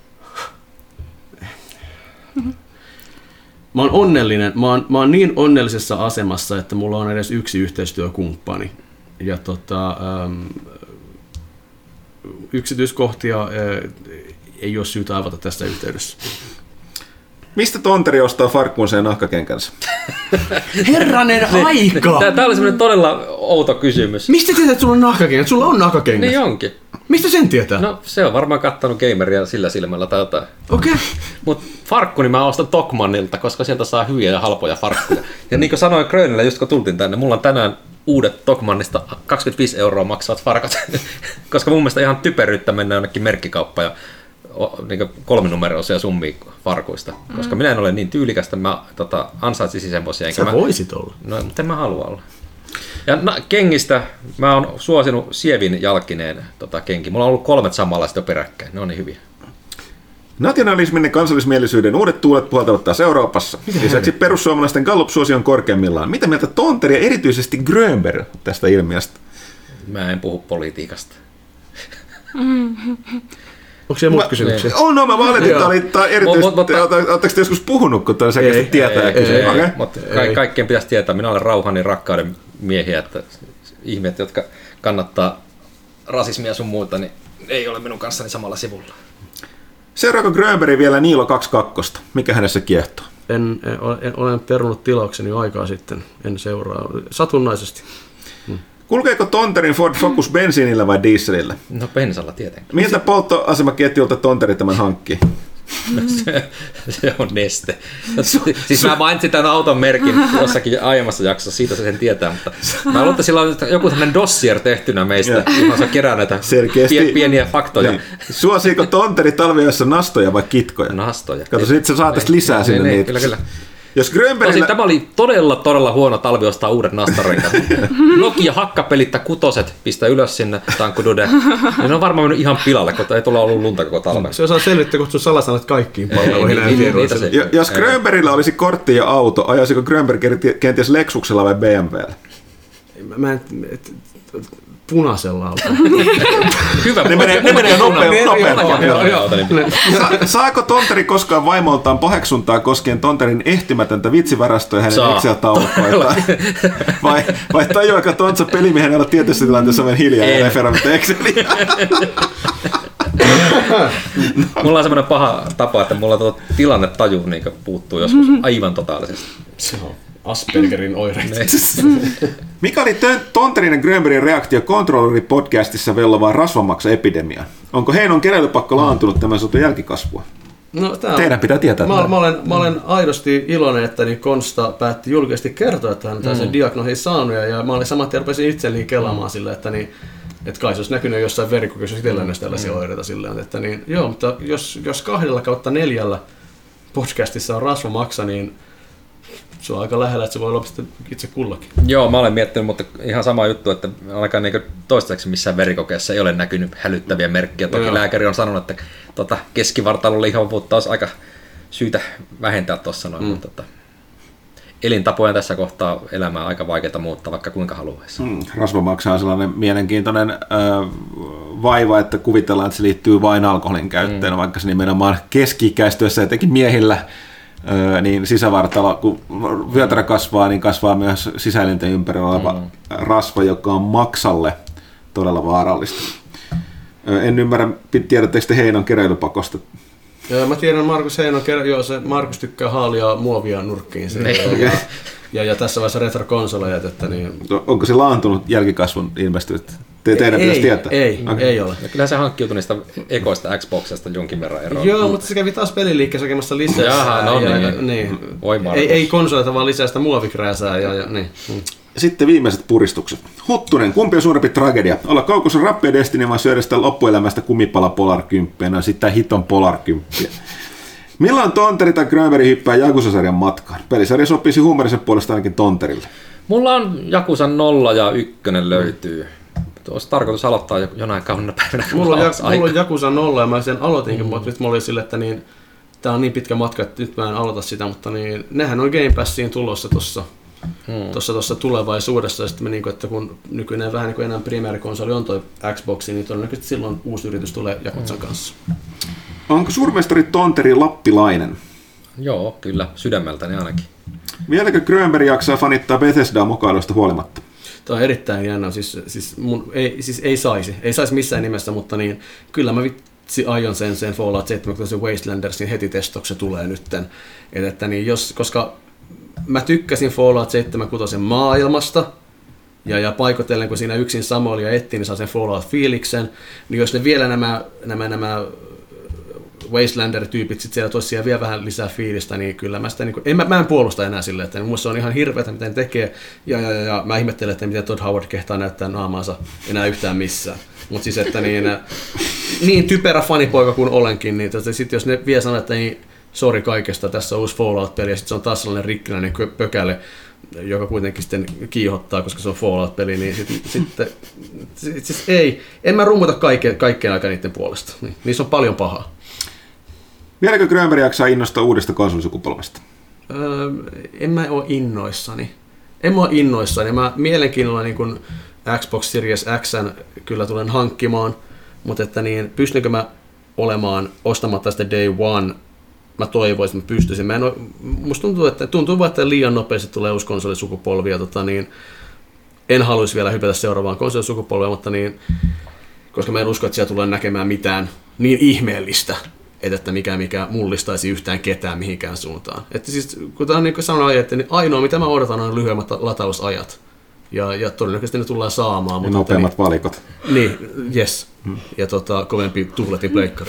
Mä oon onnellinen. Mä oon, mä oon niin onnellisessa asemassa, että mulla on edes yksi yhteistyökumppani. Ja tota, ähm, yksityiskohtia äh, ei ole syytä avata tässä yhteydessä. Mistä Tonteri ostaa farkkuunsa ja nahkakenkänsä? Herranen aika! Tämä oli semmoinen todella outo kysymys. Mistä tietää, että sulla on nahkakengät? Sulla on nahkakengät. Niin onkin. Mistä sen tietää? No se on varmaan kattanut gameria sillä silmällä tai jotain. Okei. Okay. Mutta farkkuni mä ostan Tokmannilta, koska sieltä saa hyviä ja halpoja farkkuja. Ja niin kuin sanoin Grönillä just kun tultiin tänne, mulla on tänään uudet Tokmannista kaksikymmentäviisi euroa maksavat farkat. Koska mun mielestä ihan typeryyttä mennä jonnekin merkkikauppaan ja niin kolminumeroisia summia farkuista. Koska mm. minä en ole niin tyylikästä, mä tota, ansaitsisin semmoisia. Sä mä... voisit olla. No, mutta en mä halua olla. Ja na, kengistä mä oon suosinut Sievin jalkineen tota, kenki. Mulla on ollut kolmet samanlaista peräkkäin. Ne on niin hyviä. Nationalismin ja kansallismielisyyden uudet tuulet puhaltavat taas Euroopassa. Mitä lisäksi he? Perussuomalaisten Gallup-suosio on korkeimmillaan. Mitä mieltä Tonteri ja erityisesti Grönberg tästä ilmiöstä? Mä en puhu politiikasta. Onko siellä muut kysymyksiä? On, no mä valitin, että oli erityisesti, oletteko te joskus puhunut, kun tällä selkeästi tietää ja kysyä? Okay. Mutta ka- kaikkien pitäisi tietää, minä olen rauhan ja rakkauden miehiä, että ihmiset, jotka kannattaa rasismia sun muuta, niin ei ole minun kanssani samalla sivulla. Seuraako Grönberg vielä Niilo kaksikymmentäkaksi? Mikä hänessä kiehtoo? En, en, olen perunut tilaukseni jo aikaa sitten, en seuraa, satunnaisesti. Hmm. Kulkeeko Tonterin Ford Focus bensiinillä vai dieselillä? No bensalla tietenkin. Miltä polttoasemaketjulta Tonteri tämän hankkii? No, se, se on Neste. Siis mä mainitsin tämän auton merkin jossakin aiemmassa jaksossa, siitä se sen tietää, mutta mä luulen, että sillä on joku tämmöinen dossier tehtynä meistä, johon se kerää näitä pie, pieniä faktoja. Niin. Suosiiko Tonteri talviössä nastoja vai kitkoja? Nastoja. Kato, sit sä saat tästä lisää ei, sinne ei, niitä. Kyllä, kyllä. Jos Grönbergillä... Tosin tämä oli todella, todella huono talvi ostaa uudet nastarenkaat. Nokia hakkapelittä kutoset, pistä ylös sinne, tankkudude. Ja ne on varmaan mennyt ihan pilalle, kun ei tuolla ollut lunta koko talven. Se osaa selvittää, kun sun salasanat kaikkiin palveluihin. Niin, niin, niin, niin, jos Grönbergillä olisi kortti ja auto, ajaisiko Grönberg kenties Lexuksella vai B M W:llä? Mä en... Et, punaisella autolla. Hyvä. Ne menee, ne menee nopeammin. Saako Tonteri koskaan vaimoltaan paheksuntaa koskien Tonterin ehtymätöntä vitsivarastoa hänen Excel-taulukoitaan? Vai, vai tajuaako Tontsa pelimiehen olla tietyssä tilanteessa vain hiljaa ja referoimatta Exceliä? Mulla on semmoinen paha tapa, että mulla tuo tilannetaju niin puuttuu joskus aivan totaalisesti. Se on Aspergerin oireita. Mikä oli Tonterin ja Grönbergin reaktio Controlleri-podcastissa vellovaan rasvamaksa-epidemiaan? Onko Heinon keräilypakko laantunut tämän sotun jälkikasvua? No, Teidän pitää tietää. Mä, mä, olen, mä olen aidosti iloinen, että niin Konsta päätti julkisesti kertoa, että hän tällaisen mm. diagnoosin saanut, ja, ja mä olin saman tien rupesin itselleni kelaamaan mm. sille, että niin, että kai se olisi näkynyt jossain verikokeissa itsellään näistä tällaisia mm. oireita silleen, että niin, joo, mutta jos, jos kahdella kautta neljällä podcastissa on rasvamaksa, niin se on aika lähellä, että se voi olla itse kullakin. Joo, mä olen miettinyt, mutta ihan sama juttu, että ainakaan niin toistaiseksi missään verikokeessa ei ole näkynyt hälyttäviä merkkejä. Toki Joo. lääkäri on sanonut, että tota, keskivartalolla lihavuutta olisi aika syytä vähentää tuossa noin, mm. mutta tota, elintapoja tässä kohtaa elämää aika vaikeaa muuttaa, vaikka kuinka haluaisi. Mm, rasvamaksa on sellainen mielenkiintoinen äh, vaiva, että kuvitellaan, että se liittyy vain alkoholin käyttöön, mm. vaikka se nimenomaan keski-ikäistyössä etenkin miehillä, Öö, niin sisävartalo, kun vyötärä kasvaa, niin kasvaa myös sisäelinten ympärillä oleva mm. rasva, joka on maksalle todella vaarallista. Öö, en ymmärrä, tiedättekö te Heinon keräilypakosta? Ja mä tiedän Markus Heinon, joo, se Markus tykkää haalia muovia nurkkiin. Ja, ja, ja tässä vaiheessa retrokonsoleja, että niin... Onko se laantunut jälkikasvun ilmestynyt? Te, teidän ei, pitäisi tietää. Ei, okay. ei ole. Ja kyllä se hankkiutui niistä ekoista Xboxista jonkin verran eroon. Joo, mutta se kävi taas peliliikkeessä hakemassa lisää. Jaha, no ja, niin. Ja, niin. ei, ei konsoleita, vaan lisää sitä muovikrääsää. Ja, ja, niin. Sitten viimeiset puristukset. Huttunen, kumpi on suurempi tragedia? Olla kaukossa rappia Destiny vai syödä sitä loppuelämästä kumipala Polar kymmenen? No sitten hiton Polar kymmenen. Milloin Tonteri tai Grönberg hyppää Yakuza-sarjan matkaan? Pelisarja sopisi huumorisen puolesta ainakin Tonterille. Mulla on Yakuza nolla ja ykkönen löytyy. Olisi tarkoitus aloittaa jonain kaunina päivänä. Mulla on, ja, mulla on Yakuza nolla ja mä sen aloitinkin, mm. mutta nyt mulla oli sille, että niin, tää on niin pitkä matka, että nyt mä en aloita sitä, mutta niin, nehän on Game Passiin tulossa tuossa hmm. tossa, tossa tulevaisuudessa. Ja sitten me, niin kuin, että kun nykyinen vähän niin kuin enää primärikonsoli on toi Xboxi, niin todennäköisesti silloin uusi yritys tulee Yakuzan hmm. kanssa. Onko suurmestari Tonteri lappilainen? Joo, kyllä. Sydämeltäni ainakin. Vieläkö Grönberg jaksaa fanittaa Bethesdaa mukailusta huolimatta? Tämä on erittäin jännä. Siis, siis, mun, ei, siis ei saisi. Ei saisi missään nimessä, mutta niin, kyllä mä vitsi aion sen, sen Fallout seitsemäntoista Wastelandersin heti testoksi tulee nytten. Et, että niin, jos, koska mä tykkäsin Fallout seitsemänkymmentäkuusi maailmasta, ja, ja paikotellen, kun siinä yksin Samuelia etsin, niin saa sen Fallout-fiiliksen, niin jos ne vielä nämä, nämä, nämä Wastelander-tyypit sit siellä tosiaan vielä vähän lisää fiilistä, niin kyllä mä sitä, niin kuin, en, mä, mä en puolusta enää silleen, että minusta se on ihan hirveätä, miten ne tekee, ja, ja, ja, ja mä ihmettelen, että miten Todd Howard kehtaa näyttää naamaansa enää yhtään missään. Mutta siis, että niin, niin typerä fanipoika kuin olenkin, niin sitten jos ne vielä sanoo, että niin, sori kaikesta, tässä on uusi Fallout-peli, ja sitten se on taas sellainen rikkinäinen pökäle, joka kuitenkin sitten kiihottaa, koska se on Fallout-peli, niin sitten sit, sit, siis ei, en mä rummuta kaikkeen, kaikkeen aikaa niiden puolesta. Niin, niissä on paljon pahaa. Vieläkö Grönberg jaksaa innostaa uudesta konsolisukupolvesta? Öö, en mä ole innoissani. En mä ole innoissani. Mä mielenkiinnolla niin kun Xbox Series X:n kyllä tulen hankkimaan, mutta että niin, pystynkö mä olemaan ostamatta sitä Day One? Mä toivoisin, että mä pystyisin. Mä en ole, musta tuntuu, että, tuntuu vaan, että liian nopeasti tulee uusi konsolisukupolvi, ja tota niin, en haluaisi vielä hypätä seuraavaan konsolisukupolveen, mutta niin, koska mä en usko, että siellä tulee näkemään mitään niin ihmeellistä, että mikä, mikä mullistaisi yhtään ketään mihinkään suuntaan. Että siis, kuten niin sanoin, että niin ainoa mitä mä odotan on lyhyemmät latausajat. Ja, ja todennäköisesti ne tullaan saamaan. Ja mutta nopeammat niin, valikot. Niin, yes. Hmm. Ja tota, kovempi tuhletin pleikkari.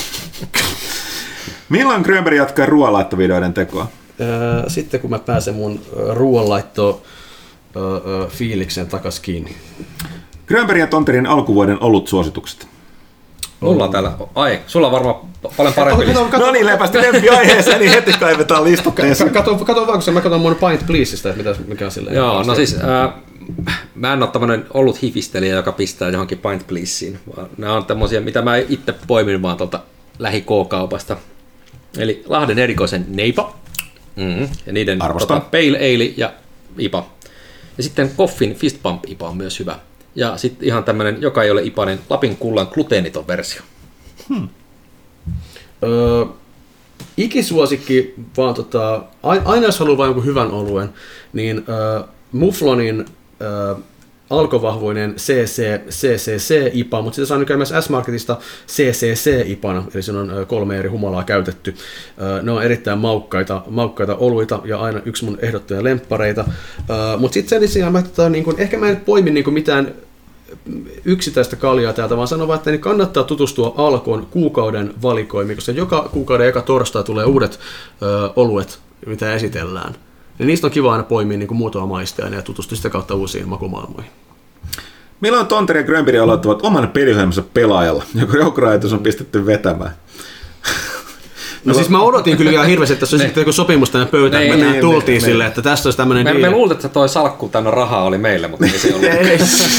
Milloin Grönberg jatkaa ruoanlaittovideoiden tekoa? Sitten kun mä pääsen mun ruoanlaitto fiiliksen takas kiinni. Grönberg ja Tonterin alkuvuoden olutsuositukset. Mulla on täällä, ai, sulla on varmaan paljon parempi lista. No niin, lepästi lempiaiheeseen, niin heti kaivetaan listukkeeseen. Kato, kato vaan, kun mä katson mun Pint Pleaseista, että mitä, mikä on silleen. Joo, no siis, äh, mä en ole tämmönen ollut hifistelijä, joka pistää johonkin Pint Pleaseen, vaan nämä on tämmöisiä, mitä mä itse poimin vaan tuolta lähi-K-kaupasta. Eli Lahden erikoisen Neipa, mm-hmm. ja niiden tota, Pale Ale ja I P A. Ja sitten Koffin Fist Pump I P A on myös hyvä. Ja sitten ihan tämmöinen, joka ei ole ipainen, Lapin kullan gluteeniton versio. Hmm. Öö, ikisuosikki, vaan tota, aina jos haluaa vain jonkun hyvän oluen, niin öö, Muflonin öö, alkovahvoinen C C C C I P A, mutta sitä saa nykyään myös S-Marketista C C C I P A, eli siinä on kolme eri humalaa käytetty. Ne on erittäin maukkaita, maukkaita oluita ja aina yksi mun ehdottuja lemppareita. Mutta sitten sen lisäksi mä, tota, niin kun, ehkä mä en poimi niin kun mitään yksittäistä kaljaa täältä, vaan sanon vaan, että niin kannattaa tutustua Alkon kuukauden valikoimiin, koska joka kuukauden eka torstai tulee uudet ö, oluet, mitä esitellään. Ja niistä on kiva aina poimia niin kuin muutama maistajainen ja tutustua sitä kautta uusiin makumaailmoihin. Milloin Tonteri ja Grönberg aloittavat oman peliohjelmansa pelaajalla, joka joukkorajoitus on pistetty vetämään? No, no siis mä odotin kyllä ihan hirveästi, että se olisi joku sopimus tänne pöytään, että me tultiin silleen, että tässä olisi tämmöinen... Me, me luultiin, että toi salkku täynnä rahaa oli meille, mutta ei se ollut. ei,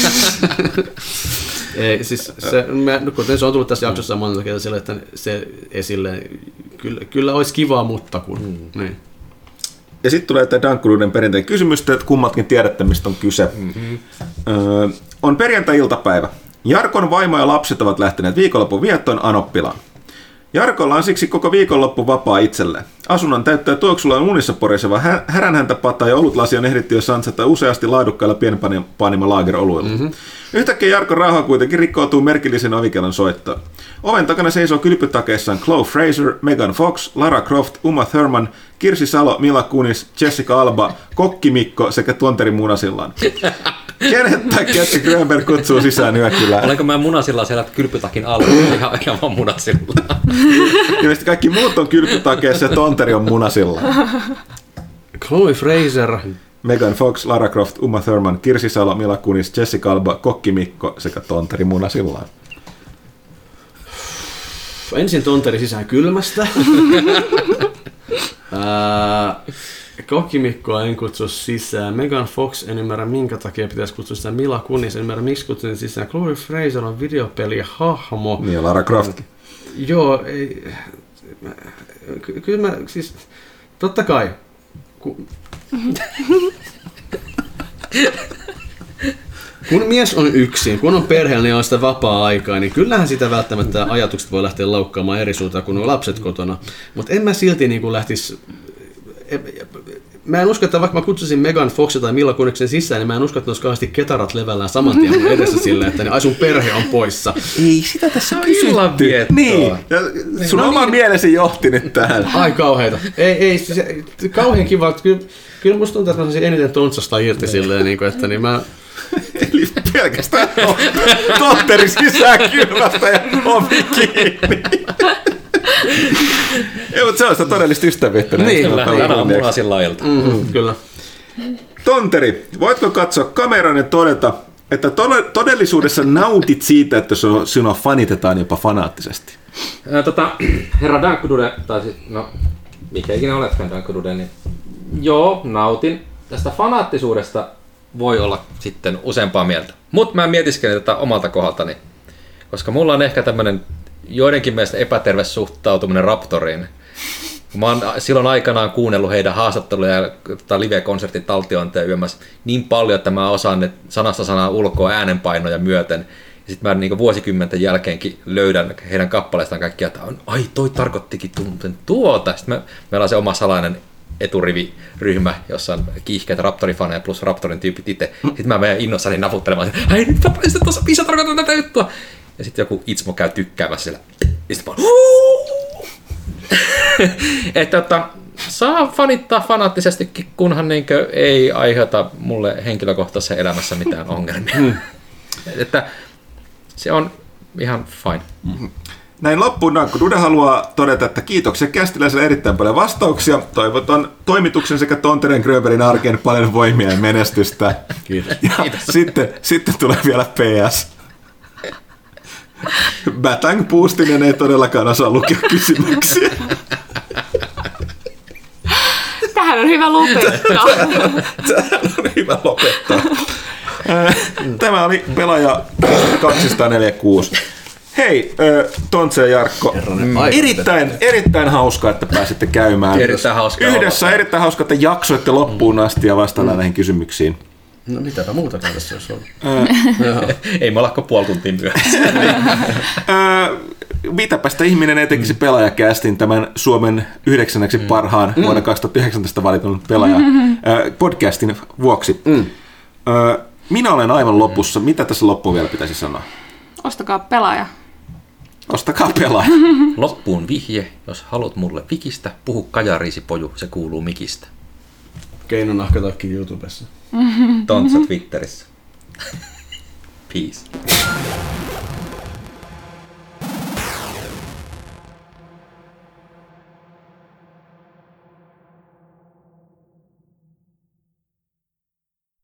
ei, siis se, me, kuten se on tullut tässä jaksossa monta kertaa sille, että se esille, kyllä, kyllä olisi kivaa, mutta kun... Mm. Niin. Ja sitten tulee tämä Dankkuruuden perinteinen kysymys, että kummatkin tiedätte, mistä on kyse. Mm-hmm. Öö, on perjantai-iltapäivä. Jarkon vaimo ja lapset ovat lähteneet viikonlopun viettoon Anoppilaan. Jarkolla on siksi koko viikonloppu vapaa itselleen. Asunnon täyttää tuoksulla unissa poriseva hä- häränhäntäpata ja olutlasi on ehditty jo sansata useasti laadukkailla pienpanimo laageroluilla. Mm-hmm. Yhtäkkiä Jarkon rauha kuitenkin rikkoutuu merkillisen ovikellon soittoon. Oven takana seisoo kylpytakeissaan Chloe Fraser, Megan Fox, Lara Croft, Uma Thurman, Kirsi Salo, Mila Kunis, Jessica Alba, Kokki Mikko sekä Tonteri Munasillaan. Kenet tai ketkä Grönberg kutsuu sisään yökylään? Olenko mä munasillaan siellä kylpytakin alla? Ihan, ihan vaan munasillaan. Ilmeisesti kaikki muut on kylpytakeissa ja Tonteri on munasillaan. Chloe Fraser, Megan Fox, Lara Croft, Uma Thurman, Kirsi Salo, Mila Kunis, Jessica Alba, Kokki Mikko sekä Tonteri munasillaan. Ensin Tonteri sisään kylmästä. Ää, Kokimikkoa en kutsu sisään. Megan Fox en ymmärrä minkä takia pitäisi kutsua sisään. Mila Kunis en ymmärrä miksi kutsun sisään. Chloe Fraser on videopeli-hahmo. Niin, Lara Croft. Joo, ei... Ky- kyllä mä siis... Totta kai. Ku... Kun mies on yksin, kun on perheellä, niin on sitä vapaa-aikaa, niin kyllähän sitä välttämättä ajatukset voi lähteä laukkaamaan eri suuntaan, kun on lapset kotona. Mutta en mä silti niin kuin lähtisi... Mä en usko, että vaikka mä kutsusin Megan Foxia tai Mila Kuniksen sisään, niin mä en usko, että ne olisi kauheasti ketarat levällään saman tien mun edessä silleen, että ai sun perhe on poissa. Ei sitä tässä on illanviettoa. Niin, ja sun no oma niin. mielesi johti nyt tähän. Ai kauheita. Ei, ei se, kauhean kiva. Kyllä, kyllä musta tuntuu, että mä saisin eniten tontsasta irti silleen, niin kuin, että niin mä... Eli pelkästään Tonteri sisään kylmästä ja ovi kiinni. Ei, mutta se on sitä todellista ystävyyttä. Niin, kyllä. Tänään on munasin laajilta. Mm-hmm, kyllä. Tonteri, voitko katsoa kameran ja todeta, että todellisuudessa nautit siitä, että sinua fanitetaan jopa fanaattisesti? Ää, tota, herra Dankkudude, tai siis, no, mikä ikinä oletkaan Dankkudude, niin joo, nautin. Tästä fanaattisuudesta voi olla sitten useampaa mieltä. Mutta mä mietiskelin tätä omalta kohdaltani, koska mulla on ehkä tämmönen joidenkin mielestä epäterve suhtautuminen Raptoriin. Mä oon silloin aikanaan kuunnellut heidän haastatteluja ja live-konsertin taltiointeja yömmässä niin paljon, että mä osaan ne sanasta sanaa ulkoa äänenpainoja myöten. Ja sitten mä niin vuosikymmenten jälkeenkin löydän heidän kappaleistaan kaikkia, että ai toi tarkoittikin tunten tuota. Sitten me, meillä on se oma salainen eturiviryhmä, jossa on kiihkeitä Raptori-faneja plus Raptorin tyypit itse. Sitten mä menen innossani naputtelemaan, että hei nyt mä pääsin tuossa biisissä tarkoitan tätä juttua. Ja sitten joku Itsmo käy tykkäämässä siellä. Ja sitten mä että, että saa fanittaa fanaattisestikin, kunhan niinkö ei aiheuta mulle henkilökohtaisessa elämässä mitään ongelmia. Mm. Että se on ihan fine. Mm-hmm. Näin loppuun Dankku Dude haluaa todeta, että kiitoksia Kästiläiselle erittäin paljon vastauksia. Toivotan toimituksen sekä Tonteren Gröberin arkeen paljon voimia ja menestystä. Kiitos. Ja Kiitos. Sitten, sitten tulee vielä P S. Batang Puustinen ei todellakaan osaa lukea kysymyksiä. Tähän on hyvä lopettaa. Tähän on hyvä lopettaa. Tämä oli pelaaja kaksisataaneljäkymmentäkuusi. Hei, Tontse ja Jarkko, mm. erittäin, erittäin hauskaa, että pääsitte käymään erittäin hauskaa yhdessä. Olla. Erittäin hauskaa, että jaksoitte loppuun asti ja vastaillaan mm. näihin kysymyksiin. No mitäpä muutakaan tässä olisi ollut. Ei me ollaan puoli tuntia myöhässä. Mitäpä sitä ihminen ei tekisi pelaajakästin tämän Suomen yhdeksänneksi mm. parhaan mm. vuonna kaksituhattayhdeksäntoista valitun pelaaja mm. podcastin vuoksi. Mm. Minä olen aivan lopussa. Mitä tässä loppuun vielä pitäisi sanoa? Ostakaa pelaaja. Ostakaa pelaaja. Loppuun vihje. Jos haluat mulle vikistä, puhu kajariisipoju, se kuuluu mikistä. Keinonahkatakki YouTubessa. Tontsa Twitterissä. Peace.